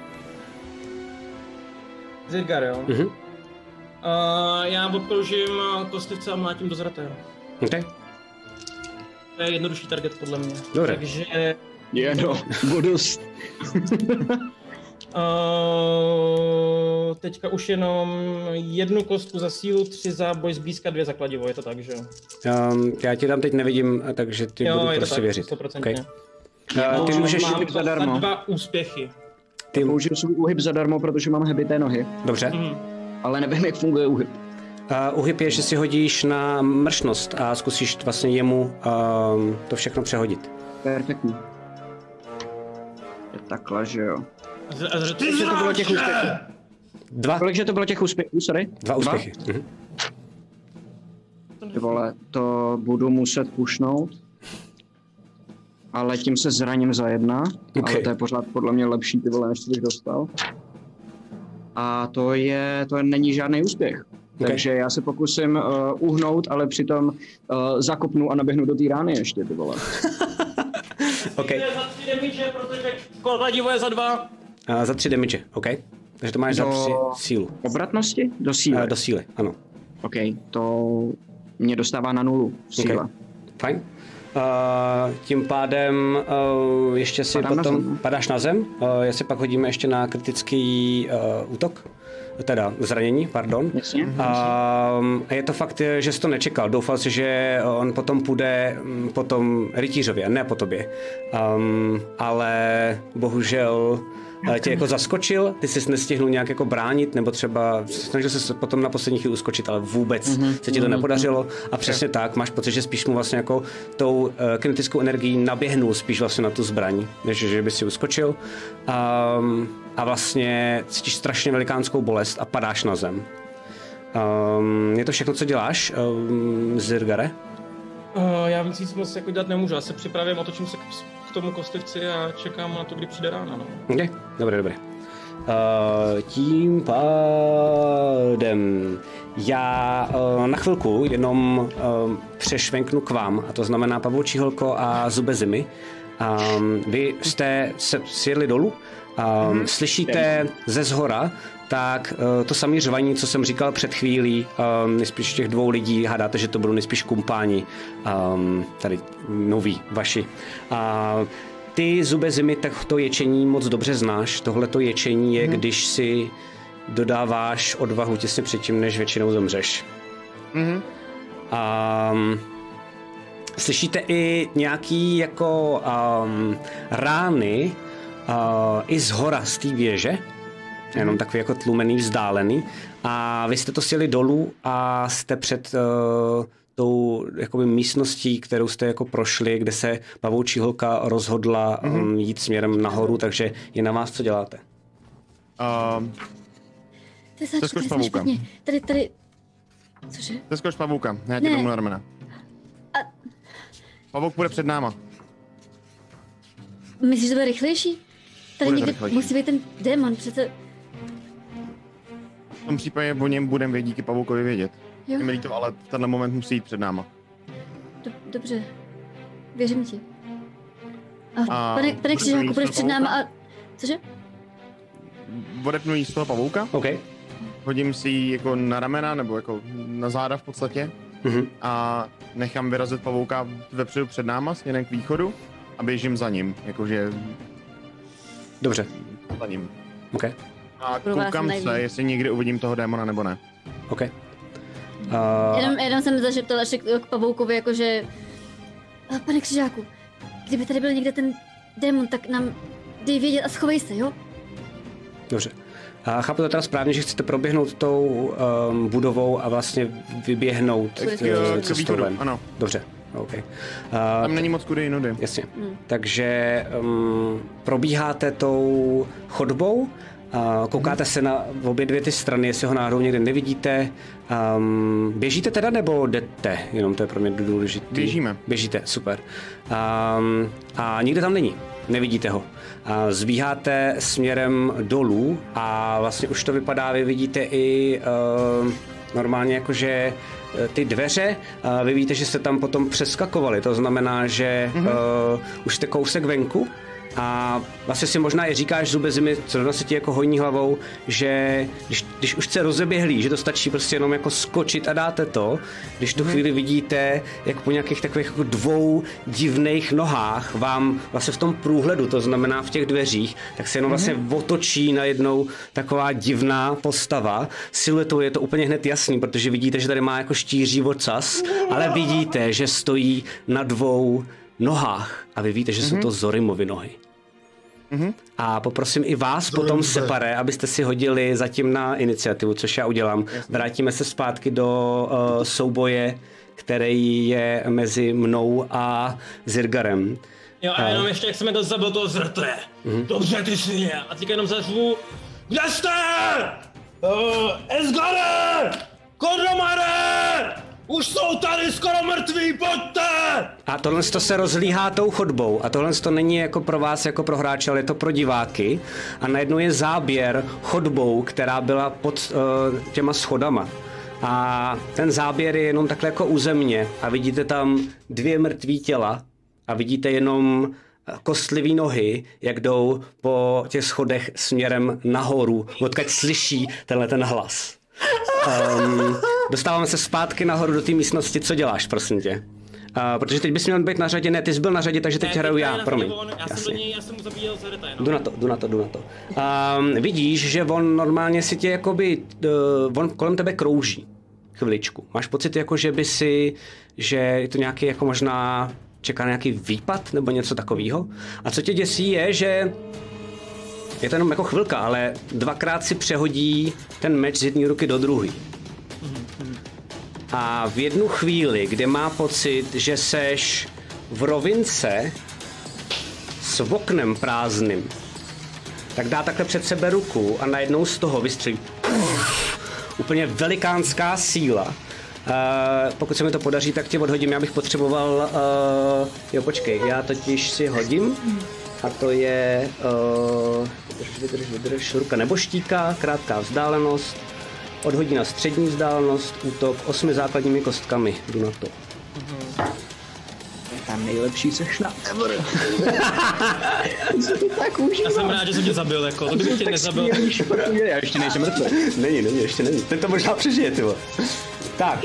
E: Zirgar, jo?
A: Mhm.
E: Uh, já obkroužím kostlivce a mlátím do zratého.
A: OK.
E: To je jednodušší target podle mě.
A: Dobré.
E: Takže
C: Je, no, vodost.
E: uh, teďka už jenom jednu kostku za sílu, tři za boj zblízka, dvě za kladivo, je to tak, že jo?
A: Um, já ti tam teď nevidím, takže ti
E: Jo,
A: budu
E: je to
A: prostě
E: tak,
A: věřit.
E: sto procent. Okay.
A: Uh, ty můžeš...
E: Mám
C: Mám
E: za
C: zadarmo.
E: dva úspěchy.
A: Ty...
C: Použiju svůj úhyb zadarmo, protože mám hebité nohy,
A: Dobře.
E: Mhm.
C: ale nevím, jak funguje úhyb.
A: Uh, uhyb je, že si hodíš na mršnost a zkusíš vlastně jemu um, to všechno přehodit.
C: Perfektní. Je takhle, že jo.
E: Z- a z-
C: Kolikže to bylo těch úspěchů?
A: Dva?
C: Kolikže to bylo těch úspěchů, sorry?
A: Dva úspěchy. Mhm.
C: Ty vole, to budu muset pušnout. Ale tím se zraním za jedna,
A: Ok.
C: ale to je pořád podle mě lepší, ty vole, než co bych dostal. A to je, to není žádný úspěch.
A: Ok.
C: Takže já se pokusím uh, uhnout, ale přitom uh, zakopnu a naběhnu do té rány ještě, ty vole.
A: OK.
E: To je za tři damage, protože kladivo je za dva.
A: Uh, za tři damage, OK. Takže to máš za
C: Do-
A: tři sílu.
C: Obratnosti? Do síly.
A: Uh, do síly, ano.
C: OK, to mě dostává na nulu v síle.
A: OK. Fajn. Uh, tím pádem uh, ještě si
C: Padám na
A: potom
C: zem.
A: padáš na zem, uh, jestli pak hodíme ještě na kritický uh, útok, teda zranění, pardon.
C: Jasně.
A: Um, a je to fakt, že jsi to nečekal. Doufal si, že on potom půjde mm, po tom rytířovi a ne po tobě. Um, ale bohužel uh, tě jako zaskočil, ty jsi nestihnul nějak jako bránit, nebo třeba snažil se potom na poslední chvíli uskočit, ale vůbec mm-hmm. se ti to nepodařilo. A přesně tak, máš pocit, že spíš mu vlastně jako tou uh, kinetickou energií naběhnul spíš vlastně na tu zbraň, než že by si uskočil. Um, a vlastně cítíš strašně velikánskou bolest a padáš na zem. Um, je to všechno, co děláš, um, Zirgare?
E: Uh, já víc nic moc jako dělat nemůžu, já se připravím, otočím se k, k tomu kostlivci a čekám na to, kdy přijde rána, no.
A: Okay. Dobré, dobré. Uh, tím pádem já uh, na chvilku jenom uh, přešvenknu k vám, a to znamená Pavoučí holko a Zubezimy. Um, vy jste se sjedli dolů, um, mm-hmm. slyšíte ze zhora tak uh, to samé řvaní, co jsem říkal před chvílí, um, nejspíš těch dvou lidí, hádáte, že to budou nejspíš kumpáni, um, tady noví, vaši. Uh, ty Zubezimy, tak to ječení moc dobře znáš. Tohleto ječení je, mm-hmm. když si dodáváš odvahu těsně předtím, než většinou zemřeš.
B: Mhm.
A: Um, slyšíte i nějaký jako um, rány uh, i z hora z té věže, jenom takový jako tlumený, vzdálený. A vy jste to sjeli dolů a jste před uh, tou jakoby místností, kterou jste jako prošli, kde se Pavoučí holka rozhodla mm-hmm. um, jít směrem nahoru, takže je na vás, co děláte.
B: Um,
D: To je
B: Zeskoč
D: začít
B: pavouka.
D: špatně. Tady, tady... Cože?
B: Zeskoč pavouka, já tě
D: Ne.
B: domů na ramena.
D: A-
B: Pavouk bude před náma.
D: Myslíš, že to bude rychlejší? Tady
B: Bude to
D: někde
B: rychlejší.
D: musí být ten démon, přece...
B: V tom případě o něm budeme vědět díky pavoukovi vědět.
D: Jo,
B: Je mi líto, ale v tenhle moment musí jít před náma.
D: do, dobře. Věřím ti. A,
B: A
D: pane, pane
B: bude to
D: Křižáku,
B: jít
D: budeš
B: do
D: před náma a... Cože?
B: odepnu jí z toho pavouka.
A: OK.
B: Hodím si ji jako na ramena, nebo jako na záda v podstatě.
A: Mhm.
B: A nechám vyrazit pavouka vepředu před náma, směrem k východu. A běžím za ním, jakože...
A: Dobře.
B: Za ním.
A: OK.
B: A
D: Pro vás
B: koukám
D: nejvíc.
B: se, jestli někdy uvidím toho démona nebo ne.
A: OK. Uh,
D: Jenom, jenom jsem zašeptala ještě k, k pavoukovi, jakože... "A, Pane křižáku, kdyby tady byl někde ten démon, tak nám dej vědět a schovej se, jo?
A: Dobře. A chápu to teda správně, že chcete proběhnout tou um, budovou a vlastně vyběhnout
D: K-
A: uh,
B: k
A: cestou
B: východu,
A: ven.
B: ano.
A: Dobře. OK. Uh,
B: Tam není moc kudy jinudy.
A: Jasně.
D: Hmm.
A: Takže um, probíháte tou chodbou, a koukáte se na obě dvě ty strany, jestli ho náhodou někde nevidíte. Um, běžíte teda nebo jdete? Jenom to je pro mě důležité.
B: Běžíme.
A: Běžíte, super. Um, a nikde tam není. Nevidíte ho. A zbíháte směrem dolů a vlastně už to vypadá, vy vidíte i uh, normálně jakože ty dveře, uh, vy víte, že jste tam potom přeskakovali, to znamená, že mm-hmm. uh, už jste kousek venku a vlastně si možná i říkáš zube zimy, co se ti jako honí hlavou, že když, když už jste rozeběhlí, že to stačí prostě jenom jako skočit a dáte to, když tu mm-hmm. chvíli vidíte, jak po nějakých takových jako dvou divných nohách vám vlastně v tom průhledu, to znamená v těch dveřích, tak se jenom mm-hmm. vlastně otočí najednou taková divná postava. Siluetou je to úplně hned jasný, protože vidíte, že tady má jako štíří ocas, ale vidíte, že stojí na dvou nohách a vy víte, že mm-hmm. jsou to Zorimovy nohy. Mm-hmm. A poprosím i vás potom separé, abyste si hodili zatím na iniciativu, což já udělám. Jasně. Vrátíme se zpátky do uh, souboje, který je mezi mnou a Zirgarem.
G: Jo a jenom ještě, jak jsem to zabil toho zrte. Mm-hmm. Dobře, ty svině. A teďka jenom zařvu. Kde jste? Uh, Esgare! Kordomare! Už jsou tady skoro mrtví, pojďte!
A: A tohle to se rozlíhá tou chodbou a tohle to není jako pro vás, jako pro hráče, ale je to pro diváky. A najednou je záběr chodbou, která byla pod uh, těma schodama. A ten záběr je jenom takhle jako územně a vidíte tam dvě mrtví těla a vidíte jenom kostlivý nohy, jak jdou po těch schodech směrem nahoru, odkud slyší tenhle ten hlas. Um, dostáváme se zpátky nahoru do té místnosti, co děláš, prosím tě? Uh, protože teď bys měl být na řadě, ne, ty jsi byl na řadě, takže teď hraju já, promiň.
G: Já jsem do něj, já jsem mu zabíjel zrta jenom.
A: Jdu na to, jdu na to, jdu na to. Um, vidíš, že on normálně si tě jakoby, uh, on kolem tebe krouží chviličku. Máš pocit jako, že by si, že je to nějaký jako možná, čeká nějaký výpad nebo něco takového. A co tě děsí je, že je to jenom jako chvilka, ale dvakrát si přehodí ten meč z jedné ruky do druhé. A v jednu chvíli, kdy má pocit, že seš v rovince s oknem prázdným, tak dá takhle před sebe ruku a najednou z toho vystřelí úplně velikánská síla. Uh, pokud se mi to podaří, tak tě odhodím, já bych potřeboval, uh, jo počkej, já totiž si hodím a to je, uh, vydrž, vydrž, vydrž, ruka neboštíka, krátká vzdálenost, odhodí na střední vzdálenost, útok osmi základními kostkami, jdu na to.
C: Tam nejlepší sešna ever. Tak
G: Já jsem rád, že jsem tě zabil, jako, to kdybych tě nezabil.
C: Já ještě nejsem mrtvý.
A: Není, není, ještě není. Ten to možná přežije, tyvo. Tak.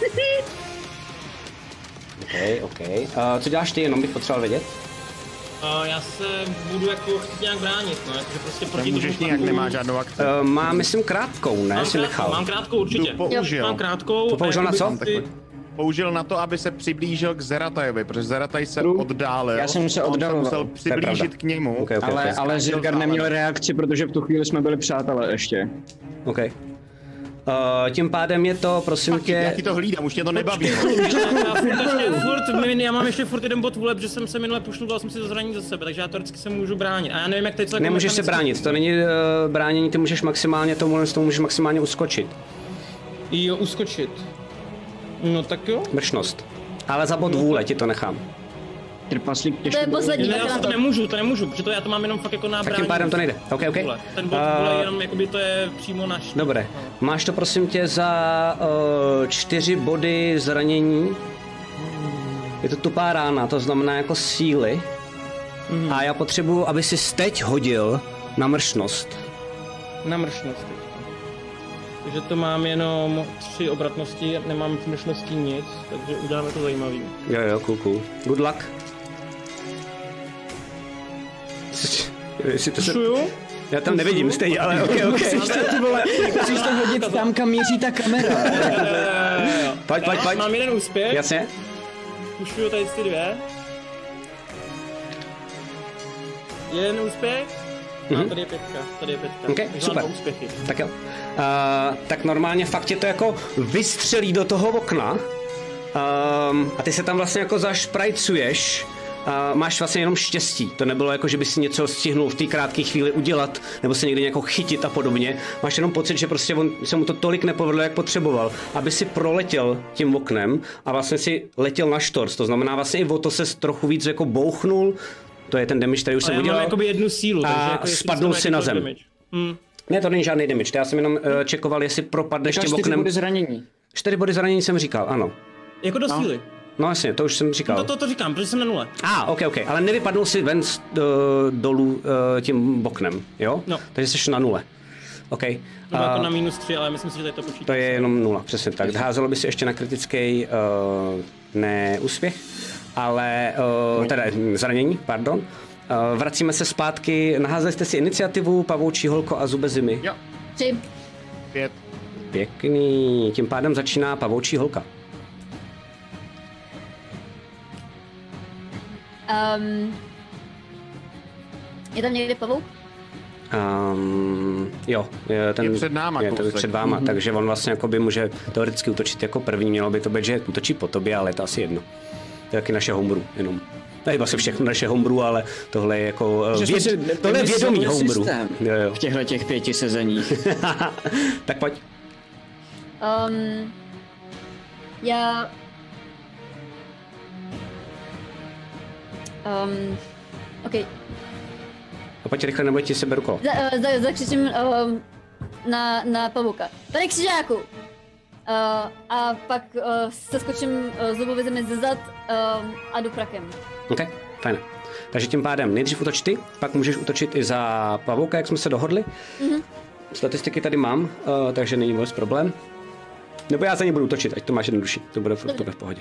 A: OK, OK. Uh, co děláš ty, jenom bych potřeboval vědět?
G: Uh, já se budu jako chtít nějak bránit, no, jakože prostě proti tomu
B: Nemůžeš nějak, nemá žádnou akci.
A: Uh, má, myslím, krátkou, ne?
G: Mám,
A: Si
G: krátkou,
A: nechal.
G: mám krátkou určitě.
B: Tu použil.
G: Mám krátkou.
A: To použil
G: a
A: na
G: jakoby
A: co?
G: Ty...
B: Použil na to, aby se přiblížil k Zeratajovi, protože Zerataj se oddálil.
C: Já jsem se
B: a on
C: oddaloval.
B: musel
A: pravda.
B: přiblížit k němu.
A: Okay, okay,
C: Ale,
A: okay.
C: ale Zirgar neměl reakci, protože v tu chvíli jsme byli přátelé ještě.
A: OK. Uh, tím pádem je to, prosím
B: Já
A: tě...
B: ti to hlídám, už mě to nebaví.
G: já, furt ještě, furt, já mám ještě furt jeden bod vůle, protože jsem se minule pušnul, dal jsem si to zranění za sebe, takže já teoreticky se můžu bránit. A já nevím, jak teď co jako
A: Nemůžeš se
G: mechanicky...
A: bránit, to není uh, bránění, ty můžeš maximálně tomu, tomu můžeš maximálně uskočit.
G: Jo, uskočit. No tak jo.
A: Mršnost. Ale za bod vůle ti to nechám.
C: Trpaslík
D: To
C: těžko
D: je poslední,
G: Ne,
D: tak
G: já
D: na
G: to
D: to.
G: nemůžu, to nemůžu, protože to já to mám jenom fakt jako na
A: Tak
G: brání.
A: tím pádem to nejde. OK, OK.
G: Vůle. Ten bod
A: Uh,
G: vůle jenom jakoby to je přímo naš.
A: Dobré. Máš to prosím tě za uh, čtyři body zranění. Je to tupá rána, to znamená jako síly. Mm. A já potřebuji, aby si teď hodil na mršnost.
E: na mršnost teďka. Takže to mám jenom tři obratnosti, nemám v mršnosti nic, takže uděláme to zajímavý.
A: Jo, jo, cool, cool. Good luck. Jestli to se... Já tam nevidím stejně, ale ok, ok.
C: Musíš to, ty vole, musíš to hodit tam, kam měří ta kamera.
A: Pojď, pojď, pojď.
E: Mám jeden úspěch.
A: Jasně.
E: Pušuju tady ty dvě. Jeden úspěch. A
A: Mhm.
E: tady je pětka, tady je pětka.
A: Ok,
E: Takže
A: super.
E: mám dva úspěchy.
A: Tak jo. Uh, tak normálně fakt tě to jako vystřelí do toho okna um, a ty se tam vlastně jako zašprajcuješ. Uh, máš vlastně jenom štěstí. To nebylo jako, že by si něco stihnul v té krátké chvíli udělat, nebo se někde nějakou chytit a podobně. Máš jenom pocit, že prostě on, se mu to tolik nepovedlo, jak potřeboval, aby si proletěl tím oknem a vlastně si letěl na štorc. To znamená vlastně i o to se trochu víc jako bouchnul. To je ten damage, který už
E: A
A: jsem
E: já
A: udělal.
E: mám jakoby jednu sílu, takže
A: A
E: jako jestli
A: spadnul
E: dostanu
A: si na
E: jakýkoliv
A: zem.
E: damage. Hmm.
A: Ne, to není žádný damage. Já jsem jenom uh, čekoval, jestli propadneš tím
C: čtyři
A: oknem.
C: body zranění.
A: Čtyři body zranění jsem říkal, ano.
E: Jako do síly.
A: No jasně, to už jsem říkal.
E: To, to, to říkám, protože jsem na nule.
A: A, ah, ok, ok, ale nevypadnul si ven z, uh, dolů uh, tím oknem, jo?
E: No.
A: Takže jsi na nule. Ok.
E: To bylo
A: A
E: jako na minus tři, ale myslím si, že tady to počítá.
A: to je jenom nula, přesně tak. Házelo by si ještě na kritický uh, neúspěch, ale, uh, teda hm, zranění, pardon. Uh, vracíme se zpátky, naházeli jste si iniciativu, pavoučí holko a zube zimy.
B: Jo,
D: Tři.
B: pět.
A: Pěkný, tím pádem začíná pavoučí holka.
D: Um, je tam někde pavouk?
A: Um, jo, je, ten,
B: Je před náma
A: je to
B: kousek.
A: před váma, mm-hmm. takže on vlastně jakoby může teoreticky útočit jako první, mělo by to být, že útočí po tobě, ale je to asi jedno. To je taky naše homebrew, jenom. To je vlastně všechno naše homebrew, ale tohle je jako
C: Že jsme
A: věd,
C: si
A: tohle je vědomý
C: vymysleli
A: homebrew.
C: systém
A: Jo, jo.
C: v těchto těch pěti sezeních.
A: Tak pojď.
D: Um, já... Um, OK.
A: A pojď rychle, nebo ti se beru kolo.
D: Za, uh, za, zakřičím um, na, na pavouka. Tady křižáku! Uh, a pak uh, se skočím uh, zubovi zemi ze zad um, a jdu prakem.
A: OK, fajn. Takže tím pádem nejdřív útoč ty, pak můžeš útočit i za pavouka, jak jsme se dohodli. Mm-hmm. Statistiky tady mám, uh, takže není vůbec problém. Nebo já za ně budu útočit, ať to máš jednodušší, to bude, to bude v pohodě.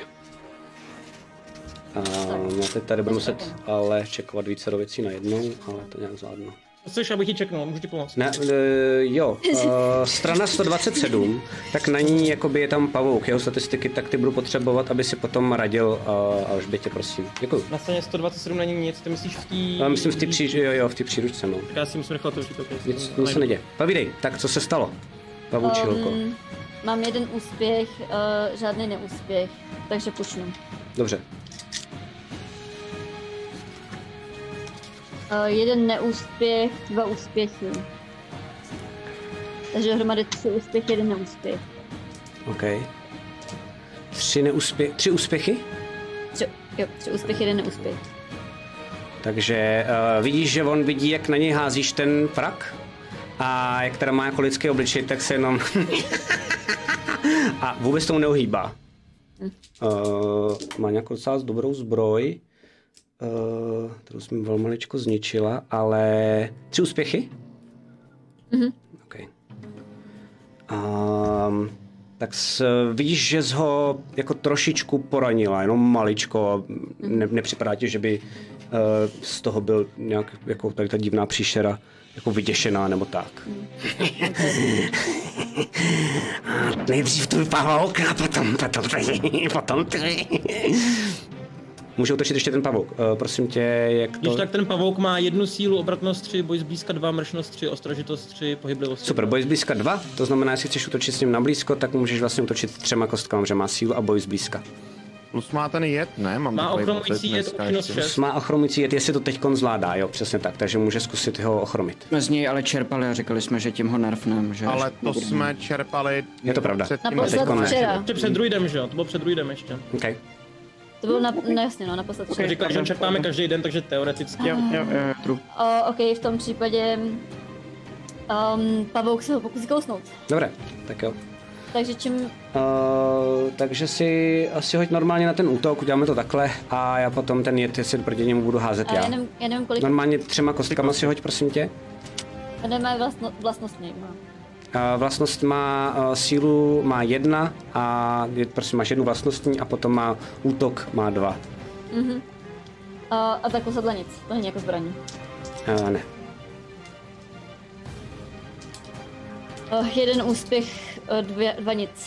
A: Uh, no teď tady budu muset ale čekovat více do věcí najednou, ale to nějak zvládnu.
E: Chceš, abych ti čeknul, můžu ti pomoct.
A: Ne, uh, jo, uh, strana sto dvacet sedm, tak na ní jakoby je tam pavouk, jeho statistiky, tak ty budu potřebovat, aby si potom radil uh, Alžbětě, prosím. Děkuju.
E: Na straně sto dvacet sedm není nic, ty myslíš v té...
A: Uh, myslím v té pří, jo, jo, v té příručce, no.
E: Tak já si musím nechat to určitě. Okay.
A: Nic, nic se neděje. Povídej, tak co se stalo? Pavoučí holko.
D: Um, mám jeden úspěch, uh, žádný neúspěch, takže počnu.
A: Dobře.
D: Uh, jeden neúspěch, dva úspěchy. Takže dohromady tři úspěchy, jeden neúspěch.
A: OK. Tři neúspěchy, tři úspěchy?
D: Tři, jo, tři úspěchy, jeden neúspěch.
A: Takže uh, vidíš, že on vidí, jak na něj házíš ten prak a jak teda má jako lidský obličej, tak se jenom a vůbec tomu neuhýbá. Uh, má nějakou docela dobrou zbroj, uh, kterou jsem mi velmi maličko zničila, ale tři úspěchy?
D: Mhm.
A: Okay. Um, tak s, vidíš, že jsi ho jako trošičku poranila, jenom maličko, ne, nepřipadá ti, že by uh, z toho byl nějak jako tady ta divná příšera jako vyděšená nebo tak. Nejdřív tvůj pavouk a potom, potom ty, potom ty. Může utočit ještě ten pavouk. Uh, prosím tě, jak to...
E: Když tak ten pavouk má jednu sílu, obratnost tři, boj zblízka dva, mršnost tři, ostražitost tři, pohyblivost.
A: Super, boj zblízka dva, to znamená, jestli chceš útočit s ním na blízko, tak můžeš vlastně útočit třema kostkama, že má sílu a boj zblízka.
B: Plus má ten jed, ne? Mám
E: Má
B: takový
E: ochromující
B: pocit
E: jed,
B: dneska
E: účinnost
B: ještě.
E: šest.
A: Má ochromující jed, jestli to teďkon zvládá, jo, přesně tak, takže může zkusit ho ochromit.
C: Jsme z něj ale čerpali a říkali jsme, že tím ho nerfnem, že?
B: Ale to jsme čerpali...
A: Je to pravda.
B: předtím,
D: Naposled
A: teďko ne.
D: včera.
E: Ještě před druidem, že jo? To bylo před druidem ještě.
A: Okay.
D: To bylo na, no jasně, no, naposled
E: Jsem
D: včera.
E: říkal, že čerpáme každý den, takže teoreticky.
C: Jo, jo, jo, true.
D: O, OK, v tom případě um, pavouk se ho pokusí kousnout.
A: Dobré, tak jo.
D: Takže čím...
A: Uh, takže si asi hoď normálně na ten útok, uděláme to takhle a já potom ten jed, jestli proti němu budu házet
D: A já
A: já.
D: nevím, já nevím kolik...
A: Normálně třema kostkama si hoď, prosím tě.
D: Nemá vlastno, vlastnostně. Má.
A: Uh, vlastnost má uh, sílu, má jedna a je, prostě máš jednu vlastnostní a potom má útok, má dva.
D: Mhm. Uh, a tak posadla nic, to není jako zbraní.
A: Uh, ne.
D: Uh, jeden úspěch, uh, dvě, dva nic.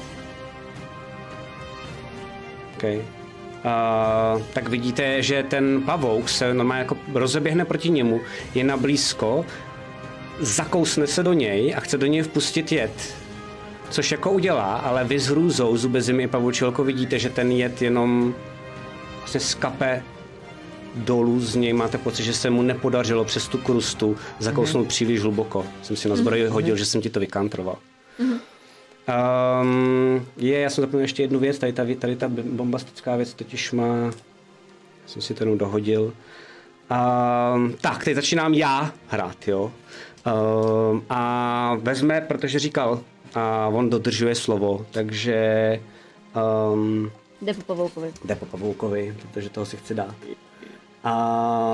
A: Okay. Uh, tak vidíte, že ten pavouk se normálně jako rozeběhne proti němu, je na blízko, zakousne se do něj a chce do něj vpustit jed. Což jako udělá, ale vy s hrůzou zubezimy i pavoučilko vidíte, že ten jed jenom vlastně skape dolů z něj. Máte pocit, že se mu nepodařilo přes tu krustu zakousnout mm-hmm. příliš hluboko. Jsem si na zbroj mm-hmm. hodil, že jsem ti to vykantroval. Mm-hmm. Um, je, já jsem zapomněl ještě jednu věc, tady ta, tady ta bombastická věc totiž má, jsem si to jenom dohodil. Um, tak, teď začínám já hrát, jo. Um, a vezme, protože říkal, a on dodržuje slovo, takže um,
D: jde po pavoukovi.
A: Jde po pavoukovi, protože toho si chci dát. A,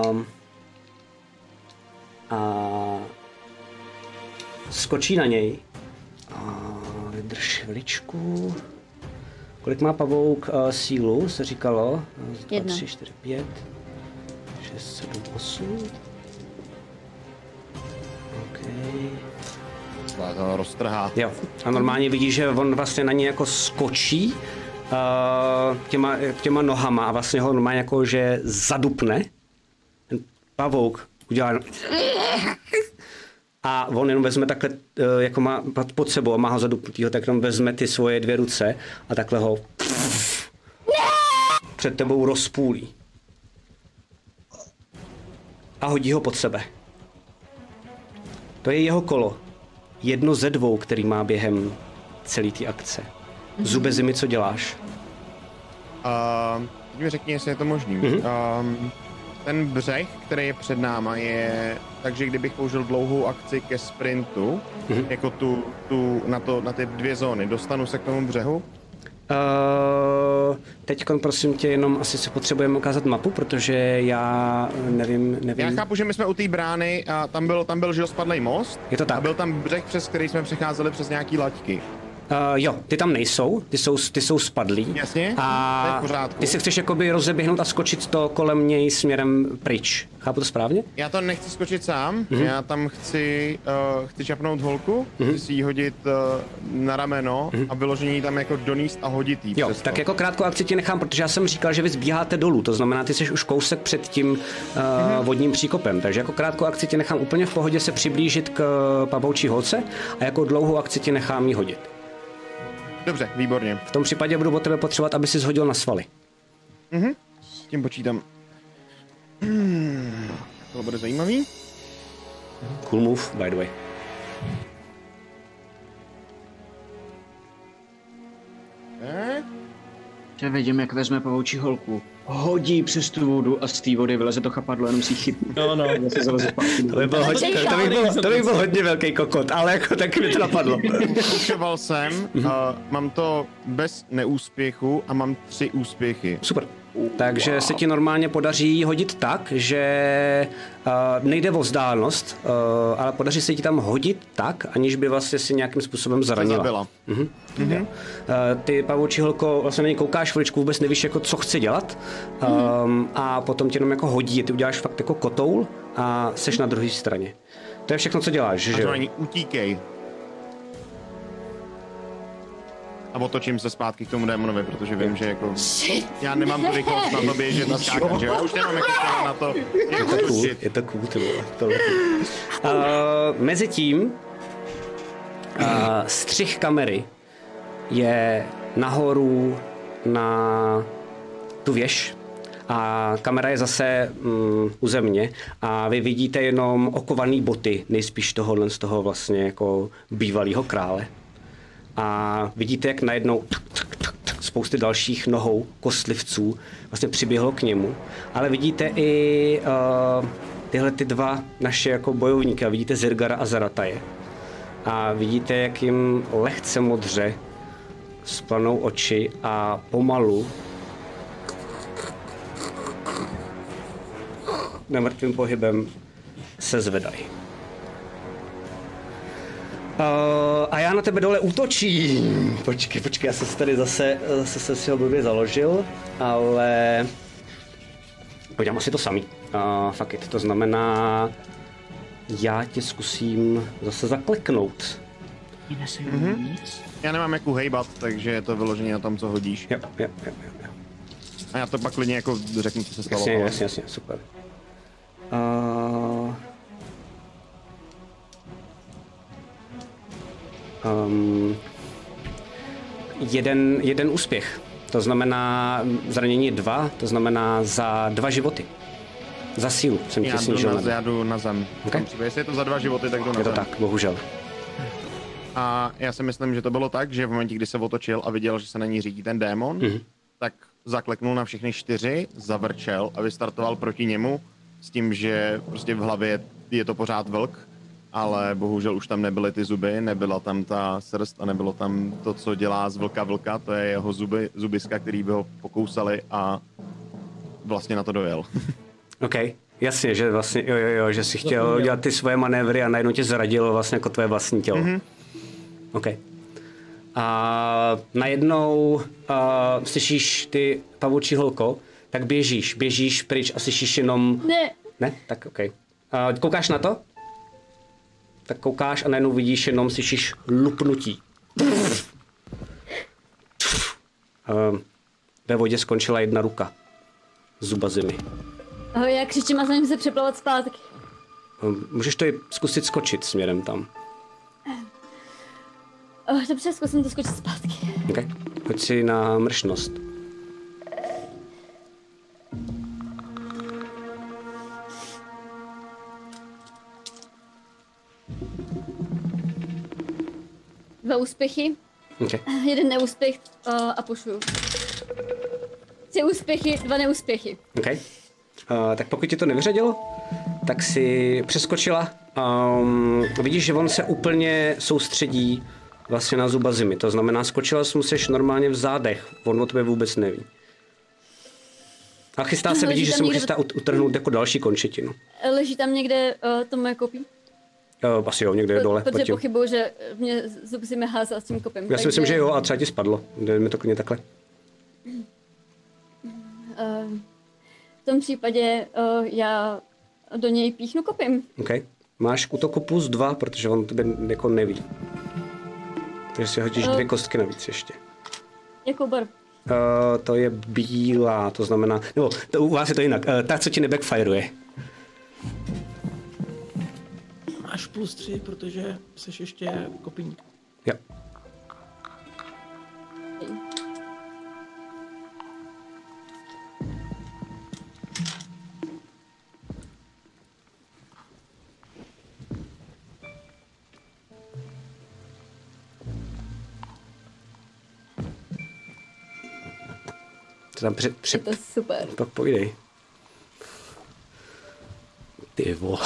A: a skočí na něj. A vydrž chviličku. Kolik má pavouk uh, sílu, se říkalo? dva, tři, čtyři, pět, šest, sedm, osm. Okay.
B: To roztrhá.
A: Jo. A normálně vidíš, že on vlastně na něj jako skočí uh, těma, těma nohama a vlastně ho normálně jako, že zadupne. Ten pavouk udělá a on jenom vezme takhle, jako má pod sebou a má ho zadupnutýho, tak jenom vezme ty svoje dvě ruce a takhle ho před tebou rozpůlí. A hodí ho pod sebe. To je jeho kolo. Jedno ze dvou, který má během celé té akce. Zubezimy, co děláš?
B: Uh, teď mi řekni, jestli je to možný. Mm-hmm. Um, ten břeh, který je před náma, je takže kdybych použil dlouhou akci ke sprintu, mm-hmm. jako tu, tu na, to, na ty dvě zóny, dostanu se k tomu břehu?
A: Uh, teďkon prosím tě, jenom asi si potřebujeme ukázat mapu, protože já nevím, nevím.
B: Já chápu, že my jsme u té brány a tam byl, tam byl, že spadlej most.
A: Je to tak.
B: A byl tam břeh, přes který jsme přecházeli přes nějaký laťky.
A: Uh, jo, ty tam nejsou, ty jsou, ty jsou spadlí.
B: Jasně,
A: a
B: to je v pořádku.
A: Ty se chceš jakoby rozeběhnout a skočit to kolem něj směrem pryč. Chápu to správně?
B: Já to nechci skočit sám, mm-hmm. já tam chci, uh, chci čapnout holku, mm-hmm. chci si ji hodit uh, na rameno mm-hmm. a vyložení tam jako doníst a hodit jí.
A: Jo, tak jako krátkou akci ti nechám, protože já jsem říkal, že vy zbíháte dolů, to znamená, ty jsi už kousek před tím uh, mm-hmm. vodním příkopem, takže jako krátkou akci ti nechám úplně v pohodě se přiblížit k pavoučí holce a jako dlouhou akci ti nechám jí hodit.
B: Dobře, výborně.
A: V tom případě budu od tebe potřebovat, aby si shodil na svaly.
B: Mhm, s tím počítám. Hmm, to bude zajímavý.
A: Cool move, by the way.
B: Eh?
C: Já vidím, jak vezme pavoučí holku, hodí přes tu vodu a z té vody vyleze to chapadlo, jenom si chytí.
H: No, no.
A: To by byl hodně, to by byl, to by byl hodně velký kokot, ale jako taky mi to napadlo.
B: Zkoušoval jsem, uh, mám to bez neúspěchu a mám tři úspěchy.
A: Super. Takže wow. se ti normálně podaří hodit tak, že uh, nejde o vzdálenost, uh, ale podaří se ti tam hodit tak, aniž by vlastně si nějakým způsobem zranila. Mhm. Mhm. Uh, ty pavoučí holko vlastně na něj koukáš chviličku, vůbec nevíš, jako, co chce dělat um, a potom tě jenom jako hodí, ty uděláš fakt jako kotoul a seš na druhé straně. To je všechno, co děláš, že jo?
B: A to není utíkej. A otočím se zpátky k tomu démonovi, protože vím, že jako... Já nemám tu rychlost na to běžet na skákat, že jo? Já už nemám jako na to...
A: Je to cool, je to cool, ty vole. Tohle. Uh, mezi tím uh, střih kamery je nahoru na tu věž a kamera je zase um, u země a vy vidíte jenom okovaný boty, nejspíš tohohle z toho vlastně jako bývalého krále. A vidíte, jak najednou tak, tak, tak, tak, spousty dalších nohou kostlivců vlastně přiběhlo k němu. Ale vidíte i uh, tyhle ty dva naše jako bojovníky. Vidíte Zirgara a Zarataje. A vidíte, jak jim lehce modře splanou oči a pomalu nemrtvým pohybem se zvedají. a já na tebe dole útočím. Počkej, počkej, já jsem se tady zase, zase jsem si ho blbě založil, ale udělám asi to samý. Uh, fuck it, to znamená, já tě zkusím zase zakleknout.
B: Mm-hmm. Já nemám jakou hejbat, takže je to vyloženě na tom, co hodíš.
A: Jo, jo, jo, jo.
B: A já to pak klidně jako řeknu, co se stalo.
A: Jasně, jasně, jasně, super. Uh, um, jeden, jeden úspěch, to znamená zranění dva, to znamená za dva životy. Za sílu jsem
B: já
A: ti snížil.
B: Na, já jdu na zem.
A: Okay.
B: Jestli je to za dva životy, tak jdu na
A: je to
B: zem.
A: tak, bohužel.
B: A já si myslím, že to bylo tak, že v momentě, kdy se otočil a viděl, že se na ní řídí ten démon, mm-hmm. tak zakleknul na všechny čtyři, zavrčel a vystartoval proti němu s tím, že prostě v hlavě je to pořád vlk, ale bohužel už tam nebyly ty zuby, nebyla tam ta srst a nebylo tam to, co dělá z vlka vlka, to je jeho zuby, zubiska, který by ho pokousali a vlastně na to dojel.
A: OK, jasně, že vlastně, jo, jo, jo, že jsi chtěl dělat ty svoje manévry a najednou tě zradilo vlastně jako tvoje vlastní tělo. Mm-hmm. OK. A najednou uh, slyšíš ty pavoučí holko, tak běžíš, běžíš pryč a slyšíš jenom...
D: Ne.
A: Ne? Tak OK. Uh, koukáš na to? Tak koukáš a najednou vidíš jenom, slyšíš lupnutí. Uh, ve vodě skončila jedna ruka. Zuba zimy.
D: Ahoj, já křičím a za ním se přeplavat zpátky.
A: Uh, můžeš to i zkusit skočit směrem tam.
D: Oh, dobře, zkusím to skočit zpátky.
A: OK. Hoď si na mršnost.
D: Dva úspěchy.
A: Okay.
D: Jeden neúspěch uh, a pušuju. Tři úspěchy, dva neúspěchy.
A: OK. Uh, tak pokud ti to nevyřadilo, tak si přeskočila. Um, vidíš, že on se úplně soustředí vlastně na zuba zimy. To znamená, skočila jsi mu seš normálně v zádech. On o tebe vůbec neví. A chystá se, vidíš, že se mu chystá utrhnout jako další končetinu.
D: Leží tam někde uh, to moje kopí?
A: Uh, asi jo, někde je dole.
D: Protože pochybuju, že mě zub zimy házal s tím kopem.
A: Já si myslím, že jo, a třeba ti spadlo. Jde mi to klidně takhle.
D: Uh, v tom případě uh, já do něj píchnu kopím.
A: OK. Máš k útoku plus dva, protože on tebe jako neví. Takže si hodíš uh, dvě kostky navíc ještě.
D: Jakou barvu?
A: Uh, to je bílá, to znamená, nebo to, u vás je to jinak, uh, ta, co ti nebackfireuje.
G: Máš plus tři, protože jsi ještě kopíník.
A: Jo. Tam při, při...
D: Je to super.
A: Pak pojdej. Ty vole.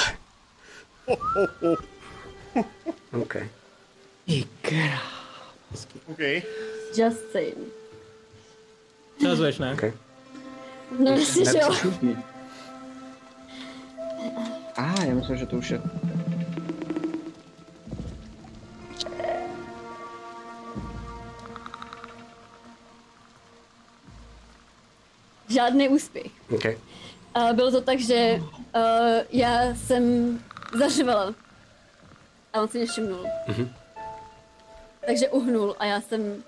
A: OK.
G: Ty krásky.
B: OK.
D: Just saying.
E: Přehazuješ, ne?
A: Okay.
D: No jasně, že jo.
C: A, ah, já myslím, že to už je...
D: Žádný úspěch.
A: Okay.
D: Uh, bylo to tak, že uh, já jsem zařvala a on si mě všimnul. Mm-hmm. Takže uhnul a já jsem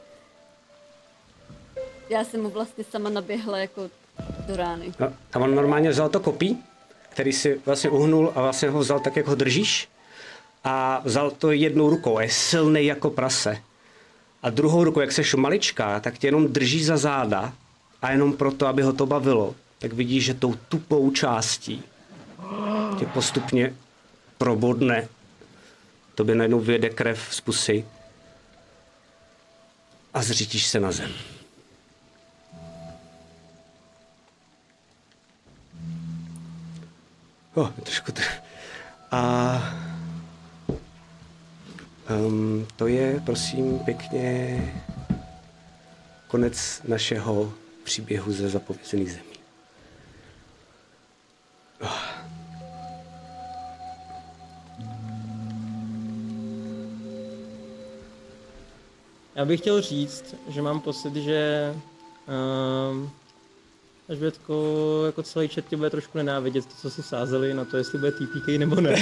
D: já jsem mu vlastně sama naběhla jako do rány.
A: No, a on normálně vzal to kopí, který si vlastně uhnul a vlastně ho vzal tak, jak ho držíš a vzal to jednou rukou a je silný jako prase. A druhou rukou, jak seš maličká, tak tě jenom drží za záda a jenom proto, aby ho to bavilo, tak vidíš, že tou tupou částí tě postupně probodne. Tobě najednou vyjede krev z pusy a zřítíš se na zem. Oh, trošku to... A... Um, to je, prosím, pěkně konec našeho příběhu ze zapovězených zemí. Oh.
E: Já bych chtěl říct, že mám pocit, že um, Alžbětko, jako celý chat tě bude trošku nenávidět, to, co si sázeli na to, jestli bude T P K nebo ne.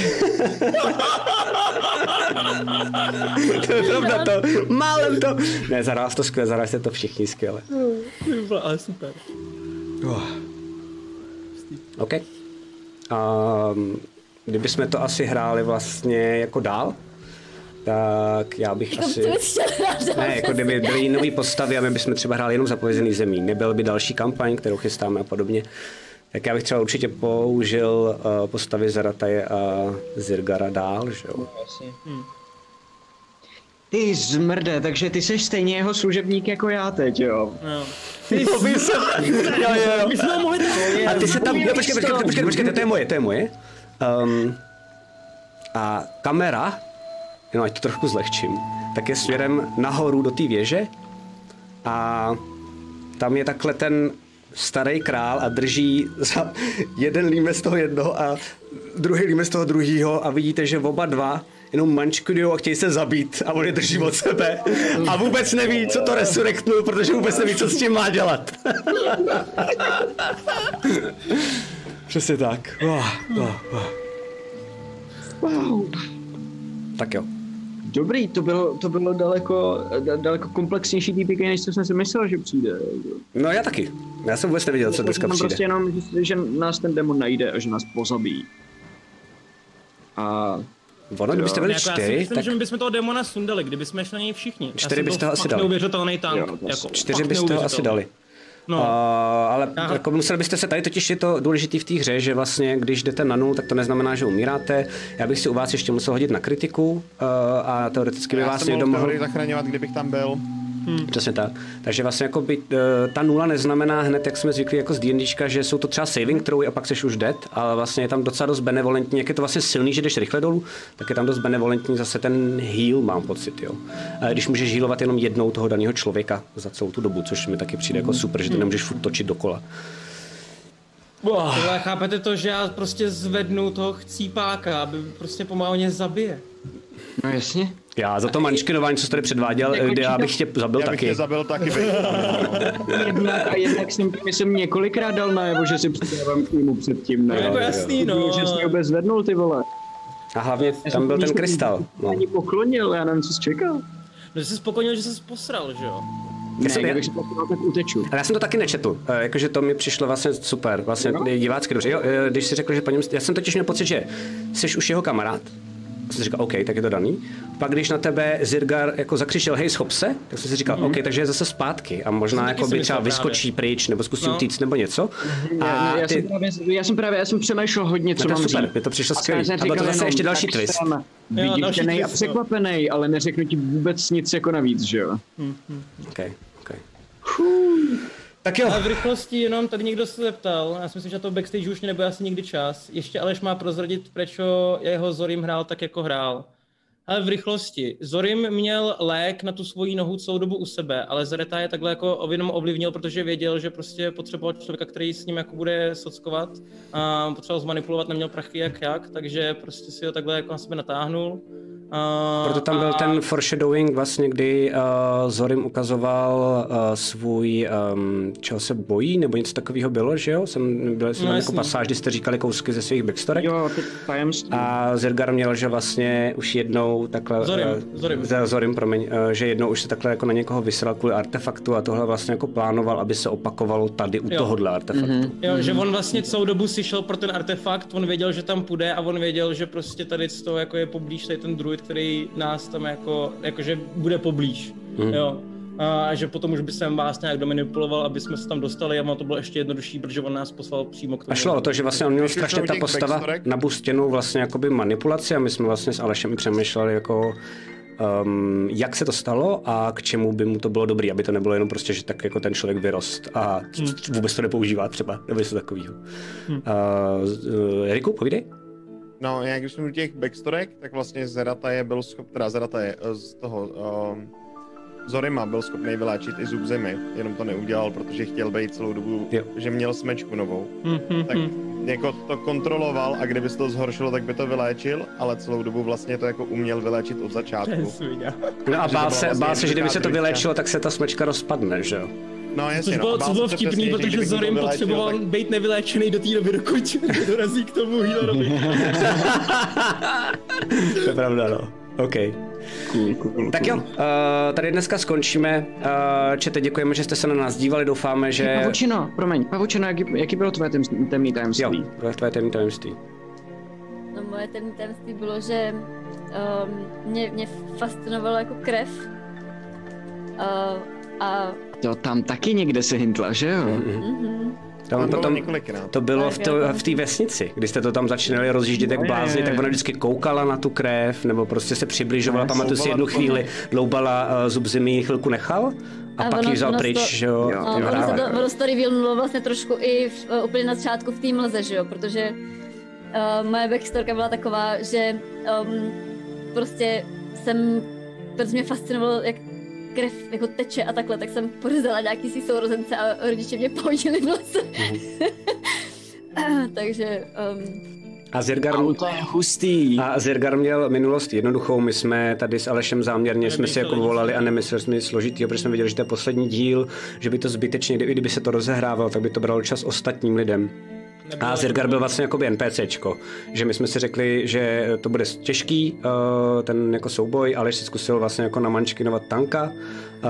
A: To je pravda to, málem to. Ne, zahrál to skvěle, zahrál jste to všichni skvěle.
E: No, ale super.
A: Oh. OK. Um, kdybychom to asi hráli vlastně jako dál, tak já bych asi... Ne, jako kdyby byly nové postavy a my bychom třeba hráli jenom Zapovězený zemí, nebyl by další kampaň, kterou chystáme a podobně, tak já bych třeba určitě použil uh, postavy Zarataje a Zirgara dál, že jo?
C: Hmm. Ty zmrde, takže ty jsi stejně jeho služebník jako já teď, jo?
E: No.
A: Ty jsi... Jo, jo, jo. A ty se tam... Jo, počkej, počkej, počkej, počkej, to je moje, to je moje. Um, a kamera, no ať to trošku zlehčím, tak je směrem nahoru do té věže a tam je takhle ten starý král a drží za jeden límec z toho jednoho a druhý límec z toho druhýho a vidíte, že oba dva jenom mančkujou a chtějí se zabít a on je drží od sebe a vůbec neví, co to resurrektnul, protože vůbec neví, co s tím má dělat. Přesně tak. Wow, wow, wow.
C: Wow.
A: Tak jo.
C: Dobrý, to bylo, to bylo daleko, daleko komplexnější T P K, než co jsem si myslel, že přijde.
A: No já taky. Já jsem vůbec nevěděl, co dneska přijde.
C: Prostě jenom, že, že nás ten démon najde a že nás pozabíjí. A...
A: Ono, kdybyste byli
E: jako
A: čtyři,
E: já si myslím,
A: tak...
E: že my bychom toho démona sundali, kdybychme šli na něj všichni.
A: Čtyři byste ho asi dali.
E: Neuvěřitelný tank.
C: Jo,
E: jako,
A: čtyři byste ho asi dali.
E: No.
A: Uh, ale jako museli byste se tady, totiž je to důležitý v té hře, že vlastně když jdete na nul, tak to neznamená, že umíráte. Já bych si u vás ještě musel hodit na kritiku uh, a teoreticky by vás někdo mohl...
B: zachraňovat, kdybych tam byl.
A: Hmm. Přesně tak. Takže vlastně jako by, uh, ta nula neznamená hned, jak jsme zvyklí jako z D&Dčka, že jsou to třeba saving throwy a pak seš už dead, ale vlastně je tam docela dost benevolentní, jak je to vlastně silný, že jdeš rychle dolů, tak je tam dost benevolentní zase ten heal, mám pocit, jo. A když můžeš healovat jenom jednou toho daného člověka za celou tu dobu, což mi taky přijde jako super, že ty nemůžeš furt točit dokola.
E: Wow. Tohle, chápete to, že já prostě zvednu toho chcípáka, aby prostě pomalu mě zabije.
C: No jasně.
A: Já za to mančkinování, co jsi tady předváděl, kdy já bych tě zabil
B: já
A: taky.
B: Já bych tě zabil taky.
C: Jednak a jednak jsem tím jsem několikrát dal najevo, že si přidávám k týmu předtím.
E: No, jako jasný, no.
C: Že jsi mě vůbec zvednul, ty vole.
A: A hlavně tam byl ten krystal.
C: No. Ani poklonil, já nevím, co jsi čekal.
E: No, jsi spokonil, že jsi posral, že jo?
C: Ne, kdybych si posral, tak uteču.
A: Ale já jsem to taky nečetl, e, jakože to mi přišlo vlastně super, vlastně no. divácky dobře. Jo, e, když si řekl, že po něm, já jsem totiž měl pocit, že jsi už jeho kamarád, jsem si říkal, OK, tak je to daný. Pak když na tebe Zirgar jako zakřičel, hej, schop se, tak jsem si říkal, mm-hmm. OK, takže je zase zpátky a možná jako by třeba vyskočí právě pryč, nebo zkusí no. utíct, nebo něco.
C: A ne, já, ty... jsem právě, já jsem právě, já jsem přemýšlel hodně, co
A: no
C: mám
A: super,
C: říct.
A: mi to přišlo skvělý. A bylo to zase ještě další twist.
C: Vyděšenej a překvapenej, ale neřeknu ti vůbec nic jako navíc, že jo?
E: Mm-hmm.
A: OK, OK.
C: Fuh.
A: Tak jo.
E: A v rychlosti jenom tady někdo se zeptal, já si myslím, že to backstage už nebude asi nikdy čas. Ještě Aleš má prozradit, proč jeho Zorim hrál tak, jako hrál. Ale v rychlosti. Zorim měl lék na tu svoji nohu celou dobu u sebe, ale Zareta je takhle jako jenom ovlivnil, protože věděl, že prostě potřeboval člověka, který s ním jako bude sockovat a potřeboval zmanipulovat, neměl prachy jak jak, takže prostě si ho takhle jako na sebe natáhnul.
A: Uh, Proto tam byl a... ten foreshadowing vlastně, kdy uh, Zorim ukazoval uh, svůj, um, čeho se bojí, nebo něco takového bylo, že jo? Jsem byl jsem no, jako pasáž, kdy jste říkali kousky ze svých backstorek.
C: Jo, to tajemství.
A: A Zirgar měl, že vlastně už jednou takhle...
E: Zorim,
A: uh,
E: Zorim.
A: Zorim, promiň, uh, že jednou už se takhle jako na někoho vysral kvůli artefaktu a tohle vlastně jako plánoval, aby se opakovalo tady u jo. tohohle artefaktu.
E: Mm-hmm. Jo, že on vlastně celou dobu si šel pro ten artefakt, on věděl, že tam půjde a on věděl, že prostě tady z toho jako je poblíž tady ten druid, který nás tam jako, jakože bude poblíž, mm. jo. A že potom už by jsem vás nějak domanipuloval, aby jsme se tam dostali a ono to bylo ještě jednodušší, protože on nás poslal přímo k tomu.
A: A šlo o to, že vlastně on měl strašně ta postava nabustěnou vlastně jakoby manipulaci a my jsme vlastně s Alešem přemýšleli jako um, jak se to stalo a k čemu by mu to bylo dobrý, aby to nebylo jenom prostě, že tak jako ten člověk vyrost a hmm. vůbec to nepoužívá třeba, nebo něco takového. Hmm. Uh, Eriku, povídej?
B: No, jak když jsme u těch backstorek, tak vlastně Zarataje byl schopný, teda Zarataje z toho um, Zorima byl schopný vyléčit i zub zemi, jenom to neudělal, protože chtěl být celou dobu, jo. že měl smečku novou. Mm-hmm. Tak jako to kontroloval a kdyby se to zhoršilo, tak by to vyléčil, ale celou dobu vlastně to jako uměl vyléčit od začátku.
A: No a bál se,
B: vlastně
A: bál se, že kdyby se to vyléčilo, tak se ta smečka rozpadne, že jo?
B: No jasně,
G: Což
B: no.
G: bylo,
B: Bál
G: co bylo
B: se
G: vtipný,
B: přesně, že
G: protože
B: kdyby
G: Zorim
B: to vyléčil,
G: potřeboval
B: tak-
G: být nevyléčený do té doby, dokud dorazí k tomu healerovi.
A: To je pravda, no. OK.
C: Cool, cool, cool.
A: Tak jo, uh, tady dneska skončíme. Uh, čete, děkujeme, že jste se na nás dívali, doufáme, že...
C: Pavučino, promiň, Pavučino, jaký, jaký bylo tvoje tem- temný tajemství?
A: Jo, to je tvoje temný tajemství.
D: No moje temné tajemství bylo, že um, mě, mě fascinovalo jako krev. Uh, a...
C: To tam taky někde se hintla, že jo?
A: Mm-hmm.
D: Mm-hmm.
A: Tam
B: To bylo
A: potom,
B: několikrát.
A: to bylo v,
D: Tak,
A: to,
D: jako-
A: v té vesnici, když jste to tam začínali rozjíždět jak
C: No, je,
A: blázni,
C: je,
A: tak
C: je.
A: ona vždycky koukala na tu krev, nebo prostě se přibližovala,
C: No,
A: pamatuju si jednu
B: dlouvala
A: chvíli, dloubala uh, zub zemi, chvilku nechal a,
D: A
A: pak
D: ono-
A: ji vzal
D: ono
A: pryč,
D: to-
A: že jo,
C: Jo,
A: a
D: No,
A: ty
D: ono se
A: hrála.
D: to, ono se to revealnulo vlastně trošku i v, uh, úplně na začátku v té mlze, že jo, protože uh, moje backstorka byla taková, že um, prostě jsem, protože mě fascinovalo, jak krev jako teče a takhle, tak jsem podezala nějaký si sourozence a rodiče mě pohodili v lese. Takže um,
A: A Zirgar,
C: Au, to je hustý.
A: a Zirgar měl minulost jednoduchou, my jsme tady s Alešem záměrně jsme si jako volali a nemysleli jsme nic složitýho, protože jsme viděli, že to je poslední díl, že by to zbytečně, kdyby, kdyby se to rozehrávalo, tak by to bralo čas ostatním lidem. A Zirgar byl vlastně jakoby NPCčko, že my jsme si řekli, že to bude těžký, uh, ten jako souboj, Aleš si zkusil vlastně jako namančkinovat tanka uh,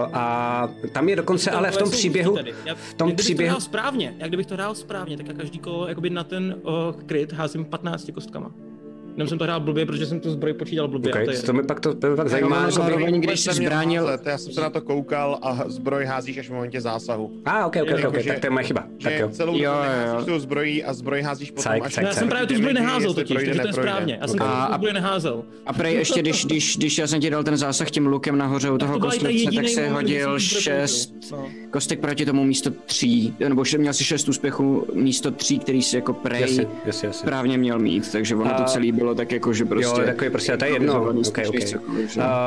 A: a tam je dokonce, ale v tom příběhu, v tom
E: Kdybych to
A: příběhu,
E: hrál správně, jak kdybych to hrál správně, tak já každý kolo jakoby na ten uh, crit házím patnácti kostkama. Jenom jsem to hrál blbě, protože jsem tu zbroj počítal blbě. a
A: okay,
E: to je...
A: to mi pak to, to mi pak zajímá,
C: ono
A: jakoby-
C: zároveň, když jsi
B: Vůbec neměl
C: zbránil-
B: házet, já jsem se na to koukal a zbroj házíš až v momentě zásahu.
A: A, ah, ok, ok, ok,
B: Jako,
A: ok,
B: že-
A: tak to je moje chyba, tak
B: Že
A: jo.
B: celou dobu
C: Jo, jo, jo.
B: neházíš tou zbrojí a zbroj házíš potom
A: Cajk,
B: až...
A: cajk,
E: Já jsem
A: cajk.
E: právě tu zbroj neházel
B: Jestli
E: totiž,
B: projde,
E: takže to je
B: neprojde.
E: správně. Já jsem
A: Ok.
E: tu
C: A-
E: zbroj neházel.
C: A prej ještě, když, když, když já jsem ti dal ten zásah tím lukem nahoře u toho
E: to byl i ten
C: kostlivce, tak
E: jedinej
C: se
E: moment, kdy
C: hodil
E: jsem tu zbroj
C: šest
E: použil. No.
C: kostek proti tomu místo tří, nebo že měl si šest úspěchů místo tří, který si jako prej
A: Jasně, jasně, jasně.
C: správně měl mít, takže ono to
A: A-
C: celý bylo tak jako, že prostě...
A: Jo, takový prostě, to je jedno,
C: improvizovaný
A: okay,
C: spíš než
A: okay.
C: cokoliv,
A: Uh,
C: že?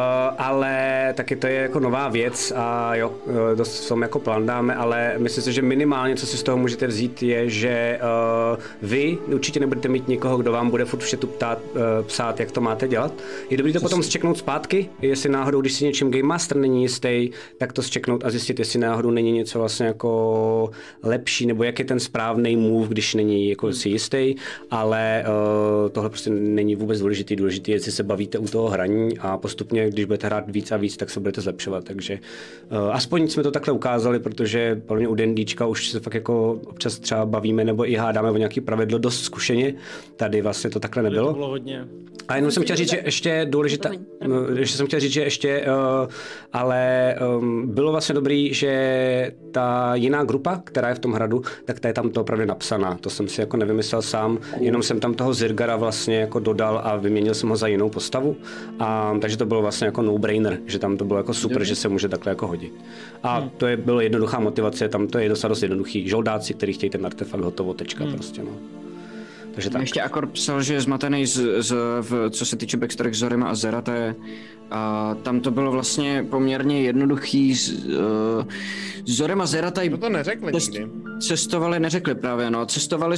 A: ale taky to je jako nová věc a jo, eh, dost v tom jako plán dáme, ale myslím si, že minimálně, co si z toho můžete vzít, je, že uh, vy určitě nebudete mít nikoho, kdo vám bude furt v chatu ptát, uh, psát, jak to máte dělat. Je dobrý to potom zčeknout zpátky, jestli náhodou, když si něčím Game Master není jistý, tak to zčeknout a zjistit, jestli náhodou není něco vlastně jako lepší, nebo jak je ten správný move, když není jako si jistý, ale uh, tohle prostě není vůbec důležitý. Důležitý je, jestli se bavíte u toho hraní a postupně, když budete hrát víc a víc, tak se budete zlepšovat. Takže uh, aspoň jsme to takhle ukázali, protože pro mě u DNDčka už se fakt jako občas třeba bavíme nebo i hádáme o nějaký pravidlo dost zkušeně. Tady vlastně to takhle
E: To
A: nebylo.
E: bylo hodně.
A: A jenom jsem chtěl říct, že ještě důležitá,
D: Promiň, promiň.
A: no, ještě jsem chtěl říct, že ještě, uh, ale um, bylo vlastně dobrý, že ta jiná grupa, která je v tom hradu, tak ta je tam to opravdu napsaná. To jsem si jako nevymyslel sám, jenom jsem tam toho Zirgara vlastně jako dodal a vyměnil jsem ho za jinou postavu. A, takže to bylo vlastně jako no-brainer, že tam to bylo jako super, že se může takhle jako hodit. A to je bylo jednoduchá motivace, tam to je docela dost jednoduchý. Žoldáci, kteří chtějí ten artefakt hotovo, tečka prostě, no. Takže tak.
C: Ještě Akor psal, že je zmatený, z, z, v, co se týče backstory Zorima a Zeraté. A tam to bylo vlastně poměrně jednoduchý. Z, uh, Zorim a Zerataj
B: To to neřekli
C: cest,
B: nikdy.
C: cestovali, neřekli právě, no, cestovali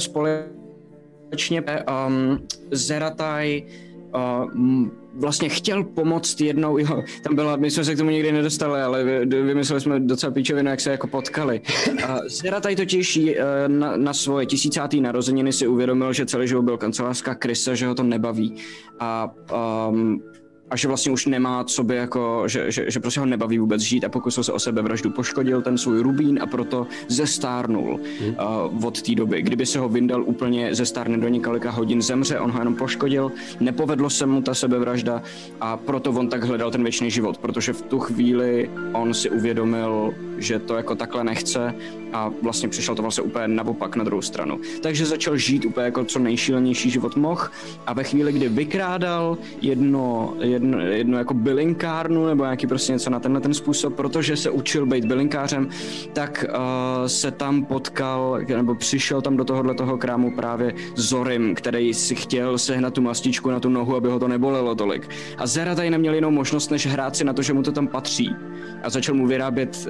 C: společně. Um, Zerataj uh, m, vlastně chtěl pomoct jednou, jo, tam byla, my jsme se k tomu nikdy nedostali, ale vy, vymysleli jsme docela píčovinu, jak se jako potkali. Uh, Zerataj totiž uh, na, na svoje tisícáté narozeniny si uvědomil, že celý život byl kancelářská krysa, že ho to nebaví. A um, a že vlastně už nemá co by jako, že, že, že prostě ho nebaví vůbec žít a pokusil se o sebevraždu, poškodil ten svůj rubín a proto zestárnul hmm. uh, od té doby. Kdyby se ho vyndal úplně zestárne do několika hodin, zemře, on ho jenom poškodil, nepovedlo se mu ta sebevražda a proto on tak hledal ten věčný život, protože v tu chvíli on si uvědomil, že to jako takhle nechce a vlastně přišel to vlastně úplně naopak na druhou stranu. Takže začal žít úplně jako co nejšílenější život mohl a ve chvíli, kdy vykrádal jedno, jedno, jedno jako bylinkárnu nebo nějaký prostě něco na tenhle ten způsob, protože se učil být bylinkářem, tak uh, se tam potkal, nebo přišel tam do tohohle toho krámu právě Zorim, který si chtěl sehnat tu mastičku na tu nohu, aby ho to nebolelo tolik. A Zera tady neměl jinou možnost, než hrát si na to, že mu to tam patří. A začal mu vyrábět uh,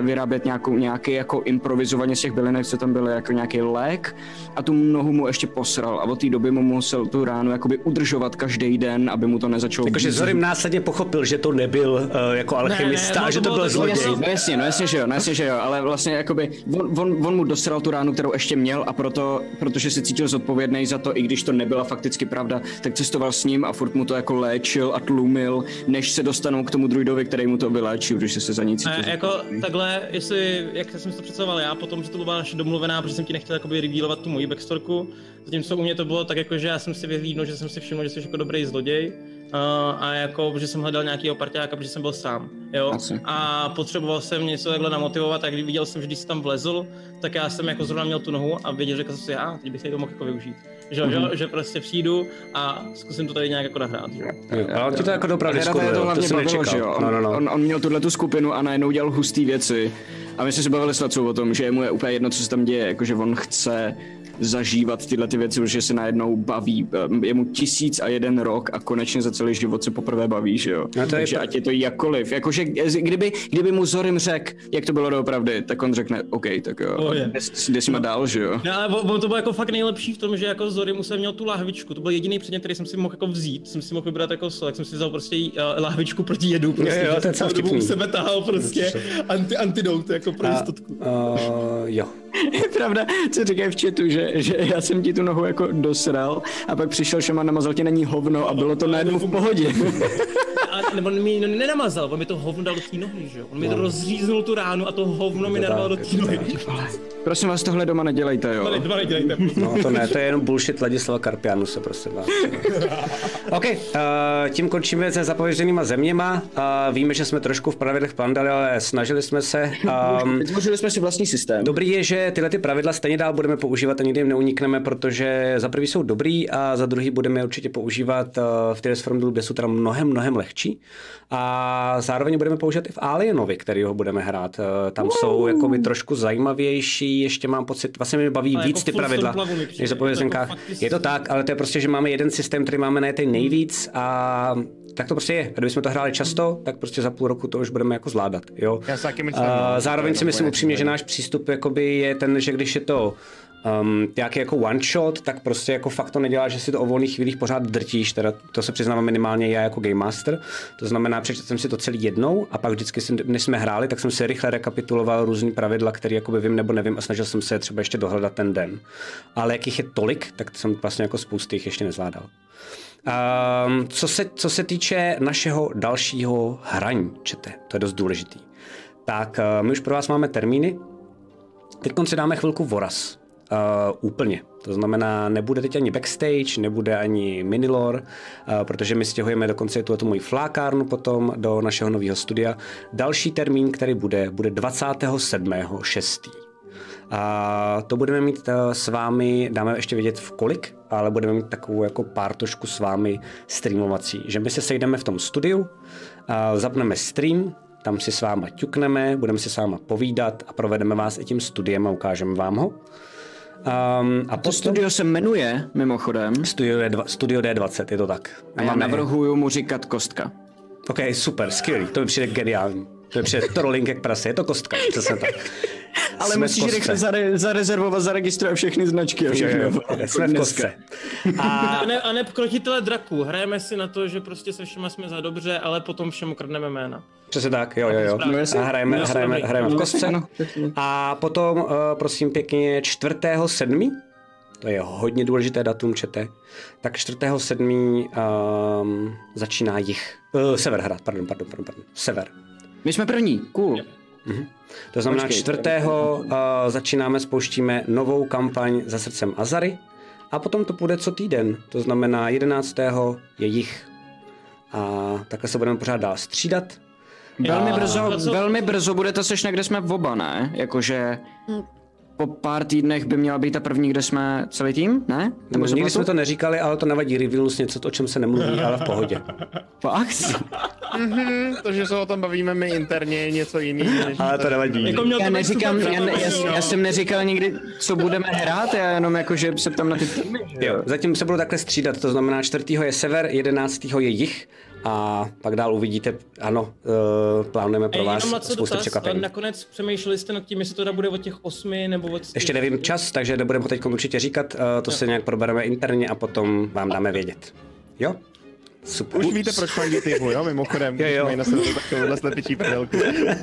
C: vyrábět nějakou, nějaký jako improvizovaně z těch bylinek, co tam byly, jako nějaký lék a tu nohu mu ještě posral a od té doby mu musel tu ránu jakoby udržovat každý den, aby mu to nezačalo.
A: Jakože Zorim následně pochopil, že to nebyl uh, jako alchymista, ne, ne, že to byl zloděj.
C: No jasně, no jasně, že jo, no jasně, že jo, ale vlastně jakoby on, on, on mu dosral tu ránu, kterou ještě měl a proto, protože se cítil zodpovědný za to, i když to nebyla fakticky pravda, tak cestoval s ním a furt mu to jako léčil a tlumil, než se dostanou k tomu druidovi, který mu to vyléčil, když se za ní cítil.
E: A jako takhle, jestli, jak jsem si to představoval já, potom, že to byla naše domluvená, protože jsem ti nechtěl jakoby revealovat tu moji backstorku, zatímco u mě to bylo tak jako, že já jsem si vyhlídnul, že jsem si všiml, že jsi jako dobrý zloděj, Uh, a jako, že jsem hledal nějakýho parťáka, protože jsem byl sám, jo. Asi. A potřeboval jsem něco takhle namotivovat, a když viděl jsem, že když jsi tam vlezl, tak já jsem jako zrovna měl tu nohu a věděl, řekl jsem si, já, teď bych si to mohl jako využít. Že, mm-hmm. že, že prostě přijdu a zkusím to tady nějak jako nahrát, jo.
A: Ale on ti to jako dopravdy skuruje, to, to jsem nečekal.
C: Jo.
A: No, no, no.
C: On, on měl tuhletu skupinu a najednou dělal hustý věci. A my jsme se bavili s Lacou o tom, že mu je úplně jedno, co se tam děje, jakože on chce zažívat tyhle ty věci, protože se najednou baví. Je mu tisíc a jeden rok a konečně za celý život se poprvé baví, že jo. No takže je... ať je to jakkoliv. Jakože kdyby, kdyby mu Zorim řekl, jak to bylo doopravdy, tak on řekne, OK, tak jo, oh, jde s nima dál, že jo.
E: No ale on to bylo jako fakt nejlepší v tom, že jako Zorim jsem měl tu lahvičku, to byl jediný předmět, který jsem si mohl jako vzít, jsem si mohl vybrat jako sol, tak jsem si vzal prostě lahvičku proti jedu, prostě,
A: jo, jo, to je celou
E: dobu sebe tahal prostě anti, antidout jako pro jistotku.
A: Uh, jo.
C: Je pravda, co říkají v chatu, že, že já jsem ti tu nohu jako dosral a pak přišel šaman, namazal ti na ní hovno a bylo to najednou v pohodě.
E: A nebo on mi no, nenamazal, on mi to hovno dal do té nohy, že jo? On mi to rozříznul tu ránu a to hovno mi narval do té nohy.
C: Prosím vás, tohle doma nedělejte, jo?
E: Doma nedělejte.
A: No to ne, to je jenom bullshit Ladislava Karpianu se prostě vás. OK, uh, tím končíme se zapovězenýma zeměma. Uh, víme, že jsme trošku v pravidlech plandali, ale snažili jsme se. Um,
C: Vytvořili jsme si vlastní systém.
A: Dobrý je, že tyhle ty pravidla stejně dál budeme používat a nikdy jim neunikneme, protože za prvý jsou dobrý a za druhý budeme určitě používat uh, v Tears from the Loop, kde jsou teda mnohem, mnohem lehčí. A zároveň budeme používat i v Alienovi, kterýho budeme hrát. Uh, tam wow. jsou jakoby trošku zajímavější, ještě mám pocit, vlastně mi baví ale víc jako ty pravidla, než za povězenkách. Je to tak, ale to je prostě, že máme jeden systém, který máme na ten nejvíc a tak to prostě je. A kdybychom to hráli často, tak prostě za půl roku to už budeme jako zvládat, jo.
B: Já si taky myslím,
A: uh, zároveň si myslím upřímně, že náš přístup jakoby je ten, že když je to um, nějaký jako one shot, tak prostě jako fakt to nedělá, že si to o volných chvílích pořád drtíš, teda to se přiznávám minimálně já jako Game Master. To znamená, přečetl jsem si to celý jednou a pak vždycky, než jsme hráli, tak jsem si rychle rekapituloval různý pravidla, které jakoby vím nebo nevím a snažil jsem se třeba ještě dohledat ten den. Ale jakých je tolik, tak jsem vlastně jako spousty jich ještě nezvládal. Um, co, se, co se týče našeho dalšího hraní, čete, to je dost důležitý. Tak uh, my už pro vás máme termíny. Teď si dáme chvilku voraz. Uh, úplně. To znamená, nebude teď ani backstage, nebude ani minilore, uh, protože my stěhujeme dokonce tu moji flákárnu potom do našeho nového studia. Další termín, který bude, bude dvacátého sedmého šestého A to budeme mít s vámi, dáme ještě vědět v kolik, ale budeme mít takovou jako pártošku s vámi streamovací, že my se sejdeme v tom studiu, zapneme stream, tam si s váma ťukneme, budeme si s váma povídat a provedeme vás i tím studiem a ukážeme vám ho. Um, a
C: to potom... studio se jmenuje, mimochodem.
A: Studio, D, studio D dvacet, je to tak.
C: A já máme... navrhuju mu říkat Kostka.
A: OK, super, skvělý, to mi přijde geniální. To mi přijde trolling jak prase, je to Kostka, přesně tak.
C: Ale jsme musíš rychle zare, zarezervovat, zaregistrovat všechny značky a všechno. Jo,
A: jo, jsme v kostce.
E: A... a, ne, a ne krotitele draků, hrajeme si na to, že prostě se všema jsme za dobře, ale potom všemu kradneme jména.
A: Přesně tak, jo, jo, jo. A hrajeme, no, hrajeme, hrajeme v kostce. A potom, uh, prosím pěkně, čtvrtého sedmého To je hodně důležité datum, čete. Tak čtvrtého sedmého Um, začíná jich. Uh, sever hrát, pardon, pardon, pardon, pardon. Sever.
C: My jsme první, cool.
A: Mhm. To znamená čtvrtého Uh, začínáme, spouštíme novou kampaň Za srdcem Azary a potom to půjde co týden. To znamená jedenáctého je jich. A takhle se budeme pořád dál střídat.
C: Velmi a... brzo, velmi brzo bude ta sešna, kde jsme oba, ne? Jakože... Po pár týdnech by měla být ta první, kde jsme celý tým, ne?
A: No, nikdy jsme to neříkali, ale to nevadí, reveal něco, o čem se nemluví, ale v pohodě.
C: Fakt?
B: Mhm, to, že se o tom bavíme my interně, je něco jiný.
A: Ale to nevadí.
C: Jako já neříkám, já, ne, já, já jsem neříkal nikdy, co budeme hrát, já jenom jako, že se ptám na ty týmy.
A: Jo, zatím se budou takhle střídat, to znamená čtvrtého je sever, jedenáctého je jih a pak dál uvidíte, ano, uh, plánujeme pro vás spoustu překvapení.
E: Nakonec přemýšleli jste nad tím, jestli to bude od těch osmi nebo od těch...
A: Ještě nevím čas, takže nebudeme teď určitě říkat, uh, to jo. se nějak probereme interně a potom vám dáme vědět. Jo? Super.
B: Už víte, proč mají typu, jo? Mimochodem, když mají na sebe takovouhle slepičí prdelku.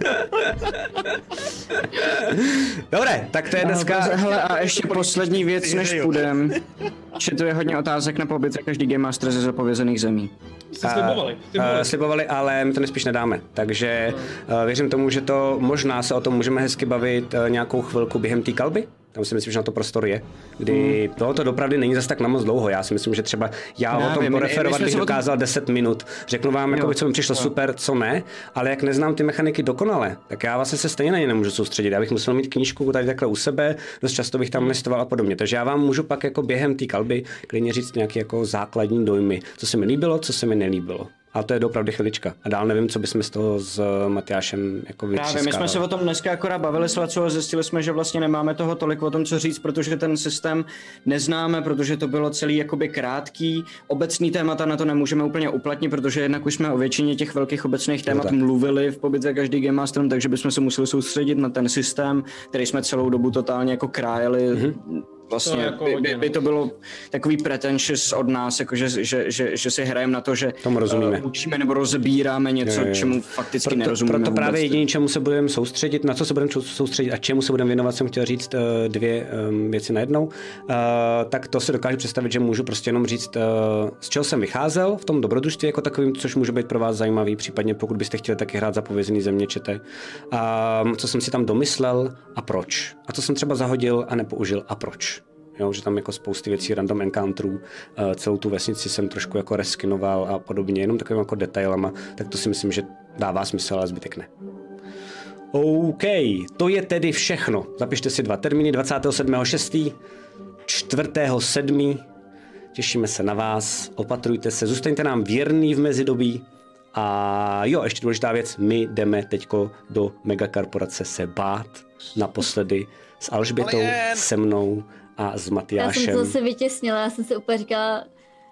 A: Dobré, tak to je dneska...
C: Hele, a ještě poslední věc, než půjdem. Že tu je hodně otázek na pobyt každý Game Master ze zapovězených zemí.
E: Jste slibovali.
A: Uh, slibovali, ale my to nespíš nedáme. Takže uh, věřím tomu, že to možná se o tom můžeme hezky bavit uh, nějakou chvilku během té kalby. Tam si myslím, že na to prostor je, kdy hmm. tohoto dopravdy není zas tak na moc dlouho. Já si myslím, že třeba já no, o tom vím, poreferovat bych dokázal tom... deset minut. Řeknu vám, jako co mi přišlo jo. super, co ne, ale jak neznám ty mechaniky dokonale, tak já vlastně se stejně na ně nemůžu soustředit. Já bych musel mít knížku tady takhle u sebe, dost často bych tam listoval a podobně. Takže já vám můžu pak jako během té kalby klidně říct nějaké jako základní dojmy, co se mi líbilo, co se mi nelíbilo. A to je opravdu chvilička. A dál nevím, co bychom z toho s Matyášem jako vytřískávali.
C: Právě, my jsme se o tom dneska akorát bavili s Lacou a zjistili jsme, že vlastně nemáme toho tolik o tom, co říct, protože ten systém neznáme, protože to bylo celý jakoby krátký. Obecný témata na to nemůžeme úplně uplatnit, protože jednak už jsme o většině těch velkých obecných témat mluvili v pobyt za každý Game Masterem, takže bychom se museli soustředit na ten systém, který jsme celou dobu totálně jako krájeli. Mm-hmm. Vlastně to jako by, by, by to bylo takový pretentious od nás, jako že, že, že, že si hrajeme na to, že uh, učíme nebo rozebíráme něco, je, je. čemu fakticky
A: proto,
C: nerozumíme.
A: Proto právě jediné, čemu se budeme soustředit, na co se budeme soustředit a čemu se budeme věnovat, jsem chtěl říct uh, dvě um, věci najednou. Uh, tak to si dokážu představit, že můžu prostě jenom říct, uh, z čeho jsem vycházel v tom dobrodružství jako takovým, což může být pro vás zajímavý, případně pokud byste chtěli taky hrát Zapovězený země, čete. Uh, co jsem si tam domyslel a proč. A co jsem třeba zahodil a nepoužil a proč. Jo, že tam jako spousty věcí, random encounterů, uh, celou tu vesnici jsem trošku jako reskinoval a podobně, jenom takovým jako detailama, tak to si myslím, že dává smysl, ale zbytek ne. OK, to je tedy všechno. Zapište si dva termíny, dvacátého sedmého šestého čtvrtého sedmého Těšíme se na vás, opatrujte se, zůstaňte nám věrný v mezidobí. A jo, ještě důležitá věc, my jdeme teďko do megakorporace se bát naposledy s Alžbětou, se mnou a s Matyášem.
D: Já jsem to zase vytěsnila, já jsem si úplně říkala,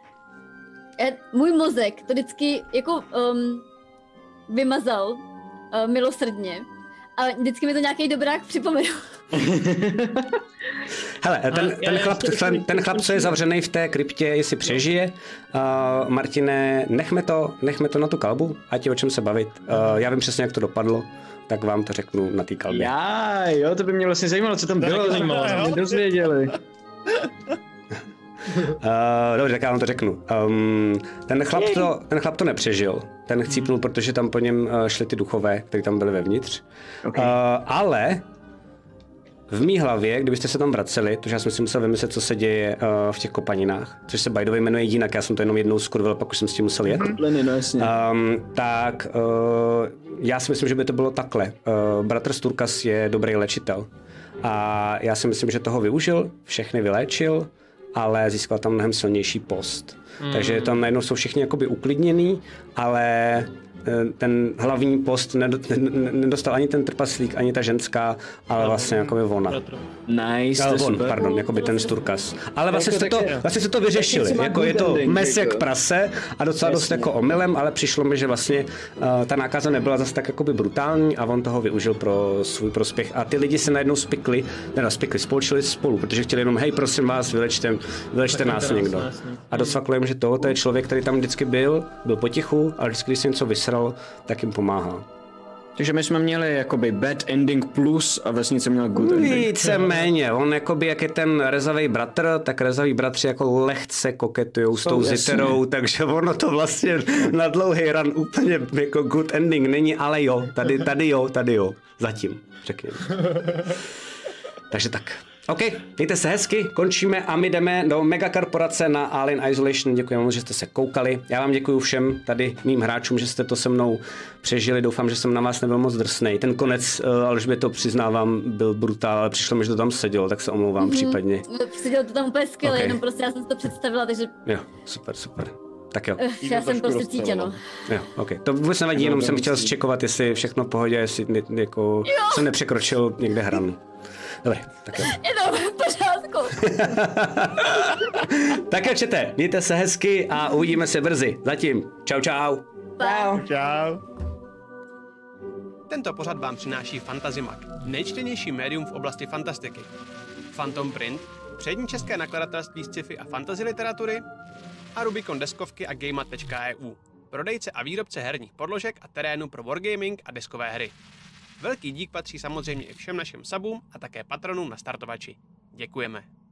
D: já, můj mozek to vždycky jako um, vymazal uh, milosrdně a vždycky mi to nějaký dobrák připomenul.
A: Hele, ten, ten, chlap, ten, ten chlap, co je zavřený v té kryptě, jestli přežije, uh, Martine, nechme to, nechme to na tu kalbu, ať je o čem se bavit. Uh, já vím přesně, jak to dopadlo, tak vám to řeknu na té kalbě.
C: Já, jo, to by mě vlastně zajímalo, co tam bylo, zajímalo, jsme dozvěděli.
A: Uh, dobře, tak já vám to řeknu. Um, ten, chlap to, ten chlap to nepřežil. Ten chcípnul, protože tam po něm uh, šli ty duchové, kteří tam byli vevnitř. Okay. Uh, ale v mý hlavě, kdybyste se tam vraceli, protože já jsem si musel vymyslet, co se děje uh, v těch kopaninách, což se by the way jmenuje jinak, já jsem to jenom jednou skurvil, pak už jsem s tím musel jet.
C: Mm-hmm. No, jasně.
A: Um, tak uh, já si myslím, že by to bylo takhle. Uh, bratr Sturkas je dobrý léčitel. A já si myslím, že toho využil, všechny vyléčil, ale získal tam mnohem silnější post. Mm. Takže tam najednou jsou všichni jakoby uklidněný, ale ten hlavní post nedostal ani ten trpaslík, ani ta ženská, ale vlastně jakoby ona.
C: Nice,
A: ale on, pardon, jakoby ten Sturkas. Ale vlastně se to, vlastně se to vyřešili, jako je to mes jak prase a docela dost jako omylem, ale přišlo mi, že vlastně uh, ta nákaza nebyla zase tak jakoby brutální a on toho využil pro svůj prospěch a ty lidi se najednou spikli, teda spikli, spolčili spolu, protože chtěli jenom, hej, prosím vás, vylečte, vylečte nás někdo. A docvaklo jim, že to, to je člověk, který tam vždycky byl, byl potichu, ale vždycky, když se něco vysral, tak jim pomáhá.
C: Takže my jsme měli jakoby bad ending plus a vesnice měla good ending.
A: Víceméně, on jakoby, jak je ten rezavý bratr, tak rezavý bratři jako lehce koketujou s tou Ziterou, takže ono to vlastně na dlouhý run úplně jako good ending není, ale jo, tady, tady jo, tady jo, zatím, řekněme. Takže tak. OK, mějte se hezky, končíme a my jdeme do megakorporace na Alien Isolation. Děkujeme moc, že jste se koukali. Já vám děkuji všem tady mým hráčům, že jste to se mnou přežili. Doufám, že jsem na vás nebyl moc drsnej. Ten konec, Alžbě, to přiznávám, byl brutál, ale přišlo mi, že to tam sedělo, tak se omlouvám mm-hmm. případně.
D: Sedělo to tam úplně skvěle, okay. Jenom prostě já jsem si to představila, takže...
A: Jo, super, super. Tak jo.
D: Uh, já jsem prostě cítěno.
A: Jo, ok. To vůbec nevadí, jenom jsem chtěl zčekovat, jestli všechno v pohodě, jestli jako jo. jsem nepřekročil někde hranu. Dobré, tak jo.
D: Je to v pořádku.
A: Tak jo, čete, mějte se hezky a uvidíme se brzy. Zatím. Čau, čau.
D: Pa.
B: Čau.
H: Tento pořad vám přináší Fantazimak, nejčtenější médium v oblasti fantastiky. Phantom Print, přední české nakladatelství z sci-fi a fantasy literatury a Rubicon deskovky a gameat tečka e u, prodejce a výrobce herních podložek a terénu pro wargaming a deskové hry. Velký dík patří samozřejmě i všem našim subům a také patronům na startovači. Děkujeme.